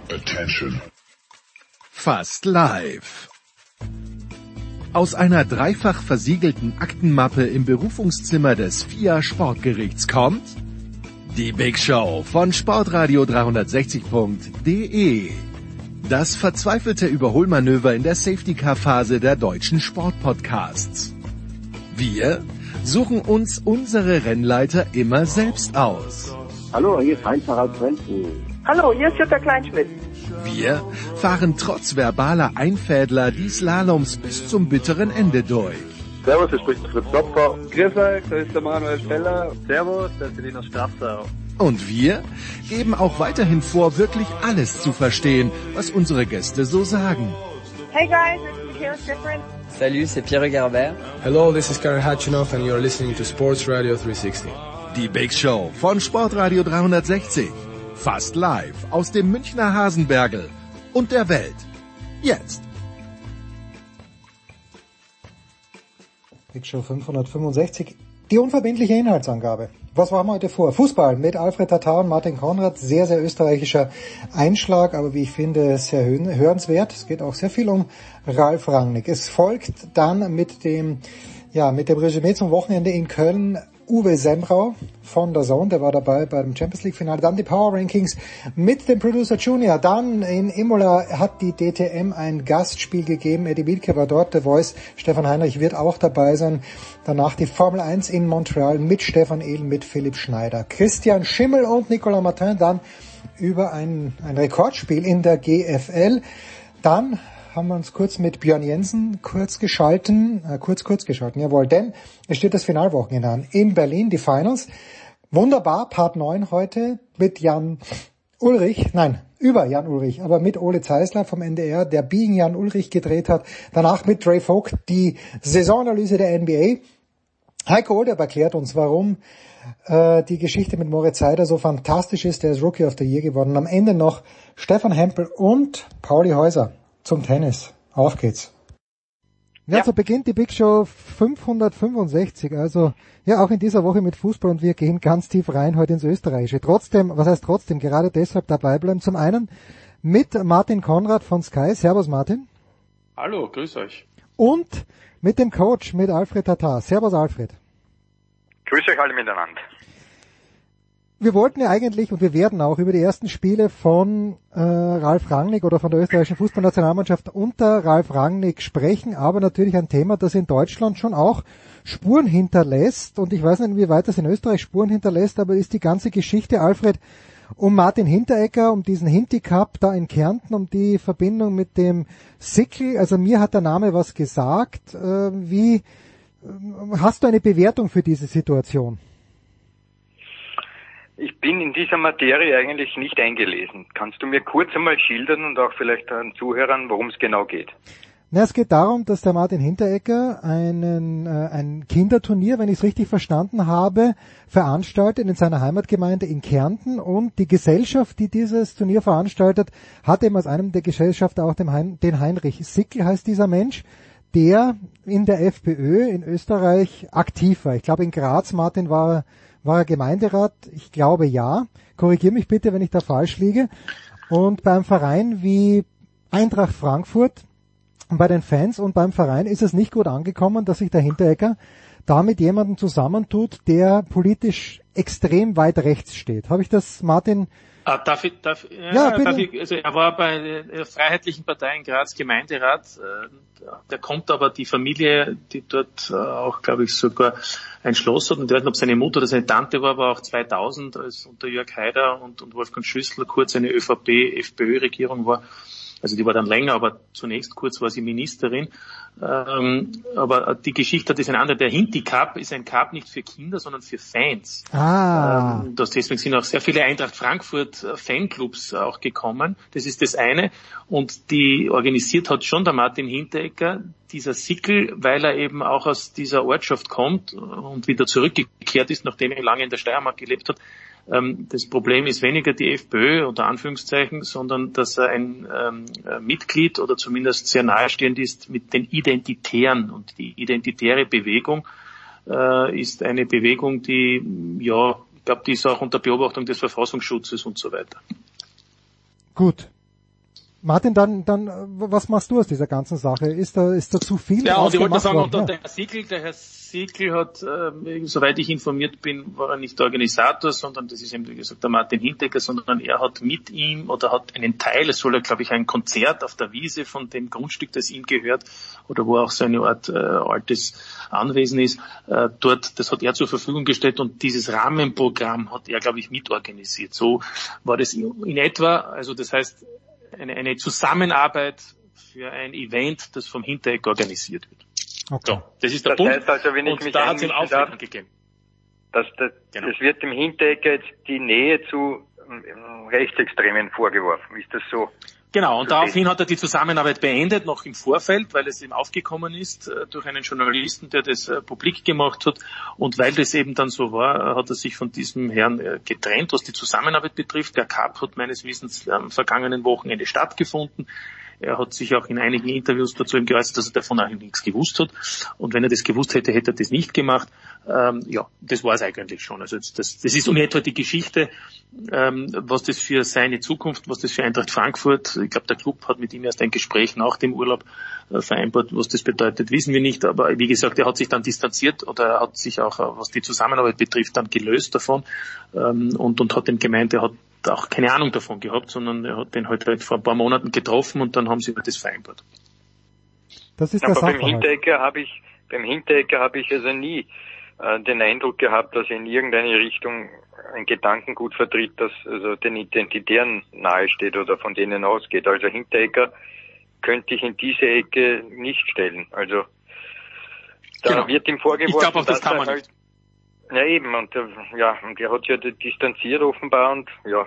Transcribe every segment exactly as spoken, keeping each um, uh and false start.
Attention. Fast live. Aus einer dreifach versiegelten Aktenmappe im Berufungszimmer des F I A Sportgerichts kommt die Big Show von Sportradio dreihundertsechzig Punkt de. Das verzweifelte Überholmanöver in der Safety-Car-Phase der deutschen Sportpodcasts. Wir suchen uns unsere Rennleiter immer selbst aus. Hallo, hier ist Heinz-Harald Frenzen. Hallo, hier ist Jutta Kleinschmidt. Wir fahren trotz verbaler Einfädler die Slaloms bis zum bitteren Ende durch. Servus, hier spricht Fritz Klopfer. Grüß euch, das ist der Manuel Feller. Servus, das ist Linus Strafsau. Und wir geben auch weiterhin vor, wirklich alles zu verstehen, was unsere Gäste so sagen. Hey guys, this is Michaela Schifrin. Salut, c'est Pierre Garbert. Hello, this is Karen Hatchinoff and you're listening to Sports Radio dreihundertsechzig. Die Big Show von Sportradio dreihundertsechzig. Fast live aus dem Münchner Hasenbergl und der Welt. Jetzt. Big Show fünfhundertfünfundsechzig. Die unverbindliche Inhaltsangabe. Was haben wir heute vor? Fußball mit Alfred Tatar und Martin Konrad. Sehr, sehr österreichischer Einschlag, aber wie ich finde, sehr hörenswert. Es geht auch sehr viel um Ralf Rangnick. Es folgt dann mit dem, ja, mit dem Resümee zum Wochenende in Köln Uwe Semrau von der Zone, der war dabei beim Champions League Finale. Dann die Power Rankings mit dem Producer Junior. Dann in Imola hat die D T M ein Gastspiel gegeben. Eddie Wilke war dort, der Voice. Stefan Heinrich wird auch dabei sein. Danach die Formel eins in Montreal mit Stefan Ehlen, mit Philipp Schneider. Christian Schimmel und Nicolas Martin dann über ein, ein Rekordspiel in der G F L. Dann haben wir uns kurz mit Björn Jensen kurz geschalten, äh, kurz, kurz geschalten, jawohl, denn es steht das Finalwochenende an. In Berlin, die Finals. Wunderbar, Part neun heute mit Jan Ulrich, nein, über Jan Ulrich, aber mit Ole Zeisler vom N D R, der Being Jan Ulrich gedreht hat. Danach mit Dre Vogt die Saisonanalyse der N B A. Heiko Olderb erklärt uns, warum äh, die Geschichte mit Moritz Seider so fantastisch ist. Der ist Rookie of the Year geworden. Und am Ende noch Stefan Hempel und Pauli Häuser zum Tennis. Auf geht's. Ja, ja, so beginnt die Big Show fünfhundertfünfundsechzig. Also ja, auch in dieser Woche mit Fußball und wir gehen ganz tief rein heute ins Österreichische. Trotzdem, was heißt trotzdem, gerade deshalb dabei bleiben. Zum einen mit Martin Konrad von Sky. Servus Martin. Hallo, grüß euch. Und mit dem Coach, mit Alfred Tatar. Servus Alfred. Grüß euch alle miteinander. Wir wollten ja eigentlich und wir werden auch über die ersten Spiele von äh, Ralf Rangnick oder von der österreichischen Fußballnationalmannschaft unter Ralf Rangnick sprechen, aber natürlich ein Thema, das in Deutschland schon auch Spuren hinterlässt und ich weiß nicht, inwieweit das in Österreich Spuren hinterlässt, aber ist die ganze Geschichte, Alfred, um Martin Hinteregger, um diesen Hinti Cup da in Kärnten, um die Verbindung mit dem Sickl, also mir hat der Name was gesagt, äh, wie äh, hast du eine Bewertung für diese Situation? Ich bin in dieser Materie eigentlich nicht eingelesen. Kannst du mir kurz einmal schildern und auch vielleicht an Zuhörern, worum es genau geht? Na, es geht darum, dass der Martin Hinteregger einen, äh, ein Kinderturnier, wenn ich es richtig verstanden habe, veranstaltet in seiner Heimatgemeinde in Kärnten und die Gesellschaft, die dieses Turnier veranstaltet, hat eben als einem der Gesellschafter auch den, hein- den Heinrich Sickl, heißt dieser Mensch, der in der FPÖ in Österreich aktiv war. Ich glaube in Graz, Martin, war War er Gemeinderat? Ich glaube ja. Korrigiere mich bitte, wenn ich da falsch liege. Und beim Verein wie Eintracht Frankfurt, bei den Fans und beim Verein ist es nicht gut angekommen, dass sich der Hinteregger da mit jemandem zusammentut, der politisch extrem weit rechts steht. Habe ich das, Martin? Ah, darf ich, darf, ja, ja, bitte. darf ich, also er war bei der Freiheitlichen Partei in Graz Gemeinderat, der kommt aber die Familie, die dort auch, glaube ich, sogar ein Schloss hat, und ich weiß nicht, ob seine Mutter oder seine Tante war, war auch zweitausend, als unter Jörg Haider und, und Wolfgang Schüssel kurz eine ÖVP-F P Ö-Regierung war. Also die war dann länger, aber zunächst kurz war sie Ministerin. Ähm, aber die Geschichte hat ist ein anderer. Der Hinti Cup ist ein Cup nicht für Kinder, sondern für Fans. Ah. Ähm, das, deswegen sind auch sehr viele Eintracht Frankfurt Fanclubs auch gekommen. Das ist das eine. Und die organisiert hat schon der Martin Hinteregger, dieser Sickl, weil er eben auch aus dieser Ortschaft kommt und wieder zurückgekehrt ist, nachdem er lange in der Steiermark gelebt hat. Das Problem ist weniger die FPÖ unter Anführungszeichen, sondern dass er ein ähm, Mitglied oder zumindest sehr nahestehend ist mit den Identitären. Und die identitäre Bewegung äh, ist eine Bewegung, die, ja, ich glaube, die ist auch unter Beobachtung des Verfassungsschutzes und so weiter. Gut. Martin, dann, dann, was machst du aus dieser ganzen Sache? Ist da, ist da zu viel? Ja, und ich wollte sagen, worden? und der Herr Siegel, der Herr Siegel hat, äh, soweit ich informiert bin, war er nicht der Organisator, sondern das ist eben, wie gesagt, der Martin Hinteregger, sondern er hat mit ihm oder hat einen Teil, es soll ja, glaube ich, ein Konzert auf der Wiese von dem Grundstück, das ihm gehört, oder wo auch so eine Art äh, altes Anwesen ist, äh, dort, das hat er zur Verfügung gestellt und dieses Rahmenprogramm hat er, glaube ich, mitorganisiert. So war das in etwa, also das heißt, eine, eine Zusammenarbeit für ein Event, das vom Hinteregger organisiert wird. Okay. So, das ist der das Punkt. Heißt also, wenn ich und mich da hat es ihm Aufregung gegeben. Dass das, genau. Es wird dem Hinteregger jetzt die Nähe zu ähm, Rechtsextremen vorgeworfen. Ist das so? Genau, und daraufhin hat er die Zusammenarbeit beendet, noch im Vorfeld, weil es ihm aufgekommen ist äh, durch einen Journalisten, der das äh, publik gemacht hat. Und weil das eben dann so war, hat er sich von diesem Herrn äh, getrennt, was die Zusammenarbeit betrifft. Der Cup hat meines Wissens am vergangenen Wochenende stattgefunden. Er hat sich auch in einigen Interviews dazu eben geäußert, dass er davon eigentlich nichts gewusst hat. Und wenn er das gewusst hätte, hätte er das nicht gemacht. Ähm, ja, das war es eigentlich schon. Also das, das ist in etwa die Geschichte, ähm, was das für seine Zukunft, was das für Eintracht Frankfurt, ich glaube, der Club hat mit ihm erst ein Gespräch nach dem Urlaub äh, vereinbart, was das bedeutet, wissen wir nicht. Aber wie gesagt, er hat sich dann distanziert oder er hat sich auch, was die Zusammenarbeit betrifft, dann gelöst davon ähm, und, und hat ihm gemeint, er hat auch keine Ahnung davon gehabt, sondern er hat den halt, halt vor ein paar Monaten getroffen und dann haben sie das vereinbart. Das ist Aber der beim Hinteregger habe ich, beim Hinteregger habe ich also nie äh, den Eindruck gehabt, dass er in irgendeine Richtung ein Gedankengut vertritt, das also den Identitären nahesteht oder von denen ausgeht. Also Hinteregger könnte ich in diese Ecke nicht stellen. Also da genau. wird ihm vorgeworfen, ich glaube auch, das dass kann man er halt, ja eben, und ja, und er hat sich ja distanziert offenbar und ja,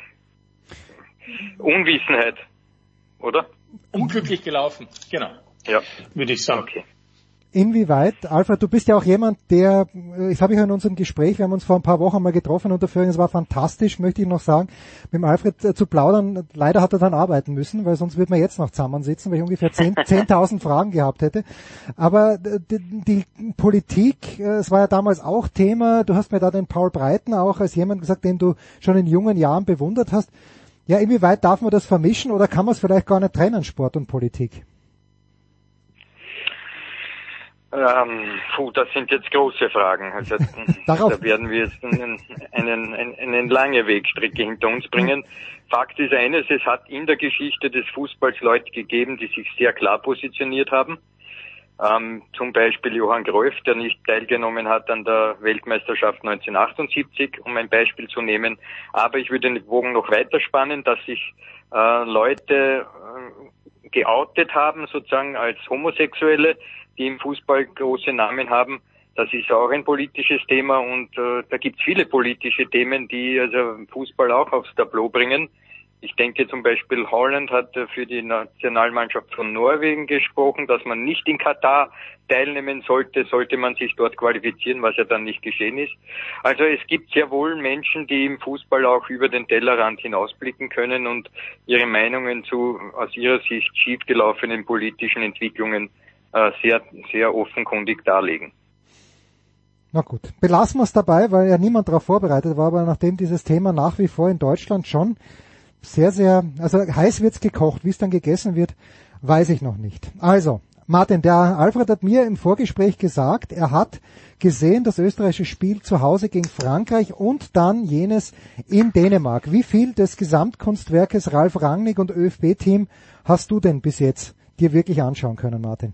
Unwissenheit, oder? Unglücklich gelaufen, genau. Ja. Würde ich sagen. Okay. Inwieweit, Alfred, du bist ja auch jemand, der, das habe ich in unserem Gespräch, wir haben uns vor ein paar Wochen mal getroffen unter Führung, es war fantastisch, möchte ich noch sagen, mit dem Alfred äh, zu plaudern. Leider hat er dann arbeiten müssen, weil sonst würden wir jetzt noch zusammensitzen, weil ich ungefähr zehntausend Fragen gehabt hätte. Aber die, die Politik, äh, es war ja damals auch Thema, du hast mir da den Paul Breiten auch als jemand gesagt, den du schon in jungen Jahren bewundert hast. Ja, inwieweit darf man das vermischen oder kann man es vielleicht gar nicht trennen, Sport und Politik? Ähm, puh, das sind jetzt große Fragen. Also, da werden wir jetzt einen, einen, einen, einen lange Wegstrecke hinter uns bringen. Fakt ist eines, es hat in der Geschichte des Fußballs Leute gegeben, die sich sehr klar positioniert haben. Ähm, zum Beispiel Johann Cruyff, der nicht teilgenommen hat an der Weltmeisterschaft neunzehnhundertachtundsiebzig, um ein Beispiel zu nehmen. Aber ich würde den Bogen noch weiter spannen, dass sich äh, Leute äh, geoutet haben, sozusagen als Homosexuelle, die im Fußball große Namen haben. Das ist auch ein politisches Thema und äh, da gibt es viele politische Themen, die also Fußball auch aufs Tableau bringen. Ich denke zum Beispiel, Holland hat äh, für die Nationalmannschaft von Norwegen gesprochen, dass man nicht in Katar teilnehmen sollte, sollte man sich dort qualifizieren, was ja dann nicht geschehen ist. Also es gibt sehr wohl Menschen, die im Fußball auch über den Tellerrand hinausblicken können und ihre Meinungen zu aus ihrer Sicht schiefgelaufenen politischen Entwicklungen sehr, sehr offenkundig darlegen. Na gut, belassen wir es dabei, weil ja niemand darauf vorbereitet war, aber nachdem dieses Thema nach wie vor in Deutschland schon sehr, sehr, also heiß wird's gekocht, wie es dann gegessen wird, weiß ich noch nicht. Also, Martin, der Alfred hat mir im Vorgespräch gesagt, er hat gesehen das österreichische Spiel zu Hause gegen Frankreich und dann jenes in Dänemark. Wie viel des Gesamtkunstwerkes Ralf Rangnick und ÖFB Team hast du denn bis jetzt dir wirklich anschauen können, Martin?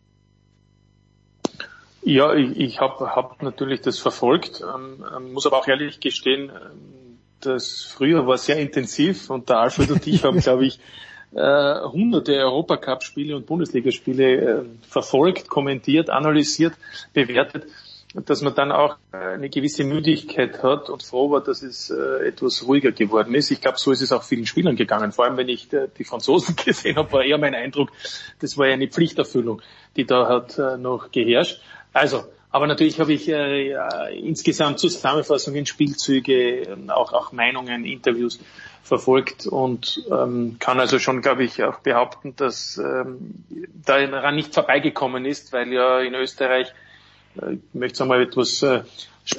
Ja, ich, ich habe hab natürlich das verfolgt, ähm, muss aber auch ehrlich gestehen, das früher war sehr intensiv und der Alfred und ich haben, glaube ich, äh, hunderte Europacup-Spiele und Bundesligaspiele äh, verfolgt, kommentiert, analysiert, bewertet, dass man dann auch eine gewisse Müdigkeit hat und froh war, dass es äh, etwas ruhiger geworden ist. Ich glaube, so ist es auch vielen Spielern gegangen. Vor allem, wenn ich äh, die Franzosen gesehen habe, war eher mein Eindruck, das war ja eine Pflichterfüllung, die da hat äh, noch geherrscht. Also, aber natürlich habe ich äh, ja, insgesamt Zusammenfassungen, Spielzüge, auch, auch Meinungen, Interviews verfolgt und ähm, kann also schon, glaube ich, auch behaupten, dass ähm, daran nicht vorbeigekommen ist, weil ja in Österreich, äh, ich möchte es einmal etwas äh,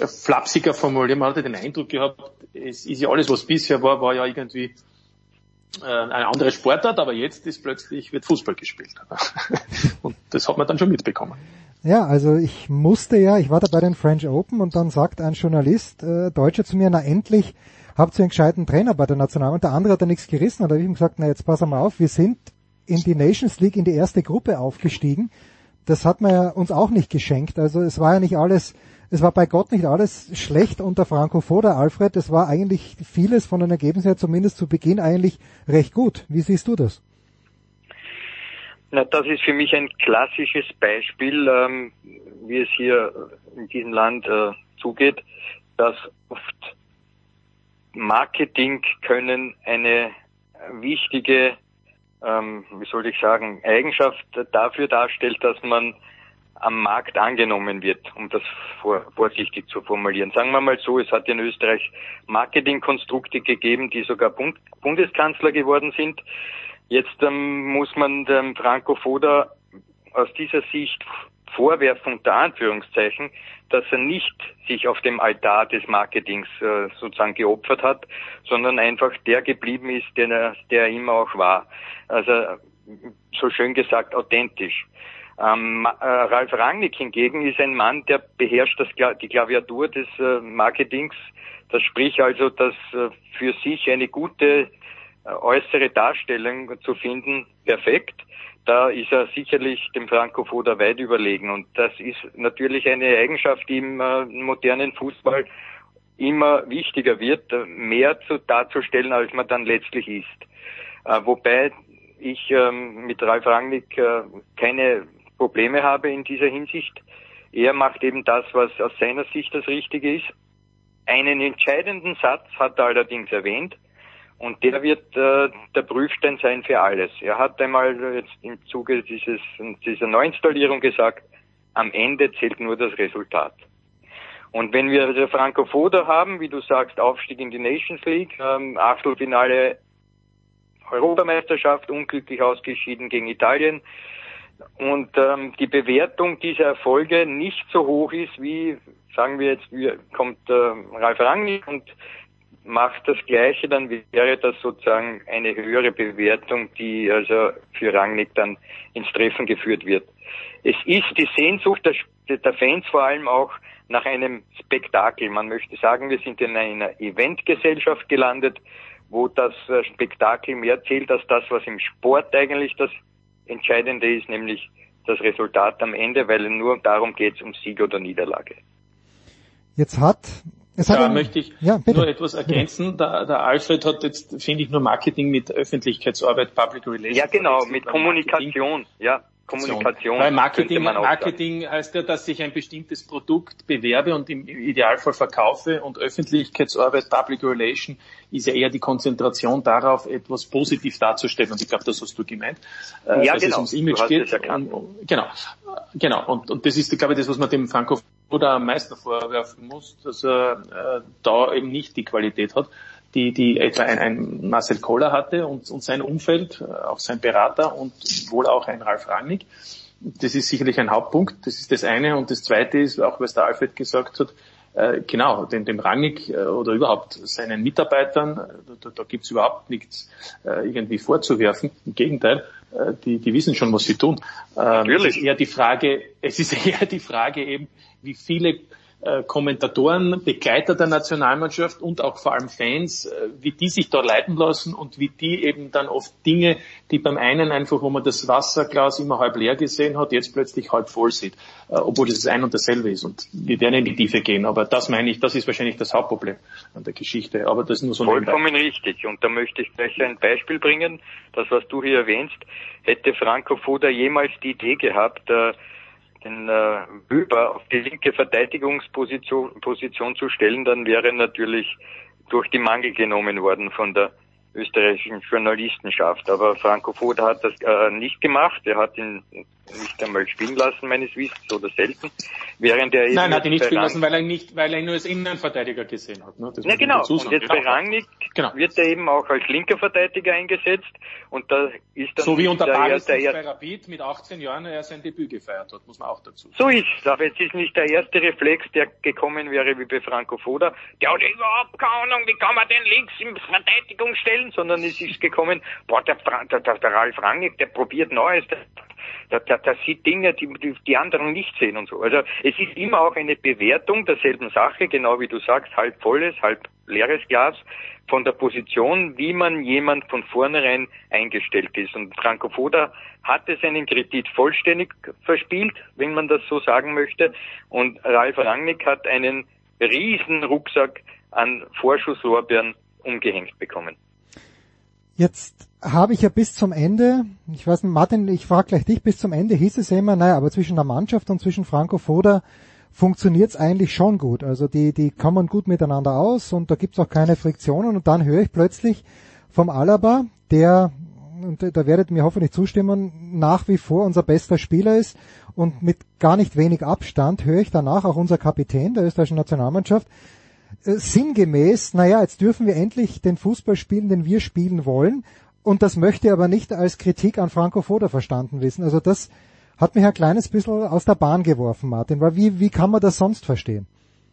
flapsiger formulieren, man hatte den Eindruck gehabt, es ist ja alles, was bisher war, war ja irgendwie äh, eine andere Sportart, aber jetzt ist plötzlich, wird Fußball gespielt. Und das hat man dann schon mitbekommen. Ja, also ich musste ja, ich war da bei den French Open und dann sagt ein Journalist, äh, Deutscher zu mir, na endlich habt ihr einen gescheiten Trainer bei der Nationalmannschaft. Der andere hat da nichts gerissen und da habe ich ihm gesagt, na jetzt pass mal auf, wir sind in die Nations League in die erste Gruppe aufgestiegen. Das hat man ja uns auch nicht geschenkt. Also es war ja nicht alles, es war bei Gott nicht alles schlecht unter Franco Foda, Alfred. Es war eigentlich vieles von den Ergebnissen her zumindest zu Beginn eigentlich recht gut. Wie siehst du das? Na, das ist für mich ein klassisches Beispiel, ähm, wie es hier in diesem Land äh, zugeht, dass oft Marketing können eine wichtige, ähm, wie soll ich sagen, Eigenschaft dafür darstellt, dass man am Markt angenommen wird, um das vor, vorsichtig zu formulieren. Sagen wir mal so, es hat in Österreich Marketingkonstrukte gegeben, die sogar Bund, Bundeskanzler geworden sind. Jetzt ähm, muss man dem Franco Foda aus dieser Sicht vorwerfen, unter Anführungszeichen, dass er nicht sich auf dem Altar des Marketings äh, sozusagen geopfert hat, sondern einfach der geblieben ist, der er, der er immer auch war. Also so schön gesagt, authentisch. Ähm, äh, Ralf Rangnick hingegen ist ein Mann, der beherrscht das, die Klaviatur des äh, Marketings. Das spricht also, dass äh, für sich eine gute äh, äußere Darstellung zu finden, perfekt. Da ist er sicherlich dem Franco Foda weit überlegen. Und das ist natürlich eine Eigenschaft, die im äh, modernen Fußball immer wichtiger wird, äh, mehr zu, darzustellen, als man dann letztlich ist. Äh, wobei ich äh, mit Ralf Rangnick äh, keine Probleme habe in dieser Hinsicht. Er macht eben das, was aus seiner Sicht das Richtige ist. Einen entscheidenden Satz hat er allerdings erwähnt. Und der wird äh, der Prüfstein sein für alles. Er hat einmal jetzt im Zuge dieses dieser Neuinstallierung gesagt, am Ende zählt nur das Resultat. Und wenn wir also Franco Foda haben, wie du sagst, Aufstieg in die Nations League, ähm, Achtelfinale Europameisterschaft, unglücklich ausgeschieden gegen Italien, und ähm, die Bewertung dieser Erfolge nicht so hoch ist, wie, sagen wir jetzt, wie kommt äh, Ralf Rangnick und macht das Gleiche, dann wäre das sozusagen eine höhere Bewertung, die also für Rangnick dann ins Treffen geführt wird. Es ist die Sehnsucht der, der Fans vor allem auch nach einem Spektakel. Man möchte sagen, wir sind in einer Eventgesellschaft gelandet, wo das Spektakel mehr zählt als das, was im Sport eigentlich das Entscheidende ist, nämlich das Resultat am Ende, weil nur darum geht es, um Sieg oder Niederlage. Jetzt hat Es da hat möchte ich ja, nur etwas ergänzen. Der, der Alfred hat jetzt, finde ich, nur Marketing mit Öffentlichkeitsarbeit, Public Relations. Ja, genau, mit Kommunikation. Ja, Kommunikation. Weil Marketing, Marketing heißt ja, dass ich ein bestimmtes Produkt bewerbe und im Idealfall verkaufe, und Öffentlichkeitsarbeit, Public Relation, ist ja eher die Konzentration darauf, etwas positiv darzustellen. Und ich glaube, das hast du gemeint. Äh, ja, dass genau. es ums Image geht. Und, und, genau. Genau. Und, und das ist, glaube ich, das, was man dem Franco Foda am meisten vorwerfen muss, dass er äh, da eben nicht die Qualität hat, die die etwa ein, ein Marcel Koller hatte und, und sein Umfeld, auch sein Berater und wohl auch ein Ralf Rangnick. Das ist sicherlich ein Hauptpunkt, das ist das eine. Und das zweite ist, auch was der Alfred gesagt hat, äh, genau, dem, dem Rangnick äh, oder überhaupt seinen Mitarbeitern, äh, da, da gibt's überhaupt nichts äh, irgendwie vorzuwerfen. Im Gegenteil, äh, die, die wissen schon, was sie tun. Ähm, Natürlich. Es ist eher die Frage, es ist eher die Frage eben, wie viele äh, Kommentatoren, Begleiter der Nationalmannschaft und auch vor allem Fans, äh, wie die sich da leiten lassen und wie die eben dann oft Dinge, die beim einen einfach, wo man das Wasserglas immer halb leer gesehen hat, jetzt plötzlich halb voll sieht, äh, obwohl das ein und dasselbe ist. Und wir werden in die Tiefe gehen, aber das meine ich, das ist wahrscheinlich das Hauptproblem an der Geschichte. Aber das ist nur so vollkommen nebenbei. Richtig. Und da möchte ich gleich ein Beispiel bringen. Das, was du hier erwähnst, hätte Franco Foda jemals die Idee gehabt, äh, den äh, Wöber auf die linke Verteidigungsposition Position zu stellen, dann wäre natürlich durch die Mangel genommen worden von der österreichischen Journalistenschaft. Aber Franco Foda hat das äh, nicht gemacht. Er hat ihn nicht einmal spielen lassen, meines Wissens, oder selten. Während er Nein, hat ihn nicht spielen lassen, weil er ihn nicht, weil er ihn nur als Innenverteidiger gesehen hat. Ne? Das ja, genau. Und jetzt bei Rangnick genau. wird er eben auch als linker Verteidiger eingesetzt. Und da ist dann so wie unter Paris der, der bei Rapid mit achtzehn Jahren er sein Debüt gefeiert hat, muss man auch dazu sagen. So ist es. Aber jetzt ist nicht der erste Reflex, der gekommen wäre wie bei Franco Foda. Der hat überhaupt keine Ahnung, wie kann man den links in Verteidigung stellen, sondern es ist gekommen, boah, der, der, der, der Ralf Rangnick, der probiert Neues, der, der, der, der sieht Dinge, die, die die anderen nicht sehen und so. Also es ist immer auch eine Bewertung derselben Sache, genau wie du sagst, halb volles, halb leeres Glas, von der Position, wie man jemand von vornherein eingestellt ist. Und Franco Foda hatte seinen Kredit vollständig verspielt, wenn man das so sagen möchte. Und Ralf Rangnick hat einen riesen Rucksack an Vorschusslorbeeren umgehängt bekommen. Jetzt habe ich ja bis zum Ende, ich weiß nicht, Martin, ich frage gleich dich, bis zum Ende hieß es ja immer, naja, aber zwischen der Mannschaft und zwischen Franco Foda funktioniert's eigentlich schon gut. Also die, die kommen gut miteinander aus und da gibt's auch keine Friktionen. Und dann höre ich plötzlich vom Alaba, der, und da werdet ihr mir hoffentlich zustimmen, nach wie vor unser bester Spieler ist und mit gar nicht wenig Abstand höre ich danach auch unser Kapitän der österreichischen Nationalmannschaft, äh, sinngemäß, naja, jetzt dürfen wir endlich den Fußball spielen, den wir spielen wollen. Und das möchte ich aber nicht als Kritik an Franco Foda verstanden wissen. Also das hat mich ein kleines bisschen aus der Bahn geworfen, Martin, weil wie, wie kann man das sonst verstehen?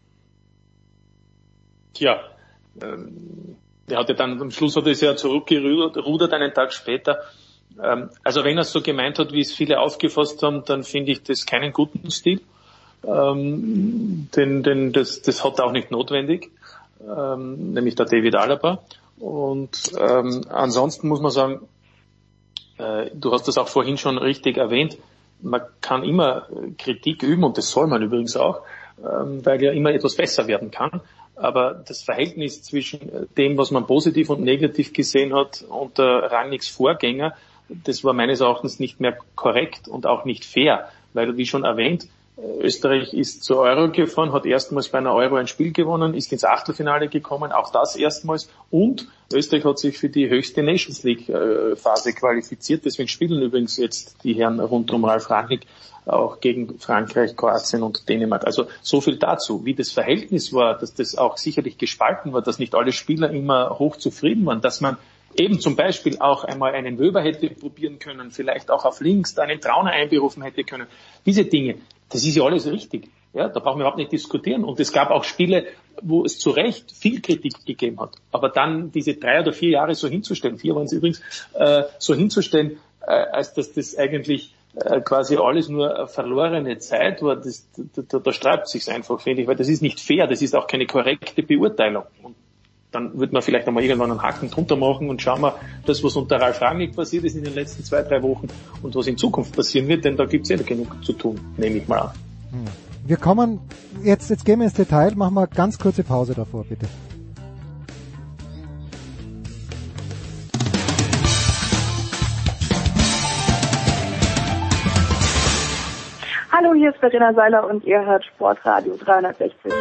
Tja, ähm, er hatte dann, am Schluss hat er es ja zurückgerudert einen Tag später. Ähm, also wenn er es so gemeint hat, wie es viele aufgefasst haben, dann finde ich das keinen guten Stil. Ähm, denn, denn das, das hat er auch nicht notwendig, ähm, nämlich der David Alaba. Und ähm, ansonsten muss man sagen, äh, du hast das auch vorhin schon richtig erwähnt, man kann immer Kritik üben und das soll man übrigens auch, ähm, weil ja immer etwas besser werden kann. Aber das Verhältnis zwischen dem, was man positiv und negativ gesehen hat unter Rangnicks Vorgänger, das war meines Erachtens nicht mehr korrekt und auch nicht fair, weil, wie schon erwähnt, Österreich ist zur Euro gefahren, hat erstmals bei einer Euro ein Spiel gewonnen, ist ins Achtelfinale gekommen, auch das erstmals. Und Österreich hat sich für die höchste Nations League Phase qualifiziert. Deswegen spielen übrigens jetzt die Herren rund um Ralf Rangnick auch gegen Frankreich, Kroatien und Dänemark. Also so viel dazu. Wie das Verhältnis war, dass das auch sicherlich gespalten war, dass nicht alle Spieler immer hoch zufrieden waren, dass man eben zum Beispiel auch einmal einen Wöber hätte probieren können, vielleicht auch auf links einen Trauner einberufen hätte können. Diese Dinge, das ist ja alles richtig. Ja, da brauchen wir überhaupt nicht diskutieren. Und es gab auch Spiele, wo es zu Recht viel Kritik gegeben hat. Aber dann diese drei oder vier Jahre so hinzustellen, vier waren es übrigens, äh, so hinzustellen, äh, als dass das eigentlich äh, quasi alles nur verlorene Zeit war, das, da, da, da sträubt sich's einfach, finde ich, weil das ist nicht fair, das ist auch keine korrekte Beurteilung. Und dann wird man vielleicht einmal irgendwann einen Haken drunter machen und schauen wir, das, was unter Ralf Rangnick passiert ist in den letzten zwei, drei Wochen und was in Zukunft passieren wird, denn da gibt's eh genug zu tun, nehme ich mal an. Wir kommen, jetzt, jetzt gehen wir ins Detail, machen wir eine ganz kurze Pause davor, bitte. Hallo, hier ist Verena Seiler und ihr hört Sportradio dreihundertsechzig.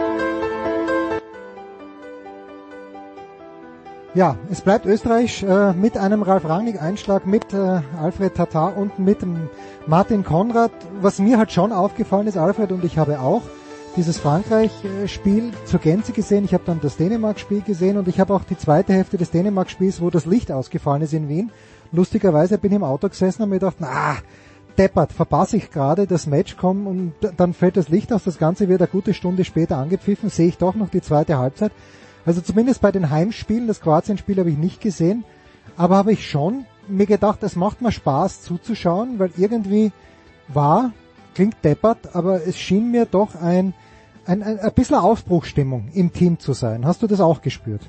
Ja, es bleibt Österreich äh, mit einem Ralf Rangnick-Einschlag, mit äh, Alfred Tatar und mit ähm, Martin Konrad. Was mir halt schon aufgefallen ist, Alfred und ich habe auch dieses Frankreich-Spiel zur Gänze gesehen. Ich habe dann das Dänemark-Spiel gesehen und ich habe auch die zweite Hälfte des Dänemark-Spiels, wo das Licht ausgefallen ist in Wien. Lustigerweise bin ich im Auto gesessen und mir gedacht, na, deppert, verpasse ich gerade das Match, komm und dann fällt das Licht aus. Das Ganze wird eine gute Stunde später angepfiffen, sehe ich doch noch die zweite Halbzeit. Also zumindest bei den Heimspielen, das Kroatien-Spiel habe ich nicht gesehen, aber habe ich schon mir gedacht, es macht mir Spaß zuzuschauen, weil irgendwie war, klingt deppert, aber es schien mir doch ein, ein, ein, ein bisschen Aufbruchsstimmung im Team zu sein. Hast du das auch gespürt?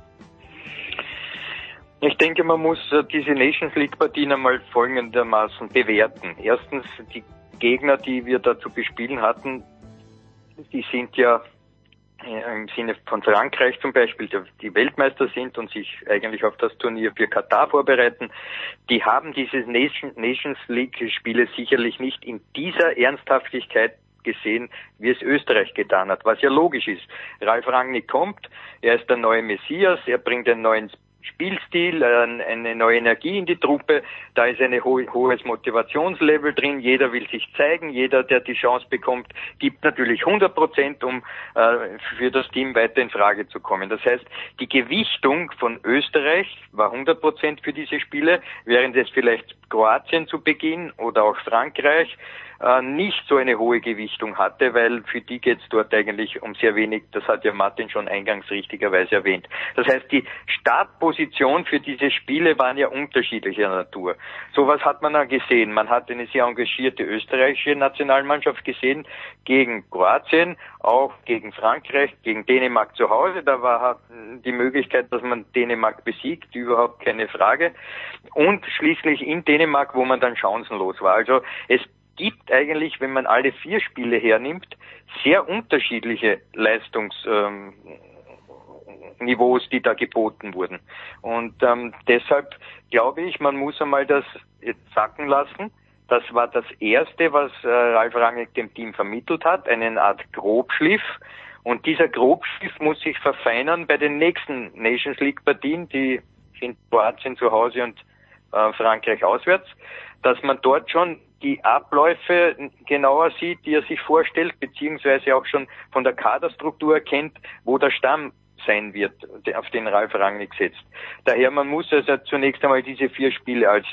Ich denke, man muss diese Nations League-Partien einmal folgendermaßen bewerten. Erstens, die Gegner, die wir da zu bespielen hatten, die sind ja im Sinne von Frankreich zum Beispiel, die Weltmeister sind und sich eigentlich auf das Turnier für Katar vorbereiten, die haben diese Nations League-Spiele sicherlich nicht in dieser Ernsthaftigkeit gesehen, wie es Österreich getan hat, was ja logisch ist. Ralf Rangnick kommt, er ist der neue Messias, er bringt einen neuen Spielstil, eine neue Energie in die Truppe, da ist ein ho- hohes Motivationslevel drin, jeder will sich zeigen, jeder, der die Chance bekommt, gibt natürlich hundert Prozent, um äh, für das Team weiter in Frage zu kommen. Das heißt, die Gewichtung von Österreich war hundert Prozent für diese Spiele, während es vielleicht Kroatien zu Beginn oder auch Frankreich äh, nicht so eine hohe Gewichtung hatte, weil für die geht es dort eigentlich um sehr wenig, das hat ja Martin schon eingangs richtigerweise erwähnt. Das heißt, die Startposition für diese Spiele waren ja unterschiedlicher Natur. Sowas hat man dann gesehen. Man hat eine sehr engagierte österreichische Nationalmannschaft gesehen gegen Kroatien, auch gegen Frankreich, gegen Dänemark zu Hause. Da war die Möglichkeit, dass man Dänemark besiegt, überhaupt keine Frage. Und schließlich in Dänemark, wo man dann chancenlos war. Also es gibt eigentlich, wenn man alle vier Spiele hernimmt, sehr unterschiedliche Leistungsniveaus, ähm, die da geboten wurden. Und ähm, deshalb glaube ich, man muss einmal das jetzt sacken lassen. Das war das Erste, was äh, Ralf Rangnick dem Team vermittelt hat, eine Art Grobschliff. Und dieser Grobschliff muss sich verfeinern bei den nächsten Nations League Partien, die sind Kroatien zu Hause und äh, Frankreich auswärts, dass man dort schon die Abläufe genauer sieht, die er sich vorstellt, beziehungsweise auch schon von der Kaderstruktur erkennt, wo der Stamm sein wird, auf den Ralf Rangnick setzt. Daher, man muss also zunächst einmal diese vier Spiele als,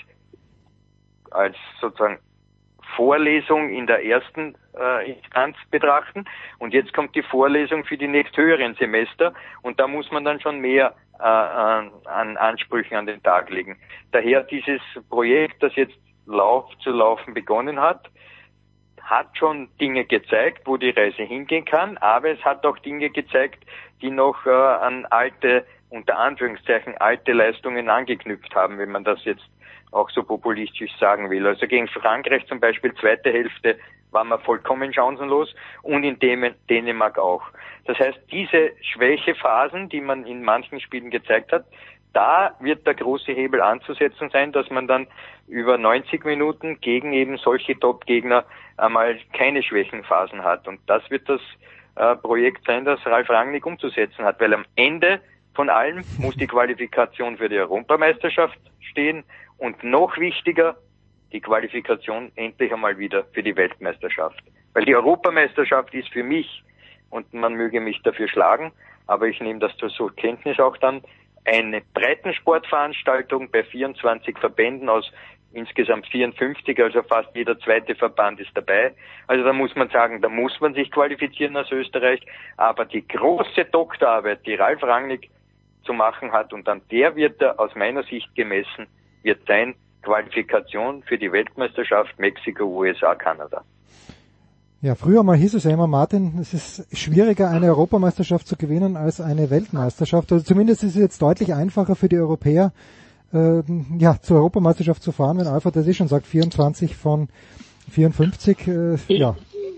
als sozusagen Vorlesung in der ersten äh, Instanz betrachten. Und jetzt kommt die Vorlesung für die nächsthöheren Semester. Und da muss man dann schon mehr äh, an Ansprüchen an den Tag legen. Daher dieses Projekt, das jetzt Lauf zu laufen begonnen hat, hat schon Dinge gezeigt, wo die Reise hingehen kann, aber es hat auch Dinge gezeigt, die noch äh, an alte, unter Anführungszeichen, alte Leistungen angeknüpft haben, wenn man das jetzt auch so populistisch sagen will. Also gegen Frankreich zum Beispiel, zweite Hälfte, waren wir vollkommen chancenlos und in Dänemark auch. Das heißt, diese Schwächephasen, die man in manchen Spielen gezeigt hat, da wird der große Hebel anzusetzen sein, dass man dann über neunzig Minuten gegen eben solche Top-Gegner einmal keine Schwächenphasen hat. Und das wird das äh, Projekt sein, das Ralf Rangnick umzusetzen hat, weil am Ende von allem muss die Qualifikation für die Europameisterschaft stehen und noch wichtiger, die Qualifikation endlich einmal wieder für die Weltmeisterschaft. Weil die Europameisterschaft ist für mich, und man möge mich dafür schlagen, aber ich nehme das zur Kenntnis auch dann, eine Breitensportveranstaltung bei vierundzwanzig Verbänden aus insgesamt vierundfünfzig, also fast jeder zweite Verband ist dabei. Also da muss man sagen, da muss man sich qualifizieren als Österreich. Aber die große Doktorarbeit, die Ralf Rangnick zu machen hat, und an der wird er aus meiner Sicht gemessen, wird sein Qualifikation für die Weltmeisterschaft Mexiko, U S A, Kanada. Ja, früher mal hieß es ja immer, Martin, es ist schwieriger, eine Europameisterschaft zu gewinnen als eine Weltmeisterschaft. Also zumindest ist es jetzt deutlich einfacher für die Europäer, äh, ja, zur Europameisterschaft zu fahren, wenn Alfred das eh schon sagt, vierundzwanzig von vierundfünfzig, äh, ja.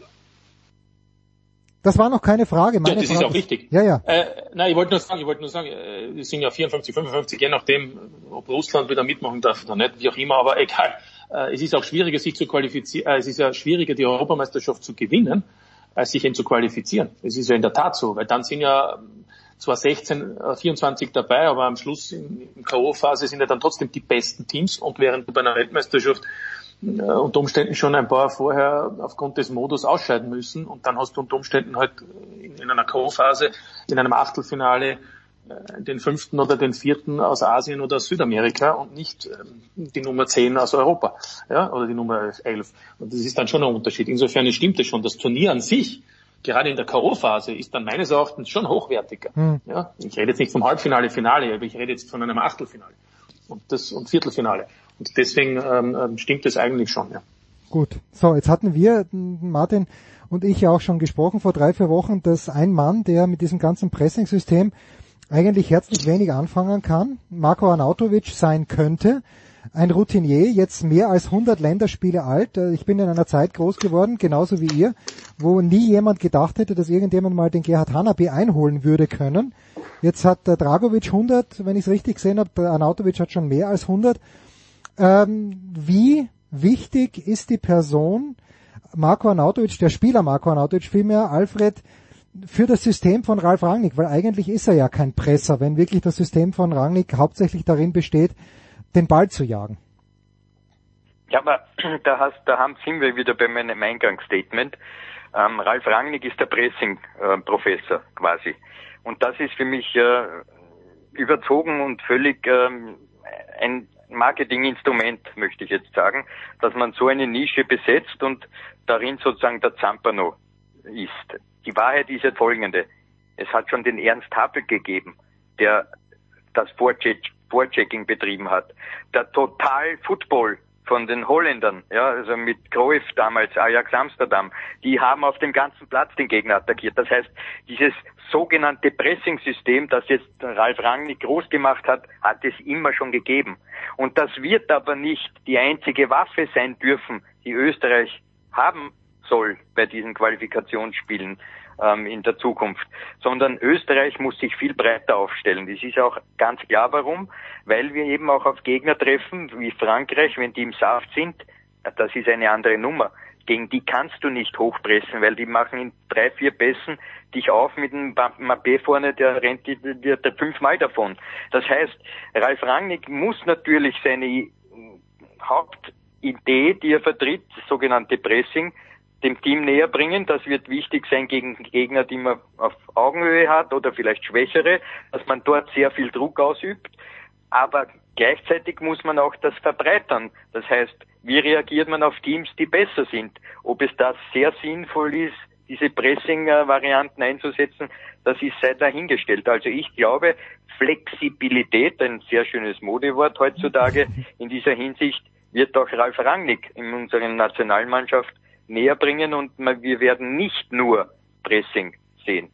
Das war noch keine Frage. Meine ja, das Frage ist auch wichtig. Ja, ja. Äh, nein, ich wollte nur sagen, ich wollte nur sagen, äh, es sind ja vierundfünfzig, fünfundfünfzig, je nachdem, ob Russland wieder mitmachen darf oder nicht, wie auch immer, aber egal. Äh, es ist auch schwieriger, sich zu qualifizieren, äh, es ist ja schwieriger, die Europameisterschaft zu gewinnen, als sich eben zu qualifizieren. Es ist ja in der Tat so, weil dann sind ja zwar sechzehn, vierundzwanzig dabei, aber am Schluss in, in K O-Phase sind ja dann trotzdem die besten Teams, und während du bei einer Weltmeisterschaft unter Umständen schon ein paar vorher aufgrund des Modus ausscheiden müssen, und dann hast du unter Umständen halt in einer K O-Phase, in einem Achtelfinale den fünften oder den vierten aus Asien oder aus Südamerika und nicht die Nummer zehn aus Europa, ja, oder die Nummer elf. Und das ist dann schon ein Unterschied. Insofern stimmt es schon. Das Turnier an sich, gerade in der K O-Phase, ist dann meines Erachtens schon hochwertiger. Hm. Ja, ich rede jetzt nicht vom Halbfinale, Finale, aber ich rede jetzt von einem Achtelfinale und das und Viertelfinale. Und deswegen ähm, stimmt es eigentlich schon, ja. Gut. So, jetzt hatten wir, Martin und ich ja auch schon gesprochen vor drei, vier Wochen, dass ein Mann, der mit diesem ganzen Pressing-System eigentlich herzlich wenig anfangen kann, Marko Arnautovic sein könnte. Ein Routinier, jetzt mehr als hundert Länderspiele alt. Ich bin in einer Zeit groß geworden, genauso wie ihr, wo nie jemand gedacht hätte, dass irgendjemand mal den Gerhard Hanapi einholen würde können. Jetzt hat der Dragovic hundert, wenn ich es richtig gesehen habe, der Arnautovic hat schon mehr als hundert. Ähm, wie wichtig ist die Person Marko Arnautovic, der Spieler Marko Arnautovic vielmehr, Alfred, für das System von Ralf Rangnick, weil eigentlich ist er ja kein Presser, wenn wirklich das System von Rangnick hauptsächlich darin besteht, den Ball zu jagen. Ja, aber da, hast, da haben, sind wir wieder bei meinem Eingangsstatement. Ähm, Ralf Rangnick ist der Pressing-Professor äh, quasi. Und das ist für mich äh, überzogen und völlig ähm, ein Marketinginstrument, möchte ich jetzt sagen, dass man so eine Nische besetzt und darin sozusagen der Zampano ist. Die Wahrheit ist jetzt folgende. Es hat schon den Ernst Happel gegeben, der das Vorcheck- Vorchecking betrieben hat. Der Total Football von den Holländern, ja, also mit Cruyff damals, Ajax Amsterdam, die haben auf dem ganzen Platz den Gegner attackiert. Das heißt, dieses sogenannte Pressing-System, das jetzt Ralf Rangnick groß gemacht hat, hat es immer schon gegeben. Und das wird aber nicht die einzige Waffe sein dürfen, die Österreich haben soll bei diesen Qualifikationsspielen ähm, in der Zukunft, sondern Österreich muss sich viel breiter aufstellen. Das ist auch ganz klar, warum, weil wir eben auch auf Gegner treffen, wie Frankreich, wenn die im Saft sind, das ist eine andere Nummer. Gegen die kannst du nicht hochpressen, weil die machen in drei, vier Pässen dich auf mit einem Mbappé vorne, der rennt die, die, der fünfmal davon. Das heißt, Ralf Rangnick muss natürlich seine Hauptidee, die er vertritt, das sogenannte Pressing, dem Team näher bringen. Das wird wichtig sein gegen Gegner, die man auf Augenhöhe hat oder vielleicht schwächere, dass man dort sehr viel Druck ausübt. Aber gleichzeitig muss man auch das verbreitern. Das heißt, wie reagiert man auf Teams, die besser sind? Ob es das sehr sinnvoll ist, diese Pressing-Varianten einzusetzen, das ist sei dahingestellt. Also ich glaube, Flexibilität, ein sehr schönes Modewort heutzutage, in dieser Hinsicht wird auch Ralf Rangnick in unserer Nationalmannschaft näher bringen und wir werden nicht nur Pressing sehen.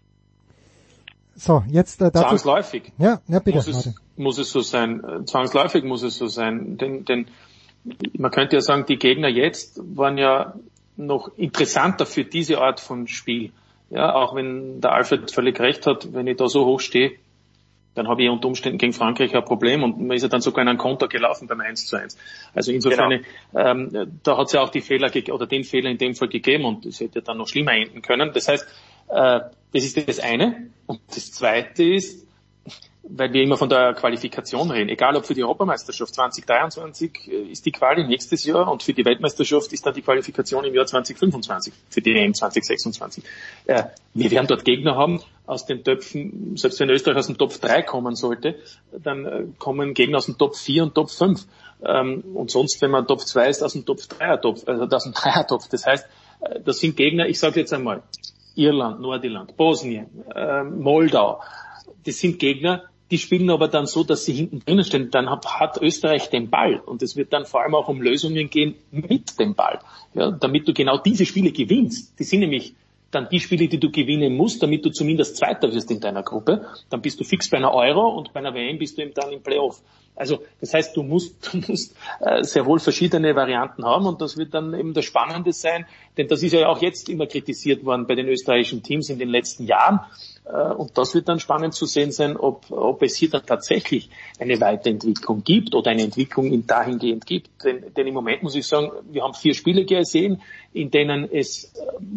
So, jetzt äh, dazu. Zwangsläufig. Ja, ja, bitte. Muss es, muss es so sein. Zwangsläufig muss es so sein. Denn, denn man könnte ja sagen, die Gegner jetzt waren ja noch interessanter für diese Art von Spiel. Ja, auch wenn der Alfred völlig recht hat, wenn ich da so hoch stehe, dann habe ich unter Umständen gegen Frankreich ein Problem und man ist ja dann sogar in einen Konter gelaufen beim eins zu eins. Also insofern, genau. ähm, da hat es ja auch die Fehler ge- oder den Fehler in dem Fall gegeben und es hätte dann noch schlimmer enden können. Das heißt, äh, das ist das eine. Und das zweite ist, weil wir immer von der Qualifikation reden, egal ob für die Europameisterschaft zwanzig dreiundzwanzig ist die Quali nächstes Jahr und für die Weltmeisterschaft ist dann die Qualifikation im Jahr zwanzig fünfundzwanzig, für die E M zwanzig sechsundzwanzig. Äh, wir werden dort Gegner haben aus den Töpfen, selbst wenn Österreich aus dem Top drei kommen sollte, dann äh, kommen Gegner aus dem Top vier und Top fünf. Ähm, und sonst, wenn man Top zwei ist, aus dem Top Dreier-Topf, also aus dem Dreier-Topf. Das heißt, äh, das sind Gegner, ich sage jetzt einmal, Irland, Nordirland, Bosnien, äh, Moldau, das sind Gegner, die spielen aber dann so, dass sie hinten drinnen stehen. Dann hat, hat Österreich den Ball. Und es wird dann vor allem auch um Lösungen gehen mit dem Ball. Ja, damit du genau diese Spiele gewinnst. Die sind nämlich dann die Spiele, die du gewinnen musst, damit du zumindest Zweiter wirst in deiner Gruppe. Dann bist du fix bei einer Euro und bei einer W M bist du eben dann im Playoff. Also das heißt, du musst, du musst äh, sehr wohl verschiedene Varianten haben und das wird dann eben das Spannende sein. Denn das ist ja auch jetzt immer kritisiert worden bei den österreichischen Teams in den letzten Jahren. Und das wird dann spannend zu sehen sein, ob, ob es hier dann tatsächlich eine Weiterentwicklung gibt oder eine Entwicklung in dahingehend gibt. Denn, denn im Moment muss ich sagen, wir haben vier Spiele gesehen, in denen es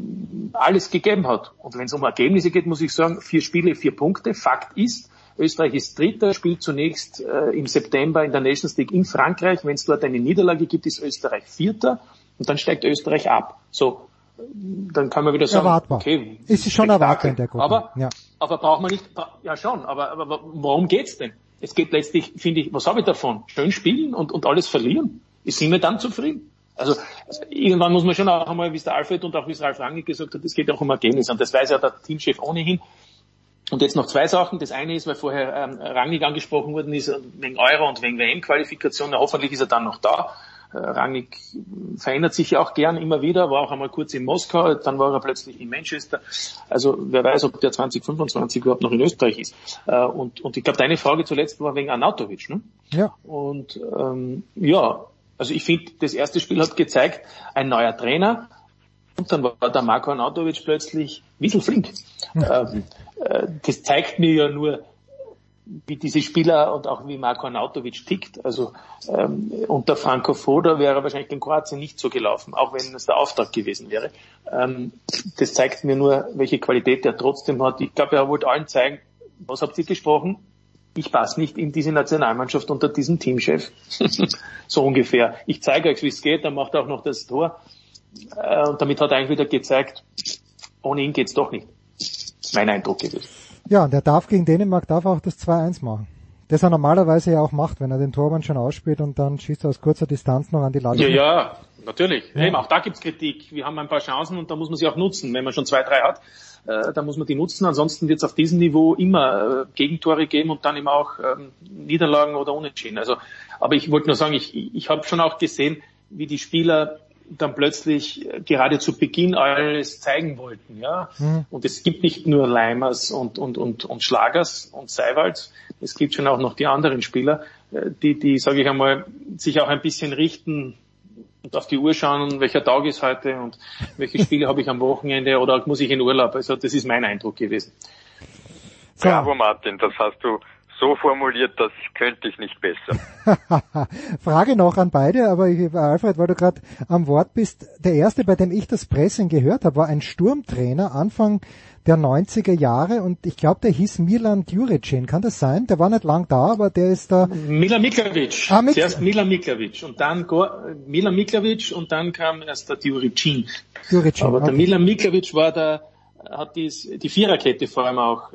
alles gegeben hat. Und wenn es um Ergebnisse geht, muss ich sagen, vier Spiele, vier Punkte. Fakt ist, Österreich ist Dritter, spielt zunächst äh, im September in der Nations League in Frankreich. Wenn es dort eine Niederlage gibt, ist Österreich Vierter und dann steigt Österreich ab. So. Dann kann man wieder sagen, erwartbar. Okay, ist schon erwartbar in der Gruppe. Aber, ja. aber braucht man nicht, ja schon, aber, aber worum geht's denn? Es geht letztlich, finde ich, was habe ich davon? Schön spielen und, und alles verlieren? Sind wir dann zufrieden? Also, also irgendwann muss man schon auch einmal, wie es der Alfred und auch wie es Ralf Rangnick gesagt hat, es geht auch um Ergebnisse und das weiß ja der Teamchef ohnehin. Und jetzt noch zwei Sachen. Das eine ist, weil vorher ähm, Rangnick angesprochen worden ist, wegen Euro und wegen W M-Qualifikation, ja, hoffentlich ist er dann noch da. Rangnick verändert sich ja auch gern immer wieder, war auch einmal kurz in Moskau, dann war er plötzlich in Manchester. Also wer weiß, ob der zwanzig fünfundzwanzig überhaupt noch in Österreich ist. Und, und ich glaube, deine Frage zuletzt war wegen Arnautovic, ne? Ja. Und ähm, ja, also ich finde, das erste Spiel hat gezeigt, ein neuer Trainer. Und dann war der Marko Arnautovic plötzlich ein bisschen flink. Ja. Ähm, äh, das zeigt mir ja nur, wie diese Spieler und auch wie Marko Arnautovic tickt. Also ähm, unter Franco Foda wäre wahrscheinlich in Kroatien nicht so gelaufen, auch wenn es der Auftrag gewesen wäre. Ähm, das zeigt mir nur, welche Qualität er trotzdem hat. Ich glaube, er wollte allen zeigen, was habt ihr gesprochen? Ich passe nicht in diese Nationalmannschaft unter diesen Teamchef. So ungefähr. Ich zeige euch, wie es geht, dann macht er auch noch das Tor. Äh, und damit hat er eigentlich wieder gezeigt, ohne ihn geht's doch nicht. Mein Eindruck gewesen. Ja, und er darf gegen Dänemark darf auch das zwei eins machen. Das er normalerweise ja auch macht, wenn er den Torwart schon ausspielt und dann schießt er aus kurzer Distanz noch an die Latte. Ja, ja, natürlich. Ja. Eben, auch da gibt's Kritik. Wir haben ein paar Chancen und da muss man sie auch nutzen. Wenn man schon zwei, drei hat, äh, dann muss man die nutzen. Ansonsten wird's auf diesem Niveau immer äh, Gegentore geben und dann immer auch ähm, Niederlagen oder Unentschieden. Also, aber ich wollte nur sagen, ich, ich habe schon auch gesehen, wie die Spieler dann plötzlich gerade zu Beginn alles zeigen wollten, ja. Mhm. Und es gibt nicht nur Leimers und, und, und, und Schlagers und Seiwalds. Es gibt schon auch noch die anderen Spieler, die, die, sage ich einmal, sich auch ein bisschen richten und auf die Uhr schauen, welcher Tag ist heute und welche Spiele habe ich am Wochenende oder muss ich in Urlaub. Also das ist mein Eindruck gewesen. So. Bravo, Martin, das hast du so formuliert, das könnte ich nicht besser. Frage noch an beide, aber ich, Alfred, weil du gerade am Wort bist, der erste, bei dem ich das Pressing gehört habe, war ein Sturmtrainer Anfang der neunziger Jahre und ich glaube, der hieß Milan Djuricin. Kann das sein? Der war nicht lang da, aber der ist da... Milan Miklavic. Ah, Mik- Zuerst Milan Miklavic und dann Go- Milan Miklavic und dann kam erst der Djuricin. Djuricin, aber okay. Der Milan Miklavic war da, hat die, die Viererkette vor allem auch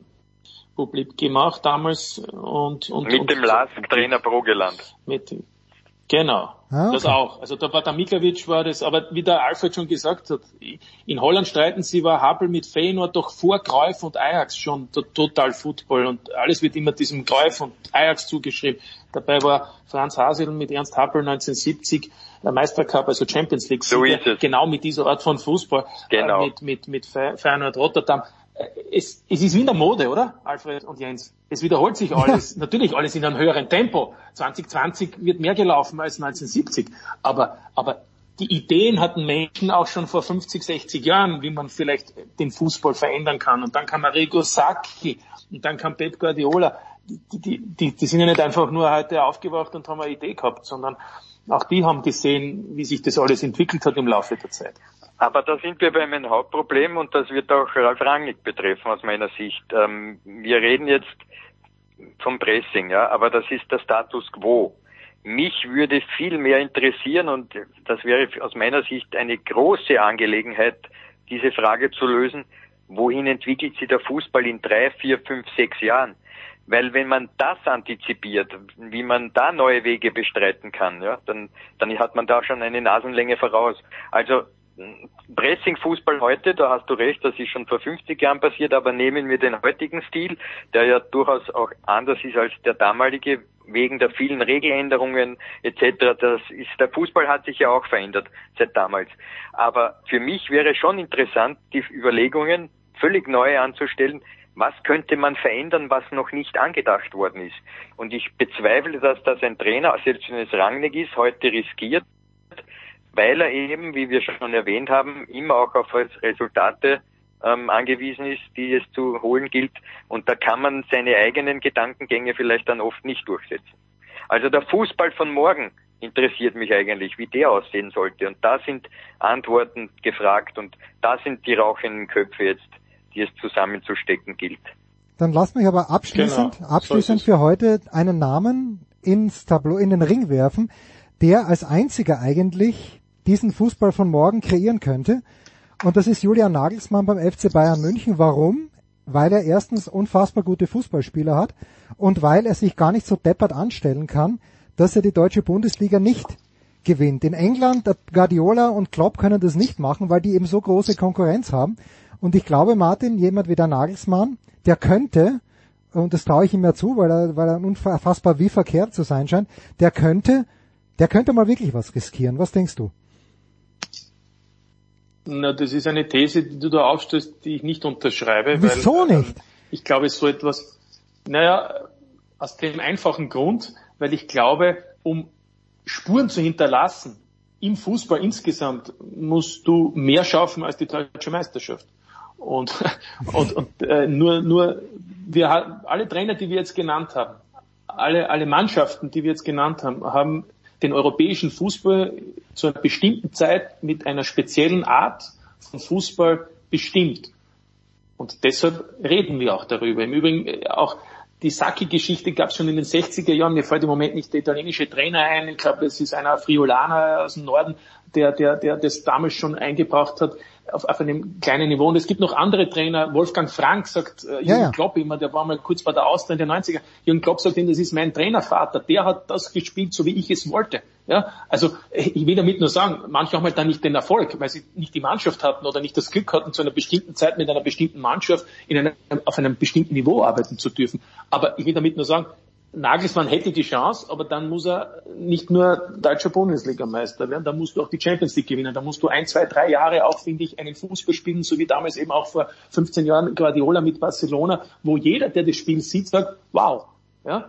publik gemacht damals und, und mit und dem Lask-Trainer Brogeland. Mit, genau, ah, okay. Das auch. Also da war der Miklavic war das, aber wie der Alfred schon gesagt hat, in Holland streiten sie, war Happel mit Feyenoord doch vor Cruyff und Ajax schon total Football und alles wird immer diesem Cruyff und Ajax zugeschrieben. Dabei war Franz Hasel mit Ernst Happel neunzehnhundertsiebzig der Meistercup, also Champions League, so ist es. Genau mit dieser Art von Fußball, genau. äh, mit mit mit Feyenoord Rotterdam. Es, es ist wie in der Mode, oder? Alfred und Jens. Es wiederholt sich alles. Natürlich alles in einem höheren Tempo. zwanzig zwanzig wird mehr gelaufen als neunzehnhundertsiebzig. Aber, aber die Ideen hatten Menschen auch schon vor fünfzig, sechzig Jahren, wie man vielleicht den Fußball verändern kann. Und dann kam Arrigo Sacchi und dann kam Pep Guardiola. Die, die, die, die sind ja nicht einfach nur heute aufgewacht und haben eine Idee gehabt, sondern auch die haben gesehen, wie sich das alles entwickelt hat im Laufe der Zeit. Aber da sind wir bei meinem Hauptproblem und das wird auch Ralf Rangnick betreffen aus meiner Sicht. Ähm, wir reden jetzt vom Pressing, ja, aber das ist der Status quo. Mich würde viel mehr interessieren und das wäre aus meiner Sicht eine große Angelegenheit, diese Frage zu lösen, wohin entwickelt sich der Fußball in drei, vier, fünf, sechs Jahren? Weil wenn man das antizipiert, wie man da neue Wege bestreiten kann, ja, dann, dann hat man da schon eine Nasenlänge voraus. Also Pressing-Fußball heute, da hast du recht, das ist schon vor fünfzig Jahren passiert, aber nehmen wir den heutigen Stil, der ja durchaus auch anders ist als der damalige, wegen der vielen Regeländerungen et cetera. Das ist, der Fußball hat sich ja auch verändert seit damals. Aber für mich wäre schon interessant, die Überlegungen völlig neu anzustellen, was könnte man verändern, was noch nicht angedacht worden ist. Und ich bezweifle, dass das ein Trainer, selbst wenn es Rangnick ist, heute riskiert, weil er eben, wie wir schon erwähnt haben, immer auch auf Resultate ähm, angewiesen ist, die es zu holen gilt. Und da kann man seine eigenen Gedankengänge vielleicht dann oft nicht durchsetzen. Also der Fußball von morgen interessiert mich eigentlich, wie der aussehen sollte. Und da sind Antworten gefragt und da sind die rauchenden Köpfe jetzt, die es zusammenzustecken gilt. Dann lasst mich aber abschließend, genau, abschließend so für heute einen Namen ins Tableau, in den Ring werfen, der als einziger eigentlich diesen Fußball von morgen kreieren könnte. Und das ist Julian Nagelsmann beim F C Bayern München. Warum? Weil er erstens unfassbar gute Fußballspieler hat und weil er sich gar nicht so deppert anstellen kann, dass er die deutsche Bundesliga nicht gewinnt. In England, Guardiola und Klopp können das nicht machen, weil die eben so große Konkurrenz haben. Und ich glaube, Martin, jemand wie der Nagelsmann, der könnte, und das traue ich ihm ja zu, weil er, weil er unfassbar wie verkehrt zu sein scheint, der könnte, der könnte mal wirklich was riskieren. Was denkst du? Na, das ist eine These, die du da aufstößt, die ich nicht unterschreibe. Wieso weil, nicht? Äh, ich glaube, so etwas, naja, aus dem einfachen Grund, weil ich glaube, um Spuren zu hinterlassen im Fußball insgesamt, musst du mehr schaffen als die deutsche Meisterschaft. Und, und, und äh, nur, nur wir haben, alle Trainer, die wir jetzt genannt haben, alle, alle Mannschaften, die wir jetzt genannt haben, haben den europäischen Fußball zu einer bestimmten Zeit mit einer speziellen Art von Fußball bestimmt. Und deshalb reden wir auch darüber. Im Übrigen auch die Sacchi-Geschichte gab es schon in den sechziger Jahren. Mir fällt im Moment nicht der italienische Trainer ein. Ich glaube, es ist einer Friulana aus dem Norden, der, der, der das damals schon eingebracht hat auf, auf einem kleinen Niveau. Und es gibt noch andere Trainer. Wolfgang Frank sagt, äh, Jürgen ja, ja. Klopp immer, der war mal kurz bei der Austria in den neunziger. Jürgen Klopp sagt ihm, das ist mein Trainervater. Der hat das gespielt, so wie ich es wollte. Ja, also ich will damit nur sagen, manche haben halt dann nicht den Erfolg, weil sie nicht die Mannschaft hatten oder nicht das Glück hatten, zu einer bestimmten Zeit mit einer bestimmten Mannschaft in einem, auf einem bestimmten Niveau arbeiten zu dürfen. Aber ich will damit nur sagen, Nagelsmann hätte die Chance, aber dann muss er nicht nur deutscher Bundesligameister werden, dann musst du auch die Champions League gewinnen, dann musst du ein, zwei, drei Jahre auch, finde ich, einen Fußball spielen, so wie damals eben auch vor fünfzehn Jahren Guardiola mit Barcelona, wo jeder, der das Spiel sieht, sagt, wow, ja,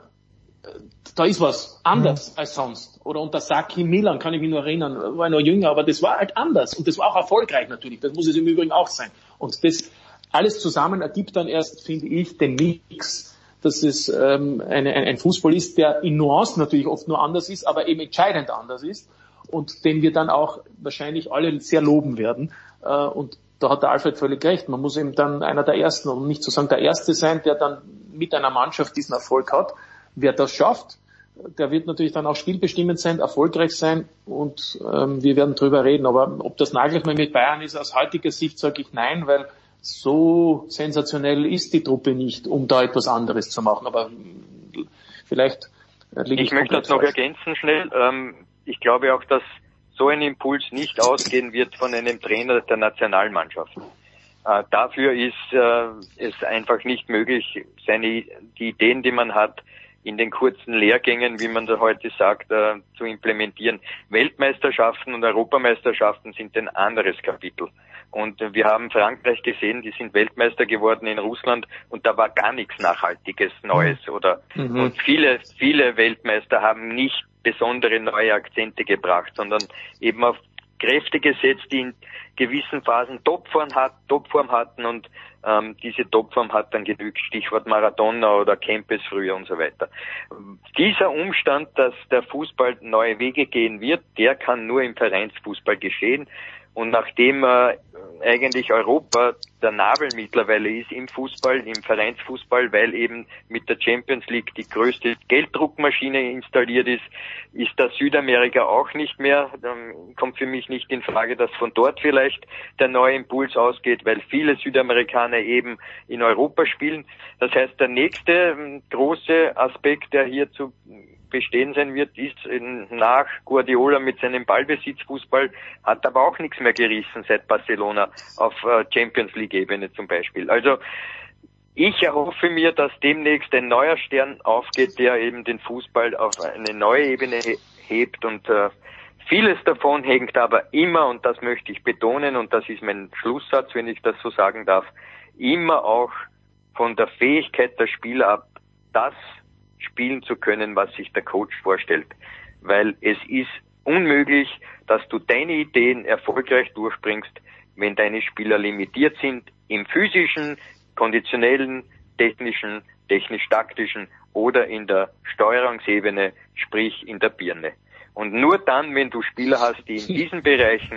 da ist was anders mhm. als sonst. Oder unter Sacchi Milan, kann ich mich nur erinnern, war noch jünger, aber das war halt anders und das war auch erfolgreich natürlich, das muss es im Übrigen auch sein. Und das alles zusammen ergibt dann erst, finde ich, den Mix, dass es ähm, eine, ein, ein Fußball ist, der in Nuancen natürlich oft nur anders ist, aber eben entscheidend anders ist und den wir dann auch wahrscheinlich alle sehr loben werden. Äh, und da hat der Alfred völlig recht. Man muss eben dann einer der Ersten, um nicht zu sagen der Erste sein, der dann mit einer Mannschaft diesen Erfolg hat. Wer das schafft, der wird natürlich dann auch spielbestimmend sein, erfolgreich sein und ähm, wir werden drüber reden. Aber ob das Nagelsmann mit Bayern ist, aus heutiger Sicht sage ich nein, weil so sensationell ist die Truppe nicht, um da etwas anderes zu machen. Aber vielleicht liege ich Ich möchte das noch falsch. ergänzen schnell. Ähm, ich glaube auch, dass so ein Impuls nicht ausgehen wird von einem Trainer der Nationalmannschaft. Äh, dafür ist äh, es einfach nicht möglich, seine die Ideen, die man hat, in den kurzen Lehrgängen, wie man da heute sagt, äh, zu implementieren. Weltmeisterschaften und Europameisterschaften sind ein anderes Kapitel. Und wir haben Frankreich gesehen, die sind Weltmeister geworden in Russland und da war gar nichts Nachhaltiges, Neues. Oder mhm. Und viele, viele Weltmeister haben nicht besondere neue Akzente gebracht, sondern eben auf Kräfte gesetzt, die in gewissen Phasen Topform, hat, Topform hatten und ähm, diese Topform hat dann genügt, Stichwort Maradona oder Kempes früher und so weiter. Dieser Umstand, dass der Fußball neue Wege gehen wird, der kann nur im Vereinsfußball geschehen. Und nachdem äh, eigentlich Europa der Nabel mittlerweile ist im Fußball, im Vereinsfußball, weil eben mit der Champions League die größte Gelddruckmaschine installiert ist, ist da Südamerika auch nicht mehr. Dann kommt für mich nicht in Frage, dass von dort vielleicht der neue Impuls ausgeht, weil viele Südamerikaner eben in Europa spielen. Das heißt, der nächste äh, große Aspekt, der hier zu bestehen sein wird, ist nach Guardiola mit seinem Ballbesitzfußball, hat aber auch nichts mehr gerissen seit Barcelona auf Champions League Ebene zum Beispiel. Also ich erhoffe mir, dass demnächst ein neuer Stern aufgeht, der eben den Fußball auf eine neue Ebene hebt und äh, vieles davon hängt aber immer, und das möchte ich betonen und das ist mein Schlusssatz, wenn ich das so sagen darf, immer auch von der Fähigkeit der Spieler ab, das spielen zu können, was sich der Coach vorstellt. Weil es ist unmöglich, dass du deine Ideen erfolgreich durchbringst, wenn deine Spieler limitiert sind im physischen, konditionellen, technischen, technisch-taktischen oder in der Steuerungsebene, sprich in der Birne. Und nur dann, wenn du Spieler hast, die in diesen Bereichen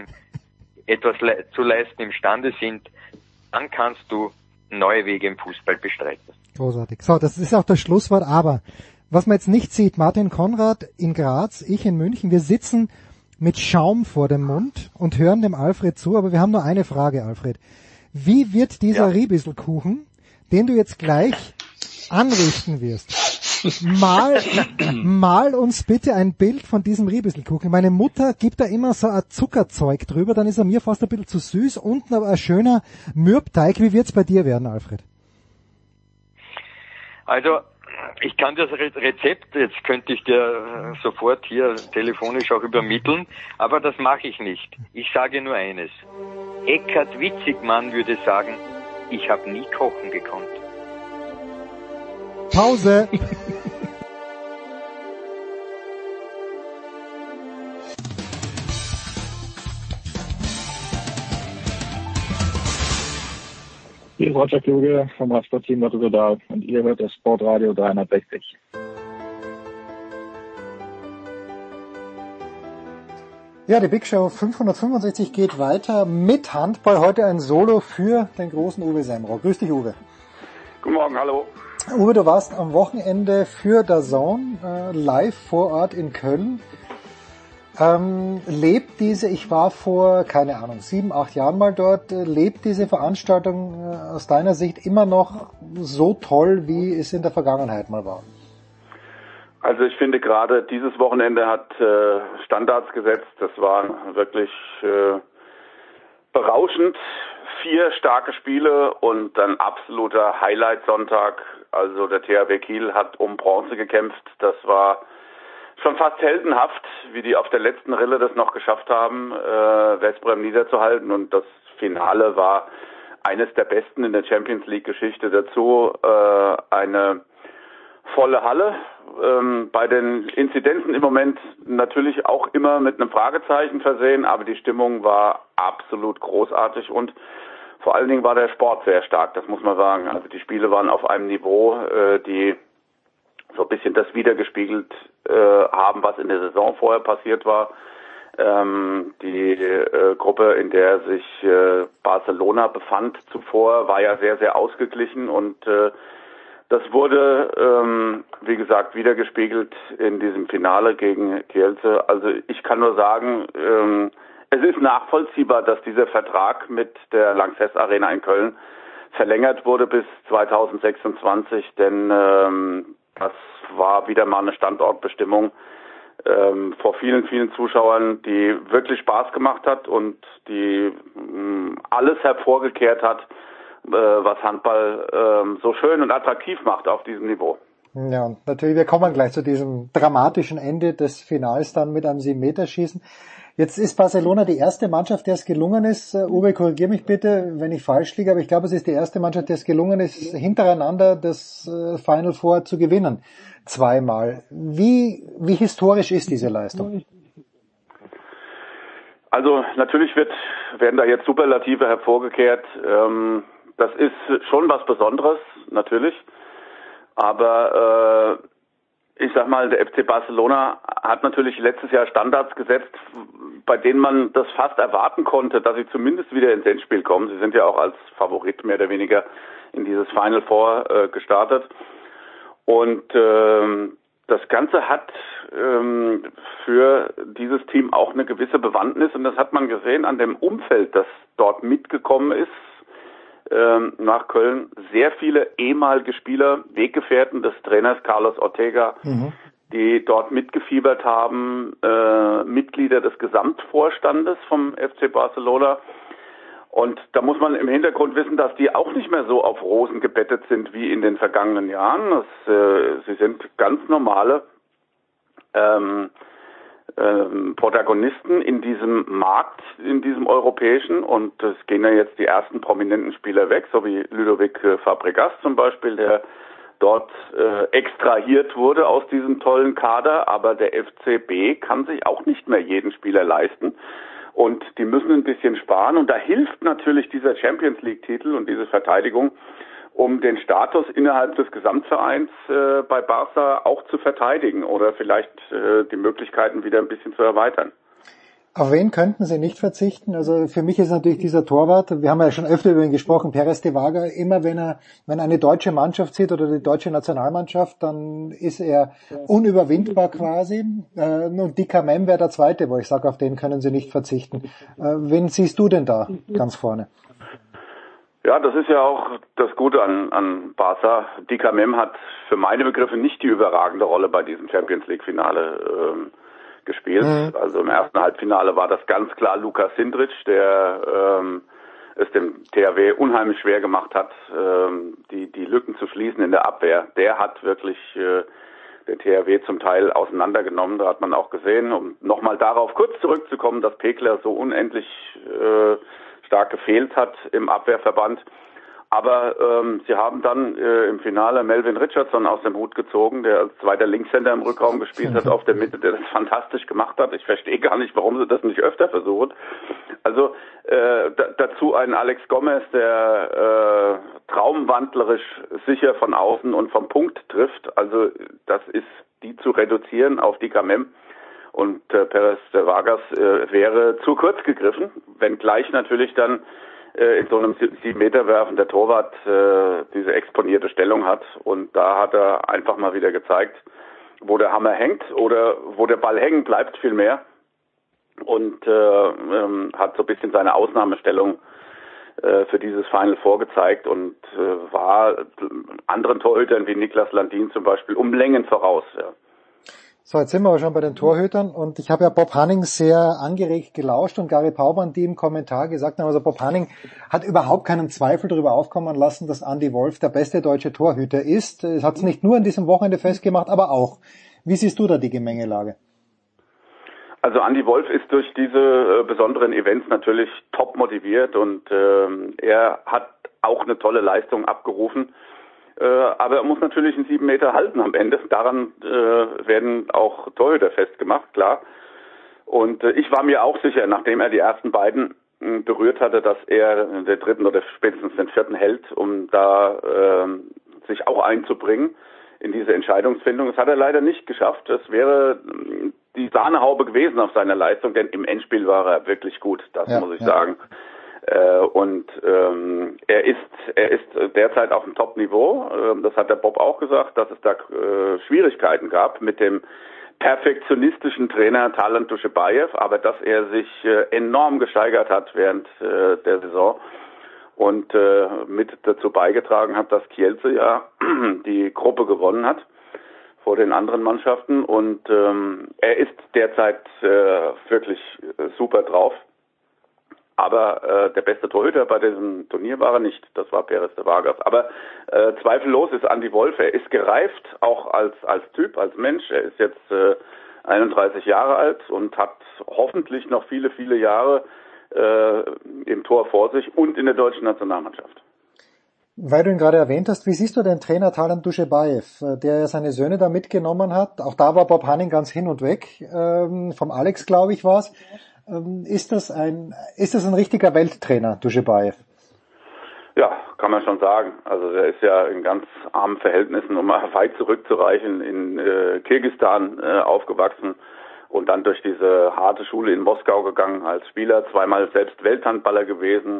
etwas le- zu leisten imstande sind, dann kannst du neue Wege im Fußball bestreiten. Großartig. So, das ist auch das Schlusswort, aber was man jetzt nicht sieht, Martin Konrad in Graz, ich in München, wir sitzen mit Schaum vor dem Mund und hören dem Alfred zu, aber wir haben nur eine Frage, Alfred. Wie wird dieser ja. Riebisselkuchen, den du jetzt gleich anrichten wirst, mal, mal uns bitte ein Bild von diesem Riebisselkuchen. Meine Mutter gibt da immer so ein Zuckerzeug drüber, dann ist er mir fast ein bisschen zu süß, unten aber ein schöner Mürbteig. Wie wird's bei dir werden, Alfred? Also, ich kann das Rezept, jetzt könnte ich dir sofort hier telefonisch auch übermitteln, aber das mache ich nicht. Ich sage nur eines. Eckhard Witzigmann würde sagen, ich habe nie kochen gekonnt. Pause! Hier ist Roger Kluge vom Radsportteam Lotto Total und ihr hört das Sportradio dreihundertsechzig. Ja, die Big Show fünfhundertfünfundsechzig geht weiter mit Handball. Heute ein Solo für den großen Uwe Semrau. Grüß dich, Uwe. Guten Morgen, hallo. Uwe, du warst am Wochenende für D A Z N äh, live vor Ort in Köln. Ähm, lebt diese, ich war vor, keine Ahnung, sieben, acht Jahren mal dort, äh, lebt diese Veranstaltung äh, aus deiner Sicht immer noch so toll, wie es in der Vergangenheit mal war? Also ich finde gerade dieses Wochenende hat äh, Standards gesetzt. Das war wirklich äh, berauschend. Vier starke Spiele und ein absoluter Highlight-Sonntag. Also der T H W Kiel hat um Bronze gekämpft. Das war schon fast heldenhaft, wie die auf der letzten Rille das noch geschafft haben, äh, Westbrem niederzuhalten. Und das Finale war eines der besten in der Champions League-Geschichte. Dazu äh, eine volle Halle. Ähm, bei den Inzidenzen im Moment natürlich auch immer mit einem Fragezeichen versehen, aber die Stimmung war absolut großartig und vor allen Dingen war der Sport sehr stark, das muss man sagen. Also die Spiele waren auf einem Niveau, äh, die so ein bisschen das wiedergespiegelt äh, haben, was in der Saison vorher passiert war. Ähm, die äh, Gruppe, in der sich äh, Barcelona befand zuvor, war ja sehr, sehr ausgeglichen und äh, das wurde, ähm, wie gesagt, wiedergespiegelt in diesem Finale gegen Kielce. Also ich kann nur sagen, ähm, es ist nachvollziehbar, dass dieser Vertrag mit der Lanxess Arena in Köln verlängert wurde bis zweitausendsechsundzwanzig, denn ähm, das war wieder mal eine Standortbestimmung ähm, vor vielen, vielen Zuschauern, die wirklich Spaß gemacht hat und die ähm, alles hervorgekehrt hat, was Handball ähm, so schön und attraktiv macht auf diesem Niveau. Ja, und natürlich, wir kommen gleich zu diesem dramatischen Ende des Finals dann mit einem sieben Meter Schießen. Jetzt ist Barcelona die erste Mannschaft, der es gelungen ist, uh, Uwe, korrigier mich bitte, wenn ich falsch liege, aber ich glaube, es ist die erste Mannschaft, der es gelungen ist, hintereinander das uh, Final Four zu gewinnen. Zweimal. Wie, wie historisch ist diese Leistung? Also natürlich wird, werden da jetzt Superlative hervorgekehrt. Ähm, Das ist schon was Besonderes, natürlich. Aber äh, ich sag mal, der F C Barcelona hat natürlich letztes Jahr Standards gesetzt, bei denen man das fast erwarten konnte, dass sie zumindest wieder ins Endspiel kommen. Sie sind ja auch als Favorit mehr oder weniger in dieses Final Four äh, gestartet. Und äh, das Ganze hat ähm, für dieses Team auch eine gewisse Bewandtnis. Und das hat man gesehen an dem Umfeld, das dort mitgekommen ist. Nach Köln sehr viele ehemalige Spieler, Weggefährten des Trainers Carlos Ortega, mhm. die dort mitgefiebert haben, äh, Mitglieder des Gesamtvorstandes vom F C Barcelona. Und da muss man im Hintergrund wissen, dass die auch nicht mehr so auf Rosen gebettet sind wie in den vergangenen Jahren. Das, äh, sie sind ganz normale ähm, Ähm, Protagonisten in diesem Markt, in diesem europäischen, und es gehen ja jetzt die ersten prominenten Spieler weg, so wie Ludovic Fabregas zum Beispiel, der dort äh, extrahiert wurde aus diesem tollen Kader, aber der F C B kann sich auch nicht mehr jeden Spieler leisten und die müssen ein bisschen sparen und da hilft natürlich dieser Champions League Titel und diese Verteidigung, um den Status innerhalb des Gesamtvereins äh, bei Barca auch zu verteidigen oder vielleicht äh, die Möglichkeiten wieder ein bisschen zu erweitern. Auf wen könnten Sie nicht verzichten? Also für mich ist natürlich dieser Torwart, wir haben ja schon öfter über ihn gesprochen, Pérez de Vaga, immer wenn er, wenn eine deutsche Mannschaft sieht oder die deutsche Nationalmannschaft, dann ist er unüberwindbar quasi. Äh, und Dika Mem wäre der zweite, wo ich sage, auf den können Sie nicht verzichten. Äh, wen siehst du denn da ganz vorne? Ja, das ist ja auch das Gute an, an Barca. Dika Mem hat für meine Begriffe nicht die überragende Rolle bei diesem Champions League Finale ähm, gespielt. Mhm. Also im ersten Halbfinale war das ganz klar Luka Sindric, der ähm, es dem T H W unheimlich schwer gemacht hat, ähm, die, die Lücken zu schließen in der Abwehr. Der hat wirklich äh, den T H W zum Teil auseinandergenommen. Da hat man auch gesehen, um nochmal darauf kurz zurückzukommen, dass Pekler so unendlich äh, stark gefehlt hat im Abwehrverband. aber ähm, sie haben dann äh, im Finale Melvin Richardson aus dem Hut gezogen, der als zweiter Linkshänder im Rückraum gespielt hat auf der Mitte, der das fantastisch gemacht hat. Ich verstehe gar nicht, warum sie das nicht öfter versuchen. Also äh, d- dazu ein Alex Gomez, der äh, traumwandlerisch sicher von außen und vom Punkt trifft. Also das ist die zu reduzieren auf die K M M. Und äh, Perez de Vargas äh, wäre zu kurz gegriffen, wenngleich natürlich dann äh, in so einem sieben Meter Werfen der Torwart äh, diese exponierte Stellung hat. Und da hat er einfach mal wieder gezeigt, wo der Hammer hängt oder wo der Ball hängen bleibt vielmehr. Und äh, ähm, hat so ein bisschen seine Ausnahmestellung äh, für dieses Final vorgezeigt und äh, war anderen Torhütern wie Niklas Landin zum Beispiel um Längen voraus. Ja. So, jetzt sind wir aber schon bei den Torhütern und ich habe ja Bob Hanning sehr angeregt gelauscht und Gary Paumann, die im Kommentar gesagt haben, also Bob Hanning hat überhaupt keinen Zweifel darüber aufkommen lassen, dass Andy Wolf der beste deutsche Torhüter ist. Es hat es nicht nur an diesem Wochenende festgemacht, aber auch. Wie siehst du da die Gemengelage? Also Andy Wolf ist durch diese äh, besonderen Events natürlich top motiviert und äh, er hat auch eine tolle Leistung abgerufen. Äh, aber er muss natürlich einen sieben Meter halten am Ende. Daran äh, werden auch Torhüter festgemacht, klar. Und äh, ich war mir auch sicher, nachdem er die ersten beiden äh, berührt hatte, dass er den dritten oder spätestens den vierten hält, um da äh, sich auch einzubringen in diese Entscheidungsfindung. Das hat er leider nicht geschafft. Das wäre äh, die Sahnehaube gewesen auf seiner Leistung, denn im Endspiel war er wirklich gut, das ja, muss ich ja. sagen. Äh, und ähm, er ist er ist derzeit auf dem Top-Niveau. Ähm, das hat der Bob auch gesagt, dass es da äh, Schwierigkeiten gab mit dem perfektionistischen Trainer Talant Dushebaev, aber dass er sich äh, enorm gesteigert hat während äh, der Saison und äh, mit dazu beigetragen hat, dass Kielce ja die Gruppe gewonnen hat vor den anderen Mannschaften und ähm, er ist derzeit äh, wirklich äh, super drauf. Aber äh, der beste Torhüter bei diesem Turnier war er nicht. Das war Perez de Vargas. Aber äh, zweifellos ist Andy Wolf. Er ist gereift, auch als als Typ, als Mensch. Er ist jetzt äh, einunddreißig Jahre alt und hat hoffentlich noch viele, viele Jahre äh, im Tor vor sich und in der deutschen Nationalmannschaft. Weil du ihn gerade erwähnt hast, wie siehst du den Trainer Talant Dushebaev, der seine Söhne da mitgenommen hat? Auch da war Bob Hanning ganz hin und weg. Ähm, vom Alex, glaube ich, war's. Ist das ein, ist das ein richtiger Welttrainer, Dushebaev? Ja, kann man schon sagen. Also er ist ja in ganz armen Verhältnissen, um mal weit zurückzureichen, in äh, Kirgisistan äh, aufgewachsen und dann durch diese harte Schule in Moskau gegangen als Spieler, zweimal selbst Welthandballer gewesen,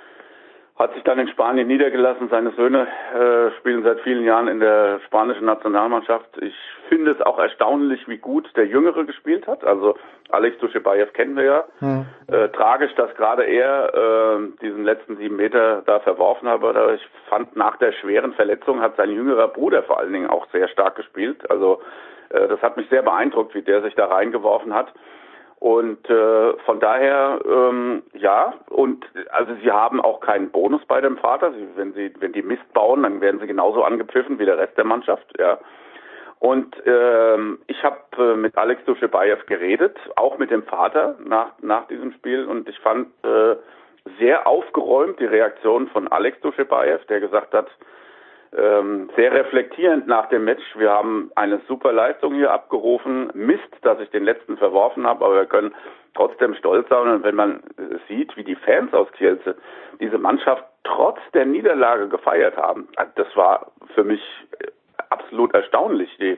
hat sich dann in Spanien niedergelassen. Seine Söhne äh, spielen seit vielen Jahren in der spanischen Nationalmannschaft. Ich finde es auch erstaunlich, wie gut der Jüngere gespielt hat. Also Alex Dushebaev kennen wir ja. Hm. Äh, tragisch, dass gerade er äh, diesen letzten sieben Meter da verworfen hat. Aber ich fand, nach der schweren Verletzung hat sein jüngerer Bruder vor allen Dingen auch sehr stark gespielt. Also äh, das hat mich sehr beeindruckt, wie der sich da reingeworfen hat. Und äh, von daher, ähm, ja, und also sie haben auch keinen Bonus bei dem Vater. Sie, wenn sie, wenn die Mist bauen, dann werden sie genauso angepfiffen wie der Rest der Mannschaft, ja. Und ähm, ich habe äh, mit Alex Dushebaev geredet, auch mit dem Vater nach nach diesem Spiel, und ich fand äh, sehr aufgeräumt die Reaktion von Alex Dushebaev, der gesagt hat, Ähm, sehr reflektierend nach dem Match. Wir haben eine super Leistung hier abgerufen. Mist, dass ich den letzten verworfen habe, aber wir können trotzdem stolz sein. Und wenn man sieht, wie die Fans aus Kielce diese Mannschaft trotz der Niederlage gefeiert haben, das war für mich absolut erstaunlich. Die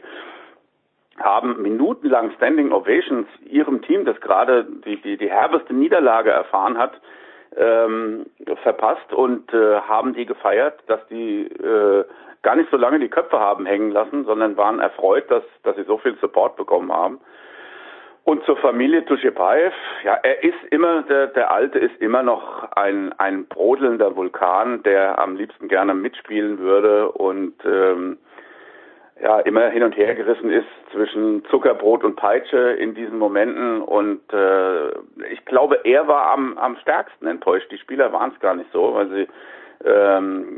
haben minutenlang Standing Ovations ihrem Team, das gerade die, die, die herbeste Niederlage erfahren hat, Ähm, verpasst und äh, haben die gefeiert, dass die äh, gar nicht so lange die Köpfe haben hängen lassen, sondern waren erfreut, dass dass sie so viel Support bekommen haben. Und zur Familie Dushebaev, ja, er ist immer, der der Alte ist immer noch ein ein brodelnder Vulkan, der am liebsten gerne mitspielen würde und ähm, ja, immer hin und her gerissen ist zwischen Zuckerbrot und Peitsche in diesen Momenten, und äh, ich glaube, er war am am stärksten enttäuscht. Die Spieler waren es gar nicht so, weil sie ähm,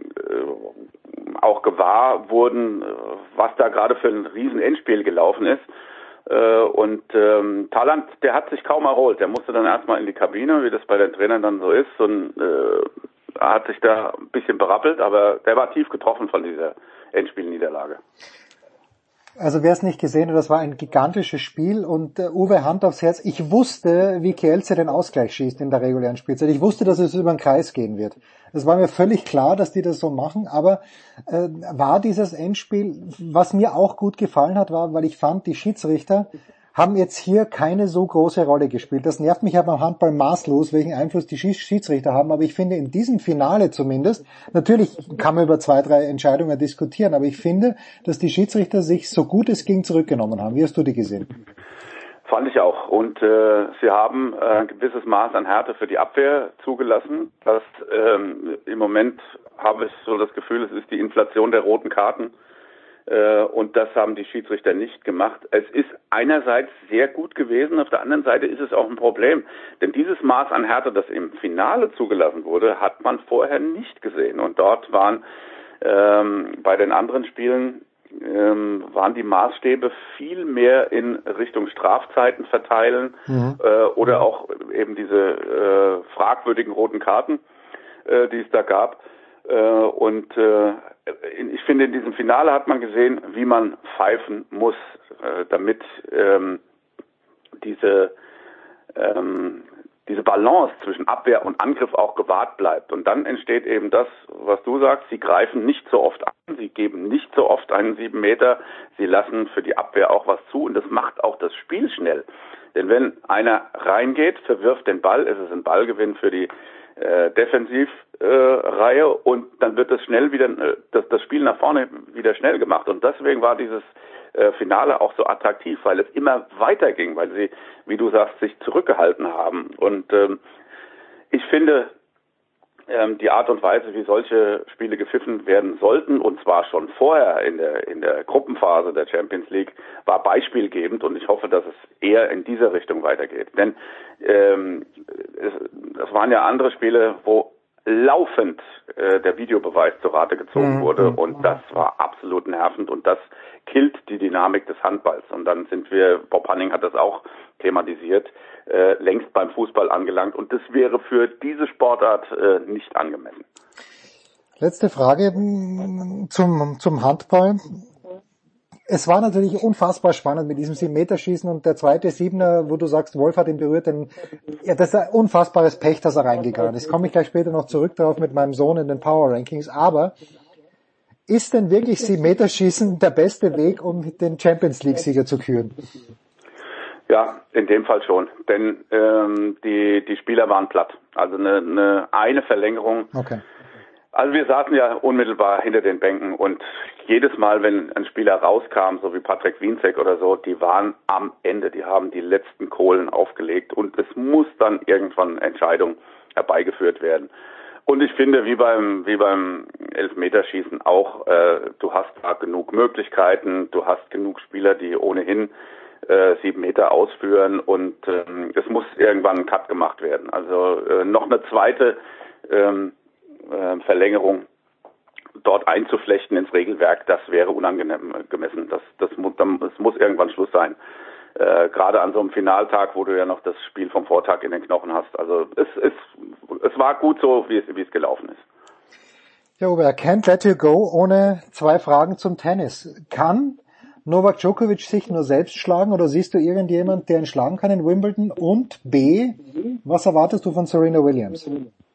äh, auch gewahr wurden, was da gerade für ein riesen Endspiel gelaufen ist. Äh, und ähm, Talant, der hat sich kaum erholt. Der musste dann erstmal in die Kabine, wie das bei den Trainern dann so ist, und äh, hat sich da ein bisschen berappelt, aber der war tief getroffen von dieser Endspielniederlage. Also wer es nicht gesehen hat, das war ein gigantisches Spiel und äh, Uwe, Hand aufs Herz, ich wusste, wie Kielce den Ausgleich schießt in der regulären Spielzeit. Ich wusste, dass es über den Kreis gehen wird. Es war mir völlig klar, dass die das so machen, aber äh, war dieses Endspiel, was mir auch gut gefallen hat, war, weil ich fand, die Schiedsrichter haben jetzt hier keine so große Rolle gespielt. Das nervt mich ja beim Handball maßlos, welchen Einfluss die Schiedsrichter haben. Aber ich finde, in diesem Finale zumindest, natürlich kann man über zwei, drei Entscheidungen diskutieren, aber ich finde, dass die Schiedsrichter sich so gut es ging zurückgenommen haben. Wie hast du die gesehen? Fand ich auch. Und äh, sie haben äh, ein gewisses Maß an Härte für die Abwehr zugelassen. Das ähm, im Moment habe ich so das Gefühl, es ist die Inflation der roten Karten. Und das haben die Schiedsrichter nicht gemacht. Es ist einerseits sehr gut gewesen, auf der anderen Seite ist es auch ein Problem. Denn dieses Maß an Härte, das im Finale zugelassen wurde, hat man vorher nicht gesehen. Und dort waren ähm, bei den anderen Spielen ähm, waren die Maßstäbe viel mehr in Richtung Strafzeiten verteilen mhm. äh, oder auch eben diese äh, fragwürdigen roten Karten, äh, die es da gab. Äh, und äh, ich finde, in diesem Finale hat man gesehen, wie man pfeifen muss, äh, damit ähm, diese ähm, diese Balance zwischen Abwehr und Angriff auch gewahrt bleibt. Und dann entsteht eben das, was du sagst, sie greifen nicht so oft an, sie geben nicht so oft einen sieben Meter, sie lassen für die Abwehr auch was zu und das macht auch das Spiel schnell. Denn wenn einer reingeht, verwirft den Ball, ist es ein Ballgewinn für die äh, Defensivreihe äh, und dann wird das schnell wieder, äh, das, das Spiel nach vorne wieder schnell gemacht. Und deswegen war dieses äh, Finale auch so attraktiv, weil es immer weiter ging, weil sie, wie du sagst, sich zurückgehalten haben. Und ähm, ich finde, ähm, die Art und Weise, wie solche Spiele gepfiffen werden sollten, und zwar schon vorher in der in der Gruppenphase der Champions League, war beispielgebend und ich hoffe, dass es eher in diese Richtung weitergeht. Denn ähm, es, es waren ja andere Spiele, wo laufend äh, der Videobeweis zur Rate gezogen wurde und das war absolut nervend und das killt die Dynamik des Handballs. Und dann sind wir, Bob Hanning hat das auch thematisiert, äh, längst beim Fußball angelangt und das wäre für diese Sportart äh, nicht angemessen. Letzte Frage zum, zum Handball. Es war natürlich unfassbar spannend mit diesem sieben-Meter-Schießen und der zweite Siebener, wo du sagst, Wolf hat ihn berührt, denn ja, das ist ein unfassbares Pech, dass er reingegangen ist. Komme ich gleich später noch zurück darauf mit meinem Sohn in den Power Rankings. Aber ist denn wirklich sieben-Meter-Schießen der beste Weg, um den Champions League-Sieger zu küren? Ja, in dem Fall schon, denn ähm, die die Spieler waren platt. Also eine eine, eine Verlängerung. Okay. Also wir saßen ja unmittelbar hinter den Bänken und jedes Mal, wenn ein Spieler rauskam, so wie Patrick Wienzek oder so, die waren am Ende, die haben die letzten Kohlen aufgelegt und es muss dann irgendwann Entscheidung herbeigeführt werden. Und ich finde, wie beim wie beim Elfmeterschießen auch, äh, du hast da genug Möglichkeiten, du hast genug Spieler, die ohnehin äh, sieben Meter ausführen und ähm, es muss irgendwann ein Cut gemacht werden. Also äh, noch eine zweite ähm, äh, Verlängerung dort einzuflechten ins Regelwerk, das wäre unangemessen. Das, das, muss, das muss irgendwann Schluss sein. Äh, gerade an so einem Finaltag, wo du ja noch das Spiel vom Vortag in den Knochen hast. Also es, es, es war gut so, wie es, wie es gelaufen ist. Ja, Uwe, I can't let you go ohne zwei Fragen zum Tennis. Kann Novak Djokovic sich nur selbst schlagen oder siehst du irgendjemand, der ihn schlagen kann in Wimbledon? Und B, was erwartest du von Serena Williams?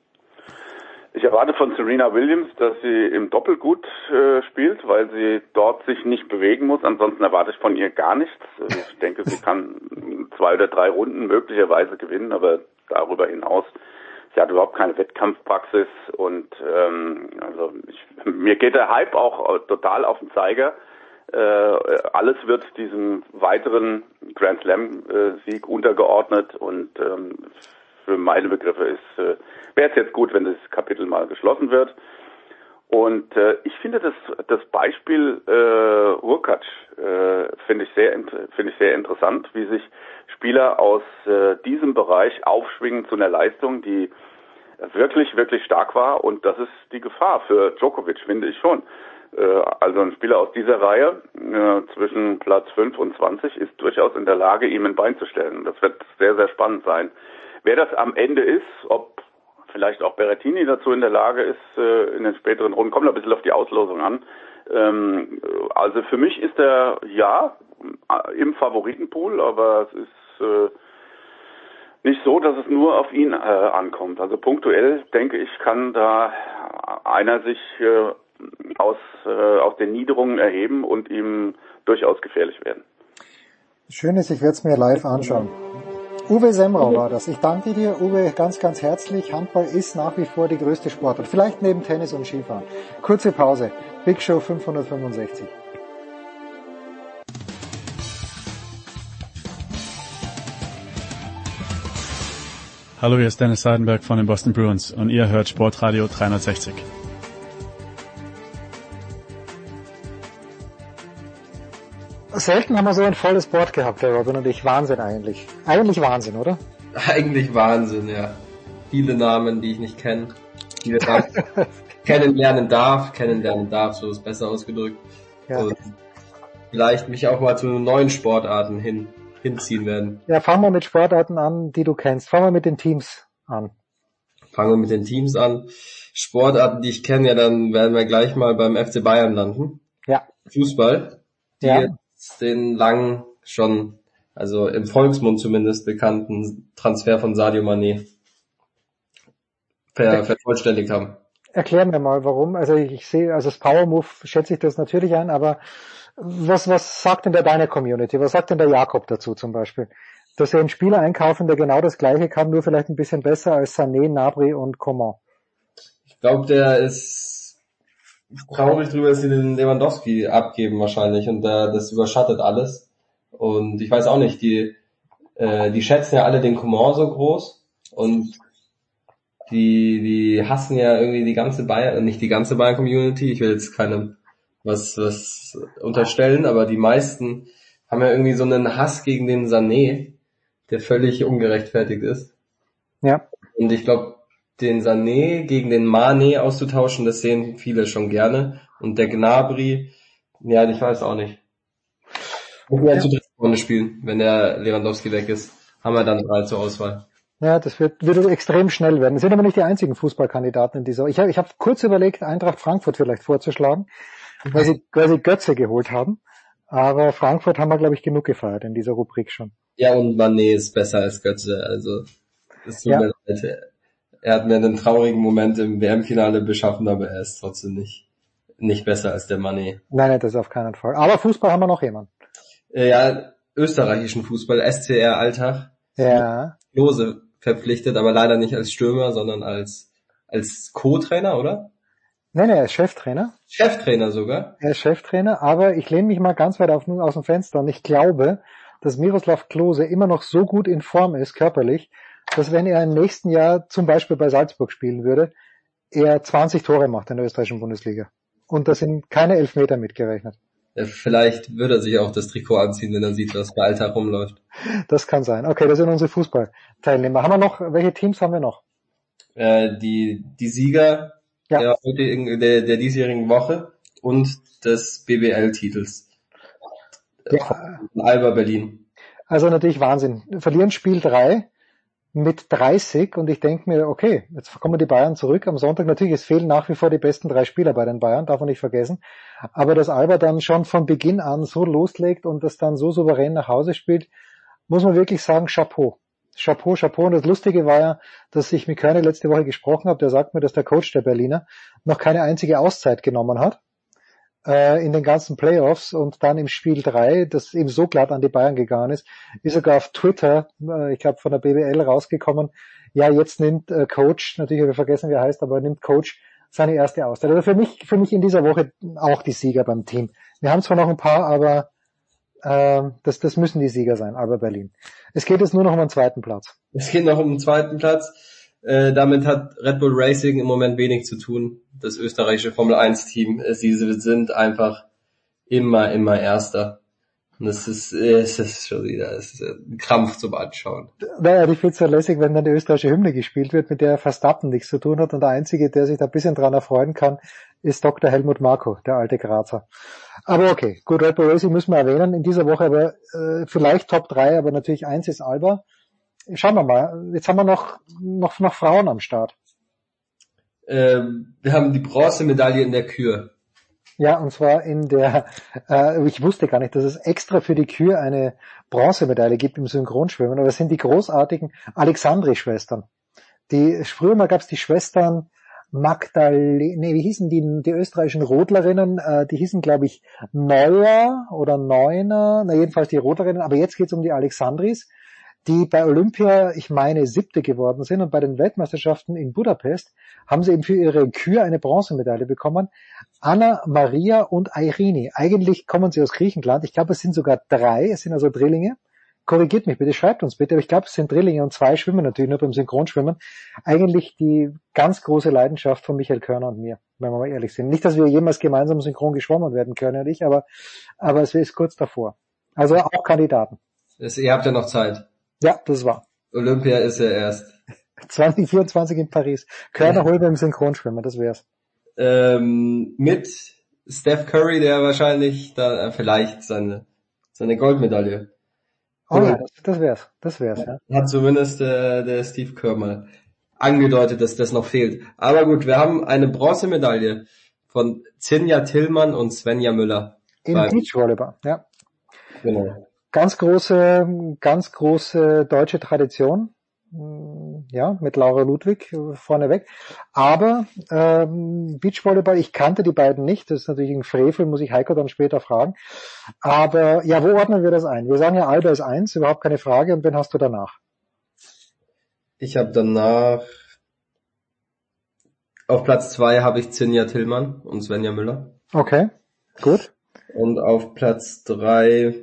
Ich erwarte von Serena Williams, dass sie im Doppel gut äh, spielt, weil sie dort sich nicht bewegen muss. Ansonsten erwarte ich von ihr gar nichts. Ich denke, sie kann zwei oder drei Runden möglicherweise gewinnen, aber darüber hinaus, sie hat überhaupt keine Wettkampfpraxis und ähm, also ich, mir geht der Hype auch total auf den Zeiger. Äh, alles wird diesem weiteren Grand Slam äh, Sieg untergeordnet und ähm, für meine Begriffe ist, äh, wäre es jetzt gut, wenn das Kapitel mal geschlossen wird. Und äh, ich finde das das Beispiel äh, Hurkacz äh, finde ich sehr finde ich sehr interessant, wie sich Spieler aus äh, diesem Bereich aufschwingen zu einer Leistung, die wirklich wirklich stark war. Und das ist die Gefahr für Djokovic, finde ich schon. Äh, also ein Spieler aus dieser Reihe äh, zwischen Platz fünf und zwanzig ist durchaus in der Lage, ihm ein Bein zu stellen. Das wird sehr sehr spannend sein. Wer das am Ende ist, ob vielleicht auch Berrettini dazu in der Lage ist, äh, in den späteren Runden, kommt ein bisschen auf die Auslosung an. Ähm, also für mich ist er, ja, im Favoritenpool, aber es ist äh, nicht so, dass es nur auf ihn äh, ankommt. Also punktuell, denke ich, kann da einer sich äh, aus, äh, aus den Niederungen erheben und ihm durchaus gefährlich werden. Schön ist, ich werde es mir live anschauen. Uwe Semrau war das. Ich danke dir, Uwe, ganz, ganz herzlich. Handball ist nach wie vor die größte Sportart. Vielleicht neben Tennis und Skifahren. Kurze Pause. Big Show fünfhundertfünfundsechzig. Hallo, hier ist Dennis Seidenberg von den Boston Bruins und ihr hört Sportradio dreihundertsechzig. Selten haben wir so ein volles Board gehabt, der Robin und ich. Wahnsinn eigentlich. Eigentlich Wahnsinn, oder? Eigentlich Wahnsinn, ja. Viele Namen, die ich nicht kenne. Die ich kennenlernen darf. Kennenlernen darf, so ist besser ausgedrückt. Ja. Und vielleicht mich auch mal zu neuen Sportarten hin, hinziehen werden. Ja, fangen wir mit Sportarten an, die du kennst. Fangen wir mit den Teams an. Fangen wir mit den Teams an. Sportarten, die ich kenne, ja, dann werden wir gleich mal beim F C Bayern landen. Ja. Fußball. Die ja. den lang schon, also im Volksmund zumindest bekannten Transfer von Sadio Mané ver- vervollständigt haben. Erklär mir mal, warum. Also ich, ich sehe, also das Power Move schätze ich das natürlich ein, aber was, was sagt denn da deine Community? Was sagt denn der Jakob dazu zum Beispiel? Dass sie einen Spieler einkaufen, der genau das Gleiche kann, nur vielleicht ein bisschen besser als Sané, Gnabry und Coman. Ich glaube, der ist traurig drüber, dass sie den Lewandowski abgeben wahrscheinlich und äh, das überschattet alles. Und ich weiß auch nicht, die äh, die schätzen ja alle den Coman so groß und die die hassen ja irgendwie die ganze Bayern, nicht die ganze Bayern-Community, ich will jetzt keinem was was unterstellen, aber die meisten haben ja irgendwie so einen Hass gegen den Sané, der völlig ungerechtfertigt ist. Ja. Und ich glaube, den Sané gegen den Mané auszutauschen, das sehen viele schon gerne. Und der Gnabry, ja, ich weiß auch nicht. Muss ja zu dritt Runde spielen, wenn der Lewandowski weg ist. Haben wir dann drei zur Auswahl. Ja, das wird, wird extrem schnell werden. Das sind aber nicht die einzigen Fußballkandidaten in dieser. Ich habe ich hab kurz überlegt, Eintracht Frankfurt vielleicht vorzuschlagen, weil sie, weil sie Götze geholt haben. Aber Frankfurt haben wir, glaube ich, genug gefeiert in dieser Rubrik schon. Ja, und Mané ist besser als Götze. Also, das tut ja. mir leid. Er hat mir einen traurigen Moment im W M-Finale beschaffen, aber er ist trotzdem nicht nicht besser als der Mané. Nein, nein, das auf keinen Fall. Aber Fußball haben wir noch jemanden. Ja, österreichischen Fußball, S C R Altach. Ja. Klose verpflichtet, aber leider nicht als Stürmer, sondern als als Co-Trainer, oder? Nein, nein, er ist Cheftrainer. Cheftrainer sogar? Er ist Cheftrainer, aber ich lehne mich mal ganz weit auf, aus dem Fenster und ich glaube, dass Miroslav Klose immer noch so gut in Form ist, körperlich, dass wenn er im nächsten Jahr zum Beispiel bei Salzburg spielen würde, er zwanzig Tore macht in der österreichischen Bundesliga. Und da sind keine Elfmeter mitgerechnet. Ja, vielleicht würde er sich auch das Trikot anziehen, wenn er sieht, was bei Alltag rumläuft. Das kann sein. Okay, das sind unsere Fußballteilnehmer. Haben wir noch, welche Teams haben wir noch? Äh, die, die Sieger ja. der, heutigen, der, der diesjährigen Woche und des B B L-Titels. Ja. Alba Berlin. Also natürlich Wahnsinn. Verlieren Spiel drei mit dreißig und ich denke mir, okay, jetzt kommen die Bayern zurück am Sonntag. Natürlich, es fehlen nach wie vor die besten drei Spieler bei den Bayern, darf man nicht vergessen. Aber dass Alba dann schon von Beginn an so loslegt und das dann so souverän nach Hause spielt, muss man wirklich sagen, Chapeau. Chapeau, Chapeau. Und das Lustige war ja, dass ich mit Körne letzte Woche gesprochen habe, der sagt mir, dass der Coach der Berliner noch keine einzige Auszeit genommen hat äh, in den ganzen Playoffs und dann im Spiel drei, das eben so glatt an die Bayern gegangen ist, ist sogar auf Twitter, äh, ich glaube von der B B L rausgekommen, ja, jetzt nimmt äh, Coach, natürlich habe ich vergessen, wie er heißt, aber nimmt Coach seine erste Auszeit. Also für mich, für mich in dieser Woche auch die Sieger beim Team. Wir haben zwar noch ein paar, aber äh, das, das müssen die Sieger sein, Alba Berlin. Es geht jetzt nur noch um den zweiten Platz. Es geht noch um den zweiten Platz. Äh, damit hat Red Bull Racing im Moment wenig zu tun. Das österreichische Formel eins Team. Sie sind einfach immer, immer Erster. Und es ist, es ist schon wieder, es ist ein Krampf zum Anschauen. Naja, ich finde es so lässig, wenn dann die österreichische Hymne gespielt wird, mit der Verstappen nichts zu tun hat. Und der Einzige, der sich da ein bisschen dran erfreuen kann, ist Doktor Helmut Marko, der alte Grazer. Aber okay, gut, Red Bull Racing müssen wir erwähnen. In dieser Woche aber äh, vielleicht Top drei, aber natürlich eins ist Alba. Schauen wir mal. Jetzt haben wir noch, noch, noch Frauen am Start. Ähm, wir haben die Bronzemedaille in der Kür. Ja, und zwar in der, äh, ich wusste gar nicht, dass es extra für die Kür eine Bronzemedaille gibt im Synchronschwimmen, aber es sind die großartigen Alexandri-Schwestern. Die, früher mal gab es die Schwestern Magdalene, nee, wie hießen die, die österreichischen Rodlerinnen, äh, die hießen, glaube ich, Neuer oder Neuner, na jedenfalls die Rodlerinnen, aber jetzt geht es um die Alexandris, die bei Olympia, ich meine, siebte geworden sind, und bei den Weltmeisterschaften in Budapest haben sie eben für ihre Kür eine Bronzemedaille bekommen. Anna, Maria und Irene. Eigentlich kommen sie aus Griechenland. Ich glaube, es sind sogar drei, es sind also Drillinge. Korrigiert mich bitte, schreibt uns bitte, aber ich glaube, es sind Drillinge und zwei schwimmen natürlich nur beim Synchronschwimmen. Eigentlich die ganz große Leidenschaft von Michael Körner und mir, wenn wir mal ehrlich sind. Nicht, dass wir jemals gemeinsam synchron geschwommen werden können, und ich, aber, aber es ist kurz davor. Also auch Kandidaten. Das, ihr habt ja noch Zeit. Ja, das war. Olympia ist ja erst. zwanzig vierundzwanzig in Paris. Körner holen wir im Synchronschwimmen, das wär's. Ähm, mit Steph Curry, der wahrscheinlich da äh, vielleicht seine seine Goldmedaille. Oh ja, das, das wär's, das wär's. Ja. Hat zumindest äh, der Steve Kerr mal angedeutet, dass das noch fehlt. Aber gut, wir haben eine Bronzemedaille von Zinja Tillmann und Svenja Müller. In Beachvolleyball, ja. Genau. Ganz große, ganz große deutsche Tradition. Ja, mit Laura Ludwig vorneweg. Aber ähm, Beachvolleyball, ich kannte die beiden nicht. Das ist natürlich ein Frevel, muss ich Heiko dann später fragen. Aber ja, wo ordnen wir das ein? Wir sagen ja, Alba ist eins, überhaupt keine Frage. Und wen hast du danach? Ich habe danach auf Platz zwei habe ich Zinja Tillmann und Svenja Müller. Okay, gut. Und auf Platz drei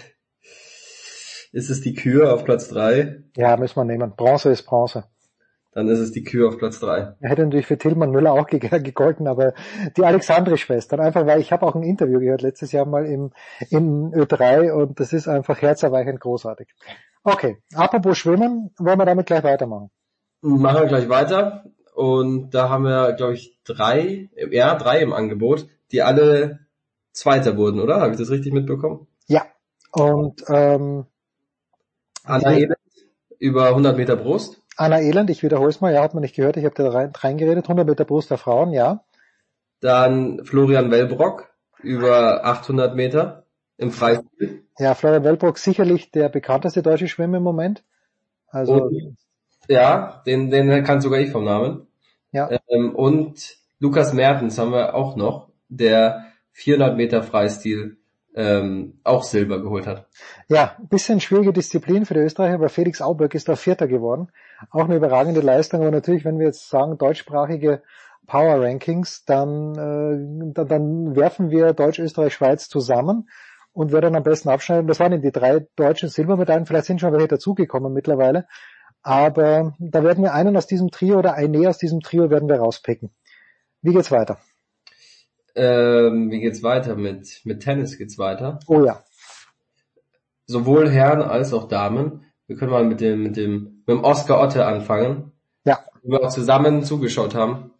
ist es die Kür auf Platz drei. Ja, müssen wir nehmen. Bronze ist Bronze. Dann ist es die Kür auf Platz drei. Er hätte natürlich für Tillmann Müller auch gegolten, aber die Alexandri-Schwestern, einfach weil ich habe auch ein Interview gehört letztes Jahr mal im in Ö drei und das ist einfach herzerweichend großartig. Okay, apropos Schwimmen, wollen wir damit gleich weitermachen? Machen wir gleich weiter und da haben wir, glaube ich, drei, ja, drei im Angebot, die alle Zweiter wurden, oder? Habe ich das richtig mitbekommen? Ja, und ähm, Anna Elend über hundert Meter Brust. Anna Elend, ich wiederhole es mal, ja, hat man nicht gehört, ich habe da rein, reingeredet, hundert Meter Brust der Frauen, ja. Dann Florian Wellbrock über achthundert Meter im Freistil. Ja, Florian Wellbrock sicherlich der bekannteste deutsche Schwimmer im Moment. Also und, ja, den, den kann sogar ich vom Namen. Ja. Ähm, und Lukas Mertens haben wir auch noch, der vierhundert Meter Freistil ähm, auch Silber geholt hat. Ja, ein bisschen schwierige Disziplin für die Österreicher, aber Felix Auböck ist da Vierter geworden. Auch eine überragende Leistung, aber natürlich, wenn wir jetzt sagen, deutschsprachige Power Rankings, dann, äh, dann, dann werfen wir Deutsch, Österreich, Schweiz zusammen und wer dann am besten abschneiden. Das waren die drei deutschen Silbermedaillen, vielleicht sind schon welche dazugekommen mittlerweile, aber da werden wir einen aus diesem Trio oder eine aus diesem Trio werden wir rauspicken. Wie geht's weiter? Ähm, wie geht's weiter? Mit, mit Tennis geht's weiter. Oh ja. Sowohl Herren als auch Damen. Wir können mal mit dem, mit dem, mit dem Oscar Otte anfangen. Ja. Wo wir auch zusammen zugeschaut haben.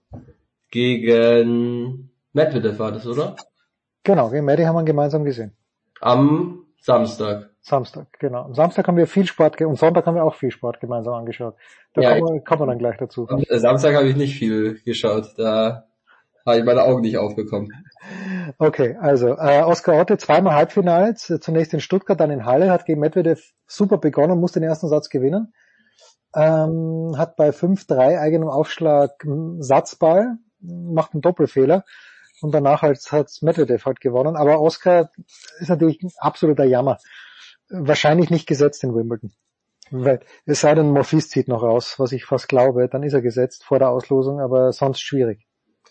Gegen Medvedev war das, oder? Genau, gegen Medi haben wir gemeinsam gesehen. Am Samstag. Samstag, genau. Am Samstag haben wir viel Sport, ge- und Sonntag haben wir auch viel Sport gemeinsam angeschaut. Da Ja, kommen wir, kommen wir dann gleich dazu. Am Samstag habe ich nicht viel geschaut. Da habe ich meine Augen nicht aufbekommen. Okay, also äh, Oscar Otte, zweimal Halbfinals, zunächst in Stuttgart, dann in Halle, hat gegen Medvedev super begonnen, musste den ersten Satz gewinnen, ähm, hat bei fünf drei eigenem Aufschlag einen Satzball, macht einen Doppelfehler und danach hat hat's Medvedev halt gewonnen, aber Oscar ist natürlich ein absoluter Jammer, wahrscheinlich nicht gesetzt in Wimbledon. Weil, es sei denn, Monfils zieht noch raus, was ich fast glaube, dann ist er gesetzt vor der Auslosung, aber sonst schwierig.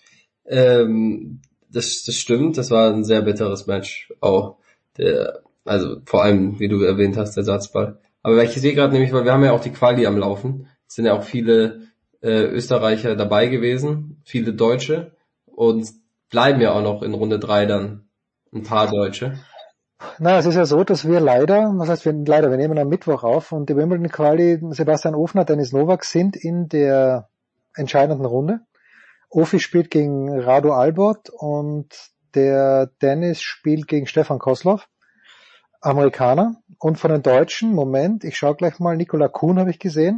Ähm, das, das stimmt, das war ein sehr bitteres Match auch. Der, also vor allem, wie du erwähnt hast, der Satzball. Aber ich sehe gerade nämlich, weil wir haben ja auch die Quali am Laufen, es sind ja auch viele äh, Österreicher dabei gewesen, viele Deutsche und bleiben ja auch noch in Runde drei dann ein paar Deutsche. Na, es ist ja so, dass wir leider, was heißt wir leider, wir nehmen am Mittwoch auf und die Wimbledon-Quali, Sebastian Ofner, Dennis Novak sind in der entscheidenden Runde. Ofi spielt gegen Rado Albot und der Dennis spielt gegen Stefan Koslov, Amerikaner. Und von den Deutschen, Moment, ich schaue gleich mal, Nikola Kuhn habe ich gesehen,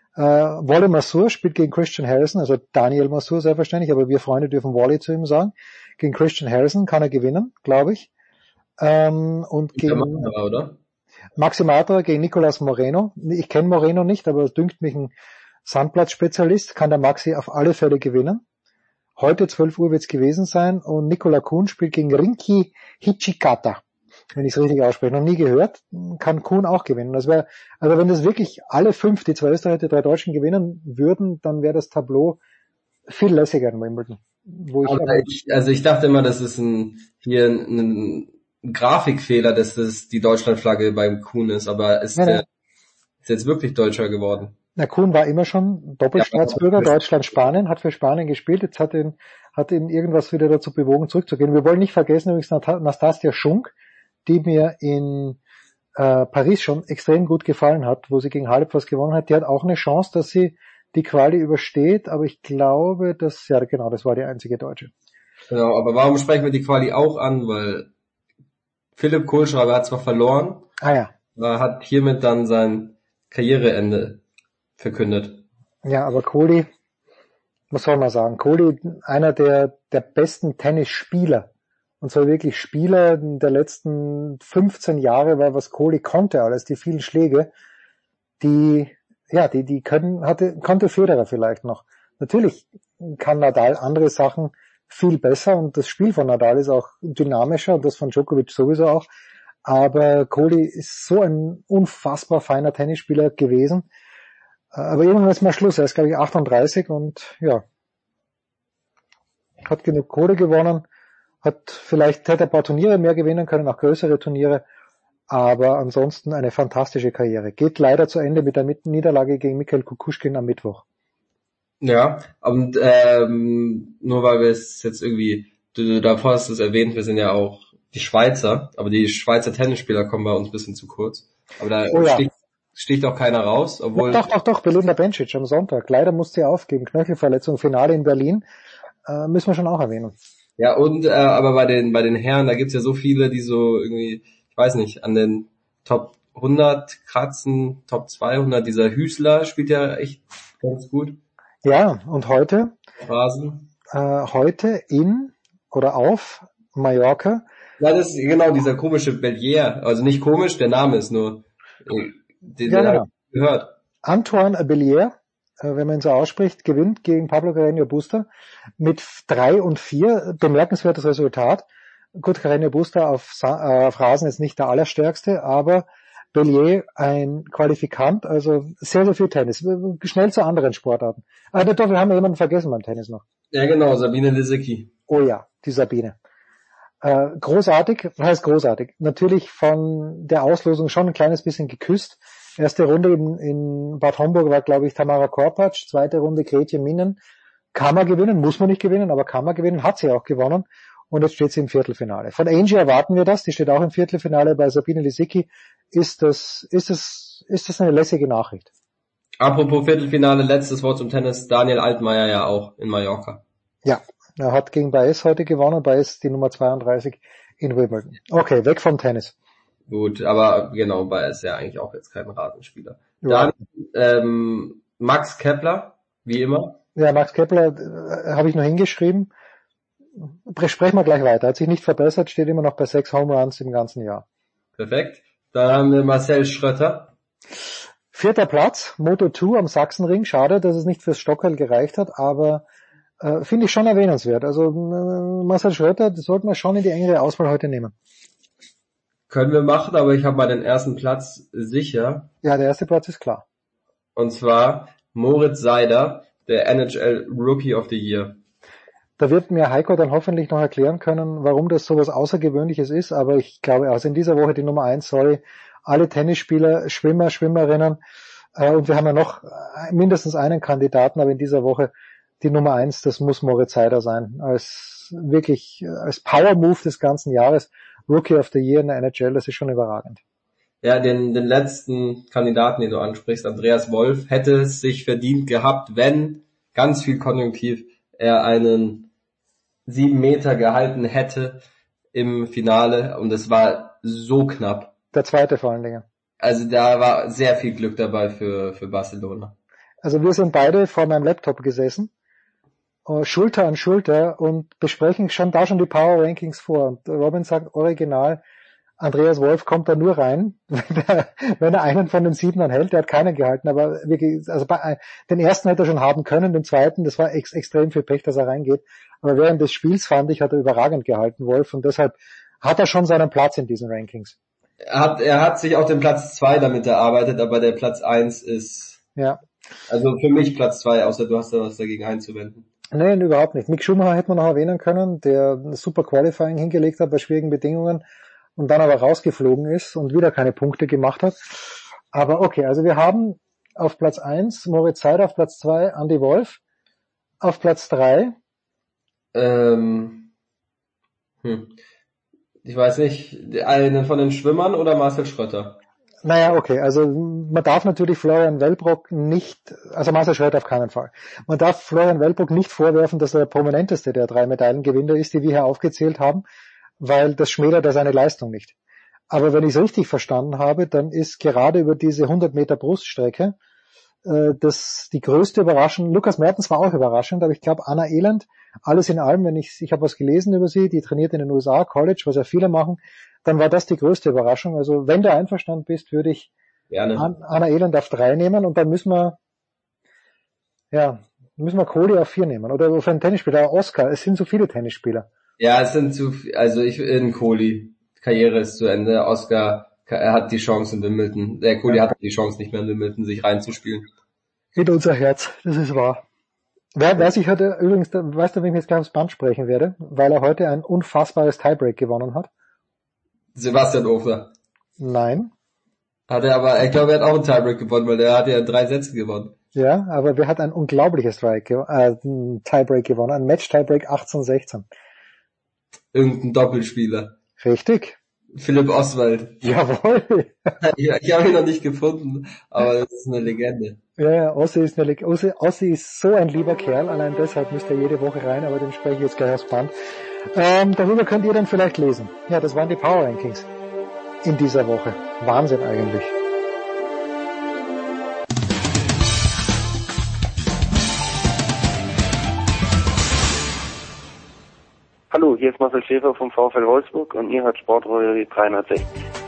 Äh, Wally Masur spielt gegen Christian Harrison, also Daniel Masur selbstverständlich, aber wir Freunde dürfen Wally zu ihm sagen. Gegen Christian Harrison kann er gewinnen, glaube ich. Ähm, und gegen Matra, oder? Maxi Matra gegen Nicolas Moreno. Ich kenne Moreno nicht, aber es dünkt mich ein Sandplatzspezialist, kann der Maxi auf alle Fälle gewinnen. Heute zwölf Uhr wird es gewesen sein und Nicola Kuhn spielt gegen Rinki Hichikata. Wenn ich es richtig ausspreche, noch nie gehört, kann Kuhn auch gewinnen. Das wäre, also wenn das wirklich alle fünf, die zwei Österreicher, die drei Deutschen gewinnen würden, dann wäre das Tableau viel lässiger in Wimbledon. Wo ich, aber ich, also ich dachte immer, das ist ein, hier ein, ein Grafikfehler, dass das die Deutschlandflagge beim Kuhn ist, aber ist, ja, der, ist jetzt wirklich Deutscher geworden. Na, Kuhn war immer schon Doppelstaatsbürger, ja, Deutschland, Spanien, hat für Spanien gespielt, jetzt hat ihn, hat ihn irgendwas wieder dazu bewogen, zurückzugehen. Wir wollen nicht vergessen, übrigens Nastasia Schunk, die mir in äh, Paris schon extrem gut gefallen hat, wo sie gegen Halep was gewonnen hat, die hat auch eine Chance, dass sie die Quali übersteht, aber ich glaube, dass, ja genau, das war die einzige Deutsche. Genau, aber warum sprechen wir die Quali auch an? Weil Philipp Kohlschreiber hat zwar verloren, ah ja, aber hat hiermit dann sein Karriereende verkündet. Ja, aber Kohli, was soll man sagen, Kohli, einer der der besten Tennisspieler, und zwar wirklich Spieler der letzten fünfzehn Jahre, weil was Kohli konnte alles, die vielen Schläge, die, ja, die, die können, hatte, konnte Federer vielleicht noch. Natürlich kann Nadal andere Sachen viel besser und das Spiel von Nadal ist auch dynamischer und das von Djokovic sowieso auch, aber Kohli ist so ein unfassbar feiner Tennisspieler gewesen, aber irgendwann ist mal Schluss, er ist glaube ich achtunddreißig und ja, hat genug Kohle gewonnen, hat vielleicht hätte ein paar Turniere mehr gewinnen können, auch größere Turniere, aber ansonsten eine fantastische Karriere. Geht leider zu Ende mit der Niederlage gegen Mikhail Kukushkin am Mittwoch. Ja, und ähm, nur weil wir es jetzt irgendwie, du, du davor hast du es erwähnt, wir sind ja auch die Schweizer, aber die Schweizer Tennisspieler kommen bei uns ein bisschen zu kurz. Aber da oh ja. sticht, sticht auch keiner raus, obwohl... Doch, doch, doch, Belinda Bencic am Sonntag. Leider musste sie aufgeben, Knöchelverletzung, Finale in Berlin, äh, müssen wir schon auch erwähnen. Ja, und äh, aber bei den bei den Herren, da gibt's ja so viele, die so irgendwie, ich weiß nicht, an den Top hundert kratzen, Top zweihundert, dieser Hüßler spielt ja echt ganz gut. Ja, und heute, Rasen. Äh, heute in oder auf Mallorca. Ja, das ist genau dieser komische Bellier, also nicht komisch, der Name ist nur, äh, den, ja, den genau. habe ich gehört. Antoine Bellier, äh, wenn man ihn so ausspricht, gewinnt gegen Pablo Carreño Busta mit drei und vier, bemerkenswertes Resultat. Gut, Carreño Busta auf, äh, auf Rasen ist nicht der allerstärkste, aber Bellier ein Qualifikant, also sehr, sehr viel Tennis. Schnell zu anderen Sportarten. Ah, doch, wir haben ja jemanden vergessen beim Tennis noch. Ja, genau, Sabine Lisicki. Oh ja, die Sabine. Äh, großartig, was heißt großartig? Natürlich von der Auslosung schon ein kleines bisschen geküsst. Erste Runde in, in Bad Homburg war, glaube ich, Tamara Korpatsch. Zweite Runde Gretje Minnen. Kann man gewinnen, muss man nicht gewinnen, aber kann man gewinnen, hat sie auch gewonnen. Und jetzt steht sie im Viertelfinale. Von Angie erwarten wir das, die steht auch im Viertelfinale. Bei Sabine Lisicki ist das, ist das, ist das eine lässige Nachricht. Apropos Viertelfinale, letztes Wort zum Tennis, Daniel Altmaier ja auch in Mallorca. Ja, er hat gegen Baez heute gewonnen, Baez die Nummer zweiunddreißig in Wimbledon. Okay, weg vom Tennis. Gut, aber genau, Baez ist ja eigentlich auch jetzt kein Rasenspieler. Ja. Dann ähm, Max Kepler, wie immer. Ja, Max Kepler äh, habe ich noch hingeschrieben. Sprechen wir gleich weiter. Hat sich nicht verbessert, steht immer noch bei sechs Home Runs im ganzen Jahr. Perfekt. Dann haben wir Marcel Schröter. Vierter Platz, Moto zwei am Sachsenring. Schade, dass es nicht fürs Stockerl gereicht hat, aber äh, finde ich schon erwähnenswert. Also äh, Marcel Schröter, das sollten wir schon in die engere Auswahl heute nehmen. Können wir machen, aber ich habe mal den ersten Platz sicher. Ja, der erste Platz ist klar. Und zwar Moritz Seider, der N H L Rookie of the Year. Da wird mir Heiko dann hoffentlich noch erklären können, warum das so was Außergewöhnliches ist, aber ich glaube, also in dieser Woche die Nummer eins, sorry, alle Tennisspieler, Schwimmer, Schwimmerinnen, äh, und wir haben ja noch mindestens einen Kandidaten, aber in dieser Woche die Nummer eins, das muss Moritz Seider sein, als wirklich, als Power-Move des ganzen Jahres, Rookie of the Year in der N H L, das ist schon überragend. Ja, den, den letzten Kandidaten, den du ansprichst, Andreas Wolf, hätte es sich verdient gehabt, wenn, ganz viel Konjunktiv, er einen sieben Meter gehalten hätte im Finale und es war so knapp. Der zweite vor allen Dingen. Also da war sehr viel Glück dabei für für Barcelona. Also wir sind beide vor meinem Laptop gesessen, Schulter an Schulter und besprechen schon da schon die Power Rankings vor. Und Robin sagt original, Andreas Wolf kommt da nur rein, wenn er, wenn er einen von den Siebenern hält. Der hat keinen gehalten, aber wirklich, also bei, den ersten hätte er schon haben können, den zweiten, das war ex, extrem viel Pech, dass er reingeht. Aber während des Spiels, fand ich, hat er überragend gehalten, Wolf, und deshalb hat er schon seinen Platz in diesen Rankings. Er hat, er hat sich auch den Platz zwei damit erarbeitet, aber der Platz eins ist, ja, also für mich Platz zwei, außer du hast da was dagegen einzuwenden. Nein, überhaupt nicht. Mick Schumacher hätte man noch erwähnen können, der ein super Qualifying hingelegt hat bei schwierigen Bedingungen und dann aber rausgeflogen ist und wieder keine Punkte gemacht hat. Aber okay, also wir haben auf Platz eins Moritz Seider, auf Platz zwei Andy Wolf, auf Platz drei ähm, hm. ich weiß nicht, einen von den Schwimmern oder Marcel Schrötter? Naja, okay, also man darf natürlich Florian Wellbrock nicht, also Marcel Schrötter auf keinen Fall. Man darf Florian Wellbrock nicht vorwerfen, dass er der prominenteste der drei Medaillengewinner ist, die wir hier aufgezählt haben, weil das schmälert er seine Leistung nicht. Aber wenn ich es richtig verstanden habe, dann ist gerade über diese hundert Meter Bruststrecke äh, das die größte Überraschung. Lukas Mertens war auch überraschend, aber ich glaube Anna Elend, alles in allem, wenn ich ich habe was gelesen über sie, die trainiert in den U S A, College, was ja viele machen, dann war das die größte Überraschung. Also wenn du einverstanden bist, würde ich Gerne. An, Anna Elend auf drei nehmen und dann müssen wir ja müssen wir Kohli auf vier nehmen. Oder für einen Tennisspieler, Oscar, es sind so viele Tennisspieler. Ja, es sind zu, also ich in Kohli, Karriere ist zu Ende, Oscar, er hat die Chance in Wimbledon, der Kohli ja. hat die Chance nicht mehr in Wimbledon, sich reinzuspielen. In unser Herz, das ist wahr. Wer weiß, ich hatte übrigens, weißt du, wenn ich jetzt gleich aufs Band sprechen werde, weil er heute ein unfassbares Tiebreak gewonnen hat? Sebastian Ofner. Nein. Hat er aber, ich glaube, er hat auch einen Tiebreak gewonnen, weil er hat ja drei Sätze gewonnen. Ja, aber wer hat ein unglaubliches Tiebreak, äh, Tiebreak gewonnen, ein Match-Tiebreak achtzehn sechzehn. Irgendein Doppelspieler. Richtig. Philipp Oswald. Jawohl. Ja, ich habe ihn noch nicht gefunden, aber das ist eine Legende. Ja, ja, Ossi ist eine Leg- Ossi, Ossi ist so ein lieber Kerl, allein deshalb müsst ihr jede Woche rein, aber den spreche ich jetzt gleich aufs Band. Ähm, darüber könnt ihr dann vielleicht lesen. Ja, das waren die Power Rankings in dieser Woche. Wahnsinn eigentlich. Hallo, hier ist Marcel Schäfer vom VfL Wolfsburg und ihr hört Sportradio dreihundertsechzig.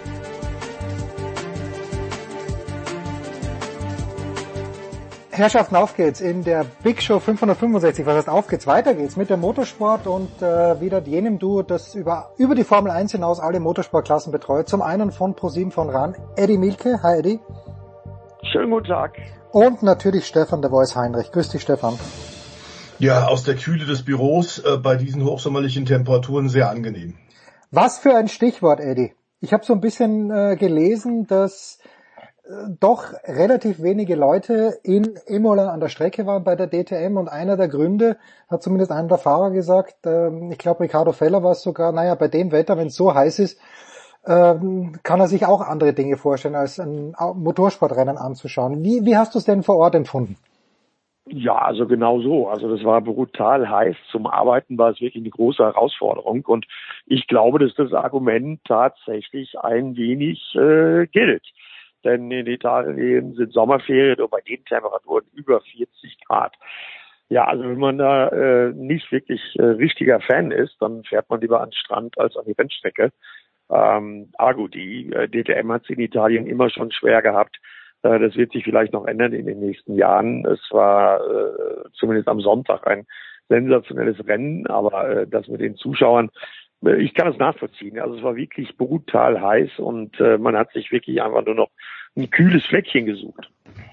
Herrschaften, auf geht's in der Big Show fünfhundertfünfundsechzig. Was heißt auf geht's? Weiter geht's mit dem Motorsport und äh, wieder jenem Duo, das über über die Formel eins hinaus alle Motorsportklassen betreut. Zum einen von ProSieben von R A N, Eddie Mielke. Hi Eddie. Schönen guten Tag. Und natürlich Stefan der Voice Heinrich. Grüß dich, Stefan. Ja, aus der Kühle des Büros äh, bei diesen hochsommerlichen Temperaturen sehr angenehm. Was für ein Stichwort, Eddie. Ich habe so ein bisschen äh, gelesen, dass äh, doch relativ wenige Leute in Imola an der Strecke waren bei der D T M und einer der Gründe, hat zumindest einer der Fahrer gesagt, äh, ich glaube Ricardo Feller war es sogar, naja, bei dem Wetter, wenn es so heiß ist, äh, kann er sich auch andere Dinge vorstellen, als ein Motorsportrennen anzuschauen. Wie, wie hast du es denn vor Ort empfunden? Ja, also genau so. Also das war brutal heiß. Zum Arbeiten war es wirklich eine große Herausforderung. Und ich glaube, dass das Argument tatsächlich ein wenig äh, gilt. Denn in Italien sind Sommerferien und bei den Temperaturen über vierzig Grad. Ja, also wenn man da äh, nicht wirklich äh, richtiger Fan ist, dann fährt man lieber an den Strand als an die Rennstrecke. Ähm, aber gut, die äh, D T M hat es in Italien immer schon schwer gehabt. Das wird sich vielleicht noch ändern in den nächsten Jahren. Es war äh, zumindest am Sonntag ein sensationelles Rennen, aber äh, das mit den Zuschauern, äh, ich kann es nachvollziehen. Also es war wirklich brutal heiß und äh, man hat sich wirklich einfach nur noch ein kühles Fleckchen gesucht.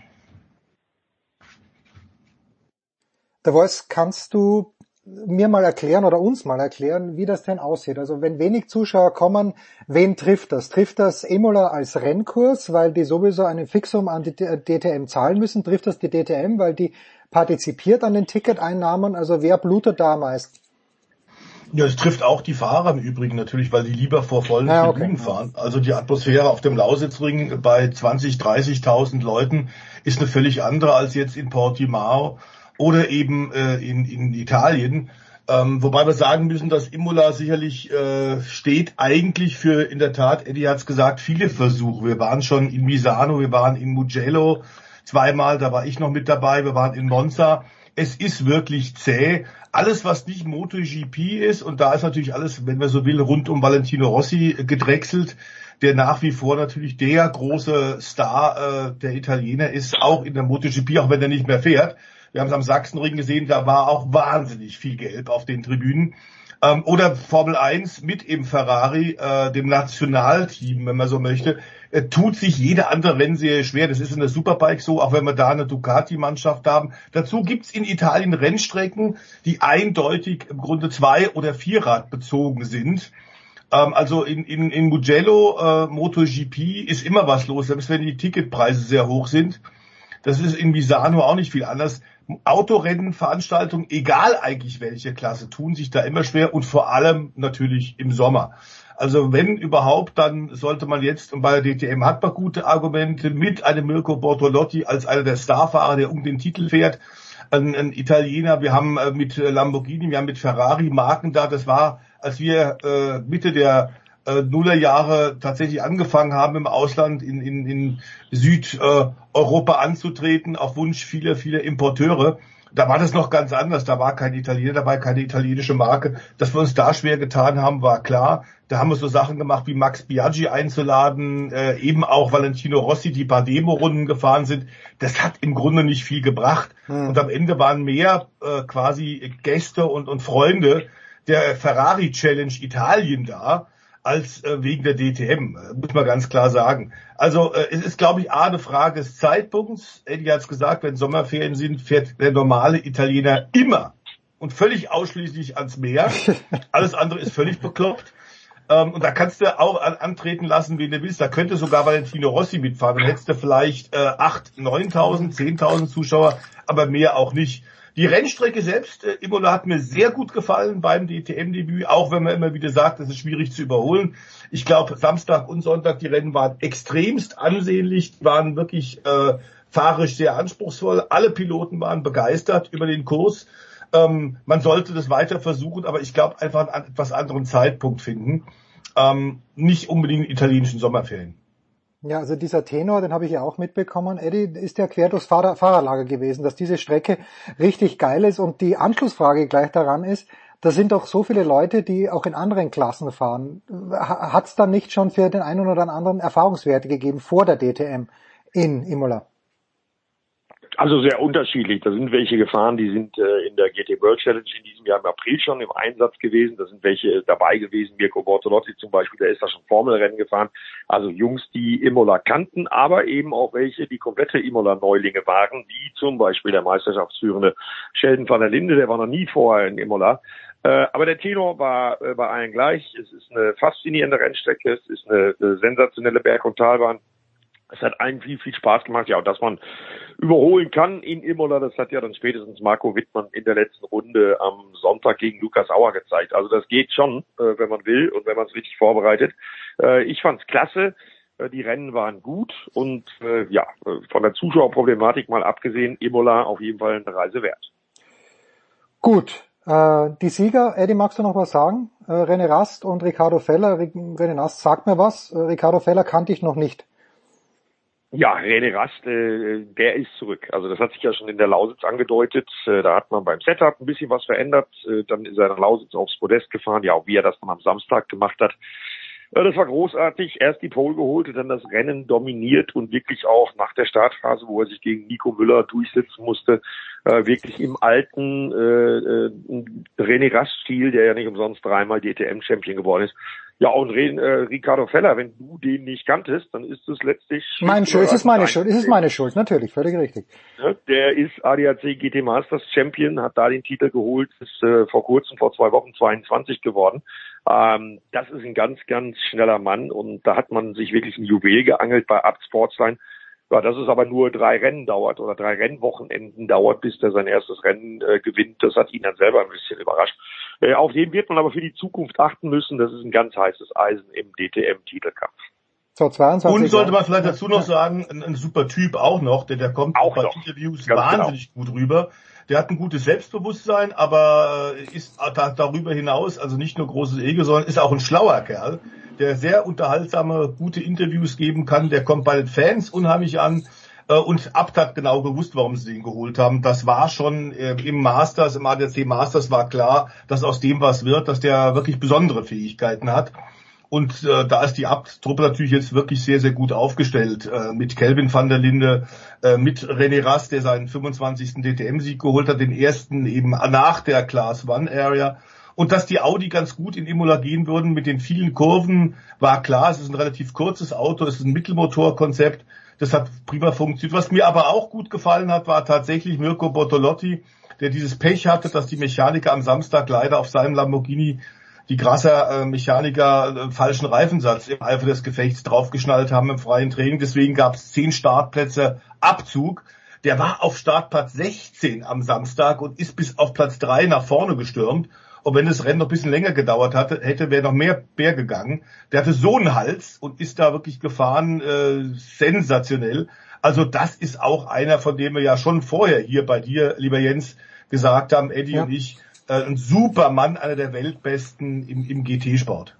Der Voice, kannst du mir mal erklären oder uns mal erklären, wie das denn aussieht? Also wenn wenig Zuschauer kommen, wen trifft das? Trifft das Imola als Rennkurs, weil die sowieso einen Fixum an die D T M zahlen müssen? Trifft das die D T M, weil die partizipiert an den Ticketeinnahmen? Also wer blutet da am meisten? Ja, es trifft auch die Fahrer im Übrigen natürlich, weil die lieber vor vollen ja, okay. Tribünen fahren. Also die Atmosphäre auf dem Lausitzring bei zwanzig, dreißigtausend Leuten ist eine völlig andere als jetzt in Portimao oder eben äh, in, in Italien. Ähm, wobei wir sagen müssen, dass Imola sicherlich äh, steht eigentlich für, in der Tat, Eddie hat's gesagt, viele Versuche. Wir waren schon in Misano, wir waren in Mugello zweimal, da war ich noch mit dabei, wir waren in Monza. Es ist wirklich zäh. Alles, was nicht MotoGP ist, und da ist natürlich alles, wenn man so will, rund um Valentino Rossi gedrechselt, der nach wie vor natürlich der große Star äh, der Italiener ist, auch in der MotoGP, auch wenn er nicht mehr fährt. Wir haben es am Sachsenring gesehen, da war auch wahnsinnig viel Gelb auf den Tribünen. Ähm, oder Formel eins mit eben Ferrari, äh, dem Nationalteam, wenn man so möchte, äh, tut sich jede andere Rennserie schwer. Das ist in der Superbike so, auch wenn wir da eine Ducati-Mannschaft haben. Dazu gibt's in Italien Rennstrecken, die eindeutig im Grunde zwei- oder vierrad bezogen sind. Ähm, also in, in, in Mugello äh, MotoGP ist immer was los, selbst wenn die Ticketpreise sehr hoch sind. Das ist in Misano auch nicht viel anders. Autorennen, Veranstaltungen, egal eigentlich welche Klasse, tun sich da immer schwer und vor allem natürlich im Sommer. Also wenn überhaupt, dann sollte man jetzt, und bei der D T M hat man gute Argumente, mit einem Mirko Bortolotti als einer der Starfahrer, der um den Titel fährt, ein, ein Italiener, wir haben äh, mit Lamborghini, wir haben mit Ferrari Marken da, das war, als wir äh, Mitte der äh, Nullerjahre tatsächlich angefangen haben, im Ausland in, in, in Südeuropa äh, anzutreten, auf Wunsch vieler, vieler Importeure. Da war das noch ganz anders, da war kein Italiener dabei, keine italienische Marke. Dass wir uns da schwer getan haben, war klar. Da haben wir so Sachen gemacht, wie Max Biaggi einzuladen, äh, eben auch Valentino Rossi, die paar Demo-Runden gefahren sind. Das hat im Grunde nicht viel gebracht. Hm. Und am Ende waren mehr äh, quasi Gäste und, und Freunde der Ferrari Challenge Italien da, als äh, wegen der D T M, äh, muss man ganz klar sagen. Also äh, es ist, glaube ich, A, eine Frage des Zeitpunkts. Eddie hat es gesagt, wenn Sommerferien sind, fährt der normale Italiener immer und völlig ausschließlich ans Meer. Alles andere ist völlig bekloppt. Ähm, und da kannst du auch an, antreten lassen, wen du willst. Da könnte sogar Valentino Rossi mitfahren. Dann hättest du vielleicht äh, acht, neuntausend, zehntausend Zuschauer, aber mehr auch nicht. Die Rennstrecke selbst, äh, Imola, hat mir sehr gut gefallen beim D T M-Debüt, auch wenn man immer wieder sagt, es ist schwierig zu überholen. Ich glaube, Samstag und Sonntag, die Rennen waren extremst ansehnlich, waren wirklich äh, fahrerisch sehr anspruchsvoll. Alle Piloten waren begeistert über den Kurs. Ähm, man sollte das weiter versuchen, aber ich glaube, einfach einen etwas anderen Zeitpunkt finden. Ähm, nicht unbedingt in italienischen Sommerferien. Ja, also dieser Tenor, den habe ich ja auch mitbekommen, Eddie, ist ja quer durchs Fahrer- Fahrerlager gewesen, dass diese Strecke richtig geil ist, und die Anschlussfrage gleich daran ist, da sind doch so viele Leute, die auch in anderen Klassen fahren. Hat es dann nicht schon für den einen oder anderen Erfahrungswerte gegeben vor der D T M in Imola? Also sehr unterschiedlich. Da sind welche gefahren, die sind äh, in der G T World Challenge in diesem Jahr im April schon im Einsatz gewesen. Da sind welche dabei gewesen, Mirko Bortolotti zum Beispiel, der ist da schon Formelrennen gefahren. Also Jungs, die Imola kannten, aber eben auch welche, die komplette Imola-Neulinge waren, wie zum Beispiel der meisterschaftsführende Sheldon van der Linde, der war noch nie vorher in Imola. Äh, aber der Tenor war äh, bei allen gleich. Es ist eine faszinierende Rennstrecke, es ist eine, eine sensationelle Berg- und Talbahn. Es hat allen viel, viel Spaß gemacht. Ja, und dass man überholen kann in Imola, das hat ja dann spätestens Marco Wittmann in der letzten Runde am Sonntag gegen Lukas Auer gezeigt. Also das geht schon, äh, wenn man will und wenn man es richtig vorbereitet. Äh, ich fand's klasse. Äh, die Rennen waren gut und äh, ja, von der Zuschauerproblematik mal abgesehen, Imola auf jeden Fall eine Reise wert. Gut. Äh, die Sieger, Eddie, magst du noch was sagen? Äh, René Rast und Ricardo Feller. René Rast sagt mir was. Äh, Ricardo Feller kannte ich noch nicht. Ja, René Rast, äh, der ist zurück. Also das hat sich ja schon in der Lausitz angedeutet. Äh, da hat man beim Setup ein bisschen was verändert. Äh, dann ist er in Lausitz aufs Podest gefahren. Ja, auch wie er das dann am Samstag gemacht hat. Äh, das war großartig. Erst die Pole geholt und dann das Rennen dominiert und wirklich auch nach der Startphase, wo er sich gegen Nico Müller durchsetzen musste, äh, wirklich im alten äh, René Rast-Stil, der ja nicht umsonst dreimal D T M-Champion geworden ist. Ja, und Ren, äh, Ricardo Feller, wenn du den nicht kanntest, dann ist es letztlich... Mein Schuld, es ist meine Schuld, es ist meine Schuld, natürlich, völlig richtig. Ja, der ist A D A C G T Masters Champion, hat da den Titel geholt, ist äh, vor kurzem, vor zwei Wochen zweiundzwanzig geworden. Ähm, das ist ein ganz, ganz schneller Mann und da hat man sich wirklich ein Juwel geangelt bei Abt Sportsline. Ja, dass es aber nur drei Rennen dauert oder drei Rennwochenenden dauert, bis er sein erstes Rennen äh, gewinnt, das hat ihn dann selber ein bisschen überrascht. Äh, auf den wird man aber für die Zukunft achten müssen. Das ist ein ganz heißes Eisen im D T M-Titelkampf. So, zweiundzwanzig Und sollte man vielleicht dazu noch sagen, ein, ein super Typ auch noch, denn der kommt auch bei noch. Interviews Ganz wahnsinnig genau. gut rüber. Der hat ein gutes Selbstbewusstsein, aber ist da, darüber hinaus, also nicht nur großes Ego, sondern ist auch ein schlauer Kerl, der sehr unterhaltsame, gute Interviews geben kann. Der kommt bei den Fans unheimlich an. Und Abt hat genau gewusst, warum sie den geholt haben. Das war schon äh, im Masters, im A D A C Masters war klar, dass aus dem was wird, dass der wirklich besondere Fähigkeiten hat. Und äh, da ist die Abt-Truppe natürlich jetzt wirklich sehr, sehr gut aufgestellt. Äh, mit Kelvin van der Linde, äh, mit René Rast, der seinen fünfundzwanzigsten D T M-Sieg geholt hat, den ersten eben nach der Class One Area. Und dass die Audi ganz gut in Imola gehen würden mit den vielen Kurven, war klar. Es ist ein relativ kurzes Auto, es ist ein Mittelmotorkonzept. Das hat prima funktioniert. Was mir aber auch gut gefallen hat, war tatsächlich Mirko Bortolotti, der dieses Pech hatte, dass die Mechaniker am Samstag leider auf seinem Lamborghini die Grasser äh, Mechaniker äh, falschen Reifensatz im Eifer des Gefechts draufgeschnallt haben im freien Training. Deswegen gab es zehn Startplätze Abzug. Der war auf Startplatz sechzehn am Samstag und ist bis auf Platz drei nach vorne gestürmt. Und wenn das Rennen noch ein bisschen länger gedauert hatte, hätte wäre noch mehr Bär gegangen. Der hatte so einen Hals und ist da wirklich gefahren, äh, sensationell. Also das ist auch einer, von dem wir ja schon vorher hier bei dir, lieber Jens, gesagt haben, Eddie ja. und ich, äh, ein super Mann, einer der Weltbesten im, im G T-Sport.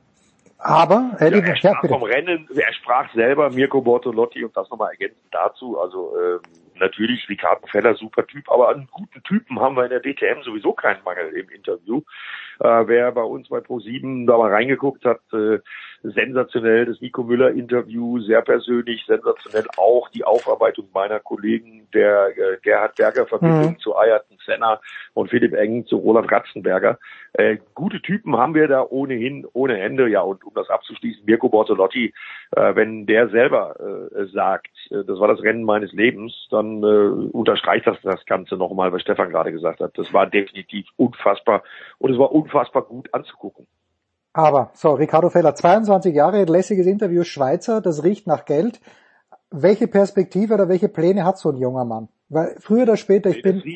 Aber Eddie, ja, er sprach ja, vom Rennen, er sprach selber, Mirko Bortolotti, und das nochmal ergänzend dazu, also ähm, natürlich Ricardo Feller, super Typ, aber an guten Typen haben wir in der D T M sowieso keinen Mangel im Interview. Äh, wer bei uns bei ProSieben da mal reingeguckt hat, äh, sensationell das Nico Müller Interview, sehr persönlich, sensationell auch die Aufarbeitung meiner Kollegen, der äh, Gerhard Berger Verbindung mhm. zu Ayrton Senna und Philipp Eng zu Roland Ratzenberger. Äh, gute Typen haben wir da ohnehin ohne Ende. Ja, und um das abzuschließen, Mirko Bortolotti, äh, wenn der selber äh, sagt, äh, das war das Rennen meines Lebens, dann äh, unterstreicht das das Ganze nochmal, was Stefan gerade gesagt hat. Das war definitiv unfassbar und es war unfassbar gut anzugucken. Aber, so, Ricardo Feller, zweiundzwanzig Jahre, lässiges Interview, Schweizer, das riecht nach Geld. Welche Perspektive oder welche Pläne hat so ein junger Mann? Weil früher oder später, ich bin...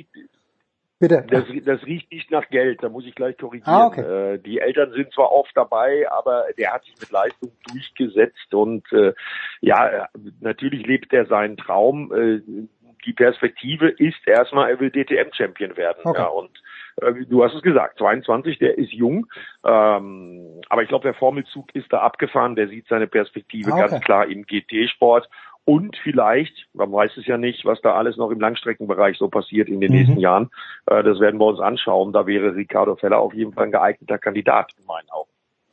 Bitte. Das, das riecht nicht nach Geld, da muss ich gleich korrigieren. Ah, okay. äh, die Eltern sind zwar oft dabei, aber der hat sich mit Leistung durchgesetzt und äh, ja, natürlich lebt er seinen Traum. Äh, die Perspektive ist erstmal, er will D T M-Champion werden. Okay. Ja, und äh, du hast es gesagt, zweiundzwanzig, der ist jung, ähm, aber ich glaube, der Formelzug ist da abgefahren, der sieht seine Perspektive ah, okay. ganz klar im G T-Sport. Und vielleicht, man weiß es ja nicht, was da alles noch im Langstreckenbereich so passiert in den mhm. nächsten Jahren. Äh, das werden wir uns anschauen. Da wäre Ricardo Feller auf jeden Fall ein geeigneter Kandidat in meinen Augen.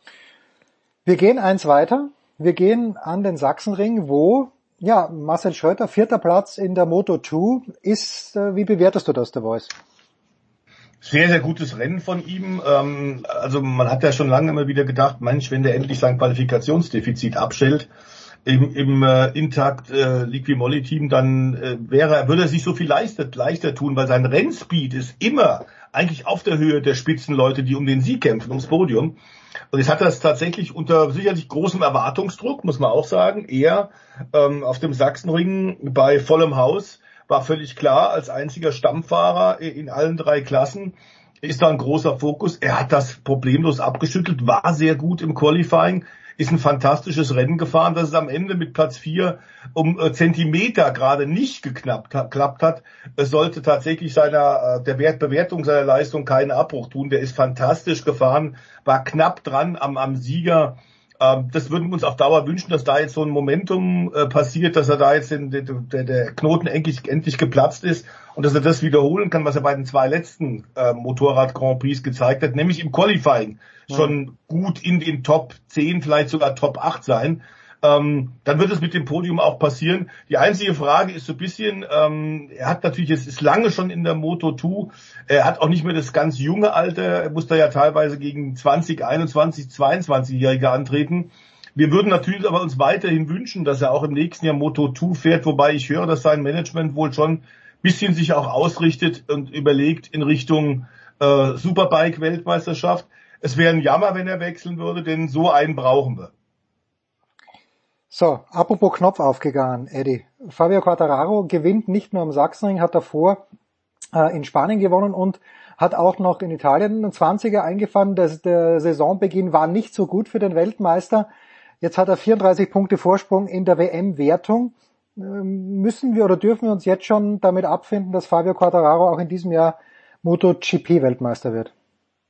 Wir gehen eins weiter. Wir gehen an den Sachsenring, wo ja Marcel Schröter, vierter Platz in der Moto zwei ist. Äh, wie bewertest du das, der Voice? Sehr, sehr gutes Rennen von ihm. Ähm, also man hat ja schon lange immer wieder gedacht, Mensch, wenn der endlich sein Qualifikationsdefizit abstellt, im, im äh, Intakt äh, Liqui-Moly-Team, dann äh, wäre, würde er sich so viel leichter, leichter tun, weil sein Rennspeed ist immer eigentlich auf der Höhe der Spitzenleute, die um den Sieg kämpfen, ums Podium. Und jetzt hat er es tatsächlich unter sicherlich großem Erwartungsdruck, muss man auch sagen. Er ähm, auf dem Sachsenring bei vollem Haus war völlig klar, als einziger Stammfahrer in allen drei Klassen ist da ein großer Fokus. Er hat das problemlos abgeschüttelt, war sehr gut im Qualifying, ist ein fantastisches Rennen gefahren, dass es am Ende mit Platz vier um äh, Zentimeter gerade nicht geklappt hat, geklappt hat. Es sollte tatsächlich seiner äh, der Wert, Bewertung seiner Leistung keinen Abbruch tun. Der ist fantastisch gefahren, war knapp dran am, am Sieger. Ähm, das würden wir uns auf Dauer wünschen, dass da jetzt so ein Momentum äh, passiert, dass er da jetzt in, der, der, der Knoten endlich, endlich geplatzt ist und dass er das wiederholen kann, was er bei den zwei letzten äh, Motorrad-Grand Prix gezeigt hat, nämlich im Qualifying schon gut in den Top zehn, vielleicht sogar Top acht sein. Ähm, dann wird es mit dem Podium auch passieren. Die einzige Frage ist so ein bisschen, ähm, er hat natürlich, es ist lange schon in der Moto zwei, er hat auch nicht mehr das ganz junge Alter, er muss da ja teilweise gegen zwanzig, einundzwanzig, zweiundzwanzigjährige antreten. Wir würden natürlich aber uns weiterhin wünschen, dass er auch im nächsten Jahr Moto zwei fährt, wobei ich höre, dass sein Management wohl schon ein bisschen sich auch ausrichtet und überlegt in Richtung äh, Superbike-Weltmeisterschaft. Es wäre ein Jammer, wenn er wechseln würde, denn so einen brauchen wir. So, apropos Knopf aufgegangen, Eddie. Fabio Quartararo gewinnt nicht nur am Sachsenring, hat davor äh, in Spanien gewonnen und hat auch noch in Italien einen zwanziger eingefahren. Das, der Saisonbeginn war nicht so gut für den Weltmeister. Jetzt hat er vierunddreißig Punkte Vorsprung in der W M-Wertung. Ähm, müssen wir oder dürfen wir uns jetzt schon damit abfinden, dass Fabio Quartararo auch in diesem Jahr MotoGP-Weltmeister wird?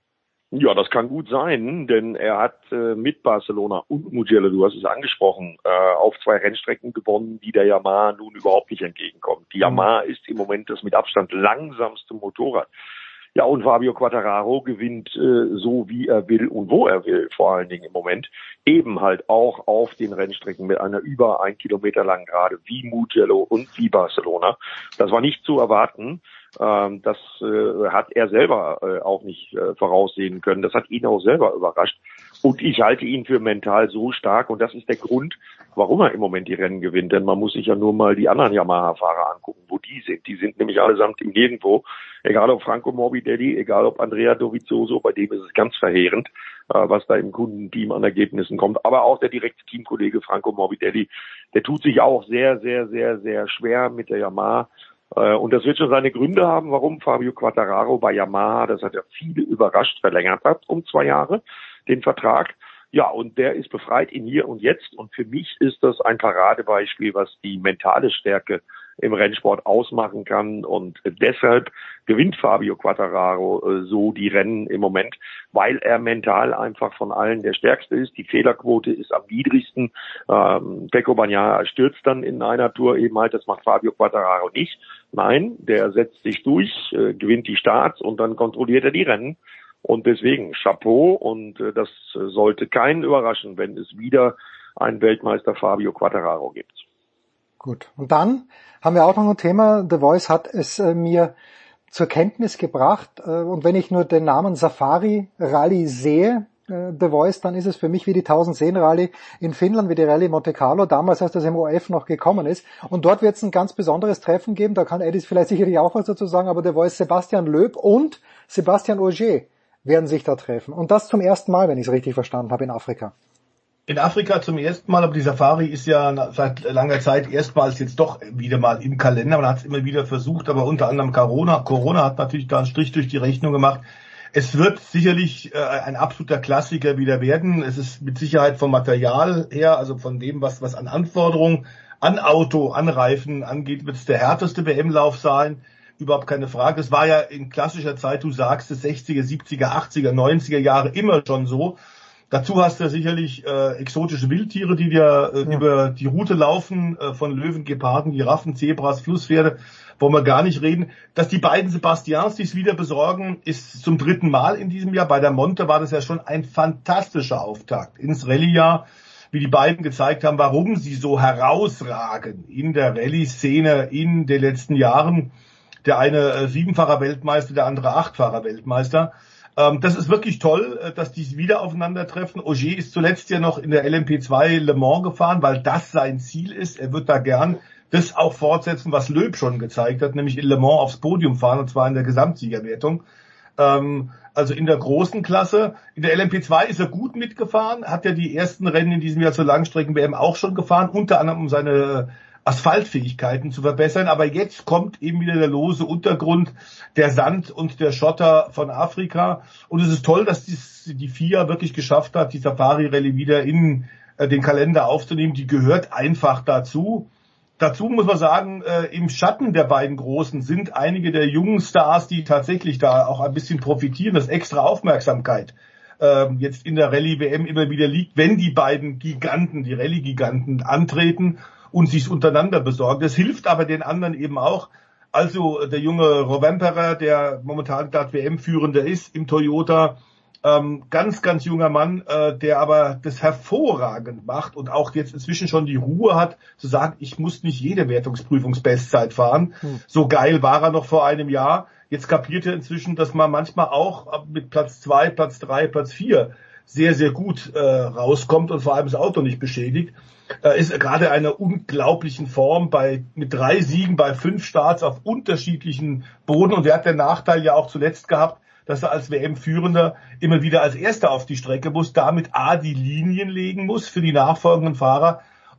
Ja, das kann gut sein, denn er hat äh, mit Barcelona und Mugello, du hast es angesprochen, äh, auf zwei Rennstrecken gewonnen, die der Yamaha nun überhaupt nicht entgegenkommt. Die Yamaha ist im Moment das mit Abstand langsamste Motorrad. Ja, und Fabio Quartararo gewinnt äh, so, wie er will und wo er will, vor allen Dingen im Moment. Eben halt auch auf den Rennstrecken mit einer über ein Kilometer langen Gerade wie Mugello und wie Barcelona. Das war nicht zu erwarten. Ähm, das äh, hat er selber äh, auch nicht äh, voraussehen können. Das hat ihn auch selber überrascht. Und ich halte ihn für mental so stark. Und das ist der Grund, warum er im Moment die Rennen gewinnt. Denn man muss sich ja nur mal die anderen Yamaha-Fahrer angucken, wo die sind. Die sind nämlich allesamt im Nirgendwo. Egal ob Franco Morbidelli, egal ob Andrea Dovizioso, bei dem ist es ganz verheerend, äh, was da im Kundenteam an Ergebnissen kommt. Aber auch der direkte Teamkollege Franco Morbidelli, der tut sich auch sehr, sehr, sehr, sehr schwer mit der Yamaha. Äh, und das wird schon seine Gründe haben, warum Fabio Quartararo bei Yamaha, das hat ja viele überrascht, verlängert hat um zwei Jahre den Vertrag. Ja, und der ist befreit in Hier und Jetzt. Und für mich ist das ein Paradebeispiel, was die mentale Stärke im Rennsport ausmachen kann. Und deshalb gewinnt Fabio Quartararo äh, so die Rennen im Moment, weil er mental einfach von allen der Stärkste ist. Die Fehlerquote ist am niedrigsten. Ähm, Pecco Bagnaia stürzt dann in einer Tour eben halt. Das macht Fabio Quartararo nicht. Nein, der setzt sich durch, äh, gewinnt die Starts und dann kontrolliert er die Rennen. Und deswegen Chapeau, und äh, das sollte keinen überraschen, wenn es wieder einen Weltmeister Fabio Quartararo gibt. Gut, und dann haben wir auch noch ein Thema. The Voice hat es äh, mir zur Kenntnis gebracht, äh, und wenn ich nur den Namen Safari Rally sehe, äh, The Voice, dann ist es für mich wie die Tausendseen Rally in Finnland, wie die Rallye Monte Carlo, damals als das im O F noch gekommen ist. Und dort wird es ein ganz besonderes Treffen geben, da kann Eddie vielleicht sicherlich auch was dazu sagen, aber The Voice Sebastian Loeb und Sebastian Ogier werden sich da treffen. Und das zum ersten Mal, wenn ich es richtig verstanden habe, in Afrika. In Afrika zum ersten Mal, aber die Safari ist ja seit langer Zeit erstmals jetzt doch wieder mal im Kalender. Man hat es immer wieder versucht, aber unter anderem Corona. Corona hat natürlich da einen Strich durch die Rechnung gemacht. Es wird sicherlich äh, ein absoluter Klassiker wieder werden. Es ist mit Sicherheit vom Material her, also von dem, was, was an Anforderungen an Auto, an Reifen angeht, wird es der härteste W M-Lauf sein. Überhaupt keine Frage. Es war ja in klassischer Zeit, du sagst es, sechziger, siebziger, achtziger, neunziger Jahre immer schon so. Dazu hast du sicherlich äh, exotische Wildtiere, die dir äh, ja. über die Route laufen, äh, von Löwen, Geparden, Giraffen, Zebras, Flusspferde, wollen wir gar nicht reden. Dass die beiden Sebastians, die es wieder besorgen, ist zum dritten Mal in diesem Jahr. Bei der Monte war das ja schon ein fantastischer Auftakt ins Rallye-Jahr, wie die beiden gezeigt haben, warum sie so herausragen in der Rallye-Szene in den letzten Jahren. Der eine äh, siebenfacher Weltmeister, der andere achtfacher Weltmeister. Ähm, das ist wirklich toll, äh, dass die wieder aufeinandertreffen. Ogier ist zuletzt ja noch in der L M P zwei Le Mans gefahren, weil das sein Ziel ist. Er wird da gern das auch fortsetzen, was Loeb schon gezeigt hat, nämlich in Le Mans aufs Podium fahren, und zwar in der Gesamtsiegerwertung. Ähm, also in der großen Klasse. In der L M P zwei ist er gut mitgefahren, hat ja die ersten Rennen in diesem Jahr zur Langstrecken-W M auch schon gefahren, unter anderem um seine Asphaltfähigkeiten zu verbessern, aber jetzt kommt eben wieder der lose Untergrund, der Sand und der Schotter von Afrika, und es ist toll, dass dies, die F I A wirklich geschafft hat, die Safari Rallye wieder in äh, den Kalender aufzunehmen. Die gehört einfach dazu. Dazu muss man sagen, äh, im Schatten der beiden Großen sind einige der jungen Stars, die tatsächlich da auch ein bisschen profitieren, dass extra Aufmerksamkeit äh, jetzt in der Rallye-W M immer wieder liegt, wenn die beiden Giganten, die Rallye-Giganten antreten und sich untereinander besorgen. Das hilft aber den anderen eben auch. Also der junge Rovanpera, der momentan gerade W M-Führender ist im Toyota, ähm, ganz, ganz junger Mann, äh, der aber das hervorragend macht und auch jetzt inzwischen schon die Ruhe hat, zu sagen, ich muss nicht jede Wertungsprüfungsbestzeit fahren. Hm. So geil war er noch vor einem Jahr. Jetzt kapiert er inzwischen, dass man manchmal auch mit Platz zwei, Platz drei, Platz vier sehr, sehr gut äh, rauskommt und vor allem das Auto nicht beschädigt. Äh, ist gerade einer unglaublichen Form bei mit drei Siegen bei fünf Starts auf unterschiedlichen Boden, und er hat den Nachteil ja auch zuletzt gehabt, dass er als W M-Führender immer wieder als Erster auf die Strecke muss, damit A, die Linien legen muss für die nachfolgenden Fahrer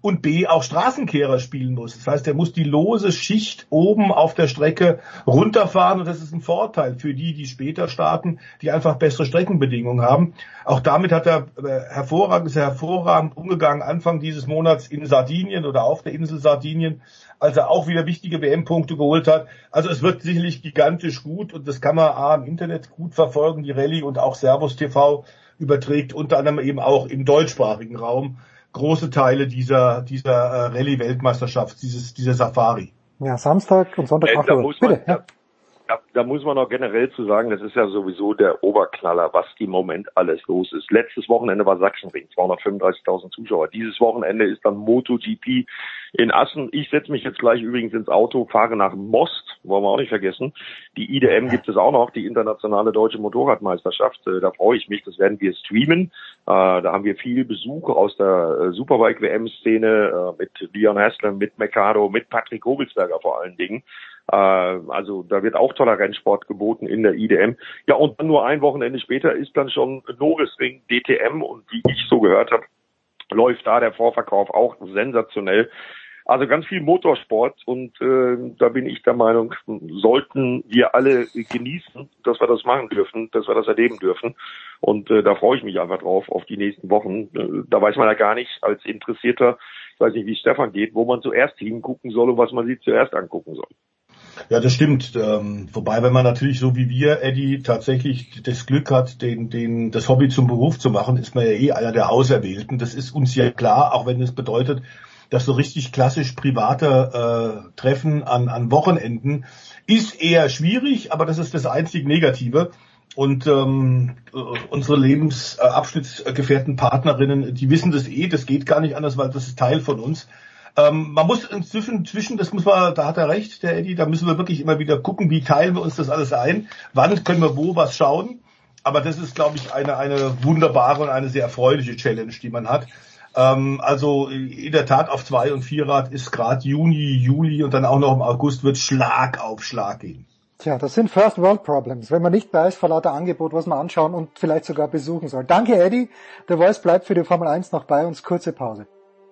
und B, auch Straßenkehrer spielen muss. Das heißt, er muss die lose Schicht oben auf der Strecke runterfahren und das ist ein Vorteil für die, die später starten, die einfach bessere Streckenbedingungen haben. Auch damit hat er hervorragend, ist er hervorragend umgegangen Anfang dieses Monats in Sardinien oder auf der Insel Sardinien, als er auch wieder wichtige W M-Punkte geholt hat. Also es wird sicherlich gigantisch gut und das kann man A, im Internet gut verfolgen, die Rallye, und auch Servus T V überträgt unter anderem eben auch im deutschsprachigen Raum große Teile dieser dieser äh, Rallye-Weltmeisterschaft, dieses dieser Safari. Ja, Samstag und Sonntag acht Uhr. Bitte, ja. Da, da muss man noch generell zu sagen, das ist ja sowieso der Oberknaller, was im Moment alles los ist. Letztes Wochenende war Sachsenring, zweihundertfünfunddreißigtausend Zuschauer. Dieses Wochenende ist dann MotoGP in Assen. Ich setze mich jetzt gleich übrigens ins Auto, fahre nach Most, wollen wir auch nicht vergessen. Die I D M gibt es auch noch, die internationale deutsche Motorradmeisterschaft. Da freue ich mich, das werden wir streamen. Da haben wir viel Besuch aus der Superbike-W M-Szene mit Leon Haslam, mit Mercado, mit Patrick Hobelsberger vor allen Dingen. Also da wird auch toller Rennsport geboten in der I D M. Ja, und dann nur ein Wochenende später ist dann schon Norisring D T M und wie ich so gehört habe, läuft da der Vorverkauf auch sensationell. Also ganz viel Motorsport und äh, da bin ich der Meinung, sollten wir alle genießen, dass wir das machen dürfen, dass wir das erleben dürfen. Und äh, da freue ich mich einfach drauf, auf die nächsten Wochen. Äh, da weiß man ja gar nicht als Interessierter, ich weiß nicht, wie es Stefan geht, wo man zuerst hingucken soll und was man sich zuerst angucken soll. Ja, das stimmt. Ähm, wobei, wenn man natürlich so wie wir, Eddie, tatsächlich das Glück hat, den, den, das Hobby zum Beruf zu machen, ist man ja eh einer der Auserwählten. Das ist uns ja klar, auch wenn es bedeutet, dass so richtig klassisch private äh, Treffen an, an Wochenenden ist eher schwierig, aber das ist das einzig Negative. Und ähm, unsere Lebensabschnittsgefährten, Partnerinnen, die wissen das eh, das geht gar nicht anders, weil das ist Teil von uns. Ähm, man muss inzwischen, zwischen, das muss man, da hat er recht, der Eddie, da müssen wir wirklich immer wieder gucken, wie teilen wir uns das alles ein, wann können wir wo was schauen. Aber das ist, glaube ich, eine eine wunderbare und eine sehr erfreuliche Challenge, die man hat. Ähm, also in der Tat auf Zwei- und Vierrad ist gerade Juni, Juli und dann auch noch im August wird Schlag auf Schlag gehen. Tja, das sind First World Problems, wenn man nicht weiß vor lauter Angebot, was man anschauen und vielleicht sogar besuchen soll. Danke, Eddie. Der Voice bleibt für die Formel eins noch bei uns. Kurze Pause.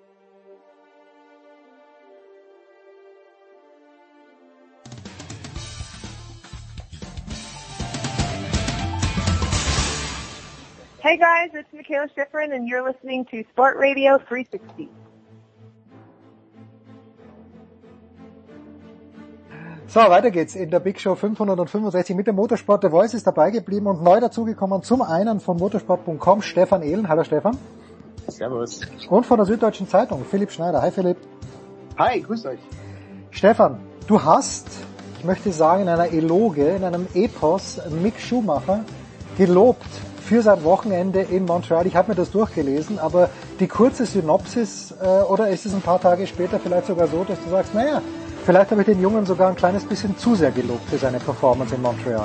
Hey guys, it's Michaela Schifrin and you're listening to Sport Radio three sixty. So, weiter geht's in der Big Show fünfhundertfünfundsechzig mit dem Motorsport. Der Voice ist dabei geblieben und neu dazugekommen zum einen von motorsport punkt com, Stefan Ehlen. Hallo Stefan. Servus. Und von der Süddeutschen Zeitung, Philipp Schneider. Hi Philipp. Hi, grüß euch. Stefan, du hast, ich möchte sagen, in einer Eloge, in einem Epos Mick Schumacher gelobt für sein Wochenende in Montreal. Ich habe mir das durchgelesen, aber die kurze Synopsis, äh, oder ist es ein paar Tage später vielleicht sogar so, dass du sagst, naja, vielleicht habe ich den Jungen sogar ein kleines bisschen zu sehr gelobt für seine Performance in Montreal.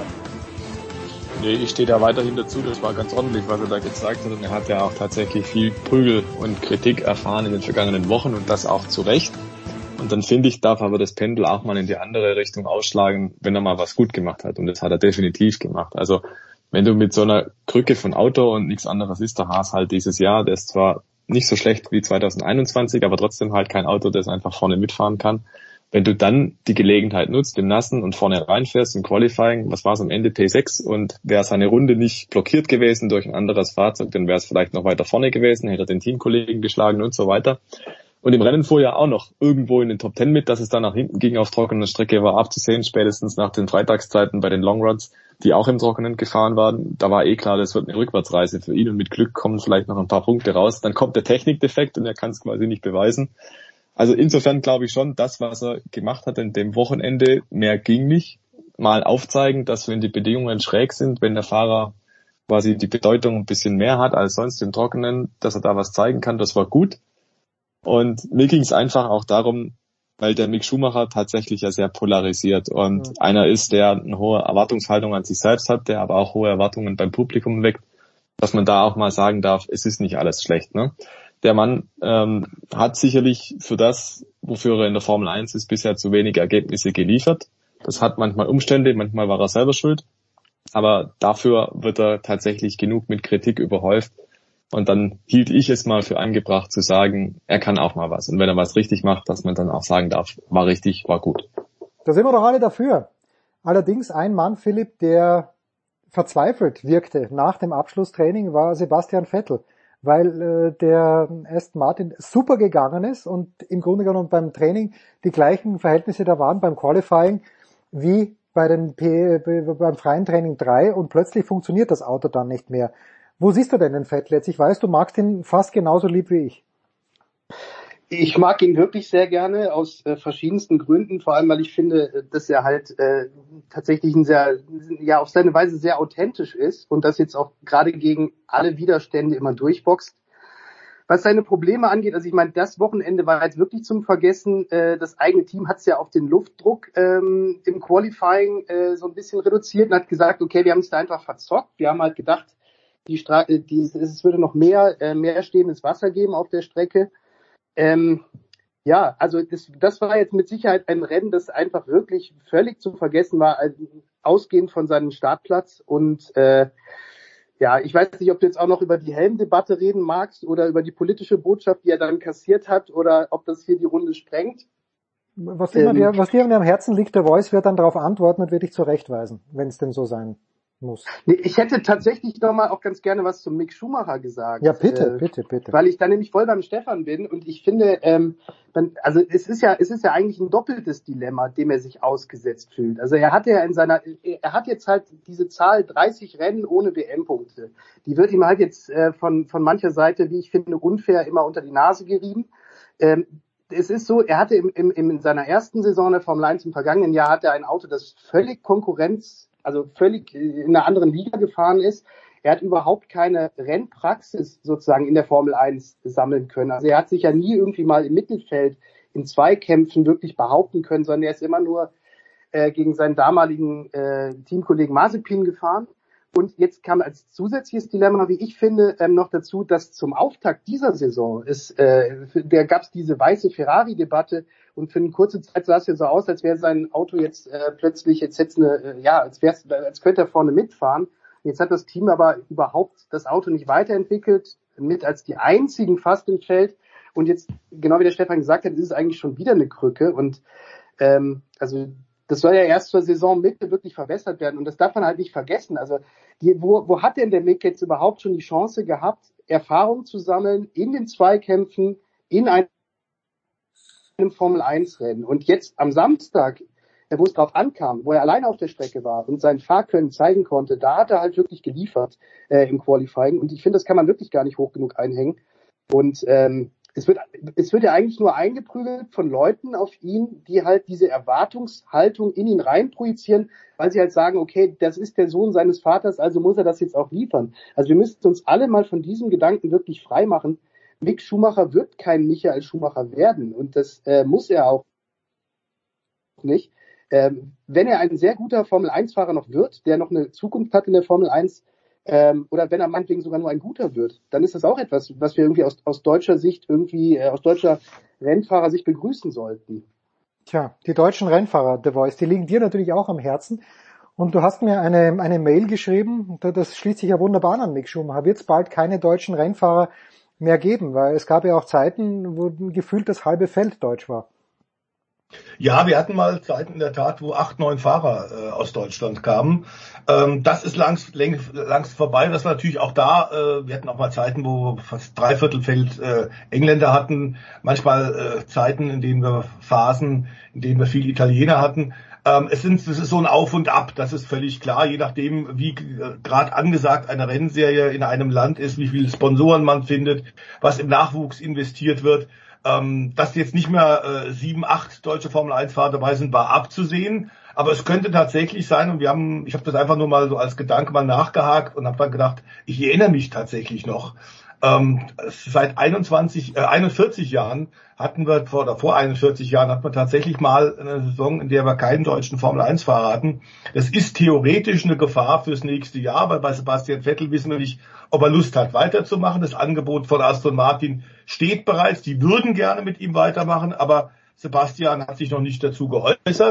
Nee, ich stehe da weiterhin dazu, das war ganz ordentlich, was er da gezeigt hat, und er hat ja auch tatsächlich viel Prügel und Kritik erfahren in den vergangenen Wochen und das auch zu Recht. Und dann finde ich, darf aber das Pendel auch mal in die andere Richtung ausschlagen, wenn er mal was gut gemacht hat, und das hat er definitiv gemacht. Also wenn du mit so einer Krücke von Auto, und nichts anderes ist der Haas halt dieses Jahr, der ist zwar nicht so schlecht wie zwanzig einundzwanzig, aber trotzdem halt kein Auto, das einfach vorne mitfahren kann. Wenn du dann die Gelegenheit nutzt, im Nassen, und vorne reinfährst im Qualifying, was war es am Ende, P sechs, und wäre seine Runde nicht blockiert gewesen durch ein anderes Fahrzeug, dann wäre es vielleicht noch weiter vorne gewesen, hätte er den Teamkollegen geschlagen und so weiter. Und im Rennen fuhr ja auch noch irgendwo in den Top Ten mit, dass es dann nach hinten ging auf trockener Strecke, war abzusehen, spätestens nach den Freitagszeiten bei den Longruns, die auch im Trockenen gefahren waren. Da war eh klar, das wird eine Rückwärtsreise für ihn, und mit Glück kommen vielleicht noch ein paar Punkte raus. Dann kommt der Technikdefekt und er kann es quasi nicht beweisen. Also insofern glaube ich schon, das, was er gemacht hat in dem Wochenende, mehr ging nicht. Mal aufzeigen, dass wenn die Bedingungen schräg sind, wenn der Fahrer quasi die Bedeutung ein bisschen mehr hat als sonst im Trockenen, dass er da was zeigen kann, das war gut. Und mir ging es einfach auch darum, weil der Mick Schumacher tatsächlich ja sehr polarisiert und mhm. einer ist, der eine hohe Erwartungshaltung an sich selbst hat, der aber auch hohe Erwartungen beim Publikum weckt, dass man da auch mal sagen darf, es ist nicht alles schlecht, ne? Der Mann ähm, hat sicherlich für das, wofür er in der Formel eins ist, bisher zu wenig Ergebnisse geliefert. Das hat manchmal Umstände, manchmal war er selber schuld. Aber dafür wird er tatsächlich genug mit Kritik überhäuft. Und dann hielt ich es mal für angebracht zu sagen, er kann auch mal was. Und wenn er was richtig macht, dass man dann auch sagen darf, war richtig, war gut. Da sind wir doch alle dafür. Allerdings ein Mann, Philipp, der verzweifelt wirkte nach dem Abschlusstraining, war Sebastian Vettel, weil äh, der Aston Martin super gegangen ist und im Grunde genommen beim Training die gleichen Verhältnisse da waren beim Qualifying wie bei den P, beim freien Training drei und plötzlich funktioniert das Auto dann nicht mehr. Wo siehst du denn den Vettel jetzt? Ich weiß, du magst ihn fast genauso lieb wie ich. Ich mag ihn wirklich sehr gerne aus äh, verschiedensten Gründen, vor allem weil ich finde, dass er halt äh, tatsächlich ein sehr, ja auf seine Weise sehr authentisch ist und das jetzt auch gerade gegen alle Widerstände immer durchboxt. Was seine Probleme angeht, also ich meine, das Wochenende war jetzt wirklich zum Vergessen. Äh, das eigene Team hat es ja auf den Luftdruck ähm, im Qualifying äh, so ein bisschen reduziert und hat gesagt, okay, wir haben es da einfach verzockt. Wir haben halt gedacht, die Stra- die, es würde noch mehr, äh, mehr stehendes Wasser geben auf der Strecke. Ähm, ja, also das, das war jetzt mit Sicherheit ein Rennen, das einfach wirklich völlig zu vergessen war, also ausgehend von seinem Startplatz. Und äh, ja, ich weiß nicht, ob du jetzt auch noch über die Helmdebatte reden magst oder über die politische Botschaft, die er dann kassiert hat, oder ob das hier die Runde sprengt. Was, immer ähm, dir, was dir am Herzen liegt, der Voice wird dann darauf antworten und wird dich zurechtweisen, wenn es denn so sein muss. Nee, ich hätte tatsächlich noch mal auch ganz gerne was zum Mick Schumacher gesagt. Ja, bitte, äh, bitte, bitte. Weil ich da nämlich voll beim Stefan bin und ich finde, ähm, man, also es ist ja, es ist ja eigentlich ein doppeltes Dilemma, dem er sich ausgesetzt fühlt. Also er hat ja in seiner, er hat jetzt halt diese Zahl dreißig Rennen ohne W M-Punkte. Die wird ihm halt jetzt äh, von von mancher Seite, wie ich finde, unfair immer unter die Nase gerieben. Ähm, Es ist so, er hatte im, im, in seiner ersten Saison der Formel eins im vergangenen Jahr hatte er ein Auto, das völlig Konkurrenz, also völlig in einer anderen Liga gefahren ist. Er hat überhaupt keine Rennpraxis sozusagen in der Formel eins sammeln können. Also er hat sich ja nie irgendwie mal im Mittelfeld in Zweikämpfen wirklich behaupten können, sondern er ist immer nur äh, gegen seinen damaligen äh, Teamkollegen Mazepin gefahren. Und jetzt kam als zusätzliches Dilemma, wie ich finde, ähm, noch dazu, dass zum Auftakt dieser Saison ist, äh, da gab es diese weiße Ferrari-Debatte und für eine kurze Zeit sah es ja so aus, als wäre sein Auto jetzt äh, plötzlich jetzt jetzt eine, äh, ja, als wär's, als könnte er vorne mitfahren. Jetzt hat das Team aber überhaupt das Auto nicht weiterentwickelt, mit als die einzigen fast im Feld. Und jetzt, genau wie der Stefan gesagt hat, ist es eigentlich schon wieder eine Krücke. Und ähm, also das soll ja erst zur Saisonmitte wirklich verbessert werden. Und das darf man halt nicht vergessen. Also die, wo, wo hat denn der Mick jetzt überhaupt schon die Chance gehabt, Erfahrung zu sammeln in den Zweikämpfen, in einem Formel eins Rennen? Und jetzt am Samstag, wo es drauf ankam, wo er alleine auf der Strecke war und sein Fahrkönnen zeigen konnte, da hat er halt wirklich geliefert äh, im Qualifying. Und ich finde, das kann man wirklich gar nicht hoch genug einhängen. Und ähm, Es wird, es wird ja eigentlich nur eingeprügelt von Leuten auf ihn, die halt diese Erwartungshaltung in ihn reinprojizieren, weil sie halt sagen, okay, das ist der Sohn seines Vaters, also muss er das jetzt auch liefern. Also wir müssen uns alle mal von diesem Gedanken wirklich frei machen. Mick Schumacher wird kein Michael Schumacher werden und das äh, muss er auch nicht. Ähm, wenn er ein sehr guter Formel eins Fahrer noch wird, der noch eine Zukunft hat in der Formel eins, Ähm, oder wenn er meinetwegen sogar nur ein guter wird, dann ist das auch etwas, was wir irgendwie aus, aus deutscher Sicht irgendwie, äh, aus deutscher Rennfahrersicht begrüßen sollten. Tja, die deutschen Rennfahrer, The Voice, die liegen dir natürlich auch am Herzen. Und du hast mir eine, eine Mail geschrieben, das schließt sich ja wunderbar an, Mick Schumacher. Wird es bald keine deutschen Rennfahrer mehr geben? Weil es gab ja auch Zeiten, wo gefühlt das halbe Feld deutsch war. Ja, wir hatten mal Zeiten in der Tat, wo acht, neun Fahrer äh, aus Deutschland kamen. Ähm, das ist langst, längst, langst vorbei. Das war natürlich auch da. Äh, wir hatten auch mal Zeiten, wo wir fast Dreiviertelfeld äh, Engländer hatten. Manchmal äh, Zeiten, in denen wir Phasen, in denen wir viele Italiener hatten. Ähm, es sind, es ist so ein Auf und Ab. Das ist völlig klar. Je nachdem, wie äh, gerade angesagt eine Rennserie in einem Land ist, wie viele Sponsoren man findet, was im Nachwuchs investiert wird. Ähm, dass jetzt nicht mehr äh, sieben, acht deutsche Formel eins Fahrer dabei sind, war abzusehen. Aber es könnte tatsächlich sein, und wir haben, ich habe das einfach nur mal so als Gedanke mal nachgehakt und habe dann gedacht, ich erinnere mich tatsächlich noch. Ähm, seit einundzwanzig, äh, einundvierzig Jahren hatten wir, vor, oder vor einundvierzig Jahren hatten wir tatsächlich mal eine Saison, in der wir keinen deutschen Formel eins Fahrer hatten. Das ist theoretisch eine Gefahr fürs nächste Jahr, weil bei Sebastian Vettel wissen wir nicht, ob er Lust hat, weiterzumachen. Das Angebot von Aston Martin steht bereits. Die würden gerne mit ihm weitermachen, aber Sebastian hat sich noch nicht dazu geäußert.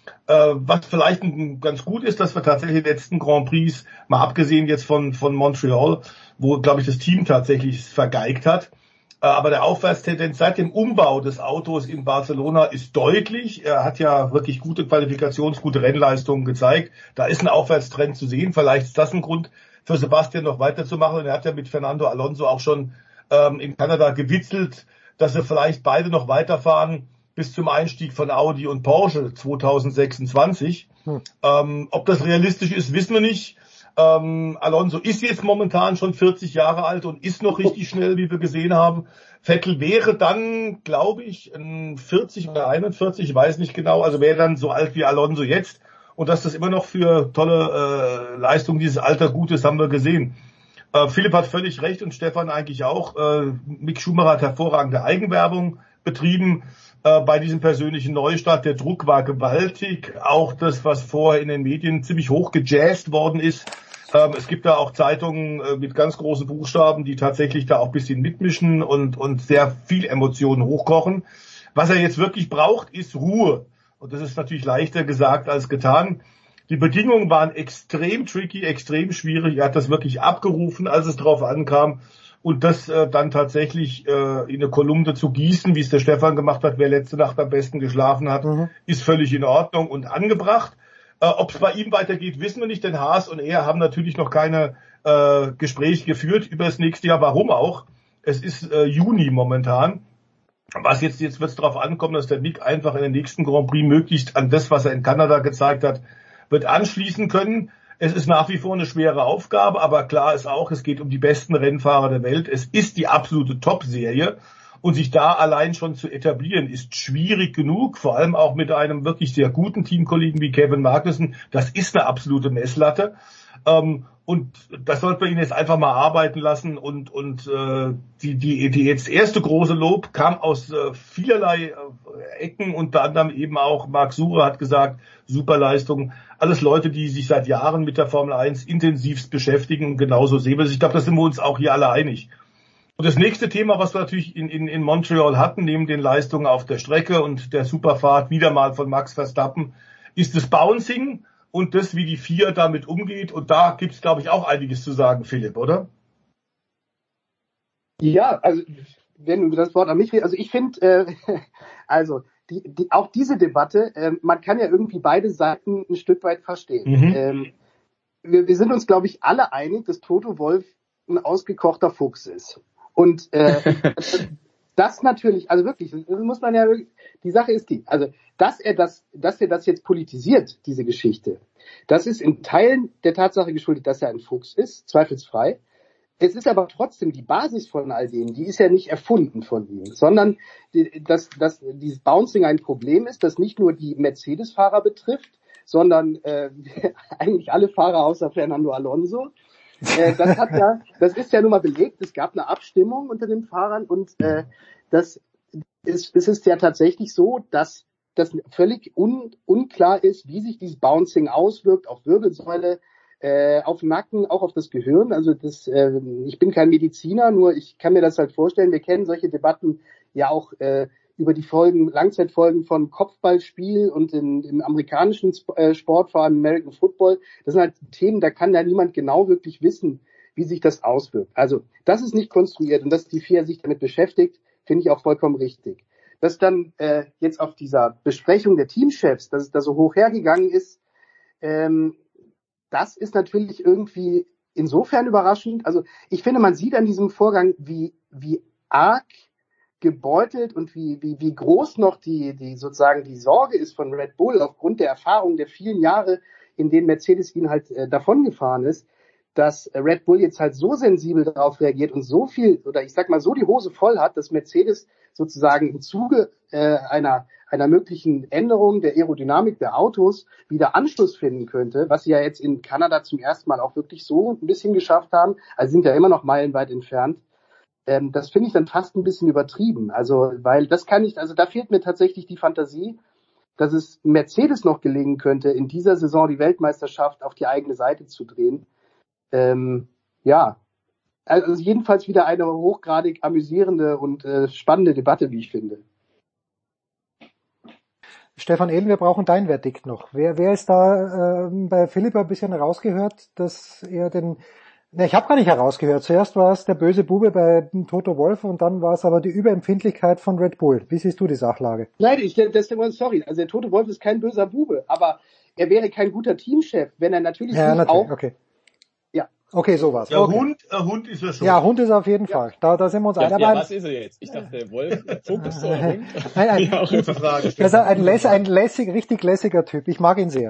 Äh, was vielleicht ganz gut ist, dass wir tatsächlich die letzten Grand Prix, mal abgesehen jetzt von, von Montreal, wo, glaube ich, das Team tatsächlich vergeigt hat, äh, aber der Aufwärtstendenz seit dem Umbau des Autos in Barcelona ist deutlich. Er hat ja wirklich gute Qualifikations-, gute Rennleistungen gezeigt. Da ist ein Aufwärtstrend zu sehen. Vielleicht ist das ein Grund für Sebastian noch weiterzumachen. Und er hat ja mit Fernando Alonso auch schon ähm, in Kanada gewitzelt, dass sie vielleicht beide noch weiterfahren bis zum Einstieg von Audi und Porsche zwanzig sechsundzwanzig. Hm. Ähm, ob das realistisch ist, wissen wir nicht. Ähm, Alonso ist jetzt momentan schon vierzig Jahre alt und ist noch richtig schnell, wie wir gesehen haben. Vettel wäre dann, glaube ich, vierzig oder einundvierzig, ich weiß nicht genau, also wäre dann so alt wie Alonso jetzt. Und dass das immer noch für tolle äh, Leistung dieses Alter gut ist, haben wir gesehen. Äh, Philipp hat völlig recht und Stefan eigentlich auch. Äh, Mick Schumacher hat hervorragende Eigenwerbung betrieben äh, bei diesem persönlichen Neustart. Der Druck war gewaltig. Auch das, was vorher in den Medien ziemlich hoch gejazzt worden ist. Ähm, es gibt da auch Zeitungen äh, mit ganz großen Buchstaben, die tatsächlich da auch ein bisschen mitmischen und, und sehr viel Emotionen hochkochen. Was er jetzt wirklich braucht, ist Ruhe. Und das ist natürlich leichter gesagt als getan. Die Bedingungen waren extrem tricky, extrem schwierig. Er hat das wirklich abgerufen, als es drauf ankam. Und das äh, dann tatsächlich äh, in eine Kolumne zu gießen, wie es der Stefan gemacht hat, wer letzte Nacht am besten geschlafen hat, mhm. ist völlig in Ordnung und angebracht. Äh, Ob es bei ihm weitergeht, wissen wir nicht, denn Haas und er haben natürlich noch keine äh, Gespräche geführt über das nächste Jahr. Warum auch? Es ist äh, Juni momentan. Was jetzt, jetzt wird es darauf ankommen, dass der Mick einfach in den nächsten Grand Prix möglichst an das, was er in Kanada gezeigt hat, wird anschließen können. Es ist nach wie vor eine schwere Aufgabe, aber klar ist auch, es geht um die besten Rennfahrer der Welt. Es ist die absolute Top-Serie und sich da allein schon zu etablieren, ist schwierig genug, vor allem auch mit einem wirklich sehr guten Teamkollegen wie Kevin Magnussen. Das ist eine absolute Messlatte. Ähm, und das sollte man ihn jetzt einfach mal arbeiten lassen und und äh, die die die jetzt erste große Lob kam aus äh, vielerlei äh, Ecken, unter anderem eben auch Marc Surer hat gesagt, super Leistung, alles Leute, die sich seit Jahren mit der Formel eins intensivst beschäftigen und genauso sehen wir es. Ich glaube, da sind wir uns auch hier alle einig. Und das nächste Thema, was wir natürlich in in in Montreal hatten, neben den Leistungen auf der Strecke und der Superfahrt wieder mal von Max Verstappen, ist das Bouncing. Und das, wie die F I A damit umgeht. Und da gibt's, glaube ich, auch einiges zu sagen, Philipp, oder? Ja, also wenn du das Wort an mich redest, also ich finde, äh, also die, die, auch diese Debatte, äh, man kann ja irgendwie beide Seiten ein Stück weit verstehen. Mhm. Ähm, wir, wir sind uns, glaube ich, alle einig, dass Toto Wolff ein ausgekochter Fuchs ist. Und äh, das natürlich, also wirklich, das muss man ja, die Sache ist die, also dass er das, dass er das jetzt politisiert, diese Geschichte, das ist in Teilen der Tatsache geschuldet, dass er ein Fuchs ist, zweifelsfrei. Es ist aber trotzdem die Basis von all dem, die ist ja nicht erfunden von ihm, sondern dass, dass dieses Bouncing ein Problem ist, das nicht nur die Mercedes-Fahrer betrifft, sondern äh, eigentlich alle Fahrer außer Fernando Alonso. Äh, das hat ja, das ist ja nun mal belegt. Es gab eine Abstimmung unter den Fahrern und äh, das ist, es ist ja tatsächlich so, dass das völlig un, unklar ist, wie sich dieses Bouncing auswirkt auf Wirbelsäule, äh, auf Nacken, auch auf das Gehirn. Also das, äh, ich bin kein Mediziner, nur ich kann mir das halt vorstellen. Wir kennen solche Debatten ja auch äh, über die Folgen, Langzeitfolgen von Kopfballspiel und in, im amerikanischen Sport, vor allem American Football. Das sind halt Themen, da kann ja niemand genau wirklich wissen, wie sich das auswirkt. Also das ist nicht konstruiert und dass die F I A sich damit beschäftigt, finde ich auch vollkommen richtig. Dass dann äh, jetzt auf dieser Besprechung der Teamchefs, dass es da so hoch hergegangen ist, ähm, das ist natürlich irgendwie insofern überraschend. Also ich finde, man sieht an diesem Vorgang, wie wie arg gebeutelt und wie wie wie groß noch die die sozusagen die Sorge ist von Red Bull aufgrund der Erfahrung der vielen Jahre, in denen Mercedes ihn halt äh, davongefahren ist, dass Red Bull jetzt halt so sensibel darauf reagiert und so viel, oder ich sag mal so die Hose voll hat, dass Mercedes sozusagen im Zuge äh, einer einer möglichen Änderung der Aerodynamik der Autos wieder Anschluss finden könnte, was sie ja jetzt in Kanada zum ersten Mal auch wirklich so ein bisschen geschafft haben, also sind ja immer noch meilenweit entfernt. Ähm, das finde ich dann fast ein bisschen übertrieben, also weil das kann ich, also da fehlt mir tatsächlich die Fantasie, dass es Mercedes noch gelingen könnte, in dieser Saison die Weltmeisterschaft auf die eigene Seite zu drehen. Ähm, ja, also jedenfalls wieder eine hochgradig amüsierende und äh, spannende Debatte, wie ich finde. Stefan Ehlen, wir brauchen dein Verdikt noch. Wer, wer ist da äh, bei Philipp ein bisschen herausgehört, dass er den... Ne, ich habe gar nicht herausgehört. Zuerst war es der böse Bube bei Toto Wolff und dann war es aber die Überempfindlichkeit von Red Bull. Wie siehst du die Sachlage? Nein, ich, deswegen, sorry, also der Toto Wolff ist kein böser Bube, aber er wäre kein guter Teamchef, wenn er natürlich ja, nicht natürlich. auch... Okay. Ja. Okay, so war's. Ja, okay. Hund, äh, Hund ist er schon. Ja, Hund ist er auf jeden Fall. Da, da sind wir uns ja, einig. Ja, was ist er jetzt? Ich dachte, Wolf, Fokus oder Hund? Nein, ein, ja, auch gute Frage. Also ein, läss, ein lässig, richtig lässiger Typ. Ich mag ihn sehr.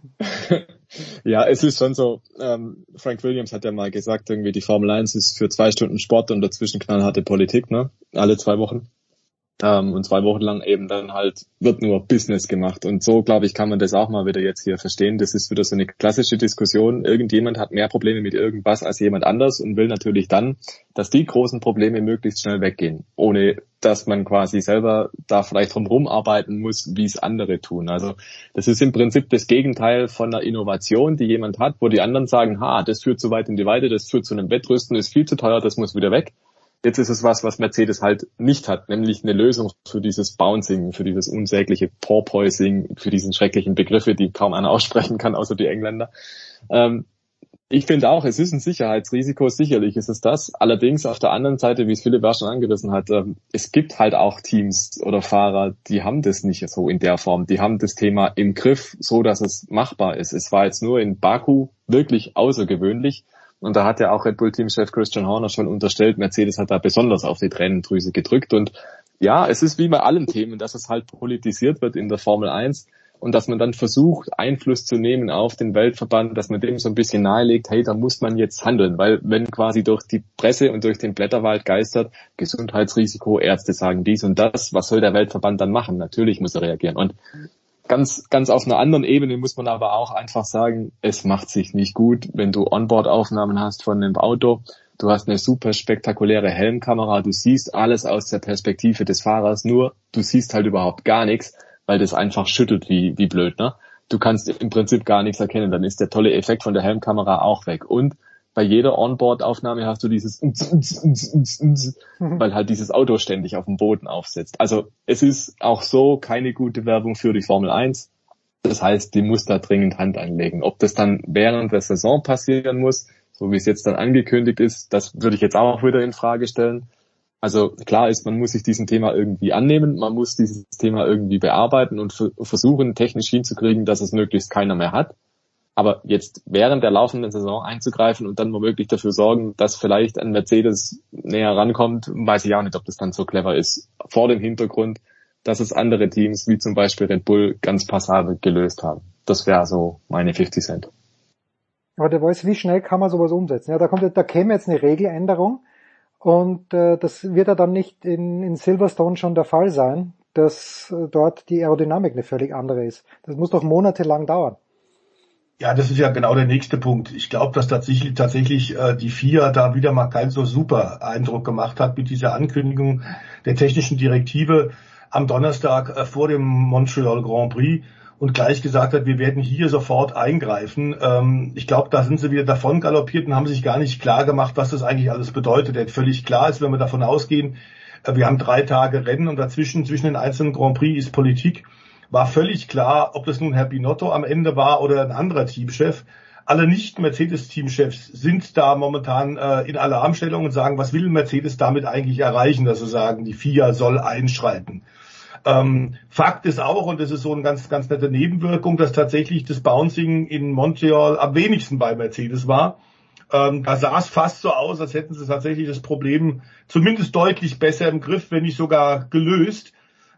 Ja, es ist schon so, ähm, Frank Williams hat ja mal gesagt, irgendwie die Formel eins ist für zwei Stunden Sport und dazwischen knallharte Politik, ne? Alle zwei Wochen. Ähm, und zwei Wochen lang eben dann halt wird nur Business gemacht. Und so, glaube ich, kann man das auch mal wieder jetzt hier verstehen. Das ist wieder so eine klassische Diskussion. Irgendjemand hat mehr Probleme mit irgendwas als jemand anders und will natürlich dann, dass die großen Probleme möglichst schnell weggehen, ohne dass man quasi selber da vielleicht drumherum arbeiten muss, wie es andere tun. Also das ist im Prinzip das Gegenteil von einer Innovation, die jemand hat, wo die anderen sagen, ha, das führt zu weit in die Weite, das führt zu einem Wettrüsten, ist viel zu teuer, das muss wieder weg. Jetzt ist es was, was Mercedes halt nicht hat, nämlich eine Lösung für dieses Bouncing, für dieses unsägliche Porpoising, für diesen schrecklichen Begriffe, die kaum einer aussprechen kann, außer die Engländer. Ähm, ich finde auch, es ist ein Sicherheitsrisiko, sicherlich ist es das. Allerdings auf der anderen Seite, wie es Philipp auch schon angerissen hat, ähm, es gibt halt auch Teams oder Fahrer, die haben das nicht so in der Form. Die haben das Thema im Griff, so dass es machbar ist. Es war jetzt nur in Baku wirklich außergewöhnlich. Und da hat ja auch Red Bull-Teamchef Christian Horner schon unterstellt, Mercedes hat da besonders auf die Tränendrüse gedrückt. Und ja, es ist wie bei allen Themen, dass es halt politisiert wird in der Formel eins und dass man dann versucht, Einfluss zu nehmen auf den Weltverband, dass man dem so ein bisschen nahelegt, hey, da muss man jetzt handeln. Weil wenn quasi durch die Presse und durch den Blätterwald geistert, Gesundheitsrisiko, Ärzte sagen dies und das, was soll der Weltverband dann machen? Natürlich muss er reagieren. Und Ganz, ganz auf einer anderen Ebene muss man aber auch einfach sagen, es macht sich nicht gut, wenn du Onboard-Aufnahmen hast von einem Auto. Du hast eine super spektakuläre Helmkamera, du siehst alles aus der Perspektive des Fahrers, nur du siehst halt überhaupt gar nichts, weil das einfach schüttelt wie, wie blöd, ne? Du kannst im Prinzip gar nichts erkennen, dann ist der tolle Effekt von der Helmkamera auch weg. Und bei jeder Onboard-Aufnahme hast du dieses weil halt dieses Auto ständig auf dem Boden aufsetzt. Also es ist auch so keine gute Werbung für die Formel eins. Das heißt, die muss da dringend Hand anlegen. Ob das dann während der Saison passieren muss, so wie es jetzt dann angekündigt ist, das würde ich jetzt auch wieder in Frage stellen. Also klar ist, man muss sich diesem Thema irgendwie annehmen, man muss dieses Thema irgendwie bearbeiten und versuchen, technisch hinzukriegen, dass es möglichst keiner mehr hat. Aber jetzt während der laufenden Saison einzugreifen und dann womöglich dafür sorgen, dass vielleicht ein Mercedes näher rankommt, weiß ich auch nicht, ob das dann so clever ist. Vor dem Hintergrund, dass es andere Teams, wie zum Beispiel Red Bull, ganz passabel gelöst haben. Das wäre so meine fifty Cent. Aber der weiß, wie schnell kann man sowas umsetzen? Ja, da kommt, da käme jetzt eine Regeländerung und äh, das wird ja dann nicht in, in Silverstone schon der Fall sein, dass äh, dort die Aerodynamik eine völlig andere ist. Das muss doch monatelang dauern. Ja, das ist ja genau der nächste Punkt. Ich glaube, dass tatsächlich, tatsächlich äh, die F I A da wieder mal keinen so super Eindruck gemacht hat mit dieser Ankündigung der technischen Direktive am Donnerstag äh, vor dem Montreal Grand Prix und gleich gesagt hat, wir werden hier sofort eingreifen. Ähm, ich glaube, da sind sie wieder davon galoppiert und haben sich gar nicht klar gemacht, was das eigentlich alles bedeutet. Denn völlig klar ist, wenn wir davon ausgehen, äh, wir haben drei Tage Rennen und dazwischen, zwischen den einzelnen Grand Prix ist Politik. War völlig klar, ob das nun Herr Binotto am Ende war oder ein anderer Teamchef. Alle Nicht-Mercedes-Teamchefs sind da momentan äh, in Alarmstellung und sagen, was will Mercedes damit eigentlich erreichen, dass sie sagen, die F I A soll einschreiten. Ähm, Fakt ist auch, und das ist so eine ganz, ganz nette Nebenwirkung, dass tatsächlich das Bouncing in Montreal am wenigsten bei Mercedes war. Ähm, da sah es fast so aus, als hätten sie tatsächlich das Problem zumindest deutlich besser im Griff, wenn nicht sogar gelöst.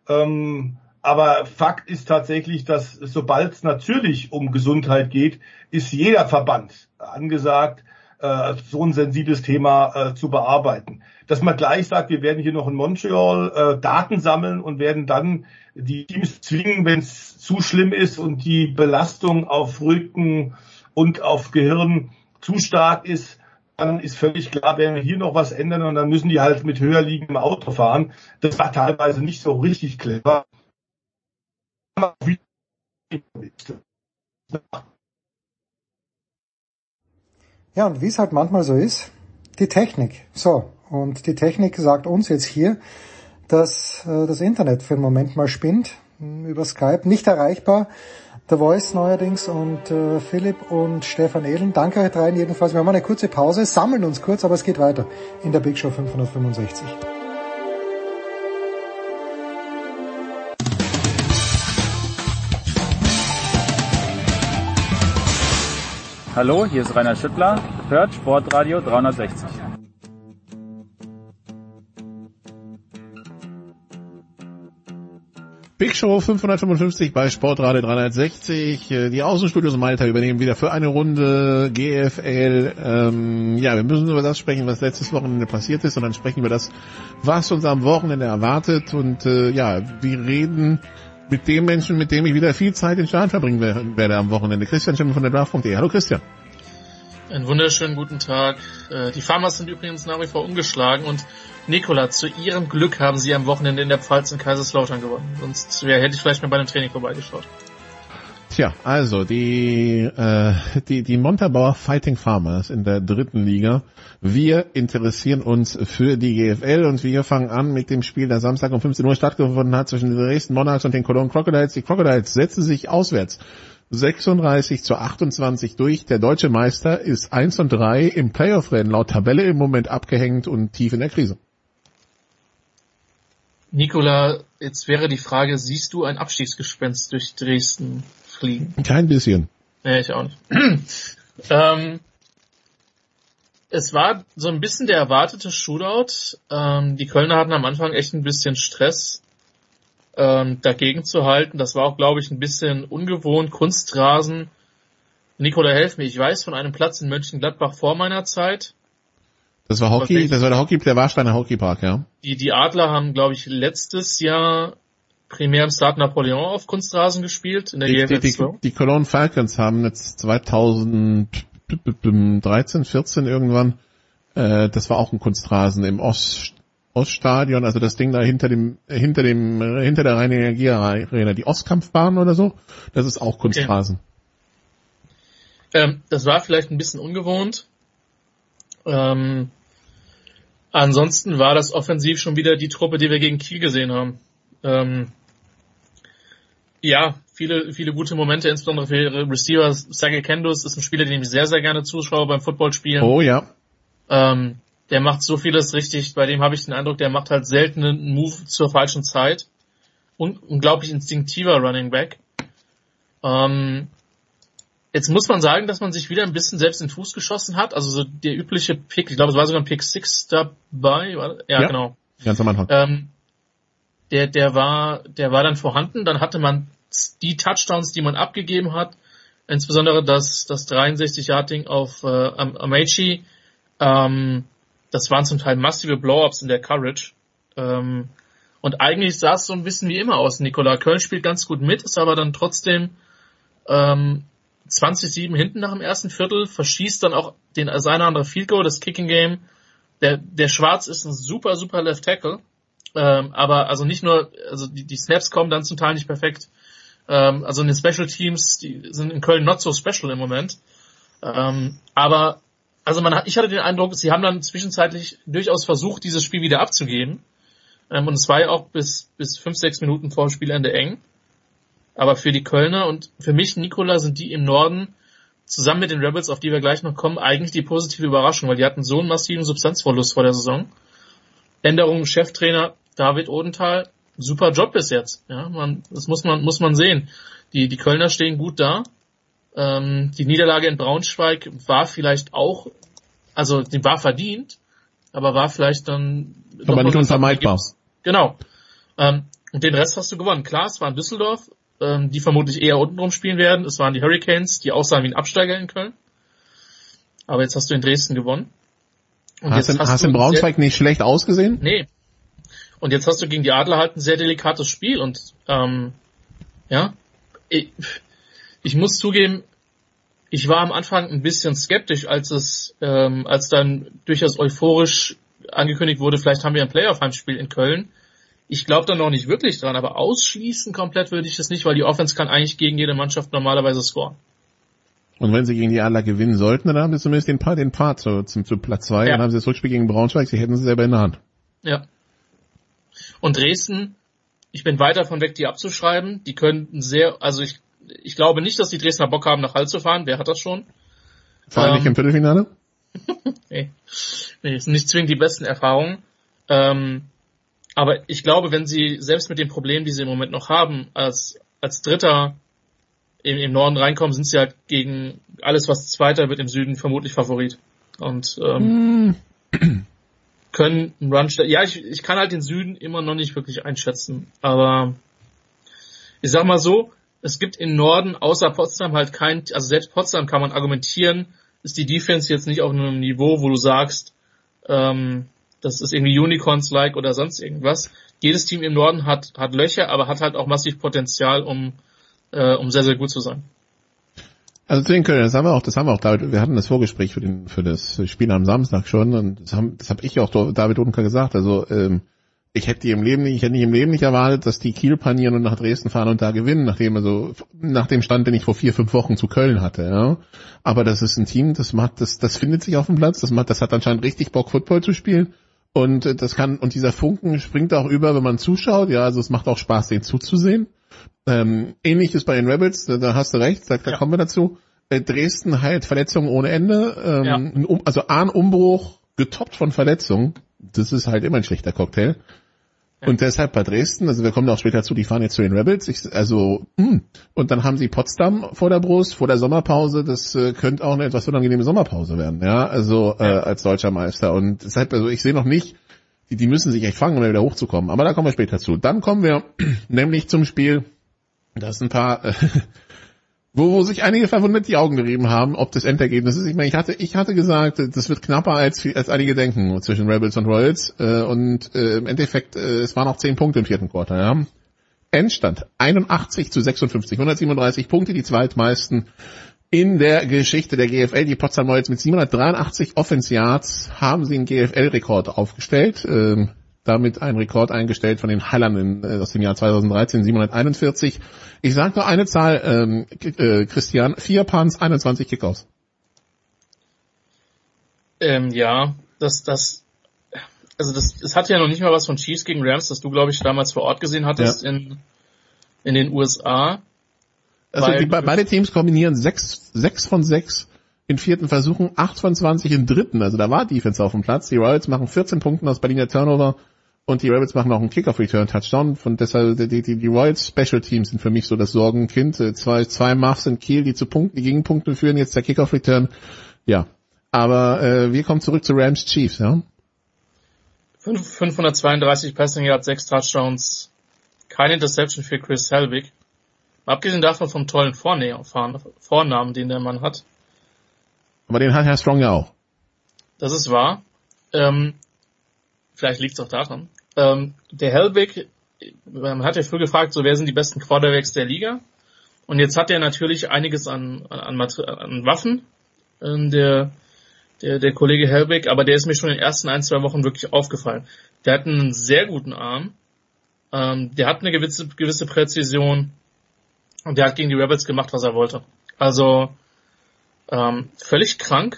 Ähm, Aber Fakt ist tatsächlich, dass sobald es natürlich um Gesundheit geht, ist jeder Verband angesagt, äh, so ein sensibles Thema äh, zu bearbeiten. Dass man gleich sagt, wir werden hier noch in Montreal äh, Daten sammeln und werden dann die Teams zwingen, wenn es zu schlimm ist und die Belastung auf Rücken und auf Gehirn zu stark ist, dann ist völlig klar, werden wir hier noch was ändern und dann müssen die halt mit höher liegendem Auto fahren. Das war teilweise nicht so richtig clever. Ja, und wie es halt manchmal so ist, die Technik. So, und die Technik sagt uns jetzt hier, dass äh, das Internet für einen Moment mal spinnt. über Skype, nicht erreichbar. The Voice neuerdings und äh, Philipp und Stefan Ehlen. Danke euch dreien jedenfalls. Wir haben eine kurze Pause, sammeln uns kurz, aber es geht weiter in der Big Show fünfhundertfünfundsechzig. Hallo, hier ist Rainer Schüttler, hört Sportradio dreihundertsechzig. Big Show fünfhundertfünfundfünfzig bei Sportradio dreihundertsechzig. Die Außenstudios in Malta übernehmen wieder für eine Runde G F L. Ähm, ja, wir müssen über das sprechen, was letztes Wochenende passiert ist, und dann sprechen wir das, was uns am Wochenende erwartet. Und äh, ja, wir reden mit dem Menschen, mit dem ich wieder viel Zeit in Stadion verbringen werde am Wochenende. Christian Schimmel von der Draft punkt de. Hallo Christian. Einen wunderschönen guten Tag. Die Farmers sind übrigens nach wie vor ungeschlagen und Nikola, zu ihrem Glück haben sie am Wochenende in der Pfalz in Kaiserslautern gewonnen. Sonst ja, hätte ich vielleicht mal bei dem Training vorbeigeschaut. Tja, also die äh, die die Montabaur Fighting Farmers in der dritten Liga. Wir interessieren uns für die G F L und wir fangen an mit dem Spiel, das Samstag um fünfzehn Uhr stattgefunden hat zwischen den Dresden Monarchs und den Cologne Crocodiles. Die Crocodiles setzen sich auswärts sechsunddreißig zu achtundzwanzig durch. Der deutsche Meister ist eins und drei im Playoff-Rennen, laut Tabelle im Moment abgehängt und tief in der Krise. Nikola, jetzt wäre die Frage, siehst du ein Abstiegsgespenst durch Dresden fliegen? Kein bisschen. Nee, ich auch nicht. ähm, es war so ein bisschen der erwartete Shootout. Ähm, die Kölner hatten am Anfang echt ein bisschen Stress, ähm, dagegen zu halten. Das war auch, glaube ich, ein bisschen ungewohnt. Kunstrasen. Nikola, helf mir. Ich weiß von einem Platz in Mönchengladbach vor meiner Zeit. Das war Hockey, das war der Hockey, der Warsteiner Hockeypark, ja. Die, die Adler haben, glaube ich, letztes Jahr primär im Stade Napoleon auf Kunstrasen gespielt, in der die, G F L die, die, die Cologne Falcons haben jetzt zweitausenddreizehn, vierzehn irgendwann, äh, das war auch ein Kunstrasen im Ost, Oststadion, also das Ding da hinter dem, hinter dem, hinter der Rhein-Energie-Arena, die Ostkampfbahn oder so, das ist auch Kunstrasen. Okay. Ähm, das war vielleicht ein bisschen ungewohnt. Ähm, ansonsten war das offensiv schon wieder die Truppe, die wir gegen Kiel gesehen haben. Ähm, ja, viele, viele gute Momente, insbesondere für ihre Receiver. Sergei Kendus ist ein Spieler, den ich sehr, sehr gerne zuschaue beim Footballspielen. Oh ja. Ähm, der macht so vieles richtig. Bei dem habe ich den Eindruck, der macht halt selten einen Move zur falschen Zeit. Un- unglaublich instinktiver Running Back. Ähm, Jetzt muss man sagen, dass man sich wieder ein bisschen selbst in den Fuß geschossen hat. Also so der übliche Pick, ich glaube, es war sogar ein Pick six dabei. Ja, ja, genau. Ganz am Anfang. Ähm, der, der war, der war dann vorhanden. Dann hatte man die Touchdowns, die man abgegeben hat, insbesondere das, das dreiundsechzig-Yard-Ding auf äh, Amaechi. Ähm, das waren zum Teil massive Blow-ups in der Coverage. Ähm, und eigentlich sah es so ein bisschen wie immer aus. Nikola Köln spielt ganz gut mit, ist aber dann trotzdem ähm, zwanzig sieben hinten nach dem ersten Viertel, verschießt dann auch den das eine oder andere Field Goal, das Kicking Game. Der, der Schwarz ist ein super, super Left Tackle. Ähm, aber also nicht nur, also die, die Snaps kommen dann zum Teil nicht perfekt. Ähm, also in den Special Teams, die sind in Köln not so special im Moment. Ähm, aber, also man hat, ich hatte den Eindruck, sie haben dann zwischenzeitlich durchaus versucht, dieses Spiel wieder abzugeben. Ähm, und es war ja auch bis, bis fünf, sechs Minuten vor dem Spielende eng. Aber für die Kölner und für mich, Nikola, sind die im Norden zusammen mit den Rebels, auf die wir gleich noch kommen, eigentlich die positive Überraschung, weil die hatten so einen massiven Substanzverlust vor der Saison. Änderungen, Cheftrainer David Odenthal, super Job bis jetzt. Ja, man, das muss man muss man sehen. Die die Kölner stehen gut da. Ähm, die Niederlage in Braunschweig war vielleicht auch, also die war verdient, aber war vielleicht dann aber nicht unvermeidbar. Genau. Ähm, und den Rest hast du gewonnen. Klar, es war in Düsseldorf, die vermutlich eher untenrum spielen werden. Es waren die Hurricanes, die aussahen wie ein Absteiger in Köln. Aber jetzt hast du in Dresden gewonnen. Und hast du hast in Braunschweig nicht schlecht ausgesehen? Nee. Und jetzt hast du gegen die Adler halt ein sehr delikates Spiel. Und ähm, ja, ich, ich muss zugeben, ich war am Anfang ein bisschen skeptisch, als es, ähm, als dann durchaus euphorisch angekündigt wurde, vielleicht haben wir ein Playoff-Heimspiel in Köln. Ich glaube da noch nicht wirklich dran, aber ausschließen komplett würde ich das nicht, weil die Offense kann eigentlich gegen jede Mannschaft normalerweise scoren. Und wenn sie gegen die Adler gewinnen sollten, dann haben sie zumindest den Part, den Part zu, zum, zu Platz zwei, ja. Dann haben sie das Rückspiel gegen Braunschweig, sie hätten sie selber in der Hand. Ja. Und Dresden, ich bin weit davon weg, die abzuschreiben. Die könnten sehr, also ich, ich glaube nicht, dass die Dresdner Bock haben, nach Hall zu fahren. Wer hat das schon? Vor allem ähm, nicht im Viertelfinale? nee. nee, es sind nicht zwingend die besten Erfahrungen. Ähm, aber ich glaube, wenn sie selbst mit den Problemen, die sie im Moment noch haben, als, als Dritter im, im Norden reinkommen, sind sie halt gegen alles, was Zweiter wird im Süden, vermutlich Favorit. Und, ähm, mm. können einen Run stellen. Ja, ich, ich kann halt den Süden immer noch nicht wirklich einschätzen. Aber ich sag mal so, es gibt im Norden außer Potsdam halt kein, also selbst Potsdam kann man argumentieren, ist die Defense jetzt nicht auf einem Niveau, wo du sagst, ähm, das ist irgendwie Unicorns-like oder sonst irgendwas. Jedes Team im Norden hat, hat Löcher, aber hat halt auch massiv Potenzial, um, äh, um sehr, sehr gut zu sein. Also zu den Köln, das haben wir auch, das haben wir auch, David, wir hatten das Vorgespräch für den, für das Spiel am Samstag schon, und das haben, das habe ich auch David Unker gesagt, also, ähm, ich hätte die im Leben nicht, ich hätte nicht im Leben nicht erwartet, dass die Kiel panieren und nach Dresden fahren und da gewinnen, nachdem, also, nach dem Stand, den ich vor vier, fünf Wochen zu Köln hatte, ja. Aber das ist ein Team, das macht, das, das findet sich auf dem Platz, das macht, das hat anscheinend richtig Bock, Football zu spielen. Und das kann, und dieser Funken springt auch über, wenn man zuschaut, ja, also es macht auch Spaß, den zuzusehen. Ähm, ähnlich ist bei den Rebels, da, da hast du recht, da, da ja. kommen wir dazu. Äh, Dresden halt Verletzungen ohne Ende, ähm, ja. ein, um, also A, ein Umbruch getoppt von Verletzungen, das ist halt immer ein schlechter Cocktail. Ja. Und deshalb bei Dresden, also wir kommen auch später zu, die fahren jetzt zu den Rebels, ich, also, mh. und dann haben sie Potsdam vor der Brust, vor der Sommerpause, das äh, könnte auch eine etwas unangenehme Sommerpause werden, ja, also äh, ja. als deutscher Meister. Und deshalb, also ich sehe noch nicht, die, die müssen sich echt fangen, um wieder hochzukommen, aber da kommen wir später zu. Dann kommen wir nämlich zum Spiel, das ein paar, äh, wo, wo sich einige verwundert die Augen gerieben haben, ob das Endergebnis ist. Ich meine, ich hatte, ich hatte gesagt, das wird knapper als, als einige denken zwischen Rebels und Royals. Äh, und äh, im Endeffekt, äh, es waren auch zehn Punkte im vierten Quartal. Ja. Endstand einundachtzig zu sechsundfünfzig, hundertsiebenunddreißig Punkte, die zweitmeisten in der Geschichte der G F L. Die Potsdam Royals mit siebenhundertdreiundachtzig Offense Yards haben sie einen G F L-Rekord aufgestellt. Ähm, damit einen Rekord eingestellt von den Hallern in, äh, aus dem Jahr zweitausenddreizehn, siebenhunderteinundvierzig. Ich sage nur eine Zahl, ähm, äh, Christian, vier Punts, einundzwanzig Kickoffs. Ähm, ja, das, das, also das, es hat ja noch nicht mal was von Chiefs gegen Rams, das du, glaube ich, damals vor Ort gesehen hattest ja. in, in den U S A. Also die, beide Teams kombinieren sechs, sechs von sechs in vierten Versuchen, acht von zwanzig in dritten, also da war Defense auf dem Platz. Die Royals machen vierzehn Punkte aus Berliner Turnover und die Rebels machen auch einen Kickoff-Return-Touchdown. Von deshalb, die, die, die Royals Special Teams sind für mich so das Sorgenkind. Zwei, zwei Muffs in Kiel, die zu Punkten, die Gegenpunkte führen, jetzt der Kickoff-Return. Ja. Aber, äh, wir kommen zurück zu Rams Chiefs, ja. fünfhundertzweiunddreißig Passing Yards, sechs Touchdowns, keine Interception für Chris Helbig. Abgesehen davon vom tollen Vornamen, den der Mann hat. Aber den hat Herr Strong ja auch. Das ist wahr. Ähm, vielleicht liegt es auch daran. Ähm, der Helbig, man hat ja früher gefragt, so wer sind die besten Quarterbacks der Liga? Und jetzt hat er natürlich einiges an, an, an Waffen, ähm, der, der, der Kollege Helbig, aber der ist mir schon in den ersten ein, zwei Wochen wirklich aufgefallen. Der hat einen sehr guten Arm, ähm, der hat eine gewisse, gewisse Präzision und der hat gegen die Rebels gemacht, was er wollte. Also, ähm, völlig krank.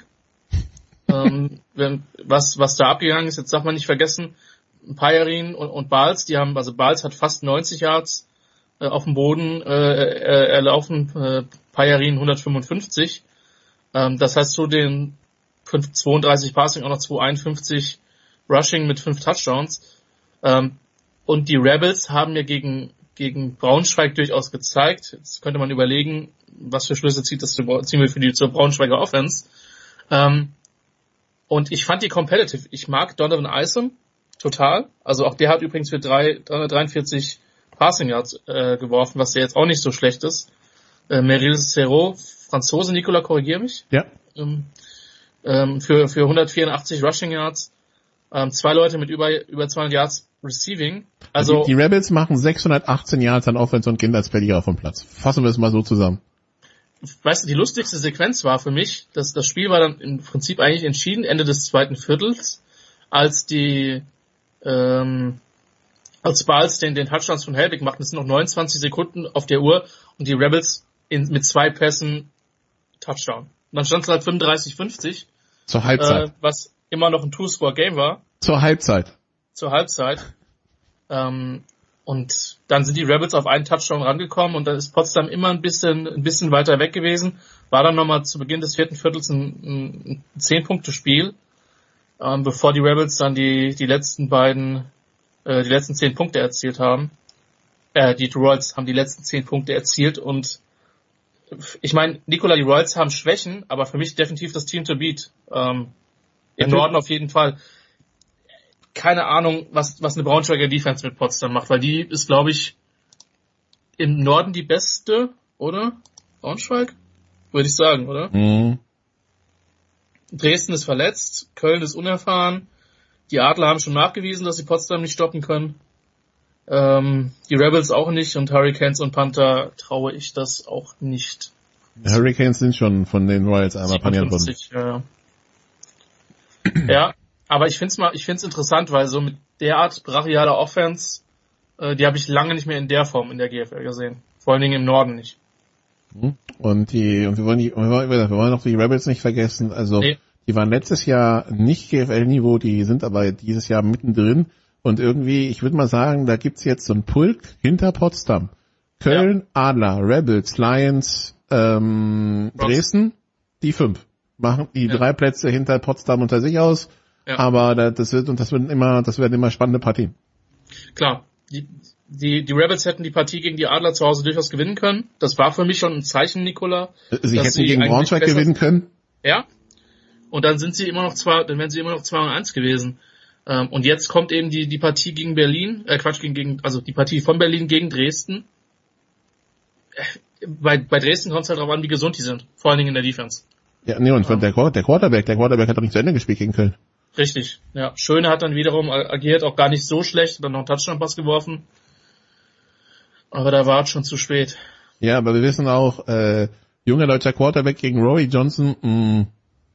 ähm, wenn, was, was da abgegangen ist, jetzt darf man nicht vergessen, Payarin und, und Bals, die haben, also Bals hat fast neunzig Yards äh, auf dem Boden äh, erlaufen, äh, Payarin hundertfünfundfünfzig. Ähm, das heißt zu den fünf, zweiunddreißig Passing auch noch zweihunderteinundfünfzig Rushing mit fünf Touchdowns. Ähm, und die Rebels haben ja gegen gegen Braunschweig durchaus gezeigt. Jetzt könnte man überlegen, was für Schlüsse zieht das ziehen wir für die zur Braunschweiger Offense. Ähm, und ich fand die competitive. Ich mag Donovan Isom total. Also auch der hat übrigens für dreihundertdreiundvierzig Passing Yards äh, geworfen, was ja jetzt auch nicht so schlecht ist. Äh, Meryl Serrault, Franzose, Nicolas, korrigier mich. Ja. Ähm, ähm, für für hundertvierundachtzig Rushing Yards. Ähm, zwei Leute mit über über zweihundert Yards Receiving. Also die, die Rebels machen sechshundertachtzehn Yards an Offense und gehen als Verlierer vom Platz. Fassen wir es mal so zusammen. Weißt du, die lustigste Sequenz war für mich, dass das Spiel war dann im Prinzip eigentlich entschieden, Ende des zweiten Viertels, als die ähm, als Bals den, den Touchdowns von Helbig machten. Es sind noch neunundzwanzig Sekunden auf der Uhr und die Rebels in, mit zwei Pässen Touchdown. Und dann stand es halt fünfunddreißig fünfzig. Zur Halbzeit. Äh, was immer noch ein Two-Score-Game war. Zur Halbzeit. Zur Halbzeit. Ähm, Und dann sind die Rebels auf einen Touchdown rangekommen und dann ist Potsdam immer ein bisschen, ein bisschen weiter weg gewesen. War dann nochmal zu Beginn des vierten Viertels ein, ein zehn-Punkte-Spiel, ähm, bevor die Rebels dann die, die letzten beiden, äh, die letzten zehn Punkte erzielt haben. Äh, die Royals haben die letzten zehn Punkte erzielt und ich meine, Nikola, die Royals haben Schwächen, aber für mich definitiv das Team to beat. Ähm, Im Norden auf jeden Fall. Keine Ahnung, was, was eine Braunschweiger Defense mit Potsdam macht, weil die ist, glaube ich, im Norden die beste, oder? Braunschweig? Würde ich sagen, oder? Mhm. Dresden ist verletzt, Köln ist unerfahren, die Adler haben schon nachgewiesen, dass sie Potsdam nicht stoppen können. Ähm, die Rebels auch nicht und Hurricanes und Panther traue ich das auch nicht. Die Hurricanes sind schon von den Royals einmal paniert worden. Ja, ja, aber ich find's mal, ich find's interessant, weil so mit der Art brachialer Offense, äh, die habe ich lange nicht mehr in der Form in der G F L gesehen. Vor allen Dingen im Norden nicht. Und die, und wir wollen die, wir wollen, wir wollen auch die Rebels nicht vergessen. Also, nee. Die waren letztes Jahr nicht G F L-Niveau, die sind aber dieses Jahr mittendrin. Und irgendwie, ich würde mal sagen, da gibt's jetzt so einen Pulk hinter Potsdam. Köln, ja. Adler, Rebels, Lions, ähm, Dresden, die fünf. Machen die ja. drei Plätze hinter Potsdam unter sich aus. Ja. Aber das wird, und das wird immer, das werden immer spannende Partien. Klar. Die, die, die Rebels hätten die Partie gegen die Adler zu Hause durchaus gewinnen können. Das war für mich schon ein Zeichen, Nikola. Sie hätten sie gegen Braunschweig gewinnen können? Ja. Und dann sind sie immer noch zwei, dann wären sie immer noch zwei und eins gewesen. Und jetzt kommt eben die, die Partie gegen Berlin, äh, Quatsch, gegen, gegen, also die Partie von Berlin gegen Dresden. Bei, bei Dresden kommt es halt darauf an, wie gesund die sind. Vor allen Dingen in der Defense. Ja, nee, und von der, der Quarterback, der Quarterback hat doch nicht zu Ende gespielt gegen Köln. Richtig, ja. Schöne hat dann wiederum agiert, auch gar nicht so schlecht, hat dann noch einen Touchdown-Pass geworfen. Aber da war es schon zu spät. Ja, aber wir wissen auch, äh, junger deutscher Quarterback gegen Rory Johnson, mh.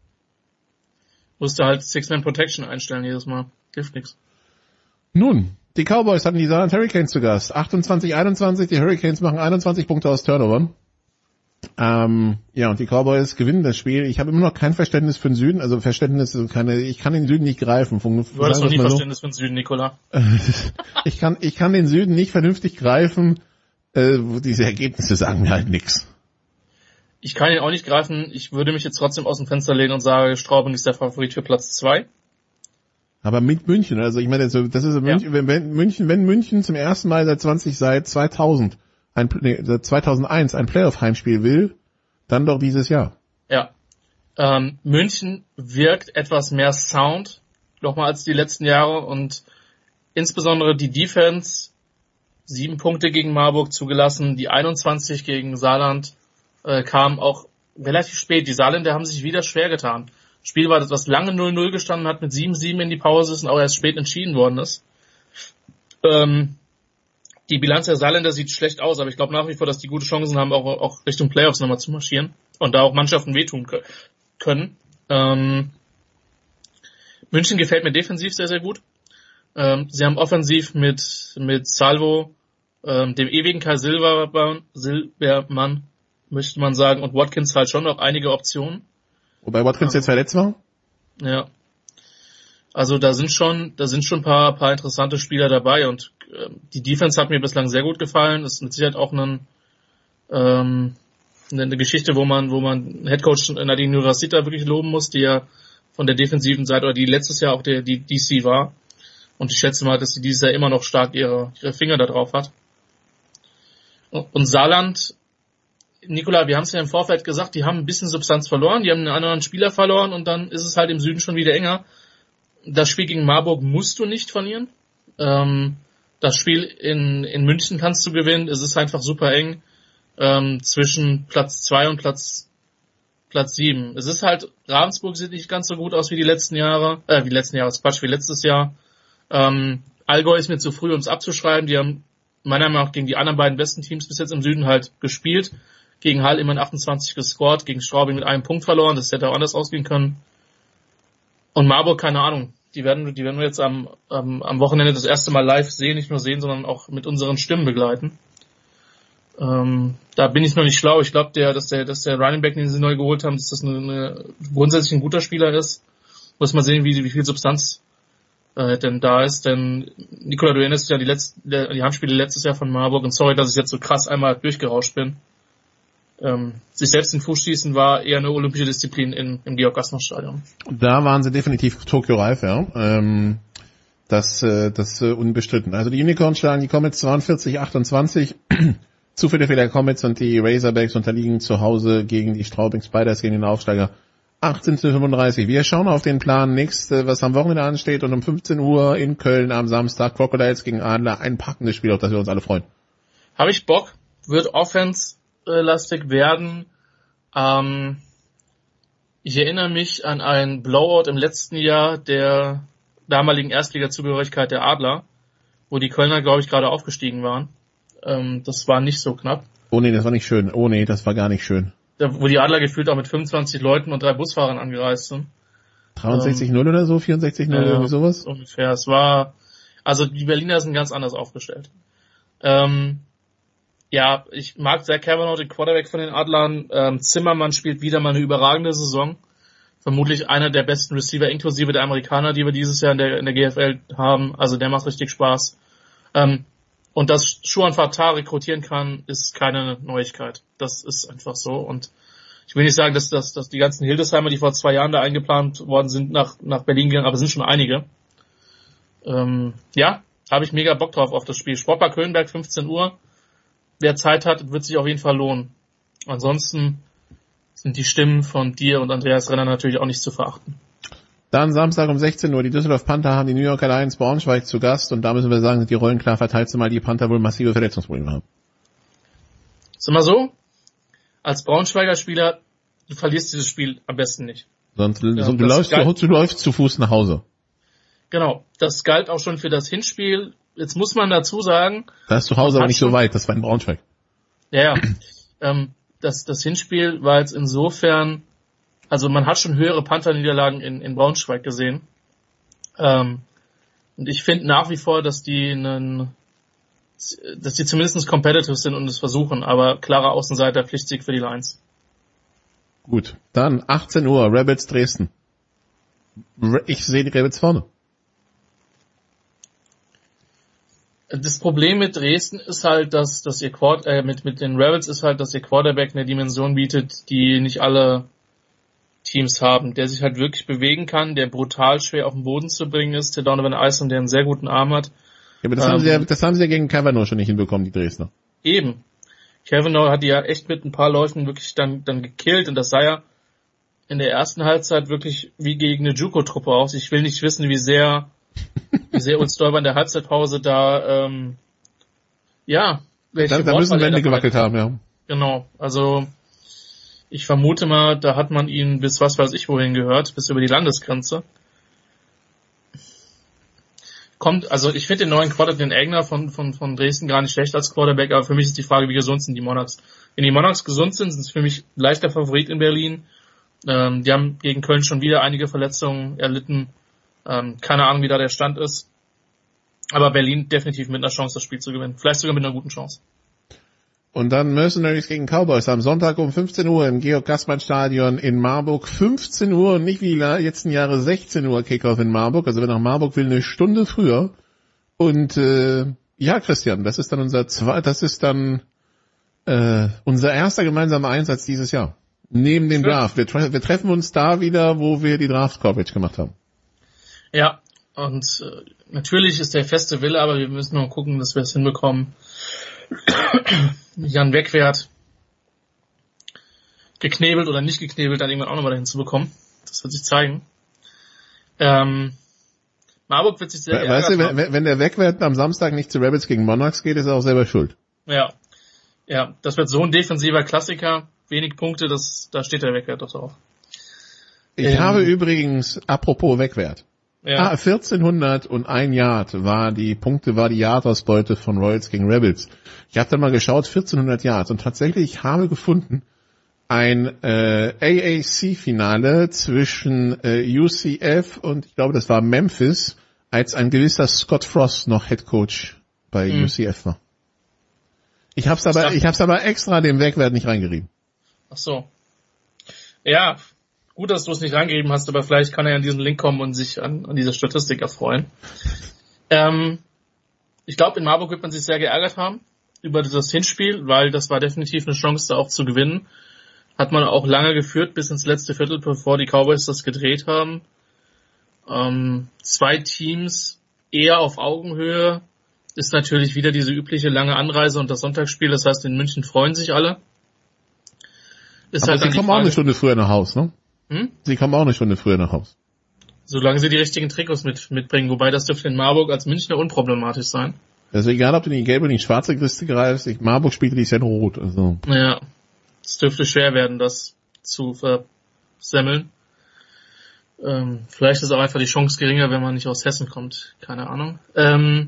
Musste halt Six-Man-Protection einstellen jedes Mal. Hilft nix. Nun, die Cowboys hatten die Saarland Hurricanes zu Gast. achtundzwanzig einundzwanzig, die Hurricanes machen einundzwanzig Punkte aus Turnovern. Ähm, ja, und die Cowboys gewinnen das Spiel. Ich habe immer noch kein Verständnis für den Süden, also Verständnis, keine, ich kann den Süden nicht greifen. Von, du hattest noch nie Verständnis so. Für den Süden, Nikola. ich kann, ich kann den Süden nicht vernünftig greifen. Äh, diese Ergebnisse sagen mir halt nix. Ich kann ihn auch nicht greifen. Ich würde mich jetzt trotzdem aus dem Fenster lehnen und sage, Straubing ist der Favorit für Platz zwei. Aber mit München, also ich meine, das ist München, ja. wenn München, wenn München zum ersten Mal seit zwanzig, seit zweitausend, ein, nee, seit zweitausendeins ein Playoff-Heimspiel will, dann doch dieses Jahr. Ja. Ähm, München wirkt etwas mehr Sound, nochmal als die letzten Jahre und insbesondere die Defense, sieben Punkte gegen Marburg zugelassen, die einundzwanzig gegen Saarland, äh, kam auch relativ spät. Die Saarländer haben sich wieder schwer getan. Das Spiel war das, was lange null null gestanden hat, mit sieben sieben in die Pause ist und auch erst spät entschieden worden ist. Ähm, die Bilanz der Saarländer sieht schlecht aus, aber ich glaube nach wie vor, dass die gute Chancen haben, auch, auch Richtung Playoffs nochmal zu marschieren und da auch Mannschaften wehtun können. Ähm, München gefällt mir defensiv sehr, sehr gut. Ähm, sie haben offensiv mit, mit Salvo, ähm, dem ewigen Kai Silbermann, Silbermann, möchte man sagen, und Watkins halt schon noch einige Optionen. Wobei Watkins jetzt verletzt war? Ja. Also da sind schon, da sind schon ein paar, paar interessante Spieler dabei und äh, die Defense hat mir bislang sehr gut gefallen. Ist mit Sicherheit auch ein, ähm, eine, eine Geschichte, wo man, wo man Headcoach Nadine Nurasita wirklich loben muss, die ja von der defensiven Seite oder die letztes Jahr auch der die D C war. Und ich schätze mal, dass sie dieses Jahr immer noch stark ihre, ihre Finger da drauf hat. Und Saarland, Nikola, wir haben es ja im Vorfeld gesagt, die haben ein bisschen Substanz verloren, die haben einen anderen Spieler verloren und dann ist es halt im Süden schon wieder enger. Das Spiel gegen Marburg musst du nicht verlieren. Ähm, das Spiel in, in München kannst du gewinnen. Es ist einfach super eng ähm, zwischen Platz zwei und Platz Platz sieben. Es ist halt, Ravensburg sieht nicht ganz so gut aus wie die letzten Jahre, äh, wie die letzten Jahre, Quatsch, wie letztes Jahr. Ähm, Allgäu ist mir zu früh, um es abzuschreiben. Die haben meiner Meinung nach gegen die anderen beiden besten Teams bis jetzt im Süden halt gespielt. Gegen Hall immerhin achtundzwanzig gescored, gegen Straubing mit einem Punkt verloren. Das hätte auch anders ausgehen können. Und Marburg, keine Ahnung. Die werden, die werden wir jetzt am, am, am Wochenende das erste Mal live sehen, nicht nur sehen, sondern auch mit unseren Stimmen begleiten. Ähm, da bin ich noch nicht schlau. Ich glaube, der, dass der, dass der Running Back, den sie neu geholt haben, dass das eine, eine, grundsätzlich ein guter Spieler ist. Muss man sehen, wie, wie viel Substanz äh, denn da ist, denn Nikola, du erinnerst dich ja die letzten, die Handspiele letztes Jahr von Marburg und sorry, dass ich jetzt so krass einmal durchgerauscht bin. Ähm, sich selbst in den Fuß schießen war eher eine olympische Disziplin in, im Georg-Gassner-Stadion. Da waren sie definitiv Tokio-reif, ja. Ähm, das äh, das äh, unbestritten. Also die Unicorns schlagen die Comets zweiundvierzig achtundzwanzig. Zufälle für die Comets und die Razorbacks unterliegen zu Hause gegen die Straubing Spiders, gegen den Aufsteiger achtzehn zu fünfunddreißig. Wir schauen auf den Plan nächste, was am Wochenende ansteht, und um fünfzehn Uhr in Köln am Samstag Crocodiles gegen Adler. Ein packendes Spiel, auf das wir uns alle freuen. Habe ich Bock, wird Offense-lastig werden. Ähm, ich erinnere mich an ein Blowout im letzten Jahr der damaligen Erstliga-Zugehörigkeit der Adler, wo die Kölner, glaube ich, gerade aufgestiegen waren. Ähm, das war nicht so knapp. Oh nee, das war nicht schön. Oh nee, das war gar nicht schön. Da, wo die Adler gefühlt auch mit fünfundzwanzig Leuten und drei Busfahrern angereist sind. dreiundsechzig null ähm, oder so, vierundsechzig null, äh, irgendwie sowas? Ungefähr. Es war, also die Berliner sind ganz anders aufgestellt. Ähm, ja, ich mag Zach Cavanaugh, den Quarterback von den Adlern. Ähm, Zimmermann spielt wieder mal eine überragende Saison. Vermutlich einer der besten Receiver, inklusive der Amerikaner, die wir dieses Jahr in der, in der G F L haben. Also der macht richtig Spaß. Ähm, Und dass Schuhan Fatah rekrutieren kann, ist keine Neuigkeit. Das ist einfach so. Und ich will nicht sagen, dass, dass, dass die ganzen Hildesheimer, die vor zwei Jahren da eingeplant worden sind, nach, nach Berlin gegangen, aber es sind schon einige. Ähm, ja, habe ich mega Bock drauf auf das Spiel. Sportpark Höhenberg, fünfzehn Uhr. Wer Zeit hat, wird sich auf jeden Fall lohnen. Ansonsten sind die Stimmen von dir und Andreas Renner natürlich auch nicht zu verachten. Dann Samstag um sechzehn Uhr, die Düsseldorf Panther haben die New York Lions Braunschweig zu Gast, und da müssen wir sagen, sind die Rollen klar verteilt, zumal die Panther wohl massive Verletzungsprobleme haben. Ist immer so, als Braunschweiger Spieler, du verlierst dieses Spiel am besten nicht. Sonst ja, so, du, läufst, du, du läufst zu Fuß nach Hause. Genau, das galt auch schon für das Hinspiel. Jetzt muss man dazu sagen... Da ist zu Hause aber nicht so weit, das war in Braunschweig. Ja, ja. ähm, das, das Hinspiel war jetzt insofern... Also man hat schon höhere Panther-Niederlagen in, in Braunschweig gesehen. Ähm, und ich finde nach wie vor, dass die einen, dass die zumindest competitive sind und es versuchen, aber klarer Außenseiter, Pflichtsieg für die Lions. Gut, dann achtzehn Uhr, Rebels Dresden. Ich sehe die Rebels vorne. Das Problem mit Dresden ist halt, dass, dass ihr Quart äh, mit, mit den Rebels ist halt, dass ihr Quarterback eine Dimension bietet, die nicht alle Teams haben, der sich halt wirklich bewegen kann, der brutal schwer auf den Boden zu bringen ist, der Donovan Eisen, der einen sehr guten Arm hat. Ja, aber das, ähm, haben sie ja, das haben sie ja gegen Cavanaugh schon nicht hinbekommen, die Dresdner. Eben. Cavanaugh hat die ja echt mit ein paar Läufen wirklich dann, dann gekillt, und das sah ja in der ersten Halbzeit wirklich wie gegen eine Juco-Truppe aus. Ich will nicht wissen, wie sehr, wie sehr uns Stolper in der Halbzeitpause da, ähm, ja, welche Da, da müssen Wände gewackelt haben, ja. Genau, also, ich vermute mal, da hat man ihn bis was weiß ich wohin gehört, bis über die Landesgrenze. Kommt, also ich finde den neuen Quarterback, den Egner von, von, von Dresden, gar nicht schlecht als Quarterback, aber für mich ist die Frage, wie gesund sind die Monarchs. Wenn die Monarchs gesund sind, sind sie für mich leichter Favorit in Berlin. Ähm, die haben gegen Köln schon wieder einige Verletzungen erlitten. Ähm, keine Ahnung, wie da der Stand ist. Aber Berlin definitiv mit einer Chance, das Spiel zu gewinnen. Vielleicht sogar mit einer guten Chance. Und dann Mercenaries gegen Cowboys am Sonntag um fünfzehn Uhr im Georg-Gassmann-Stadion in Marburg. fünfzehn Uhr, nicht wie die letzten Jahre sechzehn Uhr Kickoff in Marburg. Also wer nach Marburg will, eine Stunde früher. Und äh, ja, Christian, das ist dann unser zwei, das ist dann äh, unser erster gemeinsamer Einsatz dieses Jahr. Neben dem Draft. Wir, tre- wir treffen uns da wieder, wo wir die Draft-Coverage gemacht haben. Ja, und äh, natürlich ist der feste Wille, aber wir müssen nur gucken, dass wir es hinbekommen. Jan Wegwert geknebelt oder nicht geknebelt, dann irgendwann auch nochmal dahin zu bekommen. Das wird sich zeigen. Ähm, Marburg wird sich sehr We- Weißt du, wenn, wenn der Wegwert am Samstag nicht zu Rebels gegen Monarchs geht, ist er auch selber schuld. Ja, ja, das wird so ein defensiver Klassiker. Wenig Punkte, das, da steht der Wegwert doch drauf. Ich ähm, habe übrigens, apropos Wegwert, ja. ah, vierzehnhunderteins Yard war die Punkte, war die Yardausbeute von Royals gegen Rebels. Ich habe da mal geschaut, vierzehnhundert Yards, und tatsächlich, ich habe gefunden, ein äh, A A C-Finale zwischen äh, U C F und ich glaube, das war Memphis, als ein gewisser Scott Frost noch Head Coach bei hm. U C F war. Ich hab's aber, ich hab's aber extra dem Wegwert nicht reingerieben. Ach so. Ja, gut, dass du es nicht reingegeben hast, aber vielleicht kann er an diesen Link kommen und sich an, an dieser Statistik erfreuen. Ähm, ich glaube, in Marburg wird man sich sehr geärgert haben über das Hinspiel, weil das war definitiv eine Chance, da auch zu gewinnen. Hat man auch lange geführt, bis ins letzte Viertel, bevor die Cowboys das gedreht haben. Ähm, zwei Teams eher auf Augenhöhe. Ist natürlich wieder diese übliche lange Anreise und das Sonntagsspiel. Das heißt, in München freuen sich alle. Ist Aber halt sie kommen Frage, auch eine Stunde früher nach Haus, ne? Hm? Sie kommen auch eine Stunde früher nach Haus. Solange sie die richtigen Trikots mit, mitbringen. Wobei das dürfte in Marburg als Münchner unproblematisch sein. Also egal, ob du in die gelbe oder in die schwarze Kiste greifst, ich, Marburg spielt die in rot. Also. Ja, es dürfte schwer werden, das zu versemmeln. Ähm, vielleicht ist auch einfach die Chance geringer, wenn man nicht aus Hessen kommt. Keine Ahnung. Ähm,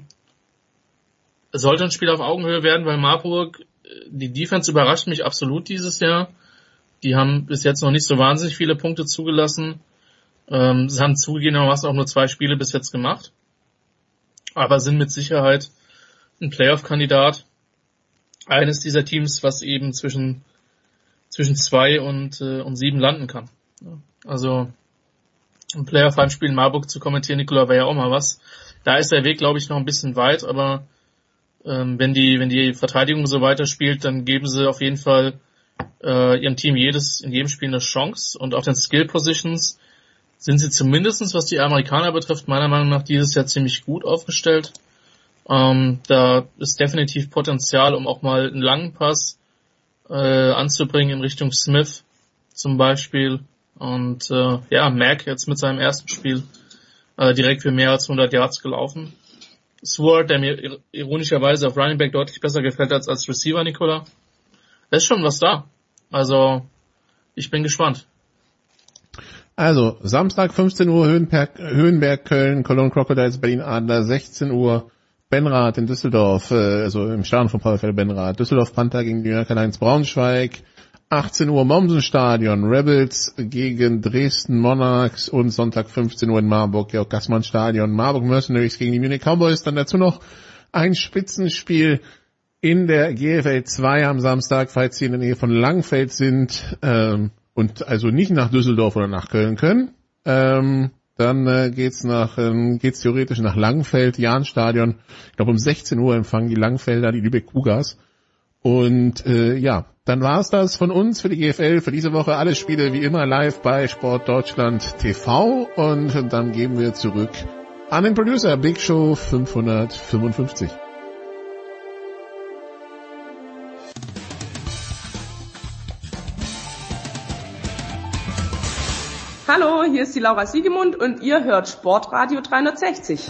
es sollte ein Spiel auf Augenhöhe werden, weil Marburg, die Defense überrascht mich absolut dieses Jahr. Die haben bis jetzt noch nicht so wahnsinnig viele Punkte zugelassen. Ähm, sie haben zugegebenermaßen auch nur zwei Spiele bis jetzt gemacht. Aber sind mit Sicherheit ein Playoff-Kandidat. Eines dieser Teams, was eben zwischen zwischen zwei und äh, und sieben landen kann. Also ein Playoff-Heimspiel in Marburg zu kommentieren, Nikola, wäre ja auch mal was. Da ist der Weg, glaube ich, noch ein bisschen weit, aber ähm, wenn die wenn die Verteidigung so weiterspielt, dann geben sie auf jeden Fall äh, ihrem Team jedes in jedem Spiel eine Chance. Und auf den Skill-Positions sind sie zumindestens, was die Amerikaner betrifft, meiner Meinung nach dieses Jahr ziemlich gut aufgestellt. Ähm, da ist definitiv Potenzial, um auch mal einen langen Pass äh, anzubringen in Richtung Smith zum Beispiel. Und äh, ja, Mack jetzt mit seinem ersten Spiel äh, direkt für mehr als hundert Yards gelaufen. Sword, der mir ironischerweise auf Running Back deutlich besser gefällt als als Receiver, Nikola. Da ist schon was da. Also, ich bin gespannt. Also, Samstag fünfzehn Uhr Höhenberg, Höhenberg Köln, Cologne Crocodiles, Berlin Adler, sechzehn Uhr Benrath in Düsseldorf, äh, also im Stadion von VfL Benrath, Düsseldorf Panther gegen die New Yorker Lions Braunschweig, achtzehn Uhr Mommsen-Stadion, Rebels gegen Dresden Monarchs und Sonntag fünfzehn Uhr in Marburg, Georg Gassmann Stadion, Marburg Mercenaries gegen die Munich Cowboys, dann dazu noch ein Spitzenspiel in der G F L zwei am Samstag, falls Sie in der Nähe von Langfeld sind, ähm, und also nicht nach Düsseldorf oder nach Köln können, ähm, dann äh, geht's nach ähm, geht's theoretisch nach Langfeld, Jahnstadion. Ich glaube um sechzehn Uhr empfangen die Langfelder die Lübeck Cougars. Und äh, ja, dann war's das von uns für die G F L für diese Woche. Alle Spiele wie immer live bei Sport Deutschland T V und dann geben wir zurück an den Producer Big Show fünfhundertfünfundfünfzig. Hallo, hier ist die Laura Siegemund und ihr hört Sportradio dreihundertsechzig.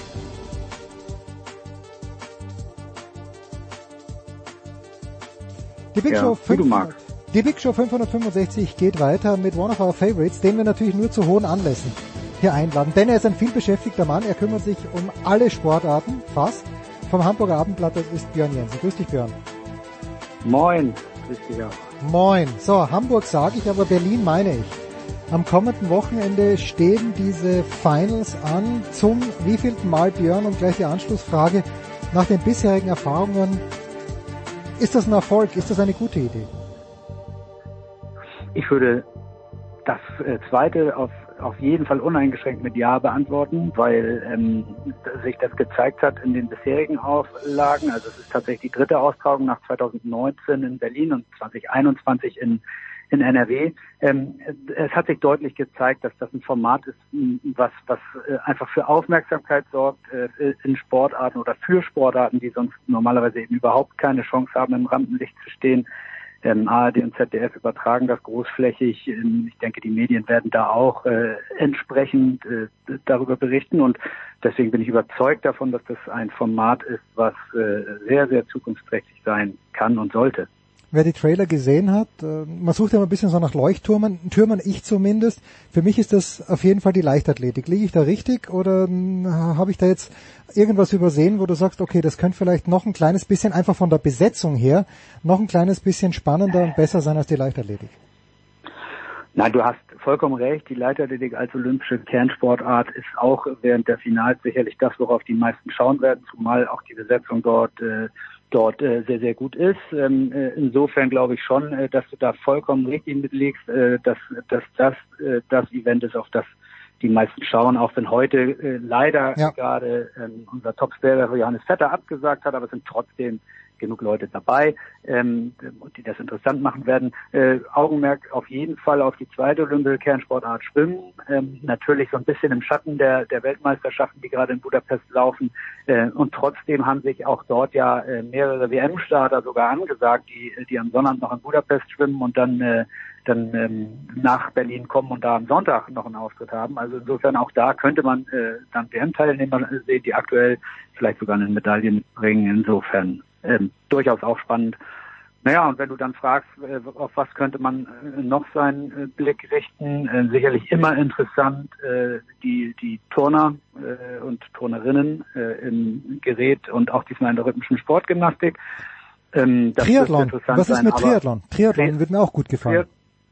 Die Big, ja, Show fünfhundert, die Big Show fünfhundertfünfundsechzig geht weiter mit One of Our Favorites, den wir natürlich nur zu hohen Anlässen hier einladen. Denn er ist ein vielbeschäftigter Mann, er kümmert sich um alle Sportarten, fast. Vom Hamburger Abendblatt, das ist Björn Jensen. Grüß dich, Björn. Moin, grüß dich auch. Moin. So, Hamburg sage ich, aber Berlin meine ich. Am kommenden Wochenende stehen diese Finals an. Zum wievielten Mal, Björn, und gleich die Anschlussfrage. Nach den bisherigen Erfahrungen, ist das ein Erfolg? Ist das eine gute Idee? Ich würde das äh, zweite auf, auf jeden Fall uneingeschränkt mit Ja beantworten, weil ähm, sich das gezeigt hat in den bisherigen Auflagen. Also es ist tatsächlich die dritte Austragung nach zweitausendneunzehn in Berlin und zweitausendeinundzwanzig in in N R W. Ähm, es hat sich deutlich gezeigt, dass das ein Format ist, was was äh, einfach für Aufmerksamkeit sorgt äh, in Sportarten oder für Sportarten, die sonst normalerweise eben überhaupt keine Chance haben, im Rampenlicht zu stehen. Ähm, A R D und Z D F übertragen das großflächig. Ähm, ich denke, die Medien werden da auch äh, entsprechend äh, darüber berichten und deswegen bin ich überzeugt davon, dass das ein Format ist, was äh, sehr, sehr zukunftsträchtig sein kann und sollte. Wer die Trailer gesehen hat, man sucht ja immer ein bisschen so nach Leuchttürmen, Türmen, ich zumindest. Für mich ist das auf jeden Fall die Leichtathletik. Liege ich da richtig oder habe ich da jetzt irgendwas übersehen, wo du sagst, okay, das könnte vielleicht noch ein kleines bisschen, einfach von der Besetzung her, noch ein kleines bisschen spannender und besser sein als die Leichtathletik? Nein, du hast vollkommen recht. Die Leichtathletik als olympische Kernsportart ist auch während der Finals sicherlich das, worauf die meisten schauen werden, zumal auch die Besetzung dort äh, dort äh, sehr, sehr gut ist. Ähm, äh, insofern glaube ich schon, äh, dass du da vollkommen richtig mitlegst, äh, dass, dass das äh, das Event ist, auf das die meisten schauen, auch wenn heute äh, leider ja. gerade ähm, unser Topspeler Johannes Vetter abgesagt hat, aber es sind trotzdem genug Leute dabei, ähm, die das interessant machen werden. Äh, Augenmerk auf jeden Fall auf die zweite olympische Kernsportart Schwimmen. Ähm, natürlich so ein bisschen im Schatten der, der Weltmeisterschaften, die gerade in Budapest laufen. Äh, und trotzdem haben sich auch dort ja äh, mehrere W M-Starter sogar angesagt, die, die am Sonnabend noch in Budapest schwimmen und dann äh, dann ähm, nach Berlin kommen und da am Sonntag noch einen Auftritt haben. Also insofern auch da könnte man äh, dann W M-Teilnehmer sehen, die aktuell vielleicht sogar eine Medaille mitbringen. Insofern ähm, durchaus auch spannend. Naja, und wenn du dann fragst, äh, auf was könnte man äh, noch seinen äh, Blick richten, äh, sicherlich immer interessant äh, die die Turner äh, und Turnerinnen äh, im Gerät und auch diesmal in der rhythmischen Sportgymnastik. Ähm, das Triathlon, was ist sein, mit Triathlon? Triathlon wird mir auch gut gefallen.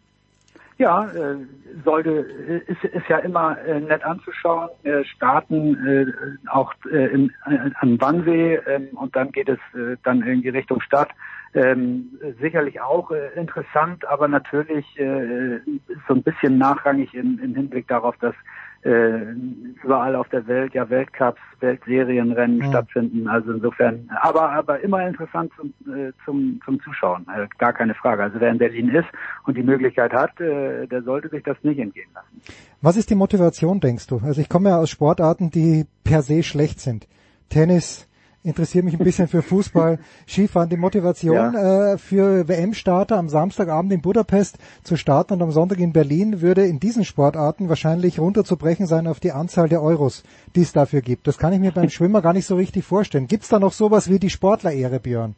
Ja, äh, sollte, ist, ist ja immer äh, nett anzuschauen. Äh, starten äh, auch äh, im, äh, am Wannsee äh, und dann geht es äh, dann irgendwie Richtung Stadt. Ähm, sicherlich auch äh, interessant, aber natürlich äh, so ein bisschen nachrangig im, im Hinblick darauf, dass äh, überall auf der Welt ja Weltcups, Weltserienrennen mhm. stattfinden. Also insofern, aber aber immer interessant zum äh, zum zum Zuschauen, äh, gar keine Frage. Also wer in Berlin ist und die Möglichkeit hat, äh, der sollte sich das nicht entgehen lassen. Was ist die Motivation, denkst du? Also ich komme ja aus Sportarten, die per se schlecht sind. Tennis, interessiere mich ein bisschen für Fußball, Skifahren. Die Motivation ja. äh, für W M-Starter am Samstagabend in Budapest zu starten und am Sonntag in Berlin würde in diesen Sportarten wahrscheinlich runterzubrechen sein auf die Anzahl der Euros, die es dafür gibt. Das kann ich mir beim Schwimmer gar nicht so richtig vorstellen. Gibt es da noch sowas wie die Sportlerehre, Björn?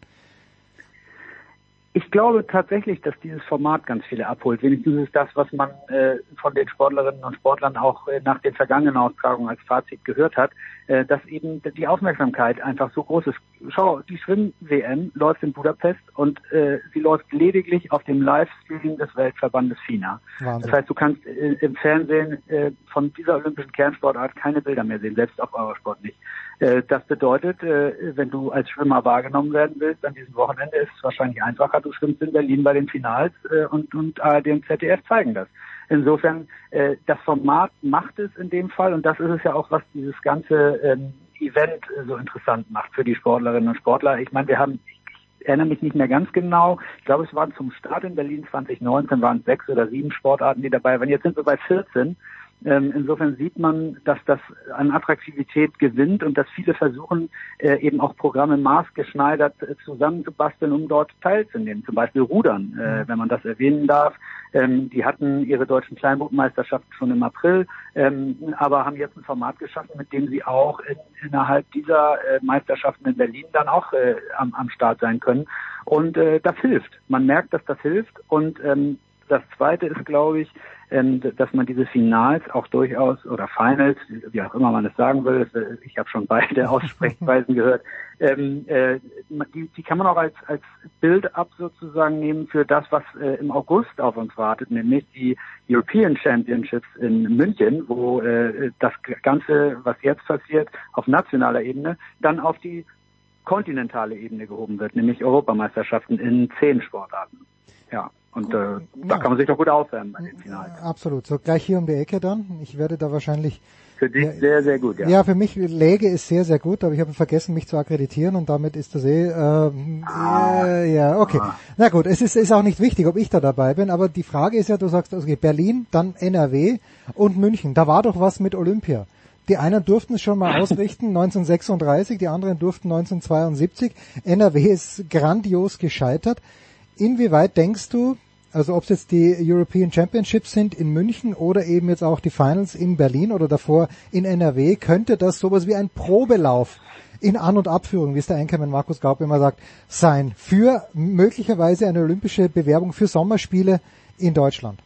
Ich glaube tatsächlich, dass dieses Format ganz viele abholt. Wenigstens ist das, was man äh, von den Sportlerinnen und Sportlern auch äh, nach den vergangenen Austragungen als Fazit gehört hat, äh, dass eben die Aufmerksamkeit einfach so groß ist. Schau, die Schwimm-W M läuft in Budapest und äh, sie läuft lediglich auf dem Livestream des Weltverbandes FINA. Wahnsinn. Das heißt, du kannst äh, im Fernsehen äh, von dieser olympischen Kernsportart keine Bilder mehr sehen, selbst auf Eurosport nicht. Das bedeutet, wenn du als Schwimmer wahrgenommen werden willst, an diesem Wochenende ist es wahrscheinlich einfacher. Du schwimmst in Berlin bei den Finals und, und A R D und Z D F zeigen das. Insofern, das Format macht es in dem Fall und das ist es ja auch, was dieses ganze Event so interessant macht für die Sportlerinnen und Sportler. Ich meine, wir haben, ich erinnere mich nicht mehr ganz genau, ich glaube, es waren zum Start in Berlin zwanzig neunzehn waren es sechs oder sieben Sportarten, die dabei waren. Jetzt sind wir bei vierzehn. Insofern sieht man, dass das an Attraktivität gewinnt und dass viele versuchen, äh, eben auch Programme maßgeschneidert äh, zusammenzubasteln, um dort teilzunehmen. Zum Beispiel Rudern, äh, wenn man das erwähnen darf. Ähm, die hatten ihre deutschen Kleinbootmeisterschaften schon im April, ähm, aber haben jetzt ein Format geschaffen, mit dem sie auch in, innerhalb dieser äh, Meisterschaften in Berlin dann auch äh, am, am Start sein können. Und äh, das hilft. Man merkt, dass das hilft. Und ähm, das Zweite ist, glaube ich, dass man diese Finals auch durchaus, oder Finals, wie auch immer man es sagen will, ich habe schon beide Aussprechweisen gehört, ähm, äh, die, die kann man auch als, als Build-up sozusagen nehmen für das, was äh, im August auf uns wartet, nämlich die European Championships in München, wo äh, das Ganze, was jetzt passiert, auf nationaler Ebene, dann auf die kontinentale Ebene gehoben wird, nämlich Europameisterschaften in zehn Sportarten. Ja. Und äh, ja. da kann man sich doch gut auswärmen bei den Finals. Absolut. So gleich hier um die Ecke dann. Ich werde da wahrscheinlich... Für dich ja, sehr, sehr gut, ja. Ja, für mich Läge ist sehr, sehr gut, aber ich habe vergessen, mich zu akkreditieren und damit ist das eh... Äh, ah. äh, ja, okay. Ah. Na gut, es ist, ist auch nicht wichtig, ob ich da dabei bin, aber die Frage ist ja, du sagst, okay, Berlin, dann N R W und München. Da war doch was mit Olympia. Die einen durften es schon mal ausrichten, neunzehnhundertsechsunddreißig, die anderen durften neunzehnhundertzweiundsiebzig. N R W ist grandios gescheitert. Inwieweit denkst du, also ob es jetzt die European Championships sind in München oder eben jetzt auch die Finals in Berlin oder davor in N R W, könnte das sowas wie ein Probelauf in An- und Abführung, wie es der Einkommen Markus Gaub immer sagt, sein für möglicherweise eine olympische Bewerbung für Sommerspiele in Deutschland?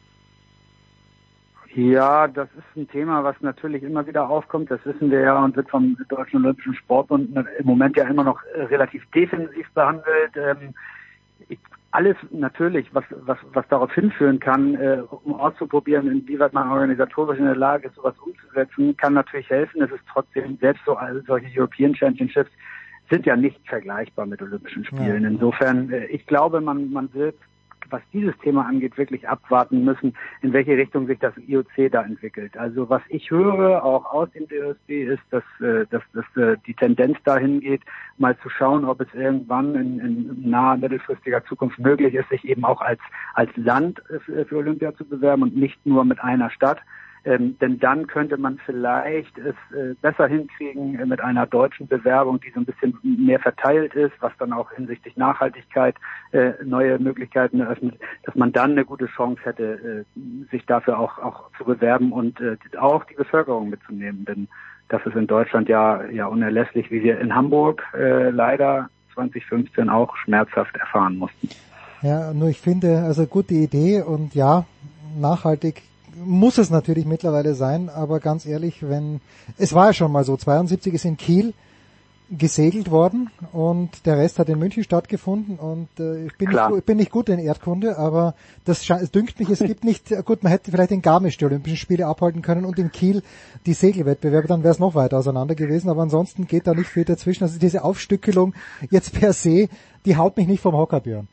Ja, das ist ein Thema, was natürlich immer wieder aufkommt. Das wissen wir ja und wird vom Deutschen Olympischen Sportbund im Moment ja immer noch relativ defensiv behandelt. Ähm, ich, alles natürlich, was, was, was darauf hinführen kann, äh, um auszuprobieren, inwieweit man organisatorisch in der Lage ist, sowas umzusetzen, kann natürlich helfen. Es ist trotzdem, selbst so also solche European Championships sind ja nicht vergleichbar mit Olympischen Spielen. Ja. Insofern, äh, ich glaube, man, man wird, was dieses Thema angeht, wirklich abwarten müssen, in welche Richtung sich das I O C da entwickelt. Also was ich höre, auch aus dem D O S B, ist, dass, äh, dass, dass äh, die Tendenz dahin geht, mal zu schauen, ob es irgendwann in, in naher, mittelfristiger Zukunft möglich ist, sich eben auch als, als Land für, für Olympia zu bewerben und nicht nur mit einer Stadt. Ähm, denn dann könnte man vielleicht es äh, besser hinkriegen äh, mit einer deutschen Bewerbung, die so ein bisschen mehr verteilt ist, was dann auch hinsichtlich Nachhaltigkeit äh, neue Möglichkeiten eröffnet, dass man dann eine gute Chance hätte, äh, sich dafür auch, auch zu bewerben und äh, auch die Bevölkerung mitzunehmen. Denn das ist in Deutschland ja, ja unerlässlich, wie wir in Hamburg äh, leider zwanzig fünfzehn auch schmerzhaft erfahren mussten. Ja, nur ich finde, also gute Idee und ja, nachhaltig muss es natürlich mittlerweile sein, aber ganz ehrlich, wenn, es war ja schon mal so, zweiundsiebzig ist in Kiel gesegelt worden und der Rest hat in München stattgefunden und äh, ich bin nicht, ich bin nicht gut in Erdkunde, aber das es dünkt mich, es gibt nicht, gut, man hätte vielleicht in Garmisch die Olympischen Spiele abhalten können und in Kiel die Segelwettbewerbe, dann wäre es noch weiter auseinander gewesen, aber ansonsten geht da nicht viel dazwischen, also diese Aufstückelung jetzt per se, die haut mich nicht vom Hocker, Björn.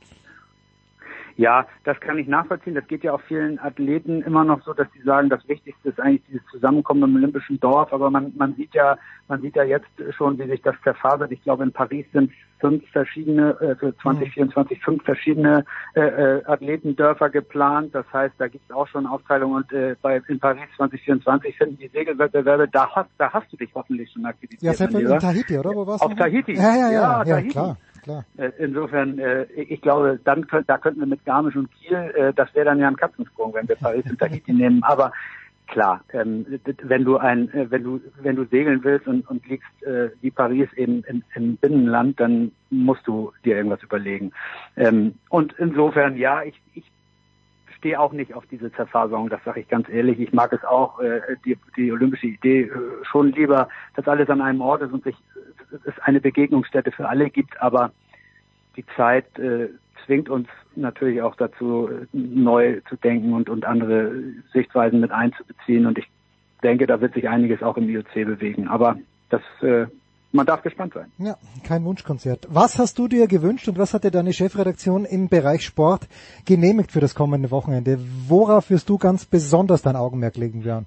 Ja, das kann ich nachvollziehen. Das geht ja auch vielen Athleten immer noch so, dass sie sagen, das Wichtigste ist eigentlich dieses Zusammenkommen im Olympischen Dorf. Aber man, man sieht ja, man sieht ja jetzt schon, wie sich das zerfasert. Ich glaube, in Paris sind fünf verschiedene, äh, für zwanzig vierundzwanzig fünf verschiedene äh, äh, Athletendörfer geplant. Das heißt, da gibt es auch schon Aufteilungen. Und äh, bei in Paris zwanzig vierundzwanzig finden die Segelwettbewerbe. Da hast, da hast du dich hoffentlich schon akkreditiert. Ja, selbst in Tahiti, oder? Wo war's Auf Tahiti. Ja, ja, ja, ja, ja Tahiti. klar. Klar. Insofern, äh, ich glaube, dann könnt, da könnten wir mit Garmisch und Kiel, äh, das wäre dann ja ein Katzensprung, wenn wir Paris und Tahiti nehmen. Aber klar, ähm, wenn du ein, äh, wenn du, wenn du segeln willst und, und liegst äh, wie Paris eben in, im Binnenland, dann musst du dir irgendwas überlegen. Ähm, und insofern, ja, ich, ich stehe auch nicht auf diese Zerfaserung, das sage ich ganz ehrlich. Ich mag es auch, äh, die, die olympische Idee äh, schon lieber, dass alles an einem Ort ist und sich es eine Begegnungsstätte für alle gibt, aber die Zeit äh, zwingt uns natürlich auch dazu, neu zu denken und, und andere Sichtweisen mit einzubeziehen. Und ich denke, da wird sich einiges auch im I O C bewegen. Aber das, äh, man darf gespannt sein. Ja, kein Wunschkonzert. Was hast du dir gewünscht und was hat dir deine Chefredaktion im Bereich Sport genehmigt für das kommende Wochenende? Worauf wirst du ganz besonders dein Augenmerk legen, Björn?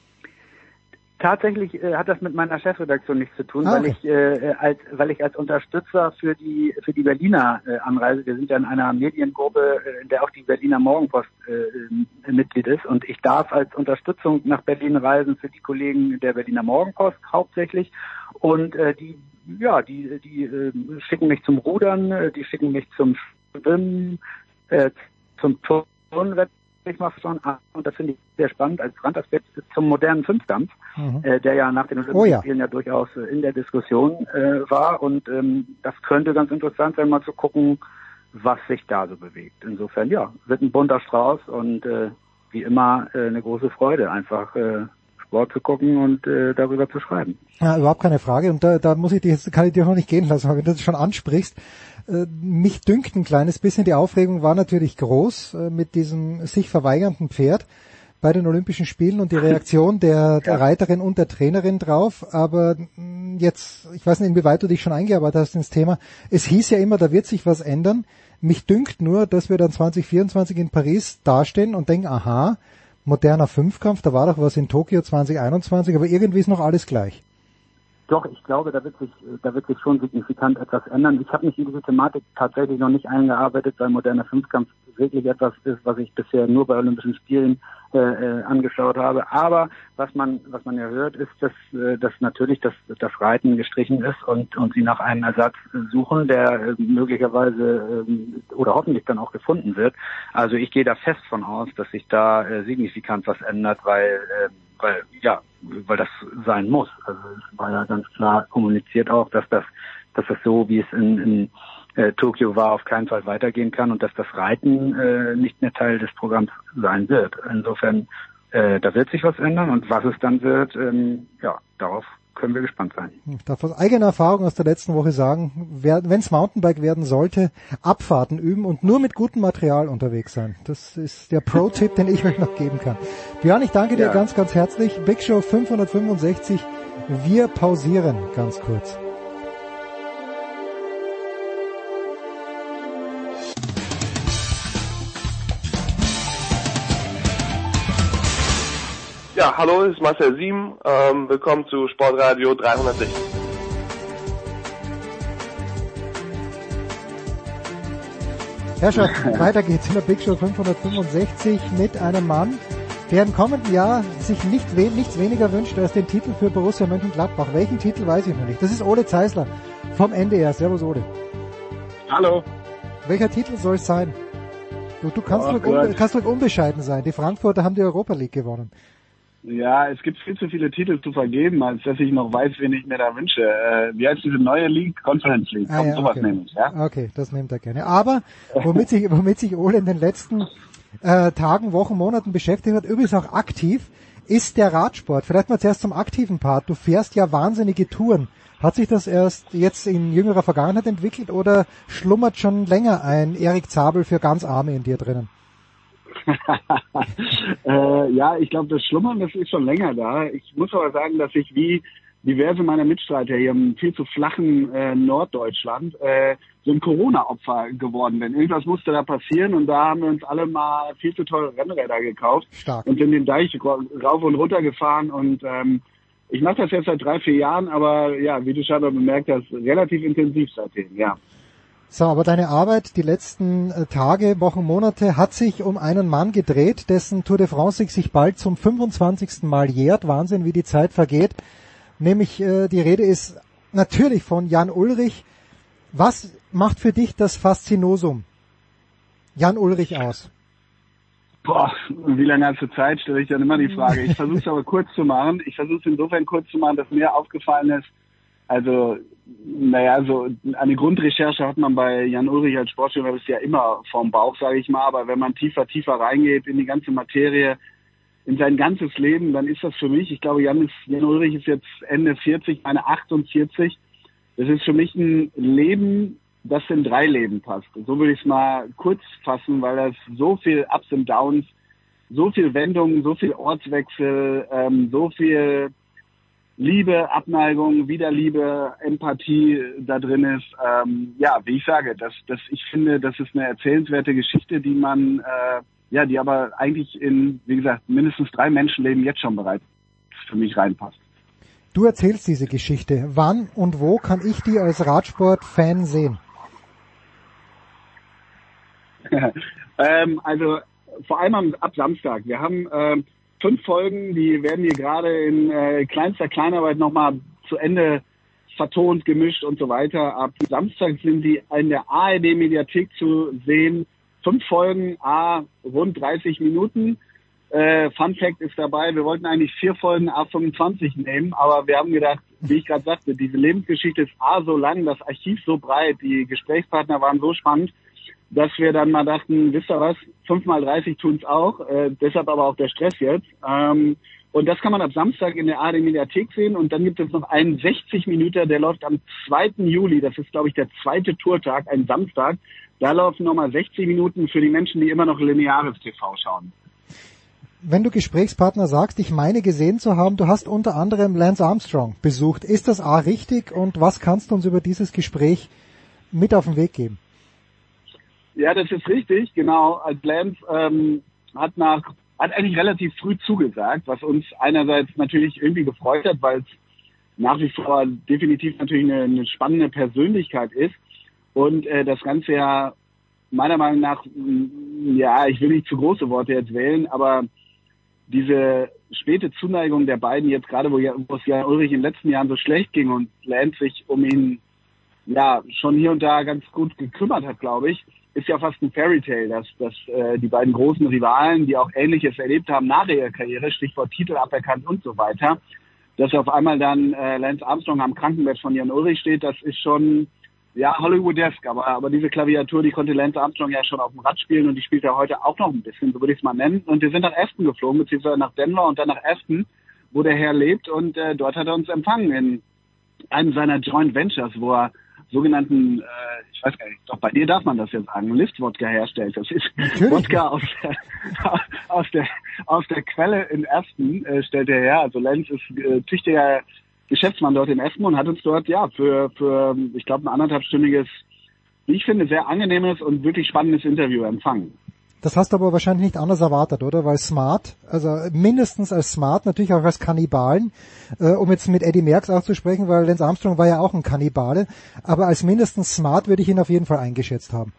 Tatsächlich äh, hat das mit meiner Chefredaktion nichts zu tun, ah, okay. weil ich äh, als weil ich als Unterstützer für die für die Berliner äh, Anreise, wir sind ja in einer Mediengruppe, äh, in der auch die Berliner Morgenpost äh, Mitglied ist, und ich darf als Unterstützung nach Berlin reisen für die Kollegen der Berliner Morgenpost hauptsächlich, und äh, die ja die die äh, schicken mich zum Rudern, äh, die schicken mich zum Schwimmen, äh, zum Turnwettbewerb. Ich mache schon, und das finde ich sehr spannend als Randaspekt, zum modernen Fünfkampf, mhm. äh, der ja nach den Olympischen oh, ja. Spielen ja durchaus äh, in der Diskussion äh, war, und ähm, das könnte ganz interessant sein, mal zu gucken, was sich da so bewegt. Insofern, ja, wird ein bunter Strauß und äh, wie immer äh, eine große Freude, einfach äh, Sport zu gucken und äh, darüber zu schreiben. Ja, überhaupt keine Frage, und da, da muss ich dich, kann ich dir noch nicht gehen lassen, aber wenn du das schon ansprichst, mich dünkt ein kleines bisschen, die Aufregung war natürlich groß äh, mit diesem sich verweigernden Pferd bei den Olympischen Spielen und die Reaktion der, der Reiterin und der Trainerin drauf, aber jetzt, ich weiß nicht, inwieweit du dich schon eingearbeitet hast ins Thema, es hieß ja immer, da wird sich was ändern. Mich dünkt nur, dass wir dann zwanzig vierundzwanzig in Paris dastehen und denken, aha, moderner Fünfkampf, da war doch was in Tokio zwanzig einundzwanzig, aber irgendwie ist noch alles gleich. Doch, ich glaube, da wird sich, da wird sich schon signifikant etwas ändern. Ich habe mich in diese Thematik tatsächlich noch nicht eingearbeitet, weil moderner Fünfkampf wirklich etwas ist, was ich bisher nur bei Olympischen Spielen äh, äh, angeschaut habe. Aber was man, was man ja hört, ist, dass, äh, dass natürlich das, das Reiten gestrichen ist und und sie nach einem Ersatz suchen, der äh, möglicherweise äh, oder hoffentlich dann auch gefunden wird. Also ich gehe da fest von aus, dass sich da äh, signifikant was ändert, weil äh, weil ja, weil das sein muss. Also es war ja ganz klar kommuniziert auch, dass das, dass das so, wie es in, in äh, Tokio war, auf keinen Fall weitergehen kann und dass das Reiten äh, nicht mehr Teil des Programms sein wird. Insofern, äh, da wird sich was ändern, und was es dann wird, ähm, ja, darauf können wir gespannt sein. Ich darf aus eigener Erfahrung aus der letzten Woche sagen, wenn es Mountainbike werden sollte, Abfahrten üben und nur mit gutem Material unterwegs sein. Das ist der Pro-Tipp, den ich euch noch geben kann. Björn, ich danke dir ja. ganz, ganz herzlich. Big Show fünfhundertfünfundsechzig. Wir pausieren ganz kurz. Ja, hallo, ist Marcel Sieben. Ähm, willkommen zu Sportradio dreihundertsechzig. Herrschaft, weiter geht's in der Big Show fünfhundertfünfundsechzig mit einem Mann, der im kommenden Jahr sich nicht we- nichts weniger wünscht als den Titel für Borussia Mönchengladbach. Welchen Titel weiß ich noch nicht. Das ist Ole Zeisler vom N D R. Servus Ole. Hallo. Welcher Titel soll es sein? Du, du kannst, oh, ruhig un- kannst ruhig unbescheiden sein. Die Frankfurter haben die Europa League gewonnen. Ja, es gibt viel zu viele Titel zu vergeben, als dass ich noch weiß, wen ich mir da wünsche. Äh, wie heißt diese neue League? Conference League. Ah, Komm, ja, sowas okay. nehme ich, ja? Okay, das nimmt er gerne. Aber womit sich, womit sich Ole in den letzten äh, Tagen, Wochen, Monaten beschäftigt hat, übrigens auch aktiv, ist der Radsport. Vielleicht mal zuerst zum aktiven Part. Du fährst ja wahnsinnige Touren. Hat sich das erst jetzt in jüngerer Vergangenheit entwickelt oder schlummert schon länger ein Erik Zabel für ganz Arme in dir drinnen? äh, ja, ich glaube, das Schlummern, das ist schon länger da. Ich muss aber sagen, dass ich wie diverse meiner Mitstreiter hier im viel zu flachen äh, Norddeutschland äh, so ein Corona-Opfer geworden bin. Irgendwas musste da passieren und da haben wir uns alle mal viel zu teure Rennräder gekauft. Stark. Und sind den Deich rauf und runter gefahren und ähm, ich mache das jetzt seit drei, vier Jahren, aber ja, wie du schon bemerkt hast, relativ intensiv seitdem, ja. So, aber deine Arbeit die letzten äh, Tage, Wochen, Monate hat sich um einen Mann gedreht, dessen Tour de France sich bald zum fünfundzwanzigsten Mal jährt. Wahnsinn, wie die Zeit vergeht. Nämlich äh, die Rede ist natürlich von Jan Ullrich. Was macht für dich das Faszinosum Jan Ullrich aus? Boah, wie lange hast du Zeit, stelle ich dann immer die Frage. Ich versuche es aber kurz zu machen. Ich versuche es insofern kurz zu machen, dass mir aufgefallen ist, also, naja, so eine Grundrecherche hat man bei Jan Ullrich als Sportjournalist ja immer vorm Bauch, sage ich mal, aber wenn man tiefer, tiefer reingeht in die ganze Materie, in sein ganzes Leben, dann ist das für mich, ich glaube, Jan, ist, Jan Ullrich ist jetzt Ende vierzig, meine achtundvierzig, das ist für mich ein Leben, das in drei Leben passt. So würde ich es mal kurz fassen, weil das so viel Ups und Downs, so viel Wendungen, so viel Ortswechsel, ähm, so viel Liebe, Abneigung, Widerliebe, Empathie da drin ist. Ähm, ja, wie ich sage, das, das, ich finde, das ist eine erzählenswerte Geschichte, die man, äh, ja, die aber eigentlich in, wie gesagt, mindestens drei Menschenleben jetzt schon bereits für mich reinpasst. Du erzählst diese Geschichte. Wann und wo kann ich die als Radsport-Fan sehen? ähm, also vor allem am, ab Samstag. Wir haben ähm, fünf Folgen, die werden hier gerade in äh, kleinster Kleinarbeit nochmal zu Ende vertont, gemischt und so weiter. Ab Samstag sind die in der A R D-Mediathek zu sehen. Fünf Folgen, a rund dreißig Minuten. Äh, Fun Fact ist dabei, wir wollten eigentlich vier Folgen a fünfundzwanzig nehmen, aber wir haben gedacht, wie ich gerade sagte, diese Lebensgeschichte ist a so lang, das Archiv so breit, die Gesprächspartner waren so spannend, dass wir dann mal dachten, wisst ihr was, fünf mal dreißig tun's auch, äh, deshalb aber auch der Stress jetzt. Ähm, und das kann man ab Samstag in der A R D-Mediathek sehen und dann gibt es noch einen sechzig Minuten, der läuft am zweiten Juli, das ist glaube ich der zweite Tourtag, ein Samstag, da laufen nochmal sechzig Minuten für die Menschen, die immer noch lineares T V schauen. Wenn du Gesprächspartner sagst, ich meine gesehen zu haben, du hast unter anderem Lance Armstrong besucht. Ist das A richtig und was kannst du uns über dieses Gespräch mit auf den Weg geben? Ja, das ist richtig, genau. Als Lance ähm, hat nach hat eigentlich relativ früh zugesagt, was uns einerseits natürlich irgendwie gefreut hat, weil es nach wie vor definitiv natürlich eine, eine spannende Persönlichkeit ist und äh, das Ganze ja meiner Meinung nach, ja, ich will nicht zu große Worte jetzt wählen, aber diese späte Zuneigung der beiden jetzt gerade, wo, wo es Jan Ullrich in den letzten Jahren so schlecht ging und Lance sich um ihn ja schon hier und da ganz gut gekümmert hat, glaube ich, ist ja fast ein Fairytale, dass, dass äh, die beiden großen Rivalen, die auch Ähnliches erlebt haben nach ihrer Karriere, Stichwort Titel aberkannt und so weiter, dass auf einmal dann äh, Lance Armstrong am Krankenbett von Jan Ullrich steht, das ist schon ja Hollywoodesk, aber aber diese Klaviatur, die konnte Lance Armstrong ja schon auf dem Rad spielen und die spielt er heute auch noch ein bisschen, so würde ich es mal nennen. Und wir sind nach Aston geflogen, beziehungsweise nach Denver und dann nach Aston, wo der Herr lebt und äh, dort hat er uns empfangen in einem seiner Joint Ventures, wo er sogenannten, äh, ich weiß gar nicht, doch bei dir darf man das jetzt sagen, Lift-Wodka herstellt. Das ist Natürlich. Wodka aus der, aus der aus der Quelle in Aston äh, stellt er her. Also Lance ist äh, tüchtiger Geschäftsmann dort in Aston und hat uns dort ja für für ich glaube ein anderthalbstündiges, wie ich finde, sehr angenehmes und wirklich spannendes Interview empfangen. Das hast du aber wahrscheinlich nicht anders erwartet, oder? Weil Smart, also mindestens als Smart, natürlich auch als Kannibalen, äh, um jetzt mit Eddie Merckx auch zu sprechen, weil Lance Armstrong war ja auch ein Kannibale, aber als mindestens Smart würde ich ihn auf jeden Fall eingeschätzt haben.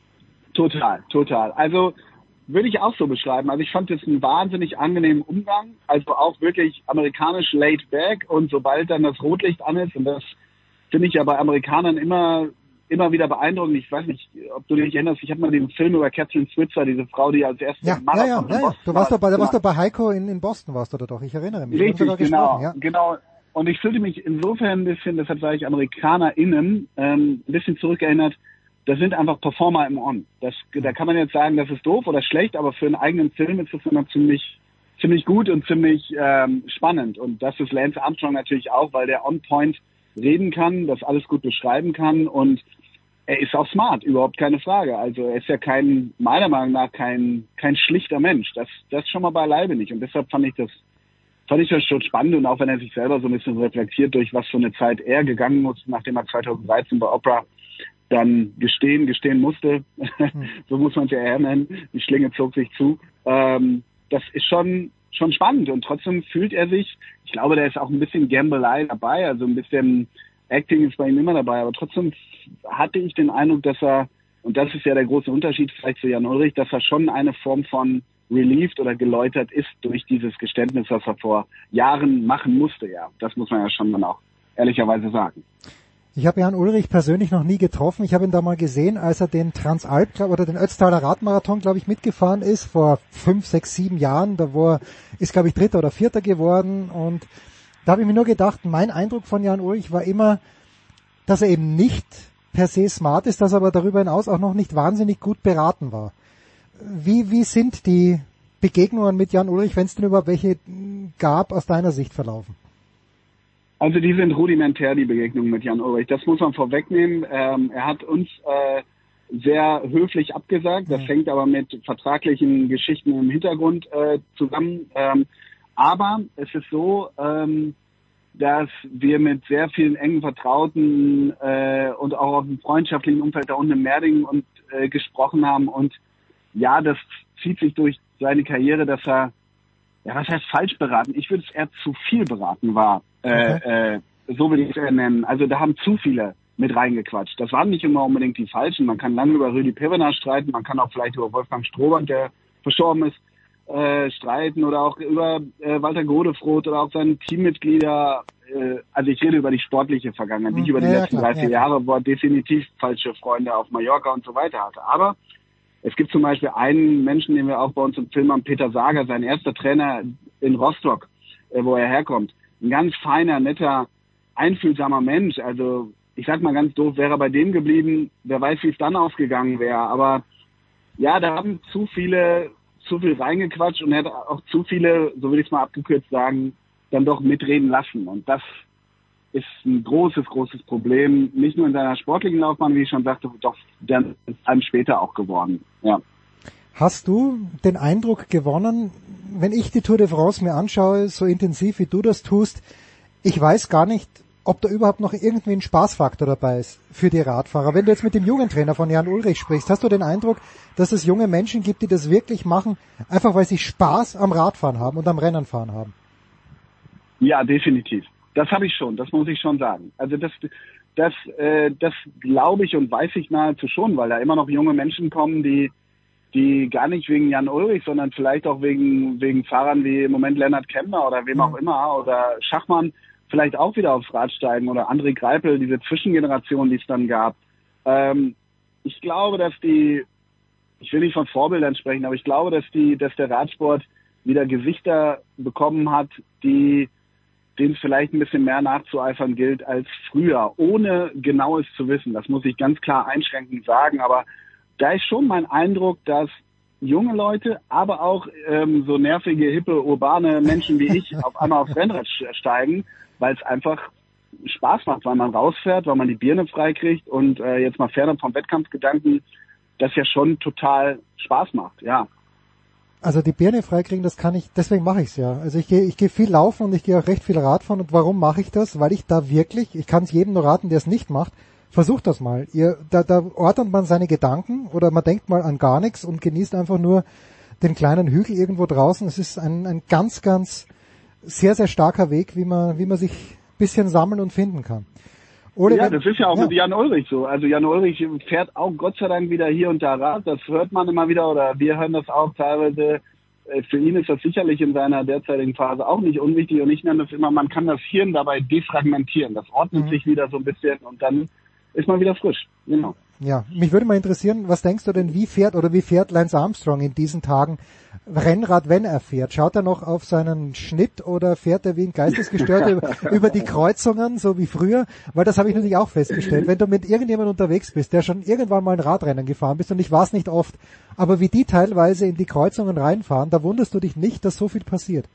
Total, total. Also würde ich auch so beschreiben. Also ich fand es einen wahnsinnig angenehmen Umgang, also auch wirklich amerikanisch laid back, und sobald dann das Rotlicht an ist, und das finde ich ja bei Amerikanern immer immer wieder beeindruckend. Ich weiß nicht, ob du dich erinnerst, ich habe mal den Film über Catherine Switzer, diese Frau, die als erste ja, Marathon ja, ja, in ja, Boston ja. Du warst war. doch bei, da warst Genau. du bei Heiko in, in Boston, warst du da doch, ich erinnere mich. Richtig, genau, ja. genau. Und ich fühlte mich insofern ein bisschen, deshalb sage ich AmerikanerInnen, ähm, ein bisschen zurückerinnert. Das sind einfach Performer im On. Das, da kann man jetzt sagen, das ist doof oder schlecht, aber für einen eigenen Film ist das immer ziemlich, ziemlich gut und ziemlich ähm, spannend. Und das ist Lance Armstrong natürlich auch, weil der on point reden kann, das alles gut beschreiben kann, und er ist auch smart, überhaupt keine Frage. Also er ist ja kein, meiner Meinung nach kein, kein schlichter Mensch. Das, das schon mal beileibe nicht. Und deshalb fand ich das, fand ich das schon spannend. Und auch wenn er sich selber so ein bisschen reflektiert, durch was für eine Zeit er gegangen muss, nachdem er zweitausenddreizehn bei Oprah dann gestehen, gestehen musste. So muss man es ja eher nennen. Die Schlinge zog sich zu. Ähm, das ist schon, schon spannend. Und trotzdem fühlt er sich, ich glaube, da ist auch ein bisschen Gambelei dabei, also ein bisschen Acting ist bei ihm immer dabei, aber trotzdem hatte ich den Eindruck, dass er, und das ist ja der große Unterschied vielleicht zu Jan Ullrich, dass er schon eine Form von relieved oder geläutert ist durch dieses Geständnis, das er vor Jahren machen musste, ja. Das muss man ja schon dann auch ehrlicherweise sagen. Ich habe Jan Ullrich persönlich noch nie getroffen. Ich habe ihn da mal gesehen, als er den Transalp oder den Ötztaler Radmarathon, glaube ich, mitgefahren ist, vor fünf, sechs, sieben Jahren. Da war, ist, glaube ich, Dritter oder Vierter geworden, und da habe ich mir nur gedacht, mein Eindruck von Jan Ullrich war immer, dass er eben nicht per se smart ist, dass er aber darüber hinaus auch noch nicht wahnsinnig gut beraten war. Wie, wie sind die Begegnungen mit Jan Ullrich, wenn es denn überhaupt welche gab, aus deiner Sicht verlaufen? Also die sind rudimentär, die Begegnungen mit Jan Ullrich. Das muss man vorwegnehmen. Ähm, er hat uns äh, sehr höflich abgesagt. Das ja. hängt aber mit vertraglichen Geschichten im Hintergrund äh, zusammen. Ähm, Aber es ist so, ähm, dass wir mit sehr vielen engen Vertrauten äh, und auch auf dem freundschaftlichen Umfeld da unten in Merdingen und, äh, gesprochen haben. Und ja, das zieht sich durch seine Karriere, dass er, ja, was heißt falsch beraten? Ich würde es eher zu viel beraten war. Äh, äh, so will ich es eher nennen. Also da haben zu viele mit reingequatscht. Das waren nicht immer unbedingt die Falschen. Man kann lange über Rüdi Pevener streiten, man kann auch vielleicht über Wolfgang Strohband, der verstorben ist, Äh, streiten, oder auch über äh, Walter Godefroth oder auch seine Teammitglieder. Äh, also ich rede über die sportliche Vergangenheit, nicht über die ja, letzten klar, drei, vier ja. Jahre, wo er definitiv falsche Freunde auf Mallorca und so weiter hatte. Aber es gibt zum Beispiel einen Menschen, den wir auch bei uns im Film haben, Peter Sager, sein erster Trainer in Rostock, äh, wo er herkommt. Ein ganz feiner, netter, einfühlsamer Mensch. Also ich sag mal ganz doof, wäre er bei dem geblieben, wer weiß, wie es dann ausgegangen wäre. Aber ja, da haben zu viele zu viel reingequatscht, und er hat auch zu viele, so will ich es mal abgekürzt sagen, dann doch mitreden lassen. Und das ist ein großes, großes Problem, nicht nur in seiner sportlichen Laufbahn, wie ich schon sagte, doch dann einem später auch geworden. Ja. Hast du den Eindruck gewonnen, wenn ich die Tour de France mir anschaue, so intensiv wie du das tust, ich weiß gar nicht, ob da überhaupt noch irgendwie ein Spaßfaktor dabei ist für die Radfahrer. Wenn du jetzt mit dem Jugendtrainer von Jan Ullrich sprichst, hast du den Eindruck, dass es junge Menschen gibt, die das wirklich machen, einfach weil sie Spaß am Radfahren haben und am Rennenfahren haben? Ja, definitiv. Das habe ich schon, das muss ich schon sagen. Also das, das, äh, das glaube ich und weiß ich nahezu schon, weil da immer noch junge Menschen kommen, die die gar nicht wegen Jan Ullrich, sondern vielleicht auch wegen wegen Fahrern wie im Moment Lennart Kemner oder wem auch immer, oder Schachmann, vielleicht auch wieder aufs Rad steigen, oder André Greipel, diese Zwischengeneration, die es dann gab. Ähm, ich glaube, dass die, ich will nicht von Vorbildern sprechen, aber ich glaube, dass die, dass der Radsport wieder Gesichter bekommen hat, die, denen es vielleicht ein bisschen mehr nachzueifern gilt als früher, ohne Genaues zu wissen. Das muss ich ganz klar einschränkend sagen, aber da ist schon mein Eindruck, dass junge Leute, aber auch ähm, so nervige, hippe, urbane Menschen wie ich auf einmal aufs Rennrad steigen, weil es einfach Spaß macht, weil man rausfährt, weil man die Birne freikriegt und äh, jetzt mal fernab vom Wettkampfgedanken, das ja schon total Spaß macht, ja. Also die Birne freikriegen, das kann ich, deswegen mache ich es ja. Also ich gehe ich gehe viel laufen und ich gehe auch recht viel Radfahren. Und warum mache ich das? Weil ich da wirklich, ich kann es jedem nur raten, der es nicht macht, Versucht das mal. Ihr, da, da ordnet man seine Gedanken oder man denkt mal an gar nichts und genießt einfach nur den kleinen Hügel irgendwo draußen. Es ist ein, ein ganz, ganz sehr, sehr starker Weg, wie man, wie man sich ein bisschen sammeln und finden kann. Oder ja, wenn, das ist ja auch ja. mit Jan Ulrich so. Also Jan Ulrich fährt auch Gott sei Dank wieder hier und da Rad. Das hört man immer wieder oder wir hören das auch teilweise. Für ihn ist das sicherlich in seiner derzeitigen Phase auch nicht unwichtig und ich nenne das immer, man kann das Hirn dabei defragmentieren. Das ordnet mhm. sich wieder so ein bisschen und dann ist man wieder frisch. Genau. Ja, mich würde mal interessieren, was denkst du denn, wie fährt oder wie fährt Lance Armstrong in diesen Tagen Rennrad, wenn er fährt? Schaut er noch auf seinen Schnitt oder fährt er wie ein Geistesgestörter über, über die Kreuzungen, so wie früher? Weil das habe ich natürlich auch festgestellt. Wenn du mit irgendjemandem unterwegs bist, der schon irgendwann mal ein Radrennen gefahren bist und ich war es nicht oft, aber wie die teilweise in die Kreuzungen reinfahren, da wunderst du dich nicht, dass so viel passiert.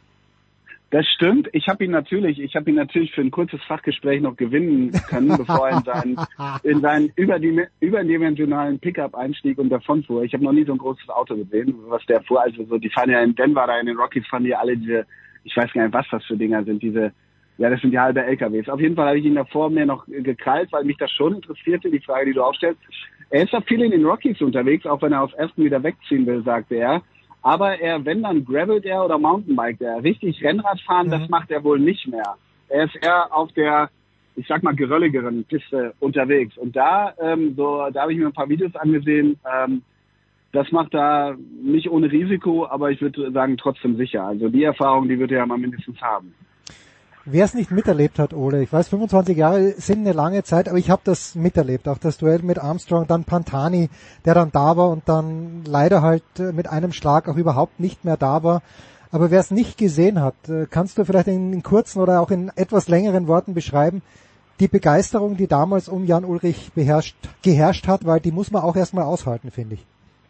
Das stimmt. Ich habe ihn natürlich, ich habe ihn natürlich für ein kurzes Fachgespräch noch gewinnen können, bevor er in seinen, in seinen überdimensionalen Pickup einstieg und davonfuhr. Ich habe noch nie so ein großes Auto gesehen, was der fuhr. Also so, die fahren ja in Denver, da in den Rockies fahren die alle diese, ich weiß gar nicht, was das für Dinger sind, diese, ja, das sind die halbe L K Ws. Auf jeden Fall habe ich ihn davor mir noch gekrallt, weil mich das schon interessierte, die Frage, die du aufstellst. Er ist da viel in den Rockies unterwegs, auch wenn er auf Aston wieder wegziehen will, sagte er. Aber er, wenn dann gravelt er oder Mountainbike er. Richtig Rennrad fahren, mhm. das macht er wohl nicht mehr. Er ist eher auf der, ich sag mal, gerölligeren Piste unterwegs. Und da, ähm, so, da habe ich mir ein paar Videos angesehen. Ähm, das macht er nicht ohne Risiko, aber ich würde sagen trotzdem sicher. Also die Erfahrung, die wird er ja mal mindestens haben. Wer es nicht miterlebt hat, Ole, ich weiß, fünfundzwanzig Jahre sind eine lange Zeit, aber ich habe das miterlebt, auch das Duell mit Armstrong, dann Pantani, der dann da war und dann leider halt mit einem Schlag auch überhaupt nicht mehr da war. Aber wer es nicht gesehen hat, kannst du vielleicht in, in kurzen oder auch in etwas längeren Worten beschreiben, die Begeisterung, die damals um Jan Ulrich beherrscht, geherrscht hat, weil die muss man auch erstmal aushalten, finde ich.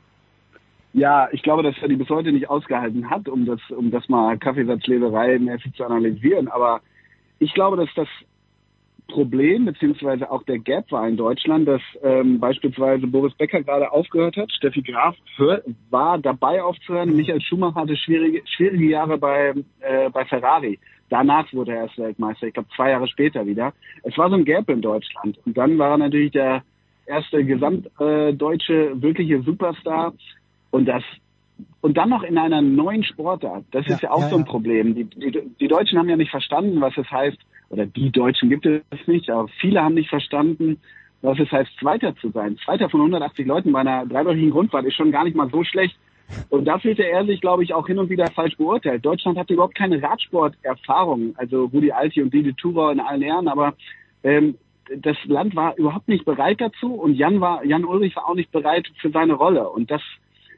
Ja, ich glaube, dass er die bis heute nicht ausgehalten hat, um das, um das mal Kaffeesatzleserei mäßig zu analysieren. Aber ich glaube, dass das Problem beziehungsweise auch der Gap war in Deutschland, dass ähm, beispielsweise Boris Becker gerade aufgehört hat, Steffi Graf hör, war dabei aufzuhören, Michael Schumacher hatte schwierige, schwierige Jahre bei äh, bei Ferrari. Danach wurde er erst Weltmeister, ich glaube zwei Jahre später wieder. Es war so ein Gap in Deutschland. Und dann war er natürlich der erste gesamtdeutsche äh, wirkliche Superstar. Und das, und dann noch in einer neuen Sportart. Das ja, ist ja auch ja, so ein Problem. Die, die, die Deutschen haben ja nicht verstanden, was es heißt, oder die Deutschen gibt es nicht, aber viele haben nicht verstanden, was es heißt, Zweiter zu sein. Zweiter von hundertachtzig Leuten bei einer dreiwöchigen Rundfahrt ist schon gar nicht mal so schlecht. Und da fühlte er sich, glaube ich, auch hin und wieder falsch beurteilt. Deutschland hatte überhaupt keine Radsport-Erfahrung. Also Rudi Alti und Didi Thurer in allen Ehren, aber ähm, das Land war überhaupt nicht bereit dazu und Jan war, Jan Ulrich war auch nicht bereit für seine Rolle. Und das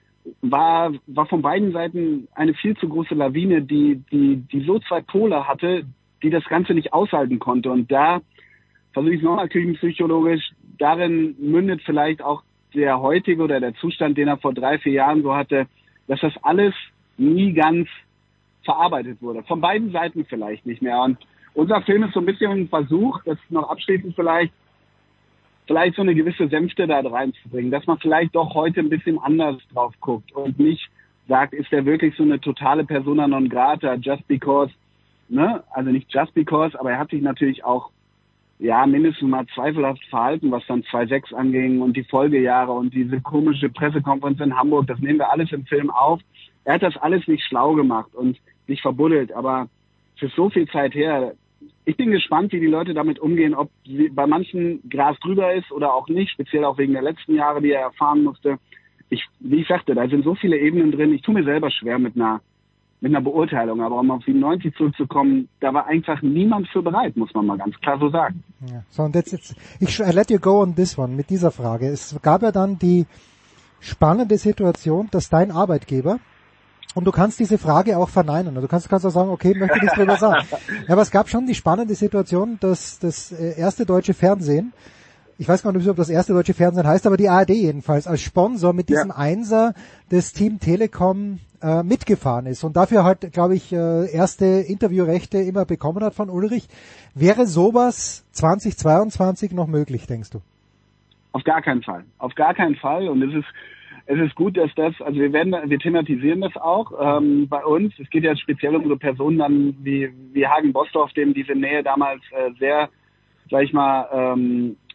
war, war von beiden Seiten eine viel zu große Lawine, die, die, die so zwei Pole hatte, die das Ganze nicht aushalten konnte. Und da versuche ich es nochmal küchenpsychologisch, darin mündet vielleicht auch der heutige oder der Zustand, den er vor drei, vier Jahren so hatte, dass das alles nie ganz verarbeitet wurde. Von beiden Seiten vielleicht nicht mehr. Und unser Film ist so ein bisschen ein Versuch, das noch abschließend vielleicht, vielleicht so eine gewisse Sänfte da reinzubringen, dass man vielleicht doch heute ein bisschen anders drauf guckt und nicht sagt, ist der wirklich so eine totale Persona non grata, just because, ne? Also nicht just because, aber er hat sich natürlich auch, ja, mindestens mal zweifelhaft verhalten, was dann zwei Komma sechs anging und die Folgejahre und diese komische Pressekonferenz in Hamburg, das nehmen wir alles im Film auf. Er hat das alles nicht schlau gemacht und sich verbuddelt, aber für so viel Zeit her, ich bin gespannt, wie die Leute damit umgehen, ob sie bei manchen Gras drüber ist oder auch nicht, speziell auch wegen der letzten Jahre, die er erfahren musste. Ich, wie ich sagte, da sind so viele Ebenen drin. Ich tue mir selber schwer mit einer, mit einer Beurteilung. Aber um auf siebenundneunzig zurückzukommen, da war einfach niemand für bereit, muss man mal ganz klar so sagen. Ja, so, und jetzt, jetzt, ich I let you go on this one mit dieser Frage. Es gab ja dann die spannende Situation, dass dein Arbeitgeber, und du kannst diese Frage auch verneinen. Du kannst, kannst auch sagen, okay, möchte ich nichts drüber sagen. Ja, aber es gab schon die spannende Situation, dass das erste deutsche Fernsehen, ich weiß gar nicht, ob das erste deutsche Fernsehen heißt, aber die A R D jedenfalls, als Sponsor mit diesem ja. Einser des Team Telekom äh, mitgefahren ist und dafür halt, glaube ich, äh, erste Interviewrechte immer bekommen hat von Ulrich. Wäre sowas zweitausendzweiundzwanzig noch möglich, denkst du? Auf gar keinen Fall. Auf gar keinen Fall. Und es ist Es ist gut, dass das, also wir werden, wir thematisieren das auch ähm, bei uns. Es geht ja speziell um so Personen dann wie wie Hagen Bosdorf, dem diese Nähe damals äh, sehr, sag ich mal, ähm,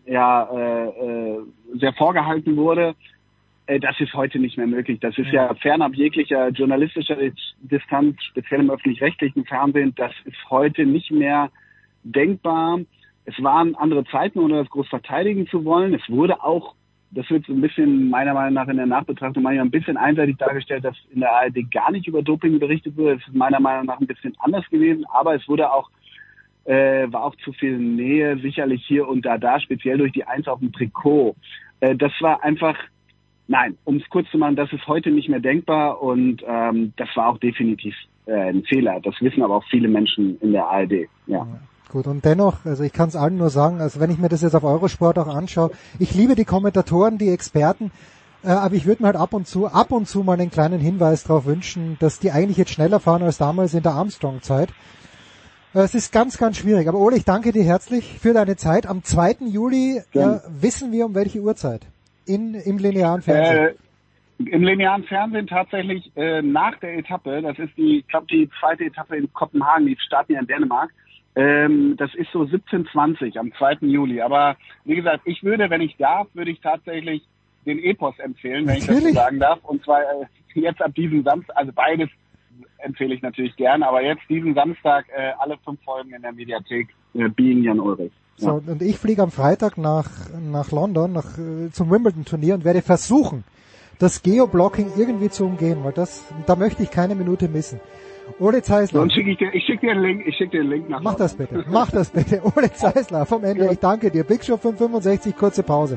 ja äh, äh, sehr vorgehalten wurde. Äh, das ist heute nicht mehr möglich. Das ist ja fernab jeglicher journalistischer Distanz, speziell im öffentlich-rechtlichen Fernsehen. Das ist heute nicht mehr denkbar. Es waren andere Zeiten, ohne das groß verteidigen zu wollen. Es wurde auch, das wird so ein bisschen meiner Meinung nach in der Nachbetrachtung manchmal ein bisschen einseitig dargestellt, dass in der A R D gar nicht über Doping berichtet wurde. Das ist meiner Meinung nach ein bisschen anders gewesen, aber es wurde auch, äh, war auch zu viel Nähe sicherlich hier und da da, speziell durch die Eins auf dem Trikot. Äh, das war einfach, nein, um es kurz zu machen, das ist heute nicht mehr denkbar und ähm, das war auch definitiv äh, ein Fehler. Das wissen aber auch viele Menschen in der A R D, ja. Gut, und dennoch, also ich kann es allen nur sagen, also wenn ich mir das jetzt auf Eurosport auch anschaue, ich liebe die Kommentatoren, die Experten, äh, aber ich würde mir halt ab und zu, ab und zu mal einen kleinen Hinweis darauf wünschen, dass die eigentlich jetzt schneller fahren als damals in der Armstrong-Zeit. Äh, es ist ganz, ganz schwierig. Aber Ole, ich danke dir herzlich für deine Zeit. Am zweiten Juli äh, wissen wir um welche Uhrzeit in im linearen Fernsehen. Äh, Im linearen Fernsehen tatsächlich äh, nach der Etappe, das ist die, ich glaube die zweite Etappe in Kopenhagen, die starten ja in Dänemark. Ähm, das ist so siebzehn zwanzig am zweiten Juli. Aber wie gesagt, ich würde, wenn ich darf, würde ich tatsächlich den Epos empfehlen, wenn natürlich. Ich das so sagen darf. Und zwar äh, jetzt ab diesem Samstag, also beides empfehle ich natürlich gern, aber jetzt diesen Samstag äh, alle fünf Folgen in der Mediathek, äh, Being Jan Ulrich. Ja. So, und ich fliege am Freitag nach nach London, nach äh, zum Wimbledon-Turnier und werde versuchen, das Geoblocking irgendwie zu umgehen, weil das, da möchte ich keine Minute missen. Ole Zeisler. Und schick ich dir, ich schicke dir den Link, ich schicke dir den Link nach. Mach das bitte, mach das bitte. Ole Zeisler vom Ende. Ich danke dir. Big Show fünf fünfundsechzig, kurze Pause.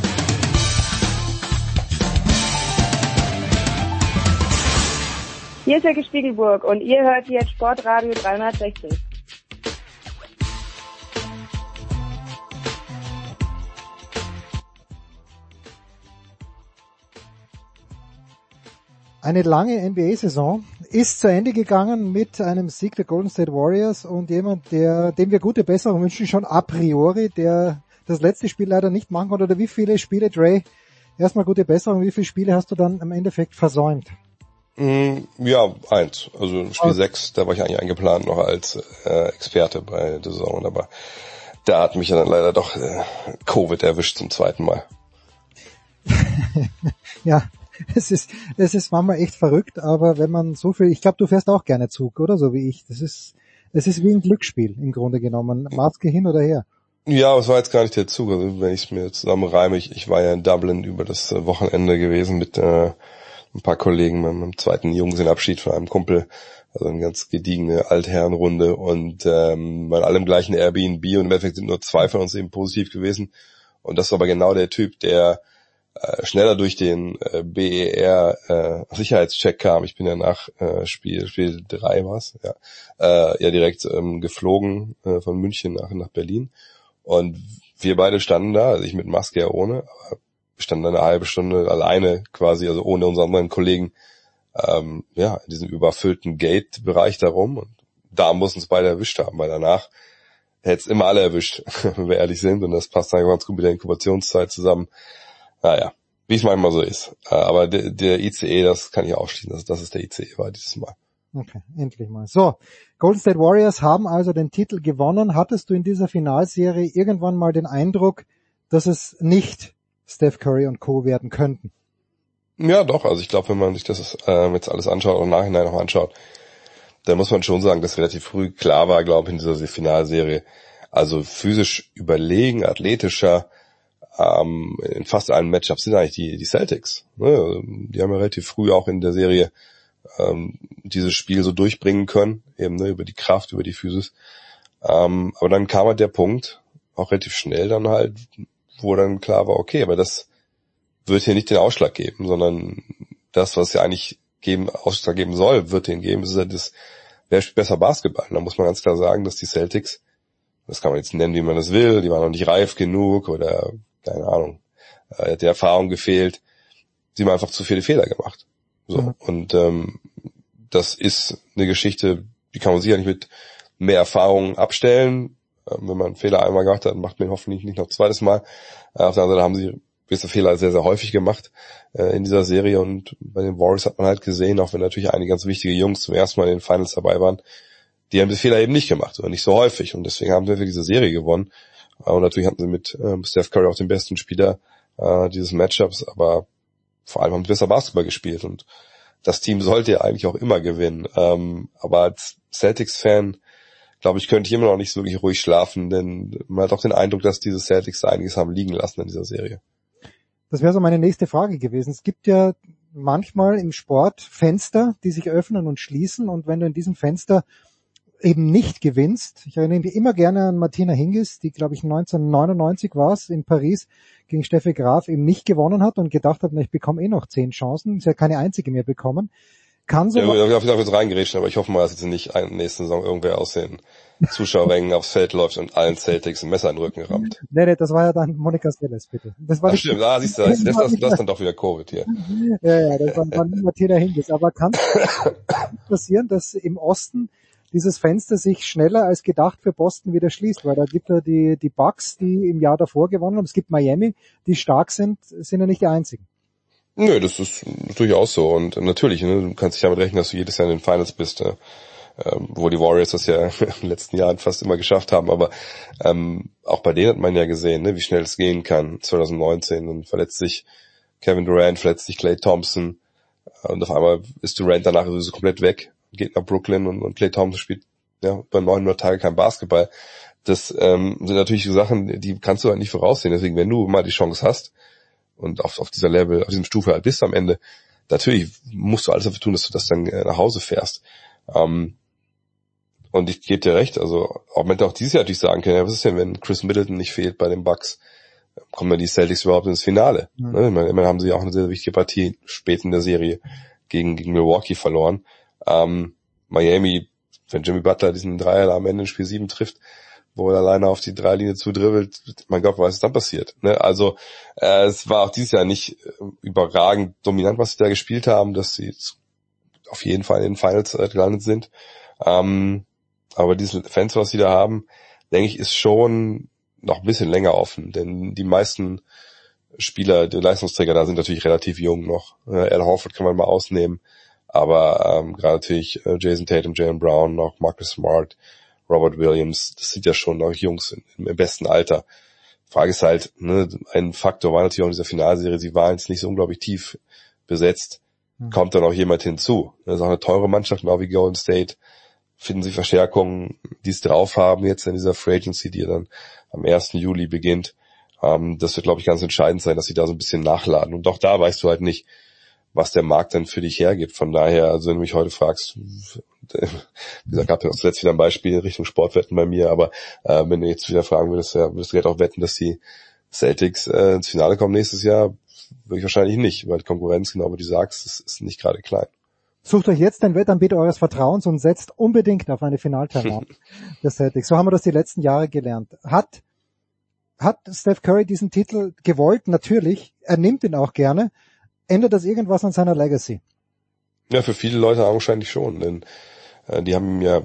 Hier ist Jörg Spiegelburg und ihr hört jetzt Sportradio dreihundertsechzig. Eine lange N B A-Saison ist zu Ende gegangen mit einem Sieg der Golden State Warriors und jemand, der, dem wir gute Besserung wünschen, schon a priori, der das letzte Spiel leider nicht machen konnte. Oder wie viele Spiele, Dre, erstmal gute Besserung, wie viele Spiele hast du dann im Endeffekt versäumt? Mm, ja, eins. Also Spiel okay. sechs, da war ich eigentlich eingeplant noch als äh, Experte bei der Saison, aber da hat mich ja dann leider doch äh, Covid erwischt zum zweiten Mal. Ja. Es ist, es ist manchmal echt verrückt, aber wenn man so viel, ich glaube, du fährst auch gerne Zug, oder? So wie ich. Das ist, es ist wie ein Glücksspiel im Grunde genommen. Maske hin oder her. Ja, aber es war jetzt gar nicht der Zug. Also wenn ich es mir zusammenreime, ich, ich war ja in Dublin über das Wochenende gewesen mit äh, ein paar Kollegen beim zweiten Junggesellenabschied von einem Kumpel. Also eine ganz gediegene Altherrenrunde und ähm, waren alle im gleichen Airbnb und im Endeffekt sind nur zwei von uns eben positiv gewesen. Und das war aber genau der Typ, der Äh, schneller durch den äh, B E R äh, Sicherheitscheck kam. Ich bin ja nach äh, Spiel Spiel drei war's, ja, äh, ja direkt ähm, geflogen äh, von München nach nach Berlin und wir beide standen da, also ich mit Maske ja ohne, aber standen eine halbe Stunde alleine quasi, also ohne unsere anderen Kollegen, ähm, ja, in diesem überfüllten Gate-Bereich da rum und da mussten es beide erwischt haben, weil danach hätte es immer alle erwischt, wenn wir ehrlich sind und das passt dann ganz gut mit der Inkubationszeit zusammen. Naja, wie es manchmal so ist. Aber der, der I C E, das kann ich ausschließen, dass das ist der I C E war dieses Mal. Okay, endlich mal. So, Golden State Warriors haben also den Titel gewonnen. Hattest du in dieser Finalserie irgendwann mal den Eindruck, dass es nicht Steph Curry und Co. werden könnten? Ja, doch. Also ich glaube, wenn man sich das äh, jetzt alles anschaut und im Nachhinein noch anschaut, dann muss man schon sagen, dass relativ früh klar war, glaube ich, in dieser Finalserie. Also physisch überlegen, athletischer, Ähm, in fast allen Matchups sind eigentlich die, die Celtics. Ne? Die haben ja relativ früh auch in der Serie ähm, dieses Spiel so durchbringen können, eben ne, über die Kraft, über die Physis. Ähm, aber dann kam halt der Punkt, auch relativ schnell dann halt, wo dann klar war, okay, aber das wird hier nicht den Ausschlag geben, sondern das, was ja eigentlich geben, Ausschlag geben soll, wird den geben. Es ist halt das, wer spielt besser Basketball? Und da muss man ganz klar sagen, dass die Celtics, das kann man jetzt nennen, wie man das will, die waren noch nicht reif genug oder keine Ahnung, äh, hat die Erfahrung gefehlt, sie haben einfach zu viele Fehler gemacht. So. Mhm. Und ähm, das ist eine Geschichte, die kann man sicher nicht mit mehr Erfahrung abstellen. Ähm, wenn man einen Fehler einmal gemacht hat, macht man ihn hoffentlich nicht noch ein zweites Mal. Äh, auf der anderen Seite haben sie gewisse Fehler sehr, sehr häufig gemacht äh, in dieser Serie und bei den Warriors hat man halt gesehen, auch wenn natürlich einige ganz wichtige Jungs zum ersten Mal in den Finals dabei waren, die haben die Fehler eben nicht gemacht oder nicht so häufig und deswegen haben wir für diese Serie gewonnen. Und natürlich hatten sie mit ähm, Steph Curry auch den besten Spieler äh, dieses Matchups, aber vor allem haben sie besser Basketball gespielt und das Team sollte ja eigentlich auch immer gewinnen. Ähm, aber als Celtics-Fan, glaube ich, könnte ich immer noch nicht so wirklich ruhig schlafen, denn man hat auch den Eindruck, dass diese Celtics da einiges haben liegen lassen in dieser Serie. Das wäre so meine nächste Frage gewesen. Es gibt ja manchmal im Sport Fenster, die sich öffnen und schließen, und wenn du in diesem Fenster eben nicht gewinnst, ich erinnere mich immer gerne an Martina Hingis, die, glaube ich, neunzehnhundertneunundneunzig war es, in Paris gegen Steffi Graf eben nicht gewonnen hat und gedacht hat, na, ich bekomme eh noch zehn Chancen, sie hat keine einzige mehr bekommen. Kann so ja, ich darf jetzt reingerätschen, aber ich hoffe mal, dass jetzt nicht in der nächsten Saison irgendwer aus den Zuschauerrängen aufs Feld läuft und allen Celtics ein Messer in den Rücken rammt. Nee, nee, das war ja dann Monika Seles, bitte. Das war Ach, stimmt, ah, siehst du, das, das, das, das ist dann doch wieder Covid hier. Ja, ja, das war, war nicht Martina Hingis. Aber kann es passieren, dass im Osten dieses Fenster sich schneller als gedacht für Boston wieder schließt? Weil da gibt ja die, die Bucks, die im Jahr davor gewonnen haben. Es gibt Miami, die stark sind, sind ja nicht die einzigen. Nö, das ist durchaus so. Und natürlich, ne, du kannst dich damit rechnen, dass du jedes Jahr in den Finals bist, äh, wo die Warriors das ja in den letzten Jahren fast immer geschafft haben. Aber ähm, auch bei denen hat man ja gesehen, ne, wie schnell es gehen kann. zwanzig neunzehn, dann verletzt sich Kevin Durant, verletzt sich Klay Thompson. Und auf einmal ist Durant danach so komplett weg, geht nach Brooklyn und, und Klay Thompson spielt ja über neunhundert Tage kein Basketball. Das ähm, sind natürlich Sachen, die kannst du halt nicht voraussehen. Deswegen, wenn du mal die Chance hast, und auf, auf dieser Level, auf diesem Stufe halt bist am Ende, natürlich musst du alles dafür tun, dass du das dann äh, nach Hause fährst. Ähm, und ich gebe dir recht, also auch man hätte auch dieses Jahr natürlich sagen können, ja, was ist denn, wenn Chris Middleton nicht fehlt bei den Bucks, kommen dann die Celtics überhaupt ins Finale? Mhm. Ne? Ich meine, immerhin haben sie auch eine sehr wichtige Partie spät in der Serie gegen, gegen Milwaukee verloren. Ähm, Miami, wenn Jimmy Butler diesen Dreier da am Ende in Spiel sieben trifft, wo er alleine auf die Dreilinie zudribbelt, mein Gott, was ist dann passiert? Ne? Also äh, es war auch dieses Jahr nicht äh, überragend dominant, was sie da gespielt haben, dass sie auf jeden Fall in den Finals äh, gelandet sind. Ähm, aber dieses Fenster, was sie da haben, denke ich, ist schon noch ein bisschen länger offen, denn die meisten Spieler, die Leistungsträger da sind natürlich relativ jung noch. Äh, Al Horford kann man mal ausnehmen, aber ähm, gerade natürlich äh, Jason Tatum, Jaylen Brown, noch Marcus Smart, Robert Williams, das sind ja schon noch Jungs im, im besten Alter. Frage ist halt, ne, ein Faktor war natürlich auch in dieser Finalserie, sie waren jetzt nicht so unglaublich tief besetzt. Mhm. Kommt da noch jemand hinzu? Das ist auch eine teure Mannschaft, genau wie Golden State. Finden sie Verstärkungen, die es drauf haben jetzt in dieser Free Agency, die dann am ersten Juli beginnt. Ähm, das wird, glaube ich, ganz entscheidend sein, dass sie da so ein bisschen nachladen. Und auch da weißt du halt nicht, was der Markt dann für dich hergibt. Von daher, also wenn du mich heute fragst, wie gesagt, gab ja auch zuletzt wieder ein Beispiel Richtung Sportwetten bei mir, aber äh, wenn du jetzt wieder fragen würdest, ja, würdest du jetzt auch wetten, dass die Celtics äh, ins Finale kommen nächstes Jahr, würde ich wahrscheinlich nicht, weil die Konkurrenz, genau wie du sagst, ist, ist nicht gerade klein. Sucht euch jetzt den Wettanbieter eures Vertrauens und setzt unbedingt auf eine Finalteilnahme der Celtics. So haben wir das die letzten Jahre gelernt. Hat, hat Steph Curry diesen Titel gewollt? Natürlich. Er nimmt ihn auch gerne. Ändert das irgendwas an seiner Legacy? Ja, für viele Leute augenscheinlich schon, denn äh, die haben ihm ja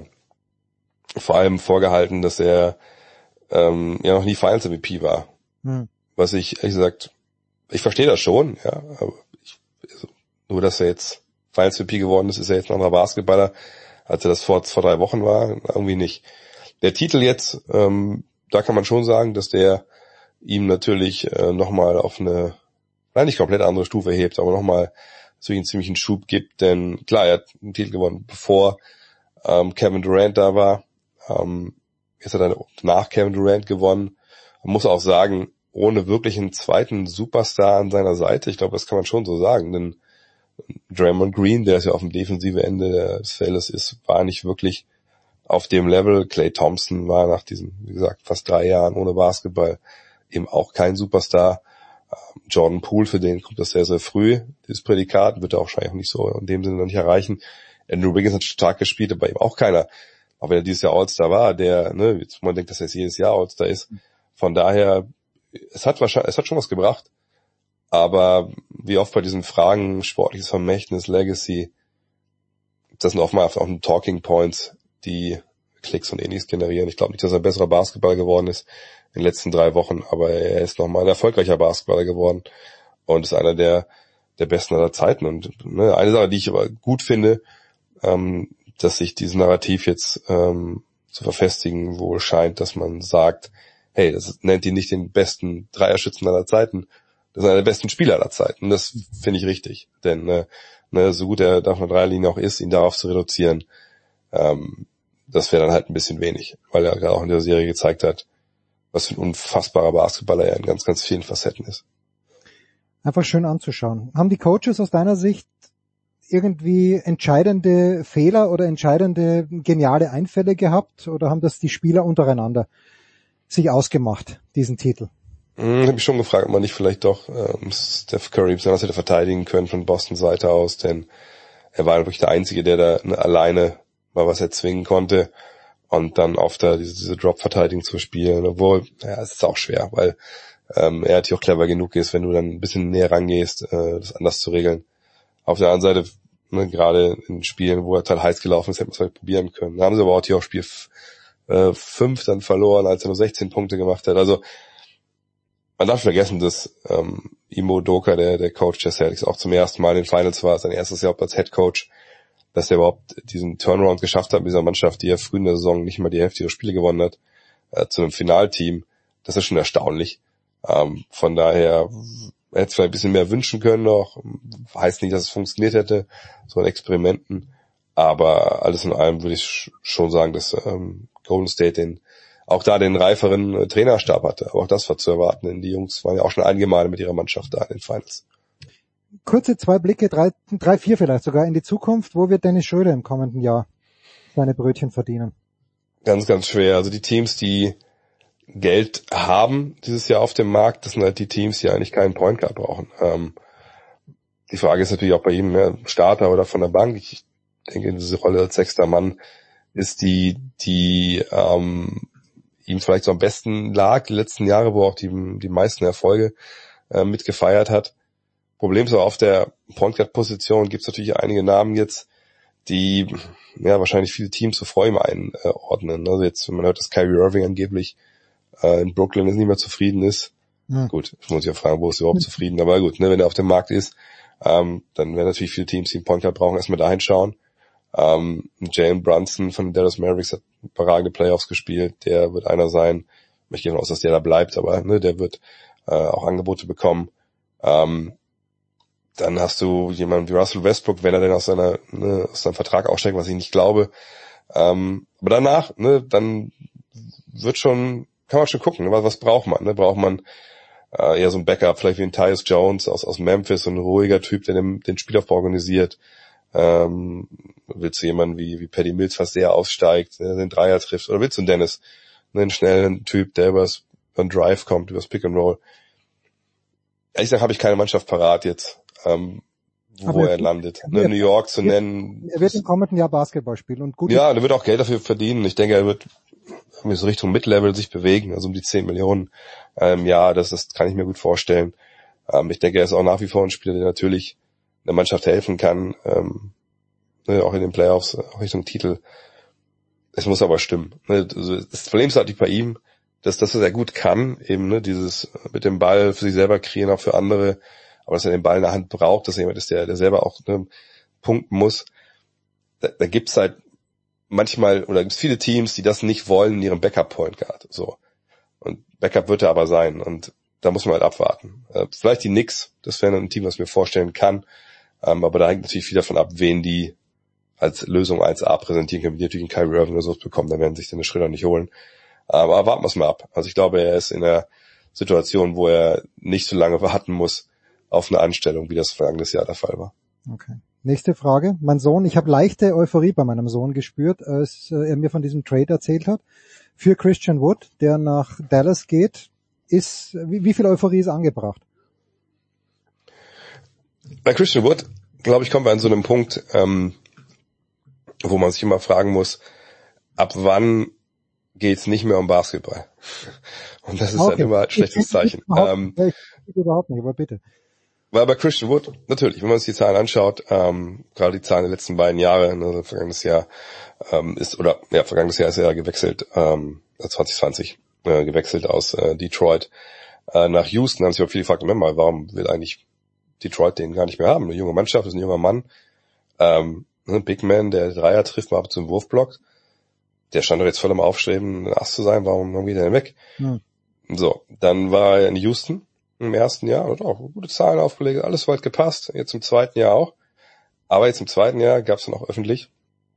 vor allem vorgehalten, dass er ähm, ja noch nie Finals M V P war. Hm. Was ich, ehrlich gesagt, ich verstehe das schon, ja, aber ich, also, nur, dass er jetzt Finals M V P geworden ist, ist er jetzt ein anderer Basketballer, als er das vor, vor drei Wochen war, irgendwie nicht. Der Titel jetzt, ähm, da kann man schon sagen, dass der ihm natürlich äh, nochmal auf eine, nein, nicht komplett andere Stufe hebt, aber nochmal so einen ziemlichen Schub gibt, denn klar, er hat einen Titel gewonnen, bevor ähm, Kevin Durant da war. Ähm, jetzt hat er nach Kevin Durant gewonnen. Man muss auch sagen, ohne wirklich einen zweiten Superstar an seiner Seite, ich glaube, das kann man schon so sagen, denn Draymond Green, der ist ja auf dem defensiven Ende des Feldes ist, war nicht wirklich auf dem Level. Klay Thompson war nach diesen, wie gesagt, fast drei Jahren ohne Basketball eben auch kein Superstar. Jordan Poole, für den kommt das sehr, sehr früh. Dieses Prädikat wird er auch wahrscheinlich auch nicht so in dem Sinne noch nicht erreichen. Andrew Wiggins hat stark gespielt, aber eben auch keiner, auch wenn er dieses Jahr All-Star war, der, ne, jetzt man denkt, dass er jetzt jedes Jahr All-Star ist. Von daher, es hat wahrscheinlich, es hat schon was gebracht. Aber wie oft bei diesen Fragen, sportliches Vermächtnis, Legacy, das sind oftmals auch Talking Points, die Klicks und ähnliches generieren. Ich glaube nicht, dass er ein besserer Basketballer geworden ist in den letzten drei Wochen, aber er ist nochmal ein erfolgreicher Basketballer geworden und ist einer der der besten aller Zeiten. Und ne, eine Sache, die ich aber gut finde, ähm, dass sich dieses Narrativ jetzt ähm, zu verfestigen wohl scheint, dass man sagt, hey, das nennt ihn nicht den besten Dreierschützen aller Zeiten, das ist einer der besten Spieler aller Zeiten. Und das finde ich richtig. Denn äh, ne, so gut er auf einer Dreierlinie auch ist, ihn darauf zu reduzieren, ähm, das wäre dann halt ein bisschen wenig, weil er gerade auch in der Serie gezeigt hat, was für ein unfassbarer Basketballer er in ganz, ganz vielen Facetten ist. Einfach schön anzuschauen. Haben die Coaches aus deiner Sicht irgendwie entscheidende Fehler oder entscheidende geniale Einfälle gehabt oder haben das die Spieler untereinander sich ausgemacht, diesen Titel? Hm, habe ich schon gefragt, ob man nicht vielleicht doch ähm, Steph Curry besonders hätte verteidigen können von Bostons Seite aus, denn er war wirklich der Einzige, der da ne, alleine mal was erzwingen konnte und dann auf der diese, diese Drop-Verteidigung zu spielen, obwohl, ja, es ist auch schwer, weil ähm, er natürlich auch clever genug ist, wenn du dann ein bisschen näher rangehst, äh, das anders zu regeln. Auf der anderen Seite, ne, gerade in Spielen, wo er total heiß gelaufen ist, hätte man es halt probieren können. Da haben sie aber auch hier auch Spiel fünf dann verloren, als er nur sechzehn Punkte gemacht hat. Also man darf vergessen, dass ähm, Imo Udoka, der, der Coach der Celtics, auch zum ersten Mal in den Finals war, sein erstes Jahr als Head Coach, dass er überhaupt diesen Turnaround geschafft hat mit dieser Mannschaft, die ja früh in der Saison nicht mal die Hälfte ihrer Spiele gewonnen hat, äh, zu einem Finalteam. Das ist schon erstaunlich. Ähm, von daher hätte es vielleicht ein bisschen mehr wünschen können noch. Heißt nicht, dass es funktioniert hätte, so in Experimenten. Aber alles in allem würde ich schon sagen, dass ähm, Golden State den auch da den reiferen äh, Trainerstab hatte. Aber auch das war zu erwarten, denn die Jungs waren ja auch schon einige Male mit ihrer Mannschaft da in den Finals. Kurze zwei Blicke, drei, drei, vier vielleicht sogar in die Zukunft. Wo wird Dennis Schröder im kommenden Jahr seine Brötchen verdienen? Ganz, ganz schwer. Also die Teams, die Geld haben dieses Jahr auf dem Markt, das sind halt die Teams, die eigentlich keinen Point Guard brauchen. Ähm, die Frage ist natürlich auch bei ihm, ne, Starter oder von der Bank. Ich denke, diese Rolle als sechster Mann ist die, die ähm, ihm vielleicht so am besten lag, die letzten Jahre, wo er auch die, die meisten Erfolge äh, mitgefeiert hat. Problem ist aber, auf der Point Guard Position gibt es natürlich einige Namen jetzt, die ja wahrscheinlich viele Teams so vor ihm einordnen. Also jetzt, wenn man hört, dass Kyrie Irving angeblich äh, in Brooklyn nicht mehr zufrieden ist. Ja. Gut, ich muss ja fragen, wo ist er überhaupt zufrieden, aber gut, ne, wenn er auf dem Markt ist, ähm, dann werden natürlich viele Teams, die einen Point Guard brauchen, erstmal dahin schauen. Ähm, Jalen Brunson von den Dallas Mavericks hat überragende Playoffs gespielt, der wird einer sein, ich gehe davon aus, dass der da bleibt, aber ne, der wird äh, auch Angebote bekommen. Ähm, dann hast du jemanden wie Russell Westbrook, wenn er denn aus seiner ne, aus seinem Vertrag aussteigt, was ich nicht glaube. Ähm, aber danach, ne, dann wird schon, kann man schon gucken, ne, was, was braucht man? Ne? Braucht man äh, eher so ein Backup, vielleicht wie ein Tyus Jones aus aus Memphis, so ein ruhiger Typ, der den, den Spielaufbau organisiert. Ähm, willst du jemanden wie, wie Patty Mills, was sehr aussteigt, der den Dreier trifft, oder willst du einen Dennis, einen schnellen Typ, der übers, über den Drive kommt, übers Pick and Roll? Ehrlich gesagt habe ich keine Mannschaft parat jetzt, ähm, wo er, er landet. Er, ne, New York zu er, nennen. Er wird im kommenden Jahr Basketball spielen und gut. Ja, er wird auch Geld dafür verdienen. Ich denke, er wird irgendwie so Richtung Mid-Level sich bewegen, also um die zehn Millionen im ähm, Jahr, das, das kann ich mir gut vorstellen. Ähm, ich denke, er ist auch nach wie vor ein Spieler, der natürlich der Mannschaft helfen kann, ähm, ne, auch in den Playoffs, auch Richtung Titel. Es muss aber stimmen. Ne? Also das Problem ist halt nicht bei ihm, dass das, was er gut kann, eben ne, dieses mit dem Ball für sich selber kreieren, auch für andere, aber dass er den Ball in der Hand braucht, dass er jemand ist, der, der selber auch ne, punkten muss. Da, da gibt's halt manchmal, oder gibt's viele Teams, die das nicht wollen in ihrem Backup-Point Guard. So. Und Backup wird er aber sein. Und da muss man halt abwarten. Äh, vielleicht die Knicks, das wäre ein Team, was ich mir vorstellen kann. Ähm, aber da hängt natürlich viel davon ab, wen die als Lösung eins A präsentieren können. Wenn die natürlich einen Kyrie Irving oder sowas bekommen, dann werden sich den Schröder nicht holen. Aber warten wir es mal ab. Also ich glaube, er ist in einer Situation, wo er nicht so lange warten muss auf eine Anstellung, wie das vergangenes Jahr der Fall war. Okay. Nächste Frage. Mein Sohn, ich habe leichte Euphorie bei meinem Sohn gespürt, als er mir von diesem Trade erzählt hat. Für Christian Wood, der nach Dallas geht, ist, wie, wie viel Euphorie ist angebracht? Bei Christian Wood, glaube ich, kommen wir an so einem Punkt, ähm, wo man sich immer fragen muss, ab wann geht's nicht mehr um Basketball? Und das ist okay. Halt immer ein schlechtes Zeichen. Ähm, ich überhaupt nicht, aber bitte. Weil bei Christian Wood, natürlich, wenn man sich die Zahlen anschaut, ähm, gerade die Zahlen der letzten beiden Jahre, ne, vergangenes Jahr ähm, ist, oder ja, vergangenes Jahr ist er gewechselt, ähm, zwanzig zwanzig äh, gewechselt aus äh, Detroit äh, nach Houston. Haben sich aber viele gefragt, Moment mal, warum will eigentlich Detroit den gar nicht mehr haben? Eine junge Mannschaft, das ist ein junger Mann, ähm, ein Big Man, der Dreier trifft, mal ab zum Wurfblock. Der stand doch jetzt voll im Aufstreben, ein Ass zu sein, warum, warum geht der denn weg? Hm. So, dann war er in Houston im ersten Jahr und auch gute Zahlen aufgelegt, alles soweit gepasst, jetzt im zweiten Jahr auch. Aber jetzt im zweiten Jahr gab es dann auch öffentlich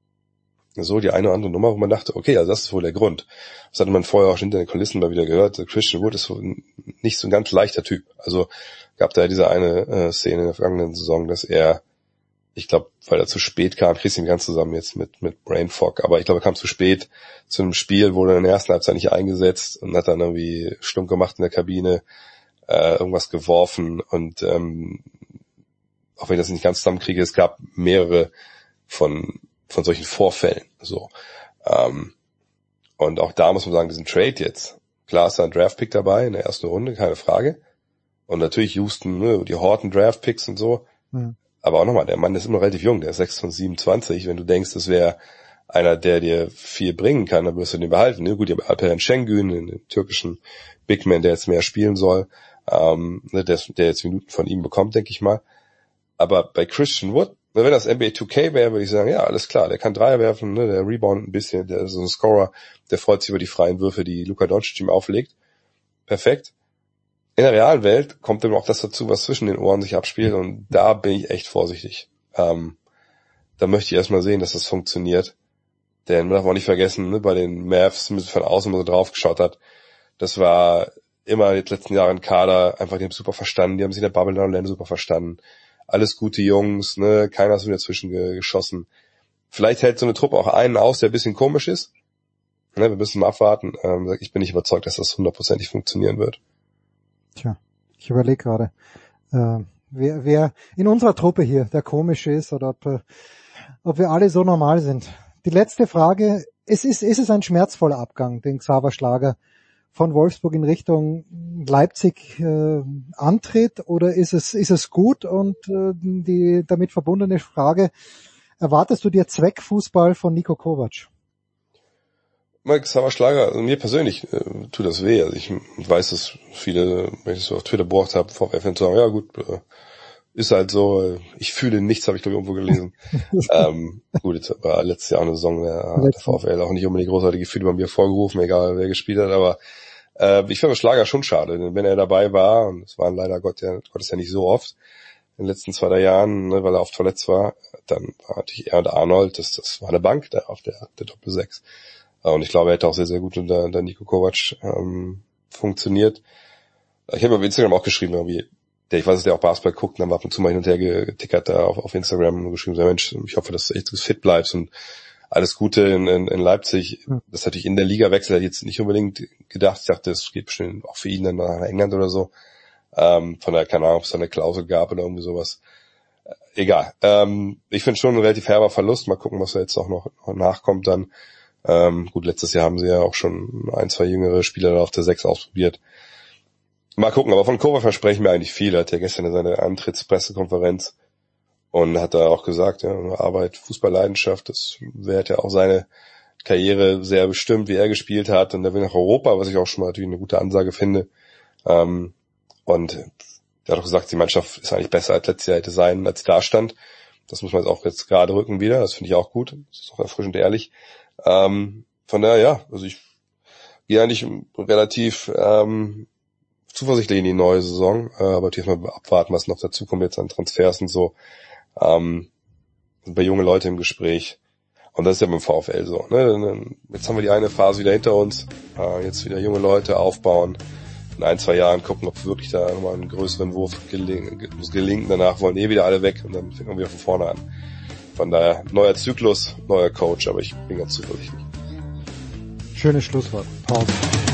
so die eine oder andere Nummer, wo man dachte, okay, also das ist wohl der Grund. Das hatte man vorher auch schon hinter den Kulissen mal wieder gehört. Christian Wood ist so nicht so ein ganz leichter Typ. Also gab da diese eine äh, Szene in der vergangenen Saison, dass er, ich glaube, weil er zu spät kam, kriegst ihn ganz zusammen jetzt mit mit Brain Fog, aber ich glaube, er kam zu spät zu einem Spiel, wurde in der ersten Halbzeit nicht eingesetzt und hat dann irgendwie stumm gemacht in der Kabine, äh, irgendwas geworfen und ähm, auch wenn ich das nicht ganz zusammenkriege, es gab mehrere von von solchen Vorfällen, so. Ähm, und auch da muss man sagen, diesen Trade jetzt, klar ist da ein Draft-Pick dabei in der ersten Runde, keine Frage. Und natürlich Houston, ne, die Horton Draft-Picks und so. Mhm. Aber auch nochmal, der Mann ist immer relativ jung, der ist sechs von siebenundzwanzig. Wenn du denkst, das wäre einer, der dir viel bringen kann, dann wirst du den behalten. Ne? Gut, ihr habt Alperen Şengün, den türkischen Big Man, der jetzt mehr spielen soll, ähm, der, der jetzt Minuten von ihm bekommt, denke ich mal. Aber bei Christian Wood, wenn das N B A zwei K wäre, würde ich sagen, ja, alles klar, der kann Dreier werfen, ne, der rebound ein bisschen, der ist so ein Scorer, der freut sich über die freien Würfe, die Luka Doncic ihm auflegt. Perfekt. In der realen Welt kommt dann auch das dazu, was zwischen den Ohren sich abspielt und da bin ich echt vorsichtig. Ähm, da möchte ich erstmal sehen, dass das funktioniert. Denn man darf auch nicht vergessen, ne, bei den Mavs, von außen mal so drauf geschaut hat, das war immer in den letzten Jahren ein Kader, einfach die haben super verstanden, die haben sich in der Bubble in Orlando super verstanden. Alles gute Jungs, ne, keiner ist wieder dazwischen geschossen. Vielleicht hält so eine Truppe auch einen aus, der ein bisschen komisch ist. Ne, wir müssen mal abwarten. Ähm, ich bin nicht überzeugt, dass das hundertprozentig funktionieren wird. Tja, ich überlege gerade, äh, wer, wer in unserer Truppe hier der komische ist oder ob, äh, ob wir alle so normal sind. Die letzte Frage, es ist, ist es ein schmerzvoller Abgang, den Xaver Schlager von Wolfsburg in Richtung Leipzig äh, antritt, oder ist es ist es gut? Und äh, die damit verbundene Frage, erwartest du dir Zweckfußball von Niko Kovac? Mike Xaver Schlager, also mir persönlich äh, tut das weh. Also ich weiß, dass viele, wenn ich das so auf Twitter beobachtet habe, VfL-Fans sagen, ja gut, äh, ist halt so, äh, ich fühle nichts, habe ich glaube ich irgendwo gelesen. ähm, gut, jetzt war letztes Jahr eine Saison, der, der VfL auch nicht unbedingt großartige Gefühle bei mir vorgerufen, egal wer gespielt hat, aber äh, ich finde Schlager schon schade, denn wenn er dabei war, und es waren leider Gott, ja, Gott ist ja nicht so oft, in den letzten zwei, drei Jahren, ne, weil er oft verletzt war, dann war natürlich er und Arnold, das, das war eine Bank da auf der, der Doppel-Sechs. Und ich glaube, er hätte auch sehr, sehr gut unter, unter Niko Kovac ähm, funktioniert. Ich habe auf Instagram auch geschrieben, irgendwie, der, ich weiß, dass der auch Basketball guckt, und dann war ab und zu mal hin und her getickert da auf, auf Instagram und geschrieben, so, Mensch, ich hoffe, dass du echt fit bleibst und alles Gute in, in, in Leipzig. Das ist natürlich in der Liga-Wechsel, hätte ich jetzt nicht unbedingt gedacht. Ich dachte, es geht bestimmt auch für ihn dann nach England oder so. Ähm, von daher, keine Ahnung, ob es da eine Klausel gab oder irgendwie sowas. Äh, egal. Ähm, ich finde schon ein relativ herber Verlust. Mal gucken, was da jetzt auch noch, noch nachkommt dann. Ähm, gut, letztes Jahr haben sie ja auch schon ein, zwei jüngere Spieler da auf der Sechs ausprobiert. Mal gucken, aber von Kovac versprechen wir eigentlich viel. Er hat ja gestern seine Antrittspressekonferenz und hat da auch gesagt, ja, Arbeit, Fußballleidenschaft, das wäre ja auch seine Karriere sehr bestimmt, wie er gespielt hat, und er will nach Europa, was ich auch schon mal natürlich eine gute Ansage finde. Ähm, und er hat auch gesagt, die Mannschaft ist eigentlich besser als letztes Jahr hätte sein, als sie da stand. Das muss man jetzt auch jetzt gerade rücken wieder, das finde ich auch gut. Das ist auch erfrischend ehrlich. Ähm, von daher, ja, also ich gehe eigentlich relativ ähm, zuversichtlich in die neue Saison, äh, aber natürlich mal abwarten, was noch dazu kommt jetzt an Transfers und so. Ähm, sind bei junge Leute im Gespräch. Und das ist ja beim VfL so. Ne? Jetzt haben wir die eine Phase wieder hinter uns. Äh, jetzt wieder junge Leute aufbauen. In ein, zwei Jahren gucken, ob wirklich da nochmal einen größeren Wurf gelingt. gelingt. Danach wollen eh wieder alle weg und dann fängt man wieder von vorne an. Von daher, neuer Zyklus, neuer Coach, aber ich bin ganz zuversichtlich. Schönes Schlusswort. Pause.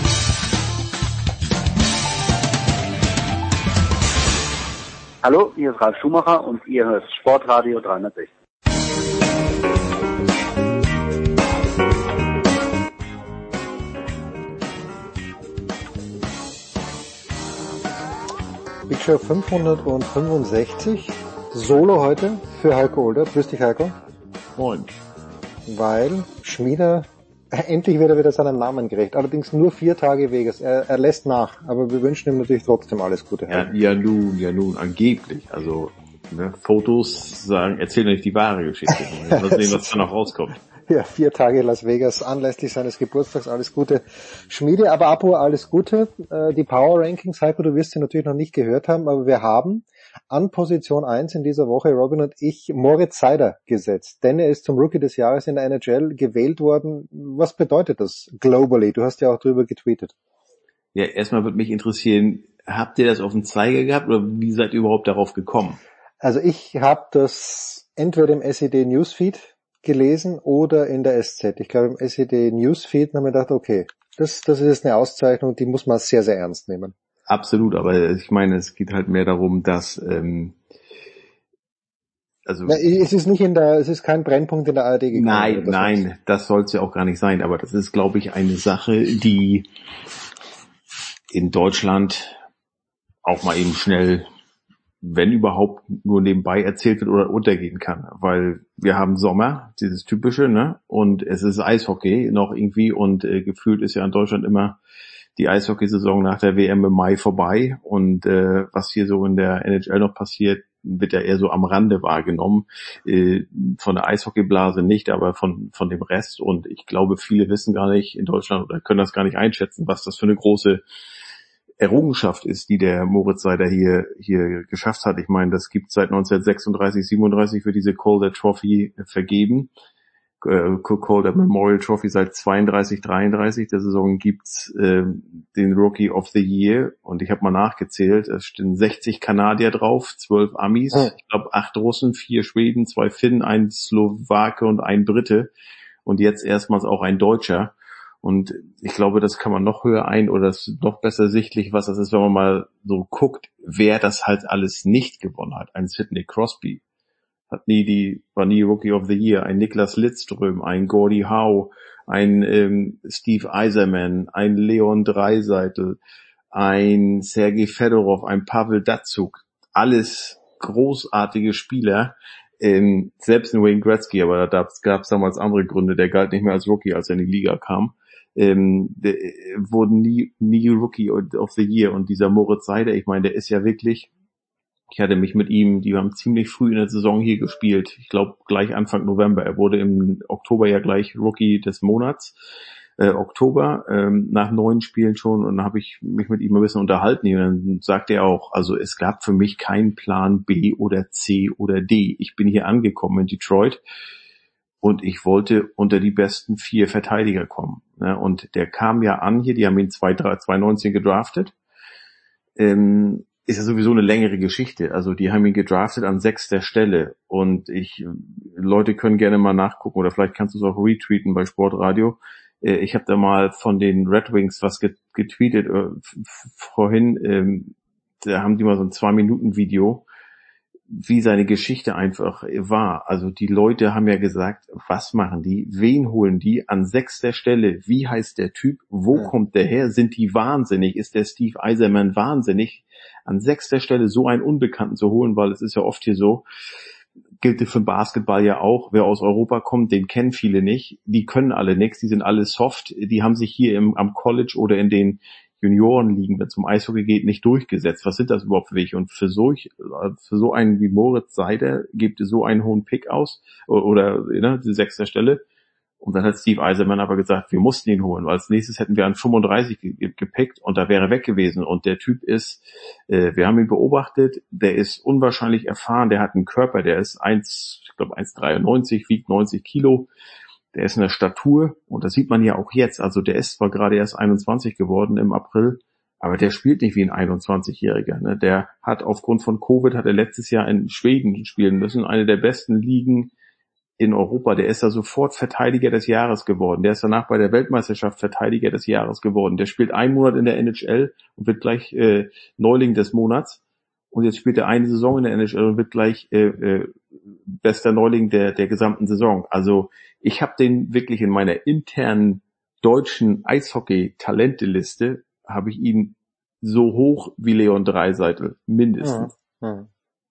Hallo, hier ist Ralf Schumacher und ihr hört Sportradio dreihundertsechzig. Big Show fünfhundertfünfundsechzig, Solo heute für Heiko Older. Grüß dich, Heiko. Moin. Weil Schmieder, endlich wird er wieder seinem Namen gerecht. Allerdings nur vier Tage Vegas. Er, er lässt nach, aber wir wünschen ihm natürlich trotzdem alles Gute. Ja, ja nun, ja nun, angeblich. Also, ne, Fotos sagen, erzählen nicht die wahre Geschichte. Mal sehen, was da noch rauskommt. Ja, vier Tage Las Vegas anlässlich seines Geburtstags. Alles Gute, Schmiede. Aber apropos alles Gute, äh, die Power Rankings, Heiko, du wirst sie natürlich noch nicht gehört haben, aber wir haben an Position eins in dieser Woche, Robin und ich, Moritz Seider gesetzt. Denn er ist zum Rookie des Jahres in der N H L gewählt worden. Was bedeutet das globally? Du hast ja auch drüber getweetet. Ja, erstmal würde mich interessieren, habt ihr das auf dem Zeiger gehabt oder wie seid ihr überhaupt darauf gekommen? Also ich habe das entweder im S E D Newsfeed gelesen oder in der S Z. Ich glaube im S E D Newsfeed haben wir gedacht, okay, das, das ist eine Auszeichnung, die muss man sehr, sehr ernst nehmen. Absolut, aber ich meine, es geht halt mehr darum, dass ähm, also Na, es ist nicht in der, es ist kein Brennpunkt in der A R D gekommen. Nein, das nein, das soll es ja auch gar nicht sein, aber das ist, glaube ich, eine Sache, die in Deutschland auch mal eben schnell, wenn überhaupt, nur nebenbei erzählt wird oder untergehen kann, weil wir haben Sommer, dieses typische, ne, und es ist Eishockey noch irgendwie und äh, gefühlt ist ja in Deutschland immer die Eishockeysaison nach der W M im Mai vorbei und äh, was hier so in der N H L noch passiert, wird ja eher so am Rande wahrgenommen, äh, von der Eishockeyblase nicht, aber von von dem Rest und ich glaube, viele wissen gar nicht in Deutschland oder können das gar nicht einschätzen, was das für eine große Errungenschaft ist, die der Moritz Seider hier hier geschafft hat. Ich meine, das gibt seit neunzehnhundertsechsunddreißig, siebenunddreißig für diese Calder Trophy vergeben. Äh, Calder Memorial Trophy seit zweiunddreißig, dreiunddreißig. Der Saison gibt's äh, den Rookie of the Year und ich habe mal nachgezählt, es stehen sechzig Kanadier drauf, zwölf Amis, hm. ich glaube acht Russen, vier Schweden, zwei Finnen, ein Slowake und ein Brite und jetzt erstmals auch ein Deutscher. Und ich glaube, das kann man noch höher ein oder das ist noch besser sichtlich, was das ist, wenn man mal so guckt, wer das halt alles nicht gewonnen hat. Ein Sidney Crosby hat nie die, war nie Rookie of the Year. Ein Niklas Lidström, ein Gordie Howe, ein ähm, Steve Yzerman, ein Leon Draisaitl, ein Sergei Fedorov, ein Pavel Datsyuk. Alles großartige Spieler. Ähm, selbst ein Wayne Gretzky, aber da gab es damals andere Gründe. Der galt nicht mehr als Rookie, als er in die Liga kam. Ähm, der, wurden nie, nie Rookie of the Year und dieser Moritz Seider, ich meine, der ist ja wirklich, ich hatte mich mit ihm, die haben ziemlich früh in der Saison hier gespielt, ich glaube gleich Anfang November, er wurde im Oktober ja gleich Rookie des Monats, äh, Oktober, ähm, nach neun Spielen schon und dann habe ich mich mit ihm ein bisschen unterhalten und dann sagte er auch, also es gab für mich keinen Plan B oder C oder D, ich bin hier angekommen in Detroit und ich wollte unter die besten vier Verteidiger kommen. Ne? Und der kam ja an hier, die haben ihn zwanzig neunzehn gedraftet. Ähm, ist ja sowieso eine längere Geschichte. Also die haben ihn gedraftet an sechster Stelle. Und ich, Leute können gerne mal nachgucken oder vielleicht kannst du es auch retweeten bei Sportradio. Äh, ich habe da mal von den Red Wings was getweetet äh, vorhin. Ähm, da haben die mal so ein Zwei-Minuten-Video, wie seine Geschichte einfach war. Also die Leute haben ja gesagt, was machen die? Wen holen die? An sechster Stelle. Wie heißt der Typ? Wo ja. kommt der her? Sind die wahnsinnig? Ist der Steve Yzerman wahnsinnig? An sechster Stelle so einen Unbekannten zu holen, weil es ist ja oft hier so, gilt für den Basketball ja auch, wer aus Europa kommt, den kennen viele nicht. Die können alle nichts, die sind alle soft. Die haben sich hier im, am College oder in den Juniorenligen, wenn es um Eishockey geht, nicht durchgesetzt. Was sind das überhaupt für welche? Und für so, für so einen wie Moritz Seider gibt es so einen hohen Pick aus oder ne, die sechster Stelle. Und dann hat Steve Yzerman aber gesagt, wir mussten ihn holen, weil als nächstes hätten wir an fünfunddreißig gepickt und da wäre er weg gewesen. Und der Typ ist, äh, wir haben ihn beobachtet, der ist unwahrscheinlich erfahren, der hat einen Körper, der ist eins, ich glaube eins Komma dreiundneunzig, wiegt neunzig Kilo. Der ist in der Statur und das sieht man ja auch jetzt. Also der ist zwar gerade erst einundzwanzig geworden im April, aber der spielt nicht wie ein einundzwanzigjähriger. Ne? Der hat aufgrund von Covid, hat er letztes Jahr in Schweden spielen müssen, eine der besten Ligen in Europa. Der ist da sofort Verteidiger des Jahres geworden. Der ist danach bei der Weltmeisterschaft Verteidiger des Jahres geworden. Der spielt einen Monat in der N H L und wird gleich äh, Neuling des Monats. Und jetzt spielt er eine Saison in der N H L und wird gleich äh, äh, bester Neuling der der gesamten Saison. Also ich habe den wirklich in meiner internen deutschen Eishockey-Talenteliste, habe ich ihn so hoch wie Leon Draisaitl, mindestens. Hm, hm.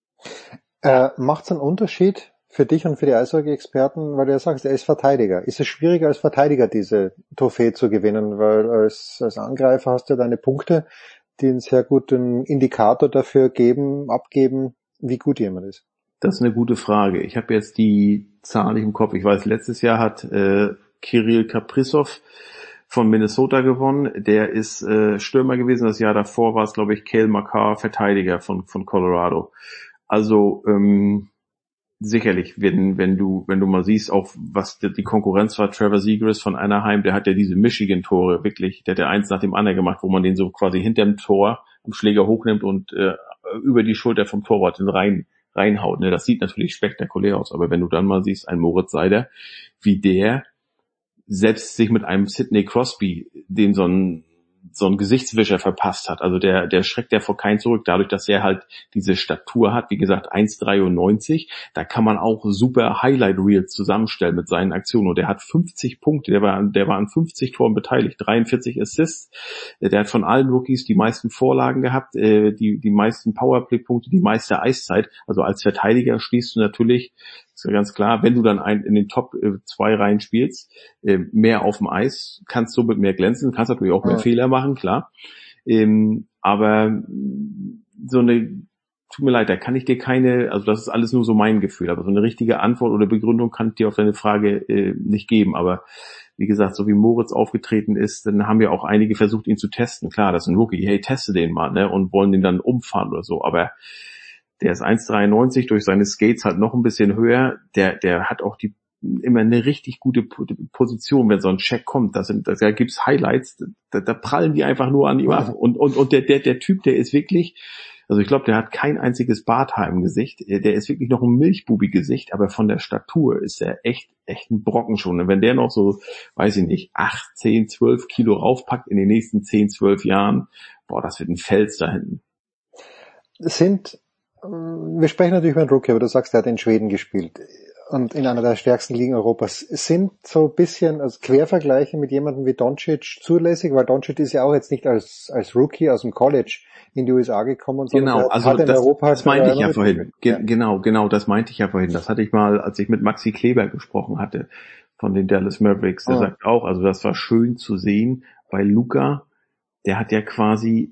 Äh, macht's einen Unterschied für dich und für die Eishockey-Experten, weil du ja sagst, er ist Verteidiger. Ist es schwieriger als Verteidiger, diese Trophäe zu gewinnen? Weil als, als Angreifer hast du deine Punkte, die einen sehr guten Indikator dafür geben, abgeben, wie gut jemand ist. Das ist eine gute Frage. Ich habe jetzt die Zahl nicht im Kopf. Ich weiß, letztes Jahr hat äh, Kirill Kaprizov von Minnesota gewonnen. Der ist äh, Stürmer gewesen. Das Jahr davor war es, glaube ich, Cale Makar, Verteidiger von von Colorado. Also ähm, sicherlich, wenn wenn du wenn du mal siehst, auch was die, die Konkurrenz war, Trevor Zegras von Anaheim, der hat ja diese Michigan-Tore wirklich, der hat ja eins nach dem anderen gemacht, wo man den so quasi hinterm Tor am Schläger hochnimmt und äh, über die Schulter vom Torwart den rein reinhaut. Ne? Das sieht natürlich spektakulär aus, aber wenn du dann mal siehst, ein Moritz Seider, wie der selbst sich mit einem Sidney Crosby, den so ein so ein Gesichtswischer verpasst hat. Also der der schreckt ja vor keinen zurück, dadurch, dass er halt diese Statur hat, wie gesagt, eins Komma dreiundneunzig. Da kann man auch super Highlight-Reels zusammenstellen mit seinen Aktionen. Und der hat fünfzig Punkte, der war der war an fünfzig Toren beteiligt, dreiundvierzig Assists. Der hat von allen Rookies die meisten Vorlagen gehabt, die die meisten Powerplay-Punkte, die meiste Eiszeit. Also als Verteidiger stehst du natürlich, ist ja ganz klar, wenn du dann ein, in den Top äh, zwei Reihen spielst, äh, mehr auf dem Eis, kannst du mit mehr glänzen, kannst natürlich auch mehr ja. Fehler machen, klar. Ähm, aber so eine, tut mir leid, da kann ich dir keine, also das ist alles nur so mein Gefühl, aber so eine richtige Antwort oder Begründung kann ich dir auf deine Frage äh, nicht geben. Aber wie gesagt, so wie Moritz aufgetreten ist, dann haben ja auch einige versucht, ihn zu testen. Klar, das ist ein Rookie, hey, teste den mal, ne, und wollen den dann umfahren oder so, aber der ist eins Komma dreiundneunzig, durch seine Skates halt noch ein bisschen höher. Der, der hat auch die immer eine richtig gute Position, wenn so ein Check kommt. Da sind, da gibt's Highlights, da, da prallen die einfach nur an ihm ab. Und, und, und der, der, der Typ, der ist wirklich, also ich glaube, der hat kein einziges Barthaar im Gesicht. Der ist wirklich noch ein Milchbubi-Gesicht, aber von der Statur ist er echt, echt ein Brocken schon. Und wenn der noch so, weiß ich nicht, acht, zehn, zwölf Kilo raufpackt in den nächsten zehn, zwölf Jahren, boah, das wird ein Fels da hinten. Es sind Wir sprechen natürlich über den Rookie, aber du sagst, er hat in Schweden gespielt und in einer der stärksten Ligen Europas. Sind so ein bisschen also Quervergleiche mit jemandem wie Doncic zulässig, weil Doncic ist ja auch jetzt nicht als als Rookie aus dem College in die U S A gekommen, sondern genau, also hat in das, Europa das meinte ich ja vorhin. Ge- ja. Genau, genau, das meinte ich ja vorhin. Das hatte ich mal, als ich mit Maxi Kleber gesprochen hatte von den Dallas Mavericks. Der oh. sagt auch, also das war schön zu sehen, weil Luka, der hat ja quasi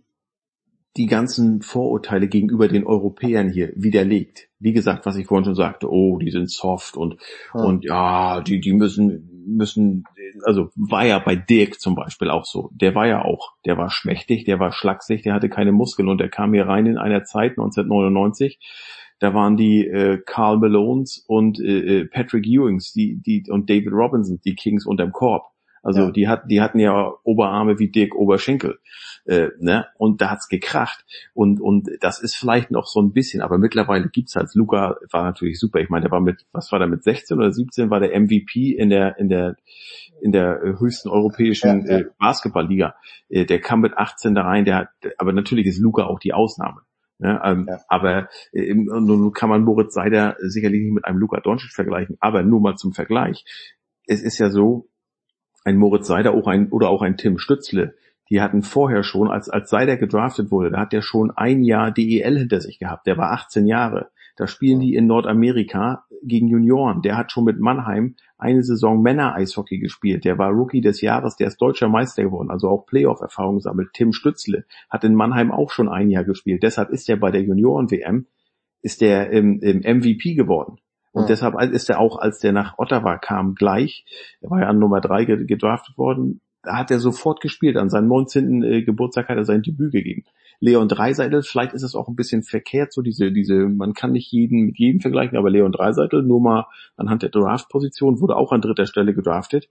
die ganzen Vorurteile gegenüber den Europäern hier widerlegt. Wie gesagt, was ich vorhin schon sagte, oh, die sind soft und ja. und ja, die die müssen müssen also war ja bei Dirk zum Beispiel auch so. Der war ja auch, der war schmächtig, der war schlaksig, der hatte keine Muskeln und der kam hier rein in einer Zeit neunzehnhundertneunundneunzig. Da waren die äh, Karl Malones und äh, Patrick Ewings, die die und David Robinson, die Kings unterm Korb. Also ja. die hat, die hatten ja Oberarme wie Dirk Oberschenkel, äh, ne? Und da hat's gekracht. Und und das ist vielleicht noch so ein bisschen, aber mittlerweile gibt's halt. Luka war natürlich super. Ich meine, der war mit, was war der mit sechzehn oder siebzehn war der M V P in der in der in der höchsten europäischen ja, ja. Äh, Basketballliga. Äh, der kam mit achtzehn da rein. Der hat, aber natürlich ist Luka auch die Ausnahme. Ne? Ähm, ja. Aber äh, nun kann man Moritz Seider sicherlich nicht mit einem Luka Doncic vergleichen. Aber nur mal zum Vergleich: Es ist ja so, ein Moritz Seider auch ein, oder auch ein Tim Stützle, die hatten vorher schon, als als Seider gedraftet wurde, da hat der schon ein Jahr D E L hinter sich gehabt. Der war achtzehn Jahre. Da spielen die in Nordamerika gegen Junioren. Der hat schon mit Mannheim eine Saison Männer-Eishockey gespielt. Der war Rookie des Jahres, der ist deutscher Meister geworden, also auch Playoff-Erfahrung gesammelt. Tim Stützle hat in Mannheim auch schon ein Jahr gespielt. Deshalb ist er bei der Junioren-W M, ist der im, im M V P geworden. Und ja. deshalb ist er auch, als der nach Ottawa kam, gleich, er war ja an Nummer drei gedraftet worden, da hat er sofort gespielt. An seinem neunzehnten Äh, Geburtstag hat er sein Debüt gegeben. Leon Dreiseitel, vielleicht ist es auch ein bisschen verkehrt, so diese, diese, man kann nicht jeden mit jedem vergleichen, aber Leon Dreiseitel, nur mal anhand der Draftposition, wurde auch an dritter Stelle gedraftet.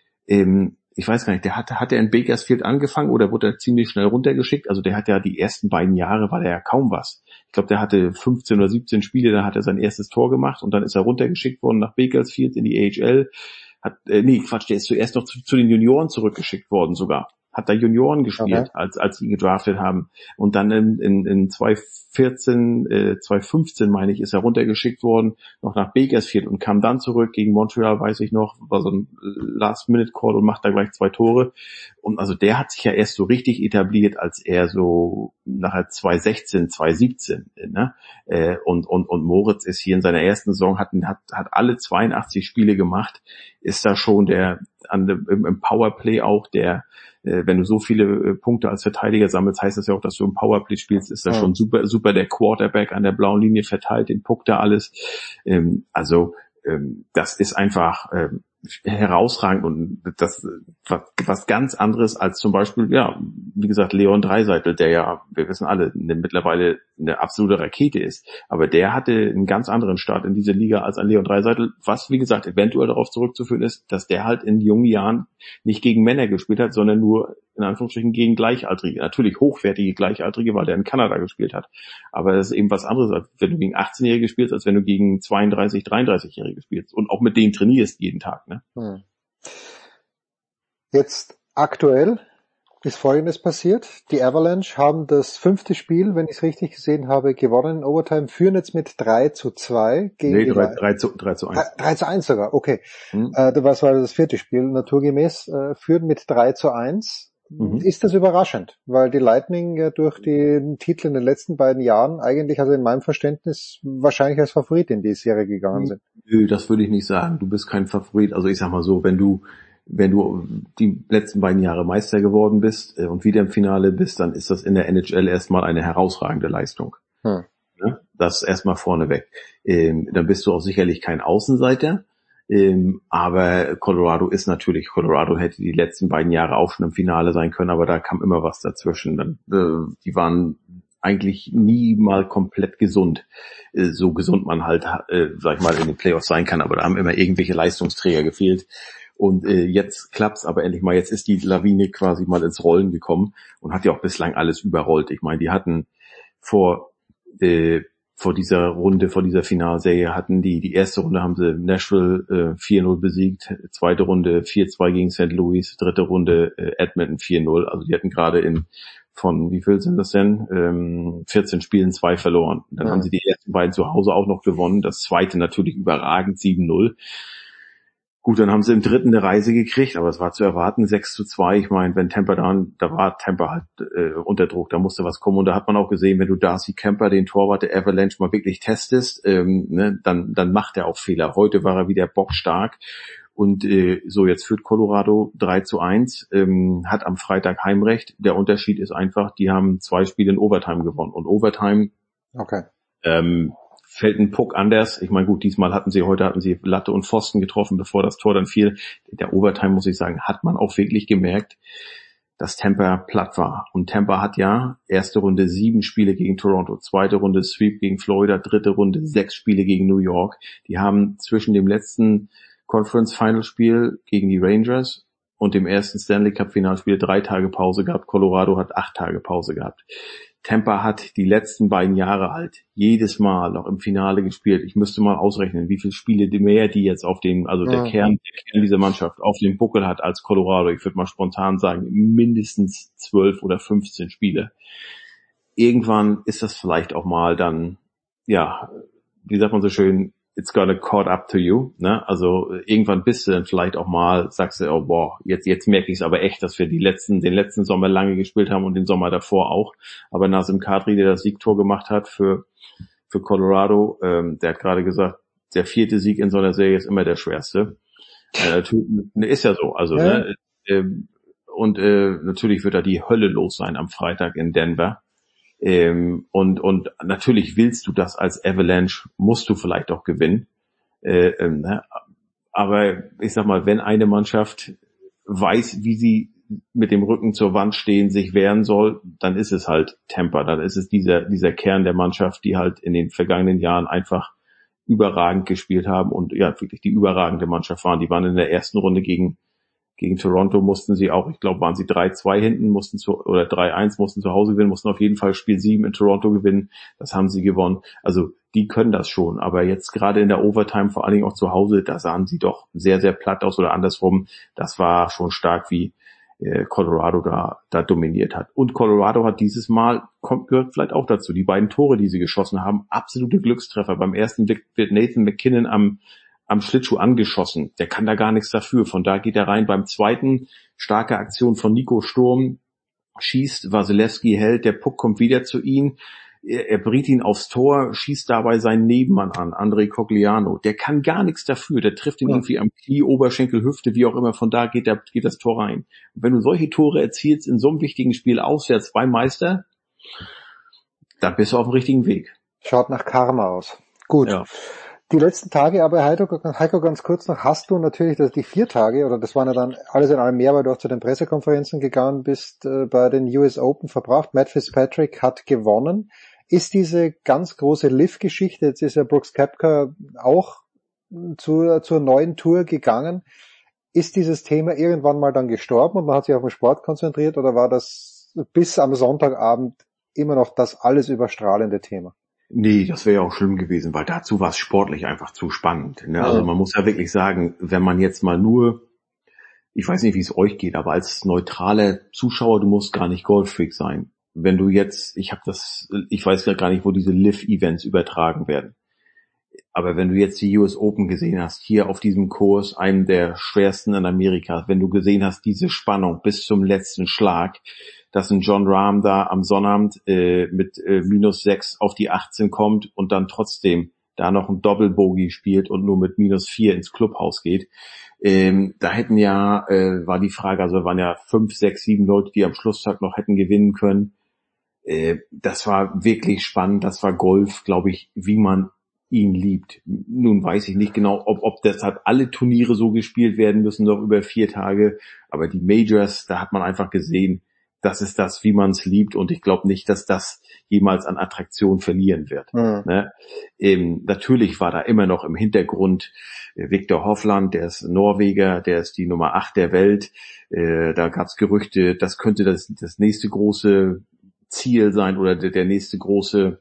Ähm, ich weiß gar nicht, der hatte, hat er in Bakersfield angefangen oder wurde er ziemlich schnell runtergeschickt? Also der hat ja die ersten beiden Jahre, war der ja kaum was. Ich glaube, der hatte fünfzehn oder siebzehn Spiele, da hat er sein erstes Tor gemacht und dann ist er runtergeschickt worden nach Bakersfield in die A H L. Hat, äh, nee, Quatsch, der ist zuerst noch zu, zu den Junioren zurückgeschickt worden sogar. Hat da Junioren gespielt, okay. als als sie ihn gedraftet haben. Und dann in, in, in zwanzig vierzehn, äh, zwanzig fünfzehn, meine ich, ist er runtergeschickt worden, noch nach Bakersfield und kam dann zurück gegen Montreal, weiß ich noch, war so ein Last-Minute-Call und macht da gleich zwei Tore. Und also der hat sich ja erst so richtig etabliert, als er so nachher zwanzig sechzehn, zwanzig siebzehn, ne? Äh, und, und, und Moritz ist hier in seiner ersten Saison, hat, hat, hat alle zweiundachtzig Spiele gemacht, ist da schon der, an dem, im, im Powerplay auch, der, äh, wenn du so viele äh, Punkte als Verteidiger sammelst, heißt das ja auch, dass du im Powerplay spielst, ist das ja. schon super, super der Quarterback an der blauen Linie verteilt, den Puck da alles. Ähm, also ähm, das ist einfach ähm, herausragend und das was, was ganz anderes als zum Beispiel, ja, wie gesagt, Leon Dreiseitel, der ja, wir wissen alle, eine, mittlerweile eine absolute Rakete ist, aber der hatte einen ganz anderen Start in dieser Liga als ein Leon Dreiseitel, was, wie gesagt, eventuell darauf zurückzuführen ist, dass der halt in jungen Jahren nicht gegen Männer gespielt hat, sondern nur in Anführungsstrichen gegen Gleichaltrige, natürlich hochwertige Gleichaltrige, weil der in Kanada gespielt hat, aber das ist eben was anderes, als wenn du gegen achtzehnjährige spielst, als wenn du gegen zweiunddreißig, dreiunddreißigjährige spielst und auch mit denen trainierst jeden Tag, ne? Hm. Jetzt aktuell ist Folgendes passiert. Die Avalanche haben das fünfte Spiel, wenn ich es richtig gesehen habe, gewonnen in Overtime, führen jetzt mit drei zu zwei gegen nee, die drei zu eins. drei zu eins sogar, okay. Hm. Äh, was war das vierte Spiel? Naturgemäß äh, führen mit drei zu eins. Mhm. Ist das überraschend? Weil die Lightning ja durch den Titel in den letzten beiden Jahren eigentlich, also in meinem Verständnis, wahrscheinlich als Favorit in die Serie gegangen sind. Nö, das würde ich nicht sagen. Du bist kein Favorit. Also ich sag mal so, wenn du wenn du die letzten beiden Jahre Meister geworden bist und wieder im Finale bist, dann ist das in der N H L erstmal eine herausragende Leistung. Hm. Das erstmal vorneweg. Ähm, dann bist du auch sicherlich kein Außenseiter. Ähm, aber Colorado ist natürlich, Colorado hätte die letzten beiden Jahre auch schon im Finale sein können, aber da kam immer was dazwischen. Dann, äh, die waren eigentlich nie mal komplett gesund, äh, so gesund man halt, äh, sag ich mal, in den Playoffs sein kann, aber da haben immer irgendwelche Leistungsträger gefehlt. Und äh, jetzt klappt's aber endlich mal, jetzt ist die Lawine quasi mal ins Rollen gekommen und hat ja auch bislang alles überrollt. Ich meine, die hatten vor äh, vor dieser Runde, vor dieser Finalserie hatten die, die erste Runde haben sie Nashville äh, vier null besiegt, zweite Runde vier zwei gegen Saint Louis, dritte Runde äh, Edmonton vier null. Also die hatten gerade in, von, wie viel sind das denn? Ähm, vierzehn Spielen zwei verloren. Dann ja. haben sie die ersten beiden zu Hause auch noch gewonnen, das zweite natürlich überragend sieben null. Gut, dann haben sie im dritten eine Reise gekriegt, aber es war zu erwarten, sechs zu zwei. Ich meine, wenn Tampa da, da war Tampa halt äh, unter Druck, da musste was kommen. Und da hat man auch gesehen, wenn du Darcy Kemper, den Torwart der Avalanche, mal wirklich testest, ähm, ne, dann, dann macht er auch Fehler. Heute war er wieder bockstark. Und äh, so, jetzt führt Colorado drei zu eins, ähm, hat am Freitag Heimrecht. Der Unterschied ist einfach, die haben zwei Spiele in Overtime gewonnen. Und Overtime okay. ähm, fällt ein Puck anders. Ich meine, gut, diesmal hatten sie, heute hatten sie Latte und Pfosten getroffen, bevor das Tor dann fiel. Der Overtime, muss ich sagen, hat man auch wirklich gemerkt, dass Tampa platt war. Und Tampa hat ja erste Runde sieben Spiele gegen Toronto, zweite Runde Sweep gegen Florida, dritte Runde sechs Spiele gegen New York. Die haben zwischen dem letzten Conference Final Spiel gegen die Rangers und dem ersten Stanley Cup Finalspiel drei Tage Pause gehabt. Colorado hat acht Tage Pause gehabt. Tampa hat die letzten beiden Jahre halt jedes Mal noch im Finale gespielt. Ich müsste mal ausrechnen, wie viele Spiele mehr die jetzt auf dem, also der, ja. Kern, der Kern dieser Mannschaft auf dem Buckel hat als Colorado. Ich würde mal spontan sagen, mindestens zwölf oder fünfzehn Spiele. Irgendwann ist das vielleicht auch mal dann, ja, wie sagt man so schön, it's gonna caught up to you, ne? Also irgendwann bist du dann vielleicht auch mal, sagst du, oh boah, jetzt jetzt merke ich es aber echt, dass wir die letzten den letzten Sommer lange gespielt haben und den Sommer davor auch. Aber Nazem Kadri, der das Siegtor gemacht hat für für Colorado, ähm, der hat gerade gesagt, der vierte Sieg in so einer Serie ist immer der schwerste. Äh, ist ja so, also ja. Ne? Ähm, und äh, natürlich wird da die Hölle los sein am Freitag in Denver. Ähm, und und natürlich willst du das als Avalanche, musst du vielleicht auch gewinnen. Äh, ähm, ne? Aber ich sag mal, wenn eine Mannschaft weiß, wie sie mit dem Rücken zur Wand stehen, sich wehren soll, dann ist es halt Tampa. Dann ist es dieser dieser Kern der Mannschaft, die halt in den vergangenen Jahren einfach überragend gespielt haben und ja wirklich die überragende Mannschaft waren. Die waren in der ersten Runde gegen Gegen Toronto mussten sie auch, ich glaube, waren sie drei zwei hinten, mussten zu, oder drei eins, mussten zu Hause gewinnen, mussten auf jeden Fall Spiel sieben in Toronto gewinnen. Das haben sie gewonnen. Also, die können das schon. Aber jetzt gerade in der Overtime, vor allen Dingen auch zu Hause, da sahen sie doch sehr, sehr platt aus oder andersrum. Das war schon stark, wie äh, Colorado da, da dominiert hat. Und Colorado hat dieses Mal, kommt, gehört vielleicht auch dazu, die beiden Tore, die sie geschossen haben, absolute Glückstreffer. Beim ersten wird Nathan McKinnon am am Schlittschuh angeschossen. Der kann da gar nichts dafür. Von da geht er rein. Beim zweiten, starke Aktion von Nico Sturm, schießt, Wasilewski hält, der Puck kommt wieder zu ihm. er, er bringt ihn aufs Tor, schießt dabei seinen Nebenmann an, André Cogliano. Der kann gar nichts dafür, der trifft ihn ja. irgendwie am Knie, Oberschenkel, Hüfte, wie auch immer, von da geht, der, geht das Tor rein. Und wenn du solche Tore erzielst in so einem wichtigen Spiel auswärts beim Meister, da bist du auf dem richtigen Weg. Schaut nach Karma aus. Gut. Ja. Die letzten Tage, aber Heiko, Heiko, ganz kurz noch, hast du natürlich das, die vier Tage, oder das waren ja dann alles in allem mehr, weil du auch zu den Pressekonferenzen gegangen bist, äh, bei den U S Open verbracht. Matt Fitzpatrick hat gewonnen. Ist diese ganz große Liv-Geschichte, jetzt ist ja Brooks Koepka auch zu, zur neuen Tour gegangen. Ist dieses Thema irgendwann mal dann gestorben und man hat sich auf den Sport konzentriert, oder war das bis am Sonntagabend immer noch das alles überstrahlende Thema? Nee, das wäre ja auch schlimm gewesen, weil dazu war es sportlich einfach zu spannend. Ne? Also man muss ja wirklich sagen, wenn man jetzt mal nur, ich weiß nicht, wie es euch geht, aber als neutraler Zuschauer, du musst gar nicht Golffreak sein. Wenn du jetzt, ich habe das, ich weiß gar nicht, wo diese Live-Events übertragen werden. Aber wenn du jetzt die U S Open gesehen hast, hier auf diesem Kurs, einem der schwersten in Amerika, wenn du gesehen hast, diese Spannung bis zum letzten Schlag, dass ein Jon Rahm da am Sonnabend äh, mit äh, minus sechs auf die achtzehn kommt und dann trotzdem da noch ein Doppelbogey spielt und nur mit minus vier ins Clubhaus geht. Ähm, da hätten ja, äh, war die Frage, also waren ja fünf, sechs, sieben Leute, die am Schlusstag noch hätten gewinnen können. Äh, das war wirklich spannend, das war Golf, glaube ich, wie man ihn liebt. Nun weiß ich nicht genau, ob, ob deshalb alle Turniere so gespielt werden müssen, noch über vier Tage, aber die Majors, da hat man einfach gesehen, das ist das, wie man es liebt, und ich glaube nicht, dass das jemals an Attraktion verlieren wird. Mhm. Ne? Ähm, natürlich war da immer noch im Hintergrund äh, Viktor Hovland, der ist Norweger, der ist die Nummer acht der Welt. Äh, da gab es Gerüchte, das könnte das, das nächste große Ziel sein oder der, der nächste große,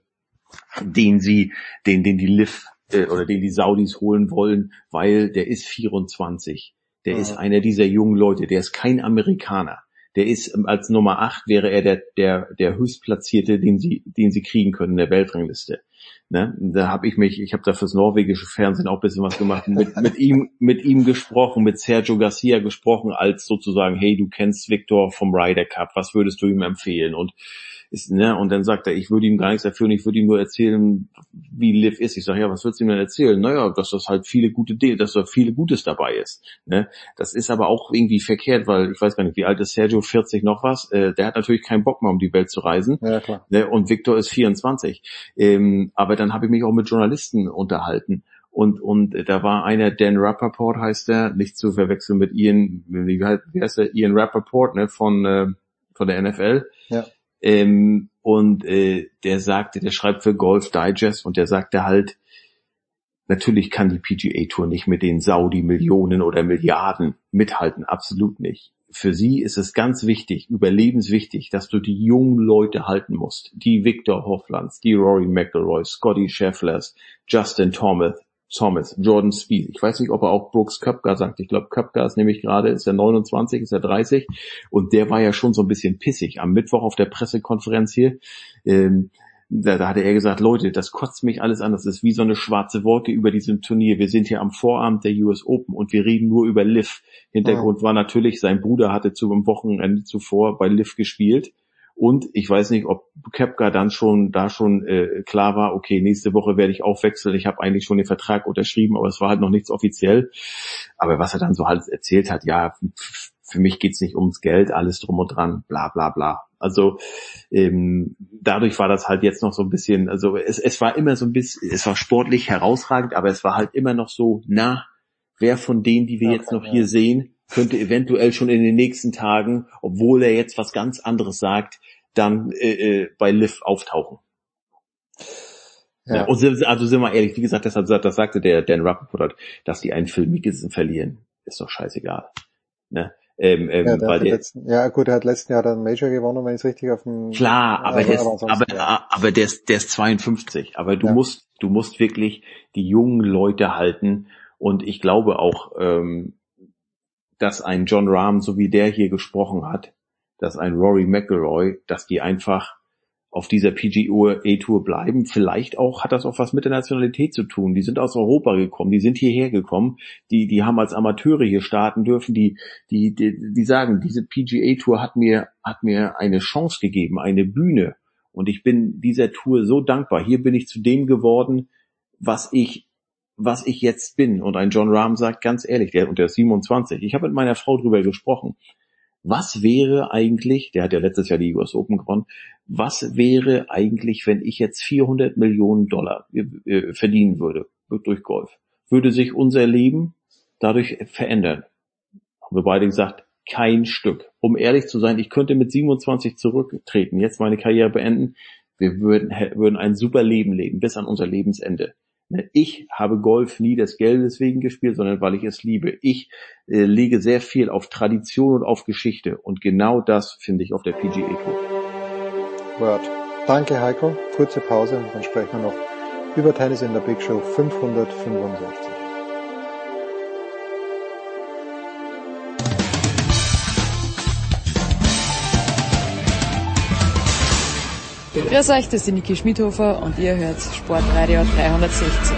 den sie, den, den die Liv äh, oder den die Saudis holen wollen, weil der ist vierundzwanzig. Der mhm. ist einer dieser jungen Leute, der ist kein Amerikaner. Der ist als Nummer acht wäre er der der der höchstplatzierte, den sie den sie kriegen können in der Weltrangliste. Ne? Da habe ich mich, ich habe da fürs norwegische Fernsehen auch ein bisschen was gemacht, mit mit ihm mit ihm gesprochen, mit Sergio Garcia gesprochen, als sozusagen, hey, du kennst Viktor vom Ryder Cup, was würdest du ihm empfehlen? Und ist, ne, und dann sagt er, ich würde ihm gar nichts dafür, und ich würde ihm nur erzählen, wie Liv ist. Ich sage, ja, was würdest du ihm denn erzählen? Naja, dass das halt viele gute Dinge, dass da viele Gutes dabei ist. Ne? Das ist aber auch irgendwie verkehrt, weil ich weiß gar nicht, wie alt ist Sergio, vierzig noch was? Äh, der hat natürlich keinen Bock mehr, um die Welt zu reisen. Ja, klar. Ne? Und Viktor ist vierundzwanzig. Ähm, aber dann habe ich mich auch mit Journalisten unterhalten. Und und da war einer, Dan Rappaport heißt der, nicht zu verwechseln mit Ian, wie heißt der? Ian Rappaport, ne, von äh, von der N F L. Ja. Ähm, und äh, der sagte, der schreibt für Golf Digest, und der sagte halt, natürlich kann die P G A Tour nicht mit den Saudi-Millionen oder Milliarden mithalten, absolut nicht. Für sie ist es ganz wichtig, überlebenswichtig, dass du die jungen Leute halten musst. Die Viktor Hovlands, die Rory McIlroy, Scotty Schefflers, Justin Thomas, Thomas, Jordan Spieth. Ich weiß nicht, ob er auch Brooks Koepka sagt. Ich glaube, Koepka ist nämlich gerade, ist er neunundzwanzig, ist er dreißig. Und der war ja schon so ein bisschen pissig. Am Mittwoch auf der Pressekonferenz hier, ähm, da, da hatte er gesagt, Leute, das kotzt mich alles an. Das ist wie so eine schwarze Wolke über diesem Turnier. Wir sind hier am Vorabend der U S Open und wir reden nur über Liv. Hintergrund ja. war natürlich, sein Bruder hatte zu am Wochenende zuvor bei Liv gespielt. Und ich weiß nicht, ob Koepka dann schon da schon äh, klar war, okay, nächste Woche werde ich auch wechseln. Ich habe eigentlich schon den Vertrag unterschrieben, aber es war halt noch nichts offiziell. Aber was er dann so halt erzählt hat, ja, für mich geht's nicht ums Geld, alles drum und dran, bla bla bla. Also ähm, dadurch war das halt jetzt noch so ein bisschen, also es, es war immer so ein bisschen, es war sportlich herausragend, aber es war halt immer noch so, na, wer von denen, die wir okay, jetzt noch ja. hier sehen, könnte eventuell schon in den nächsten Tagen, obwohl er jetzt was ganz anderes sagt, dann äh, bei Liv auftauchen. Ja. Ja, und sind, also sind wir ehrlich, wie gesagt, deshalb das sagte der Dan Rappaport, dass die einen Phil Mickelson verlieren, ist doch scheißegal. Ne? Ähm, ähm, ja, weil der, letzten, ja gut, er hat letzten Jahr dann Major gewonnen, wenn ich es richtig auf dem... Klar, aber, aber, der, ist, aber, ja. aber der, ist, der ist zweiundfünfzig. Aber du ja. musst, du musst wirklich die jungen Leute halten, und ich glaube auch, ähm, dass ein Jon Rahm, so wie der hier gesprochen hat, dass ein Rory McIlroy, dass die einfach auf dieser P G A Tour bleiben. Vielleicht auch hat das auch was mit der Nationalität zu tun. Die sind aus Europa gekommen, die sind hierher gekommen, die die haben als Amateure hier starten dürfen, die die die, die sagen, diese P G A Tour hat mir hat mir eine Chance gegeben, eine Bühne, Und ich bin dieser Tour so dankbar. Hier bin ich zu dem geworden, was ich was ich jetzt bin. Und ein Jon Rahm sagt ganz ehrlich, der, und der ist siebenundzwanzig, ich habe mit meiner Frau drüber gesprochen, was wäre eigentlich, der hat ja letztes Jahr die U S Open gewonnen, was wäre eigentlich, wenn ich jetzt vierhundert Millionen Dollar äh, verdienen würde durch Golf? Würde sich unser Leben dadurch verändern? Haben wir beide gesagt, kein Stück. Um ehrlich zu sein, ich könnte mit siebenundzwanzig zurücktreten, jetzt meine Karriere beenden. Wir würden, würden ein super Leben leben, bis an unser Lebensende. Ich habe Golf nie des Geldes wegen gespielt, sondern weil ich es liebe. Ich äh, lege sehr viel auf Tradition und auf Geschichte. Und genau das finde ich auf der P G A Tour. Word. Danke, Heiko. Kurze Pause und dann sprechen wir noch über Tennis in der Big Show fünfhundertfünfundsechzig. Grüß euch, das ist die Niki Schmidhofer und ihr hört Sportradio dreihundertsechzig.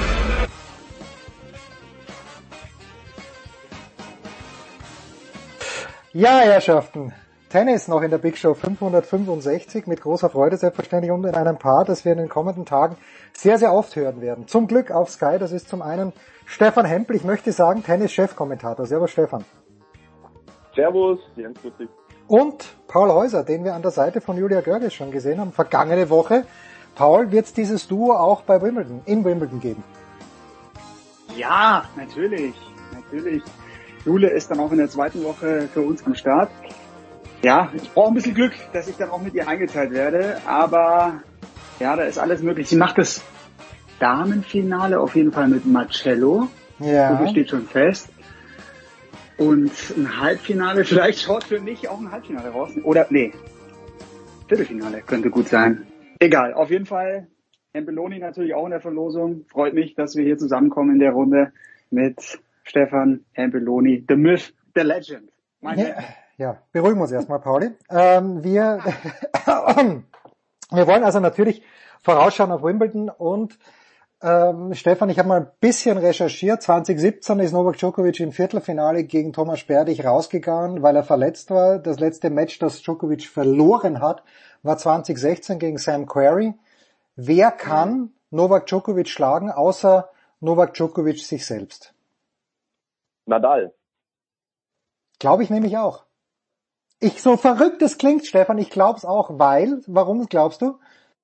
Ja, Herrschaften, Tennis noch in der Big Show fünfhundertfünfundsechzig mit großer Freude selbstverständlich und in einem Paar, das wir in den kommenden Tagen sehr, sehr oft hören werden. Zum Glück auf Sky, das ist zum einen Stefan Hempel, ich möchte sagen Tennis-Chefkommentator. Servus Stefan. Servus, Jens, grüß dich. Und Paul Häuser, den wir an der Seite von Julia Görges schon gesehen haben, vergangene Woche. Paul, wird es dieses Duo auch bei Wimbledon, in Wimbledon geben? Ja, natürlich, natürlich. Jule ist dann auch in der zweiten Woche für uns am Start. Ja, ich brauche ein bisschen Glück, dass ich dann auch mit ihr eingeteilt werde, aber ja, da ist alles möglich. Sie macht das Damenfinale auf jeden Fall mit Marcello. Ja. Das steht schon fest. Und ein Halbfinale, vielleicht schaut für mich auch ein Halbfinale raus. Oder, nee, Viertelfinale könnte gut sein. Egal, auf jeden Fall Hempeloni natürlich auch in der Verlosung. Freut mich, dass wir hier zusammenkommen in der Runde mit Stefan Hempeloni, the myth, the legend. Ja, ja, beruhigen wir uns erstmal, Pauli. Ähm, wir, wir wollen also natürlich vorausschauen auf Wimbledon und Ähm, Stefan, ich habe mal ein bisschen recherchiert. zwanzig siebzehn ist Novak Djokovic im Viertelfinale gegen Thomas Berdych rausgegangen, weil er verletzt war. Das letzte Match, das Djokovic verloren hat, war zwanzig sechzehn gegen Sam Querrey. Wer kann Novak Djokovic schlagen, außer Novak Djokovic sich selbst? Nadal. Glaube ich nämlich auch. Ich, so verrückt es klingt, Stefan, ich glaub's auch, weil, warum glaubst du?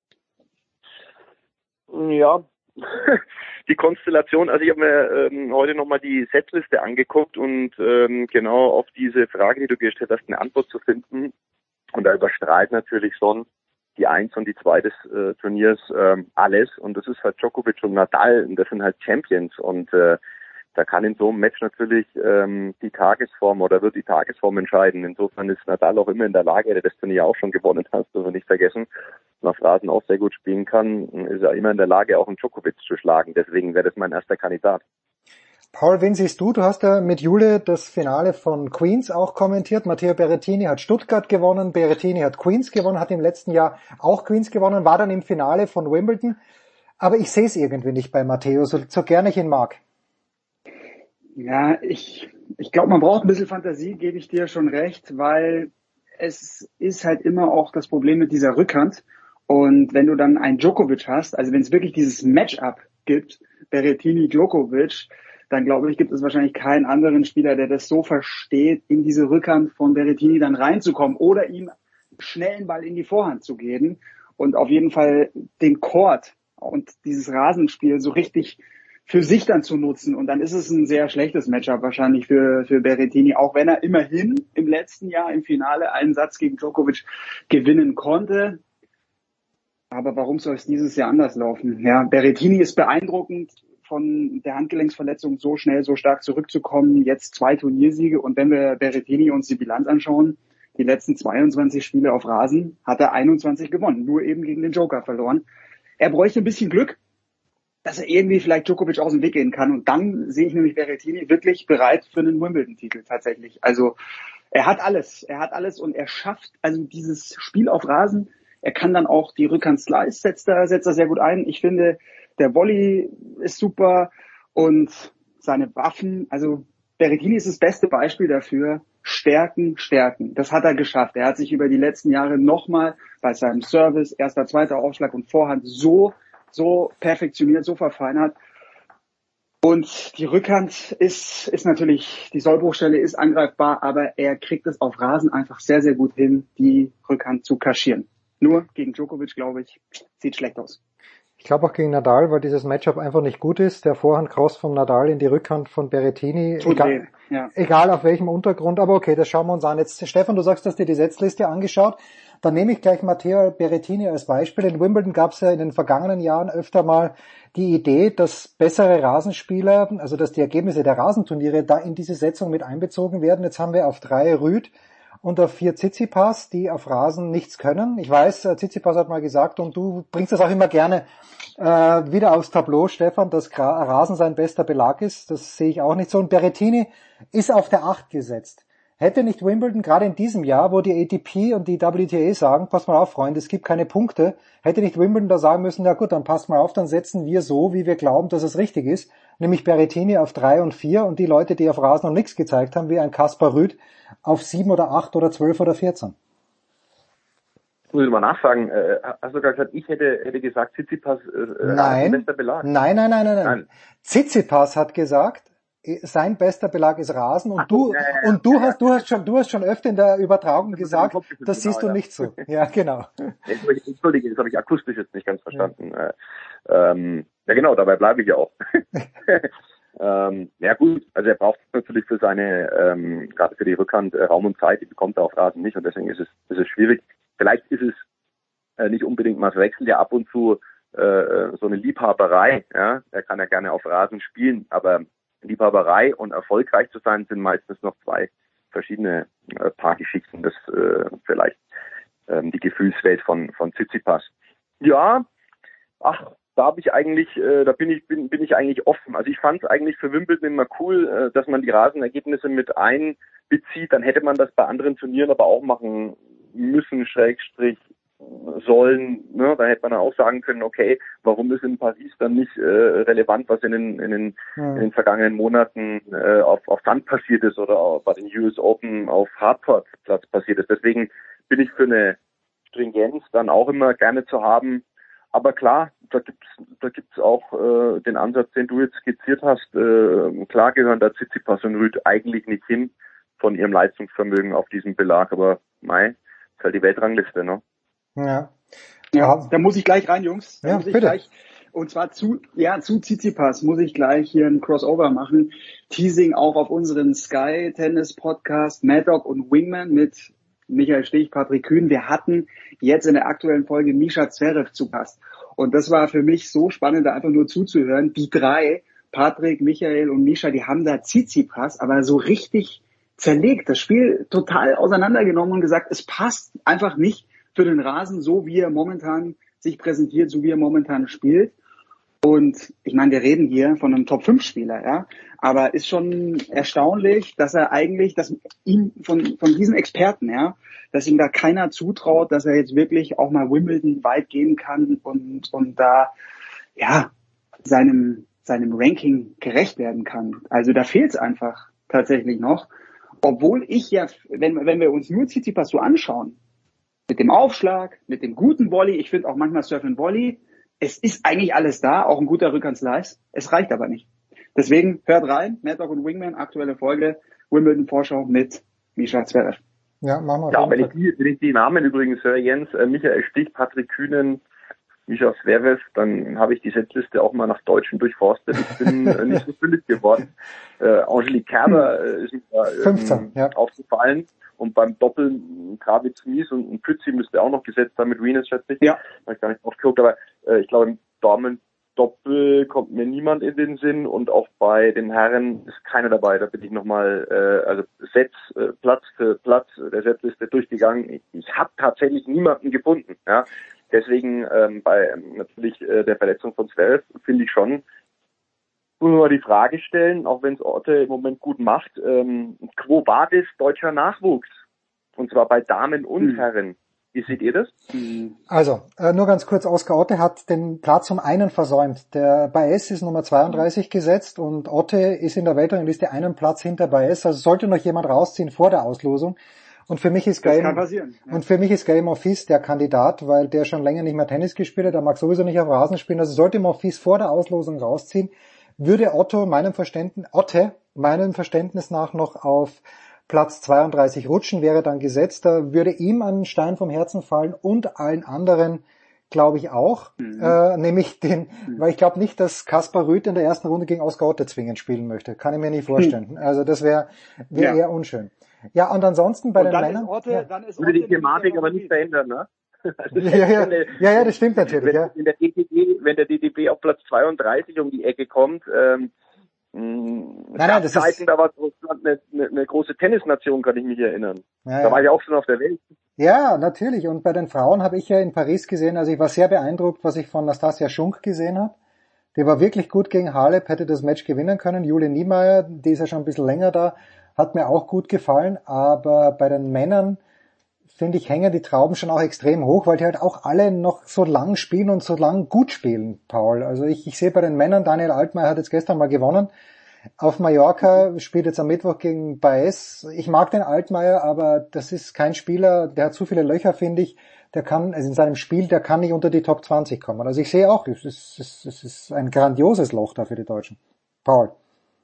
Ja, die Konstellation, also ich habe mir ähm, heute nochmal die Setliste angeguckt und ähm, genau auf diese Frage, die du gestellt hast, eine Antwort zu finden. Und da überstrahlt natürlich schon die Eins und die Zwei des äh, Turniers ähm, alles. Und das ist halt Djokovic und Nadal und das sind halt Champions. Und äh, da kann in so einem Match natürlich ähm, die Tagesform oder wird die Tagesform entscheiden. Insofern ist Nadal auch immer in der Lage, der das Turnier auch schon gewonnen hat, das wir nicht vergessen, auf Rasen auch sehr gut spielen kann, ist er immer in der Lage, auch einen Djokovic zu schlagen. Deswegen wäre das mein erster Kandidat. Paul, wen siehst du? Du hast ja mit Jule das Finale von Queens auch kommentiert. Matteo Berrettini hat Stuttgart gewonnen, Berrettini hat Queens gewonnen, hat im letzten Jahr auch Queens gewonnen, war dann im Finale von Wimbledon. Aber ich sehe es irgendwie nicht bei Matteo, so, so gerne ich ihn mag. Ja, ich, ich glaube, man braucht ein bisschen Fantasie, gebe ich dir schon recht, weil es ist halt immer auch das Problem mit dieser Rückhand. Und wenn du dann einen Djokovic hast, also wenn es wirklich dieses Matchup gibt, Berrettini-Djokovic, dann glaube ich, gibt es wahrscheinlich keinen anderen Spieler, der das so versteht, in diese Rückhand von Berrettini dann reinzukommen oder ihm schnellen Ball in die Vorhand zu geben und auf jeden Fall den Court und dieses Rasenspiel so richtig für sich dann zu nutzen. Und dann ist es ein sehr schlechtes Matchup wahrscheinlich für, für Berrettini, auch wenn er immerhin im letzten Jahr im Finale einen Satz gegen Djokovic gewinnen konnte. Aber warum soll es dieses Jahr anders laufen? Ja, Berrettini ist beeindruckend, von der Handgelenksverletzung so schnell, so stark zurückzukommen. Jetzt zwei Turniersiege. Und wenn wir Berrettini uns die Bilanz anschauen, die letzten zweiundzwanzig Spiele auf Rasen hat er einundzwanzig gewonnen. Nur eben gegen den Joker verloren. Er bräuchte ein bisschen Glück, dass er irgendwie vielleicht Djokovic aus dem Weg gehen kann. Und dann sehe ich nämlich Berrettini wirklich bereit für einen Wimbledon-Titel tatsächlich. Also er hat alles. Er hat alles und er schafft also dieses Spiel auf Rasen. Er kann dann auch die Rückhand-Slice, setzt er, setzt er sehr gut ein. Ich finde, der Volley ist super und seine Waffen, also Berrettini ist das beste Beispiel dafür, Stärken, Stärken. Das hat er geschafft. Er hat sich über die letzten Jahre nochmal bei seinem Service, erster, zweiter Aufschlag und Vorhand so, so perfektioniert, so verfeinert. Und die Rückhand ist, ist natürlich, die Sollbruchstelle ist angreifbar, aber er kriegt es auf Rasen einfach sehr, sehr gut hin, die Rückhand zu kaschieren. Nur gegen Djokovic, glaube ich, sieht schlecht aus. Ich glaube auch gegen Nadal, weil dieses Matchup einfach nicht gut ist. Der Vorhand-Cross von Nadal in die Rückhand von Berrettini. Egal, ja. egal auf welchem Untergrund, aber okay, das schauen wir uns an. Jetzt, Stefan, du sagst, du hast dir die Setzliste angeschaut. Dann nehme ich gleich Matteo Berrettini als Beispiel. In Wimbledon gab es ja in den vergangenen Jahren öfter mal die Idee, dass bessere Rasenspieler, also dass die Ergebnisse der Rasenturniere da in diese Setzung mit einbezogen werden. Jetzt haben wir auf drei Rüd und auf vier Tsitsipas, die auf Rasen nichts können. Ich weiß, Tsitsipas hat mal gesagt, und du bringst das auch immer gerne äh, wieder aufs Tableau, Stefan, dass Rasen sein bester Belag ist. Das sehe ich auch nicht so. Und Berrettini ist auf der acht gesetzt. Hätte nicht Wimbledon gerade in diesem Jahr, wo die A T P und die W T A sagen, pass mal auf, Freunde, es gibt keine Punkte, hätte nicht Wimbledon da sagen müssen, na gut, dann passt mal auf, dann setzen wir so, wie wir glauben, dass es richtig ist, nämlich Berrettini auf drei und vier und die Leute, die auf Rasen noch nichts gezeigt haben, wie ein Kaspar Rüd, auf sieben oder acht oder zwölf oder vierzehn. Ich muss mal nachfragen, äh, hast du gerade gesagt, ich hätte, hätte gesagt, Tsitsipas äh, nein. bester Belag? Nein, nein, nein, nein, nein. nein. Tsitsipas hat gesagt, sein bester Belag ist Rasen und du ja, ja, ja, und du ja, hast du hast schon du hast schon öfter in der Übertragung das gesagt, das genau, siehst du ja. nicht so. Ja, genau. Entschuldige, das habe ich akustisch jetzt nicht ganz verstanden. Ja, ähm, ja genau, dabei bleibe ich ja auch. ähm, ja gut, also er braucht natürlich für seine, ähm, gerade für die Rückhand äh, Raum und Zeit, die bekommt er auf Rasen nicht und deswegen ist es, ist es schwierig. Vielleicht ist es äh, nicht unbedingt mal wechseln, ja ab und zu äh, so eine Liebhaberei, ja, er kann ja gerne auf Rasen spielen, aber Liebhaberei und erfolgreich zu sein, sind meistens noch zwei verschiedene äh, Paar Geschichten. Das äh, vielleicht ähm, die Gefühlswelt von von Tsitsipas. Ja, ach, da habe ich eigentlich, äh, da bin ich bin bin ich eigentlich offen. Also ich fand es eigentlich für Wimbledon immer cool, äh, dass man die Rasenergebnisse mit einbezieht. Dann hätte man das bei anderen Turnieren aber auch machen müssen, Schrägstrich sollen, ne, da hätte man dann auch sagen können, okay, warum ist in Paris dann nicht äh, relevant, was in den in den, ja. in den vergangenen Monaten äh, auf auf Sand passiert ist oder auch bei den U S Open auf Hardcourt-Platz passiert ist. Deswegen bin ich für eine Stringenz dann auch immer gerne zu haben. Aber klar, da gibt's da gibt's auch äh, den Ansatz, den du jetzt skizziert hast. Äh, klar gehören da Tsitsipas und Rüd eigentlich nicht hin von ihrem Leistungsvermögen auf diesem Belag, aber mei, ist halt die Weltrangliste, ne? Ja. Ja, da muss ich gleich rein, Jungs. Da ja, muss ich bitte. Gleich, und zwar zu, ja, zu Tsitsipas muss ich gleich hier ein Crossover machen. Teasing auch auf unseren Sky Tennis Podcast Mad Dog und Wingman mit Michael Stich, Patrick Kühn. Wir hatten jetzt in der aktuellen Folge Mischa Zverev zu Gast. Und das war für mich so spannend, da einfach nur zuzuhören. Die drei, Patrick, Michael und Mischa, die haben da Tsitsipas, aber so richtig zerlegt, das Spiel total auseinandergenommen und gesagt, es passt einfach nicht für den Rasen, so wie er momentan sich präsentiert, so wie er momentan spielt. Und ich meine, wir reden hier von einem Top fünf Spieler, ja, aber ist schon erstaunlich, dass er eigentlich, dass ihm von von diesen Experten, ja, dass ihm da keiner zutraut, dass er jetzt wirklich auch mal Wimbledon weit gehen kann und und da ja seinem seinem Ranking gerecht werden kann. Also da fehlt es einfach tatsächlich noch, obwohl ich ja, wenn wenn wir uns nur Tsitsipas so anschauen, mit dem Aufschlag, mit dem guten Volley, ich finde auch manchmal Surf and Volley, es ist eigentlich alles da, auch ein guter Rückhand-Slice, es reicht aber nicht. Deswegen hört rein, Mad Dog und Wingman, aktuelle Folge, Wimbledon-Vorschau mit Mischa Zverev. Ja, machen wir. Ja, wenn ich, die, wenn ich die Namen übrigens höre, Jens, äh, Michael Stich, Patrick Kühnen, Mischa Zverev, dann habe ich die Setliste auch mal nach Deutschen durchforstet. Ich bin äh, nicht so fündig geworden. Äh, Angelique Kerber äh, ist mir da ähm, fünfzehn, ja. aufgefallen. Und beim Doppel Kravitz Mies und, und Pützi müsste auch noch gesetzt sein mit Venus, schätze ich. Ja. Habe ich gar nicht aufgeguckt, aber äh, ich glaube, im Damen-Doppel kommt mir niemand in den Sinn und auch bei den Herren ist keiner dabei. Da bin ich nochmal, äh, also Sets, äh, Platz für Platz der Setliste durchgegangen. Ich, ich habe tatsächlich niemanden gefunden. Ja. Deswegen ähm, bei ähm, natürlich äh, der Verletzung von Zverev finde ich schon, muss man mal die Frage stellen, auch wenn es Orte im Moment gut macht, ähm, quo vadis deutscher Nachwuchs? Und zwar bei Damen und mhm. Herren. Wie seht ihr das? Also, äh, nur ganz kurz, Oskar Otte hat den Platz um einen versäumt. Der Baez ist Nummer zweiunddreißig gesetzt und Otte ist in der Weltrangliste einen Platz hinter Baez. Also sollte noch jemand rausziehen vor der Auslosung. Und für mich ist Game, ja. und für mich ist Gael Monfils der Kandidat, weil der schon länger nicht mehr Tennis gespielt hat. Der mag sowieso nicht auf Rasen spielen. Also sollte Monfils vor der Auslosung rausziehen, würde Otto meinem Verständnis, Otte meinem Verständnis nach noch auf Platz zweiunddreißig rutschen, wäre dann gesetzt. Da würde ihm ein Stein vom Herzen fallen und allen anderen, glaube ich, auch. Mhm. Äh, nämlich den, mhm. weil ich glaube nicht, dass Kaspar Rüth in der ersten Runde gegen Oskar Otte zwingend spielen möchte. Kann ich mir nicht vorstellen. Mhm. Also das wäre wär ja. eher unschön. Ja, und ansonsten bei und den Männern... Otte, ja. Dann ist Würde die Thematik aber nicht verändern, ne? Also ja, ja, eine, ja, ja, das stimmt natürlich. Wenn, ja. in der D T B, wenn der D T B auf Platz zweiunddreißig um die Ecke kommt, ähm, Nein, nein, das Zeiten, ist... da war Russland eine, eine, eine große Tennisnation, kann ich mich erinnern. Ja, da war ich auch schon auf der Welt. Ja, natürlich. Und bei den Frauen habe ich ja in Paris gesehen, also ich war sehr beeindruckt, was ich von Nastasia Schunk gesehen habe. Die war wirklich gut gegen Halep, hätte das Match gewinnen können. Julia Niemeyer, die ist ja schon ein bisschen länger da, hat mir auch gut gefallen. Aber bei den Männern, finde ich, hängen die Trauben schon auch extrem hoch, weil die halt auch alle noch so lang spielen und so lang gut spielen, Paul. Also ich, ich sehe bei den Männern, Daniel Altmaier hat jetzt gestern mal gewonnen. Auf Mallorca, spielt jetzt am Mittwoch gegen Baez. Ich mag den Altmaier, aber das ist kein Spieler, der hat zu viele Löcher, finde ich. Der kann, also in seinem Spiel, der kann nicht unter die Top zwanzig kommen. Also ich sehe auch, es ist, es ist ein grandioses Loch da für die Deutschen. Paul.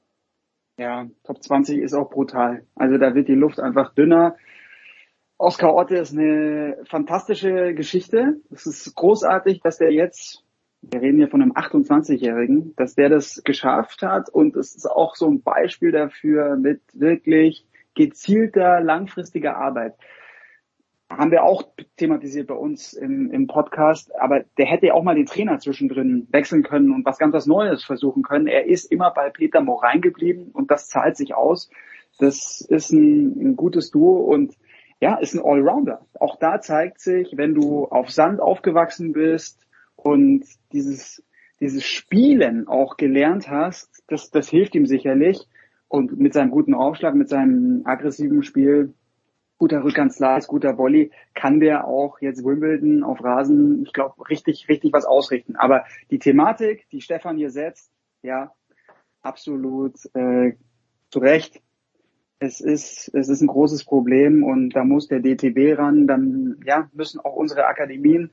Ja, Top zwanzig ist auch brutal. Also da wird die Luft einfach dünner. Oskar Otte ist eine fantastische Geschichte. Es ist großartig, dass der jetzt, wir reden hier von einem achtundzwanzigjährigen, dass der das geschafft hat, und es ist auch so ein Beispiel dafür mit wirklich gezielter, langfristiger Arbeit. Haben wir auch thematisiert bei uns im, im Podcast, aber der hätte ja auch mal den Trainer zwischendrin wechseln können und was ganz was Neues versuchen können. Er ist immer bei Peter Morein geblieben und das zahlt sich aus. Das ist ein, ein gutes Duo und ja, ist ein Allrounder. Auch da zeigt sich, wenn du auf Sand aufgewachsen bist und dieses, dieses Spielen auch gelernt hast, das, das hilft ihm sicherlich. Und mit seinem guten Aufschlag, mit seinem aggressiven Spiel, guter Rückhandslice, guter Volley, kann der auch jetzt Wimbledon auf Rasen, ich glaube, richtig, richtig was ausrichten. Aber die Thematik, die Stefan hier setzt, ja, absolut äh, zu Recht. Es ist, es ist ein großes Problem und da muss der D T B ran, dann, ja, müssen auch unsere Akademien.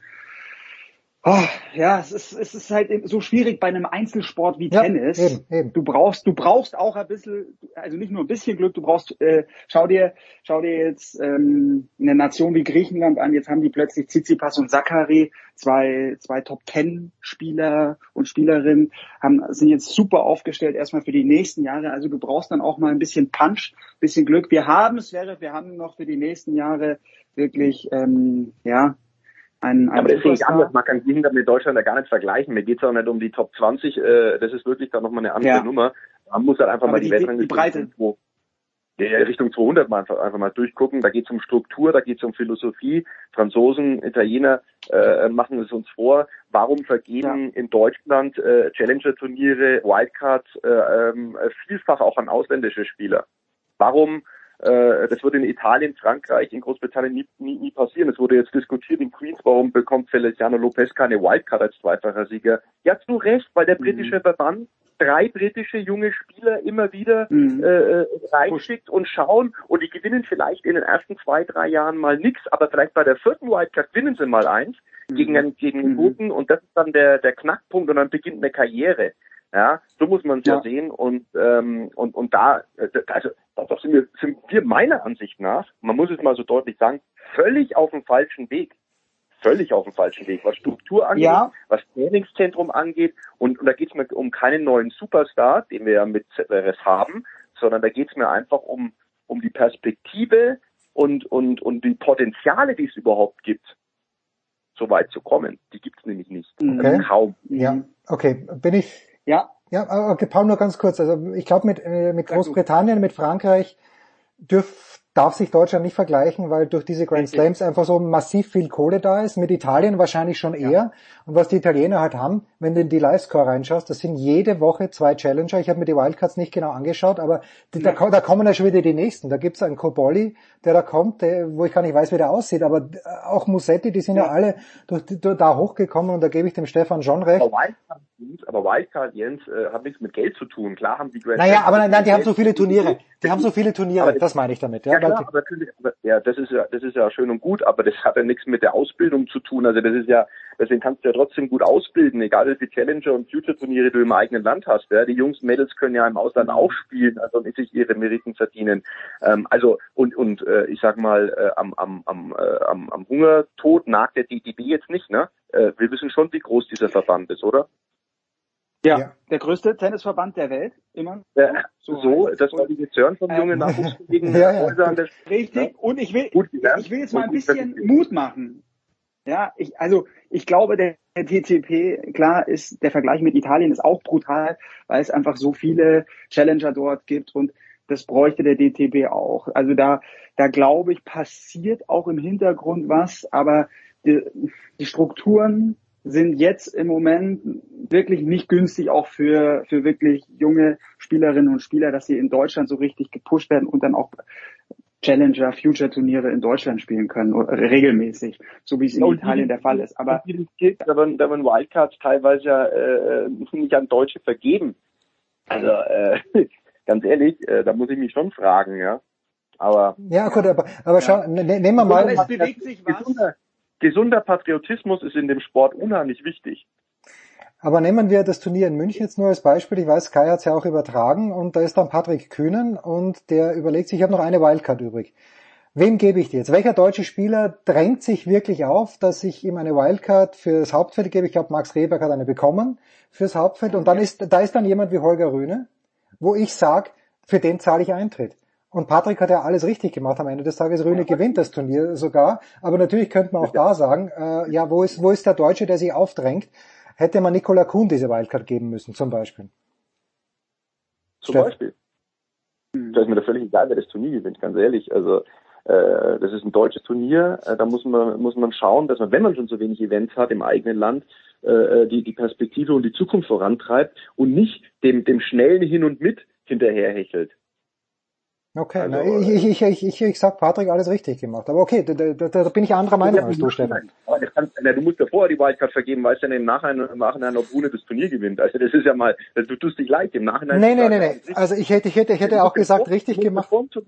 Oh, ja, es ist, es ist halt so schwierig bei einem Einzelsport wie ja, Tennis. Eben, eben. Du brauchst, du brauchst auch ein bisschen, also nicht nur ein bisschen Glück, du brauchst, äh, schau dir, schau dir jetzt ähm, eine Nation wie Griechenland an, jetzt haben die plötzlich Tsitsipas und Sakkari, zwei, zwei Top-Ten-Spieler und Spielerinnen, haben, sind jetzt super aufgestellt erstmal für die nächsten Jahre, also du brauchst dann auch mal ein bisschen Punch, ein bisschen Glück. Wir haben es, wäre, wir haben noch für die nächsten Jahre wirklich, ähm, ja, Ein, ein aber das sehe ich anders. Man kann Griechenland mit Deutschland ja gar nicht vergleichen. Mir geht es auch nicht um die Top zwanzig. Äh, das ist wirklich dann nochmal eine andere ja. Nummer. Man muss halt einfach aber mal die, die Weltrangliste Richtung zweihundert mal einfach, einfach mal durchgucken. Da geht es um Struktur, da geht es um Philosophie. Franzosen, Italiener äh, machen es uns vor. Warum vergeben ja. in Deutschland äh, Challenger-Turniere, Wildcards äh, äh, vielfach auch an ausländische Spieler? Warum? Das würde in Italien, Frankreich, in Großbritannien nie, nie, nie passieren. Es wurde jetzt diskutiert in Queens, warum bekommt Feliciano Lopez keine Wildcard als zweifacher Sieger? Ja, zu Recht, weil der britische mhm. Verband drei britische junge Spieler immer wieder mhm. äh, reinschickt und schauen und die gewinnen vielleicht in den ersten zwei, drei Jahren mal nix, aber vielleicht bei der vierten Wildcard gewinnen sie mal eins mhm. gegen einen, gegen einen guten und das ist dann der, der Knackpunkt und dann beginnt eine Karriere. Ja, so muss man es ja. ja sehen und ähm, und und da also das sind wir sind wir meiner Ansicht nach, man muss es mal so deutlich sagen, völlig auf dem falschen Weg, völlig auf dem falschen Weg, was Struktur angeht, ja. was Trainingszentrum angeht und, und da geht es mir um keinen neuen Superstar, den wir ja mit Zverev haben, sondern da geht es mir einfach um um die Perspektive und und und die Potenziale, die es überhaupt gibt, so weit zu kommen. Die gibt es nämlich nicht, okay. also kaum. Ja, okay, bin ich. Ja. Ja, okay, Paul, nur ganz kurz. Also ich glaube, mit, äh, mit Großbritannien, mit Frankreich dürf, darf sich Deutschland nicht vergleichen, weil durch diese Grand Slams einfach so massiv viel Kohle da ist, mit Italien wahrscheinlich schon eher. Ja. Und was die Italiener halt haben, wenn du in die Live-Score reinschaust, das sind jede Woche zwei Challenger. Ich habe mir die Wildcards nicht genau angeschaut, aber die, ja. da, da kommen ja schon wieder die nächsten. Da gibt's einen Cobolli, der da kommt, der, wo ich gar nicht weiß, wie der aussieht, aber auch Musetti, die sind ja, ja alle durch, durch, da hochgekommen und da gebe ich dem Stefan schon recht. Aber Wildcard, aber Wildcard Jens, äh, hat nichts mit Geld zu tun. Klar haben die Grand Naja, aber nein, nein, die haben so viele Turniere. Die haben so viele Turniere, aber das meine ich damit. Ja, ja klar, aber natürlich, aber, ja, das ist ja, das ist ja schön und gut, aber das hat ja nichts mit der Ausbildung zu tun. Also das ist ja, deswegen kannst du ja trotzdem gut ausbilden, egal wie viele Challenger und Future-Turniere du im eigenen Land hast. Ja. Die Jungs, Mädels können ja im Ausland auch spielen, also nicht sich ihre Meriten verdienen. Ähm, also und und äh, ich sag mal, äh, am am am äh, am, am Hungertod nagt der D T B jetzt nicht, ne? Äh, wir wissen schon, wie groß dieser Verband ist, oder? Ja, ja, der größte Tennisverband der Welt, immer. Ja, so, so das war die Mission vom jungen Nachwuchskollegen. Ja, ja. Richtig, ja. Und ich will, gut, ja. ich will jetzt mal ein bisschen Mut machen. Ja, ich, also, ich glaube, der, der T C P, klar, ist, der Vergleich mit Italien ist auch brutal, weil es einfach so viele Challenger dort gibt und das bräuchte der D T B auch. Also da, da glaube ich, passiert auch im Hintergrund was, aber die, die Strukturen sind jetzt im Moment wirklich nicht günstig, auch für für wirklich junge Spielerinnen und Spieler, dass sie in Deutschland so richtig gepusht werden und dann auch Challenger, Future-Turniere in Deutschland spielen können, regelmäßig, so wie es in und Italien die, der Fall ist. Aber da werden, da werden Wildcards teilweise ja äh, nicht an Deutsche vergeben. Also äh, ganz ehrlich, äh, da muss ich mich schon fragen, ja. Aber ja gut, aber aber schau, ja. ne, nehmen wir mal. Aber es bewegt sich was. Gesunder, gesunder Patriotismus ist in dem Sport unheimlich wichtig. Aber nehmen wir das Turnier in München jetzt nur als Beispiel. Ich weiß, Kai hat es ja auch übertragen und da ist dann Patrick Kühnen und der überlegt sich, ich habe noch eine Wildcard übrig. Wem gebe ich die jetzt? Welcher deutsche Spieler drängt sich wirklich auf, dass ich ihm eine Wildcard fürs Hauptfeld gebe? Ich glaube, Max Rehberg hat eine bekommen fürs Hauptfeld und dann ist, da ist dann jemand wie Holger Rune, wo ich sage, für den zahle ich Eintritt. Und Patrick hat ja alles richtig gemacht am Ende des Tages. Rune gewinnt das Turnier sogar. Aber natürlich könnte man auch da sagen, äh, ja, wo ist, wo ist der Deutsche, der sich aufdrängt? Hätte man Nicola Kuhn diese Wildcard geben müssen, zum Beispiel. Zum Steff. Beispiel. Da ist mir da völlig egal, wer das Turnier gewinnt, ganz ehrlich. Also äh, das ist ein deutsches Turnier, äh, da muss man muss man schauen, dass man, wenn man schon so wenig Events hat im eigenen Land, äh, die die Perspektive und die Zukunft vorantreibt und nicht dem dem schnellen Hin und Mit hinterherhechelt. Okay, also, na, ich, ich, ich, ich, ich sag Patrick, alles richtig gemacht. Aber okay, da, da, da bin ich anderer Meinung ja, als du, Stefan. Aber das kann, na, du musst ja vorher die Wildcard vergeben, weißt du ja im Nachhinein, im Nachhinein, ob Rune das Turnier gewinnt. Also das ist ja mal, du tust dich leid im Nachhinein. Nee, nee, nee, nee. Also ich hätte, ich hätte, ich hätte auch gesagt, richtig gemacht.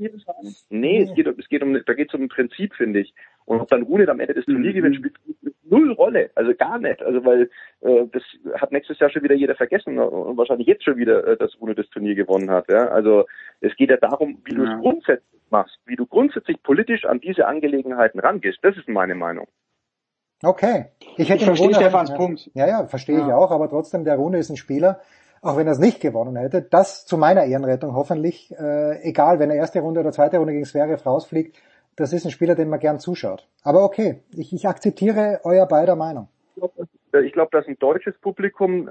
Nee, es geht, es geht um, da geht es um ein Prinzip, finde ich. Und ob dann Rune am Ende das Turnier gewinnt, spielt null Rolle. Also gar nicht. Also weil äh, das hat nächstes Jahr schon wieder jeder vergessen und wahrscheinlich jetzt schon wieder, äh, dass Rune das Turnier gewonnen hat. Ja? Also es geht ja darum, wie du es grundsätzlich machst, wie du grundsätzlich politisch an diese Angelegenheiten rangehst. Das ist meine Meinung. Okay. Ich, hätte ich verstehe Rune, Stefans ja, Punkt. Ja, ja, verstehe ja. ich auch, aber trotzdem, der Rune ist ein Spieler, auch wenn er es nicht gewonnen hätte, das zu meiner Ehrenrettung hoffentlich, äh, egal, wenn er erste Runde oder zweite Runde gegen Zverev rausfliegt, das ist ein Spieler, den man gern zuschaut. Aber okay, ich, ich akzeptiere euer beider Meinung. Ich glaube, dass ein deutsches Publikum äh,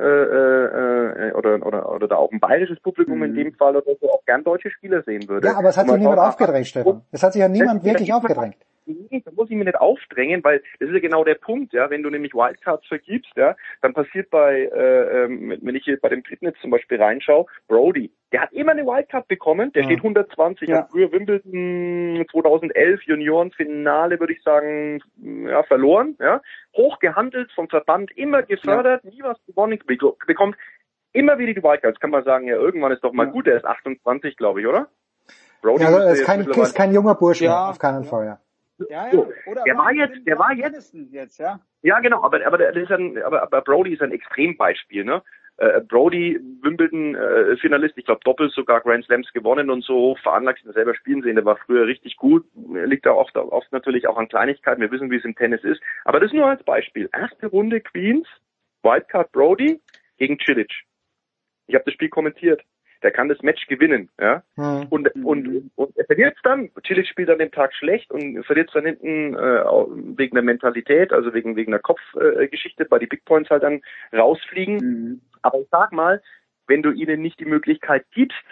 äh, oder, oder oder da auch ein bayerisches Publikum mhm. in dem Fall oder so auch gern deutsche Spieler sehen würde. Ja, aber es hat sich niemand aufgedrängt, Stefan. Es hat sich ja niemand wirklich aufgedrängt. Nee, da muss ich mir nicht aufdrängen, weil das ist ja genau der Punkt, ja, wenn du nämlich Wildcards vergibst, ja, dann passiert bei, äh, wenn ich hier bei dem dritten jetzt zum Beispiel reinschaue, Brody, der hat immer eine Wildcard bekommen, der ja. steht hundertzwanzig, ja. hat früher Wimbledon zweitausendelf Juniorenfinale, würde ich sagen, ja, verloren, ja, hoch gehandelt vom Verband, immer gefördert, ja. nie was gewonnen, bekommt immer wieder die Wildcards, kann man sagen, ja, irgendwann ist doch mal ja. gut, er ist achtundzwanzig, glaube ich, oder? Brody ja, also ist, kein, ist kein junger Bursche, ja. auf keinen Fall, ja. Ja, ja. So, Oder der war jetzt, der war jetzt, jetzt ja. ja genau, aber aber der ist ein, aber, aber Brody ist ein Extrembeispiel, ne? Äh, Brody, Wimbledon äh, Finalist, ich glaube doppelt sogar Grand Slams gewonnen und so veranlagt, ihn selber spielen sehen. Der war früher richtig gut, liegt da oft, oft natürlich auch an Kleinigkeiten. Wir wissen, wie es im Tennis ist, aber das nur als Beispiel. Erste Runde Queens, Wildcard Brody gegen Cilic. Ich habe das Spiel kommentiert. Der kann das Match gewinnen, ja. Mhm. Und, und, und er verliert es dann. Cilic spielt an dem Tag schlecht und verliert es dann hinten äh, wegen der Mentalität, also wegen wegen der Kopfgeschichte, äh, bei die Big Points halt dann rausfliegen. Mhm. Aber ich sag mal, wenn du ihnen nicht die Möglichkeit gibst,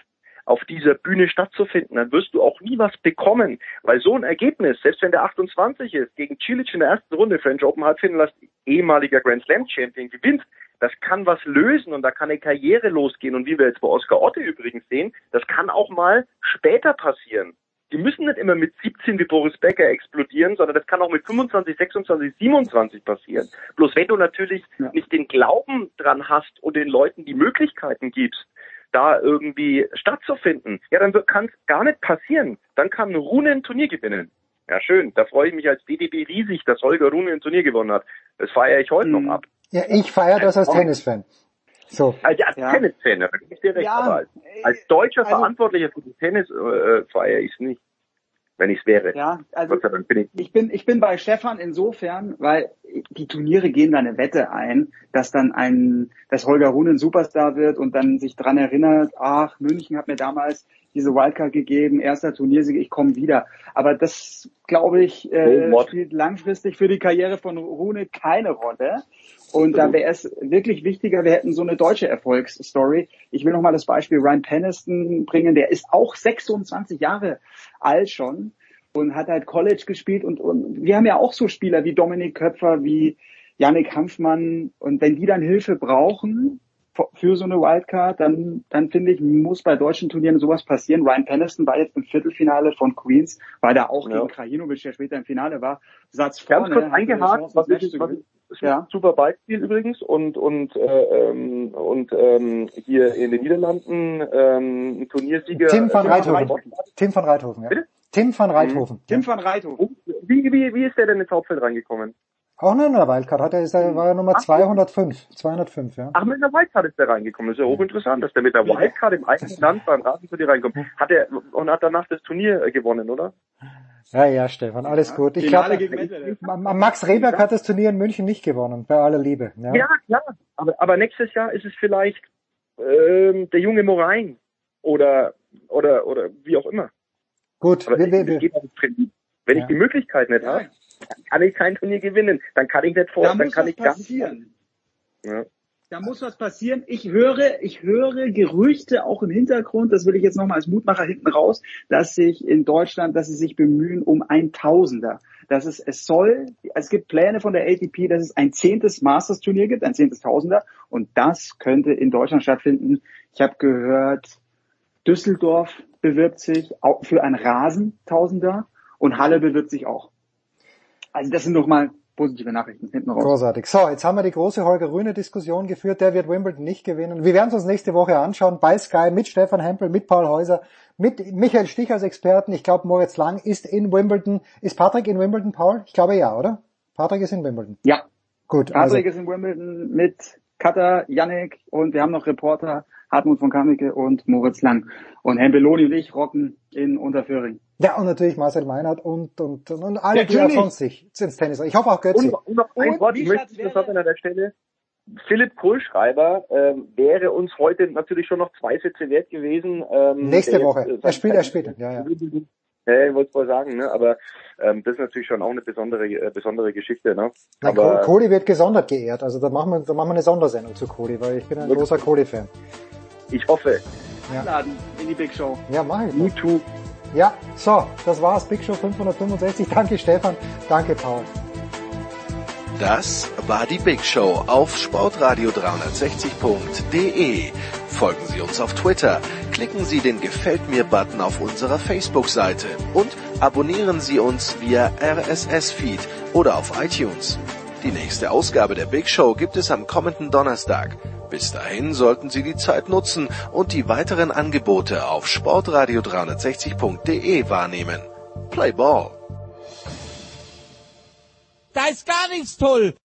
auf dieser Bühne stattzufinden, dann wirst du auch nie was bekommen, weil so ein Ergebnis, selbst wenn der achtundzwanzig ist, gegen Cilic in der ersten Runde, French Open Halbfinale, als ehemaliger Grand Slam Champion gewinnt, das kann was lösen und da kann eine Karriere losgehen. Und wie wir jetzt bei Oskar Otte übrigens sehen, das kann auch mal später passieren. Die müssen nicht immer mit siebzehn wie Boris Becker explodieren, sondern das kann auch mit fünfundzwanzig, sechsundzwanzig, siebenundzwanzig passieren. Bloß wenn du natürlich ja. nicht den Glauben dran hast und den Leuten die Möglichkeiten gibst, da irgendwie stattzufinden, ja, dann kann es gar nicht passieren. Dann kann Rune ein Turnier gewinnen. Ja, schön. Da freue ich mich als B D B riesig, dass Holger Rune ein Turnier gewonnen hat. Das feiere ich heute mhm. noch ab. Ja, ich feiere das als Tennisfan. So. Also als ja. Tennisfan, da bin ich dir recht, ja, aber als, als deutscher also, Verantwortlicher für den Tennis äh, feiere ich es nicht, wenn ich es wäre. Ja, also bin ich, ich bin ich bin bei Stefan insofern, weil die Turniere gehen da eine Wette ein, dass dann ein, dass Holger Rune ein Superstar wird und dann sich dran erinnert, ach, München hat mir damals diese Wildcard gegeben, erster Turniersieg, ich komme wieder. Aber das, glaube ich, äh, oh, spielt langfristig für die Karriere von Rune keine Rolle. Und da wäre es wirklich wichtiger, wir hätten so eine deutsche Erfolgsstory. Ich will nochmal das Beispiel Ryan Peniston bringen, der ist auch sechsundzwanzig Jahre alt schon und hat halt College gespielt. Und, und wir haben ja auch so Spieler wie Dominik Köpfer, wie Yannick Hanfmann. Und wenn die dann Hilfe brauchen für so eine Wildcard, dann, dann finde ich, muss bei deutschen Turnieren sowas passieren. Ryan Peniston war jetzt im Viertelfinale von Queens, weil da auch ja. gegen Krajinovic, der später im Finale war, Satz vorne. Ganz kurz eingehakt, was ich, was ich Das ist ein super Beispiel übrigens und und äh, ähm, und ähm, hier in den Niederlanden ähm, ein Turniersieger. Tim van Rijthoven. Tim van Rijthoven, ja. Bitte? Tim van Rijthoven. Mhm. Tim van Rijthoven. Wie, wie, wie ist der denn ins Hauptfeld reingekommen? Auch nur in der Wildcard, hat er, ist er, war er Nummer zweihundertfünf. zweihundertfünf, ja. Ach, mit einer Wildcard ist der reingekommen. Das ist ja hochinteressant, dass der mit der Wildcard im eigenen Land beim Rasenturnier reinkommt. Hat er, und hat danach das Turnier gewonnen, oder? Ja, ja, Stefan, alles ja, gut. Ich glaube, Max Rehberg hat das Turnier in München nicht gewonnen, bei aller Liebe. Ja, ja klar. Aber, aber nächstes Jahr ist es vielleicht ähm, der junge Morain oder oder oder wie auch immer. Gut. Aber wir, wir, wir. Geht Prinzip. Wenn ja. ich die Möglichkeit nicht habe, dann kann ich kein Turnier gewinnen. Dann kann ich nicht vor, da dann kann ich gar nicht. Ja. Da muss was passieren. Ich höre, ich höre Gerüchte auch im Hintergrund, das will ich jetzt nochmal als Mutmacher hinten raus, dass sich in Deutschland, dass sie sich bemühen um ein Tausender. Dass es, es soll, es gibt Pläne von der A T P, dass es ein zehntes Masters-Turnier gibt, ein zehntes Tausender. Und das könnte in Deutschland stattfinden. Ich habe gehört, Düsseldorf bewirbt sich auch für ein Rasen-Tausender und Halle bewirbt sich auch. Also das sind nochmal positive Nachrichten hinten raus. Großartig. So, jetzt haben wir die große Holger Rune-Diskussion geführt. Der wird Wimbledon nicht gewinnen. Wir werden es uns nächste Woche anschauen bei Sky mit Stefan Hempel, mit Paul Häuser, mit Michael Stich als Experten. Ich glaube, Moritz Lang ist in Wimbledon. Ist Patrick in Wimbledon, Paul? Ich glaube ja, oder? Patrick ist in Wimbledon. Ja. Gut. Patrick also. ist in Wimbledon mit Katha, Yannick und wir haben noch Reporter Hartmut von Kamicke und Moritz Lang. Und Hempeloni und ich rocken in Unterföhring. Ja, und natürlich Marcel Meinhardt und, und, und alle, ja, die auch sonst sich ins Tennis. Ich hoffe auch Götzi. Und, und noch ein und Wort, ich möchte das an der Stelle. Philipp Kohlschreiber ähm, wäre uns heute natürlich schon noch zwei Sätze wert gewesen. Ähm, Nächste Woche. Jetzt, äh, er spielt er später. Ja, ja. Ja, ich wollte es mal sagen, ne? Aber ähm, das ist natürlich schon auch eine besondere äh, besondere Geschichte. Ne? Na, aber Kohli wird gesondert geehrt. Also da machen wir da machen wir eine Sondersendung zu Kohli, weil ich bin ein großer Kohli-Fan. Ich hoffe. Ja. In die Big Show. Ja, mach ich. Me too. Ja, so, das war's. Big Show fünfhundertfünfundsechzig. Danke Stefan, danke Paul. Das war die Big Show auf sportradio dreihundertsechzig punkt de. Folgen Sie uns auf Twitter, klicken Sie den Gefällt mir-Button auf unserer Facebook-Seite und abonnieren Sie uns via R S S-Feed oder auf iTunes. Die nächste Ausgabe der Big Show gibt es am kommenden Donnerstag. Bis dahin sollten Sie die Zeit nutzen und die weiteren Angebote auf sportradio dreihundertsechzig punkt de wahrnehmen. Play Ball! Da ist gar nichts toll!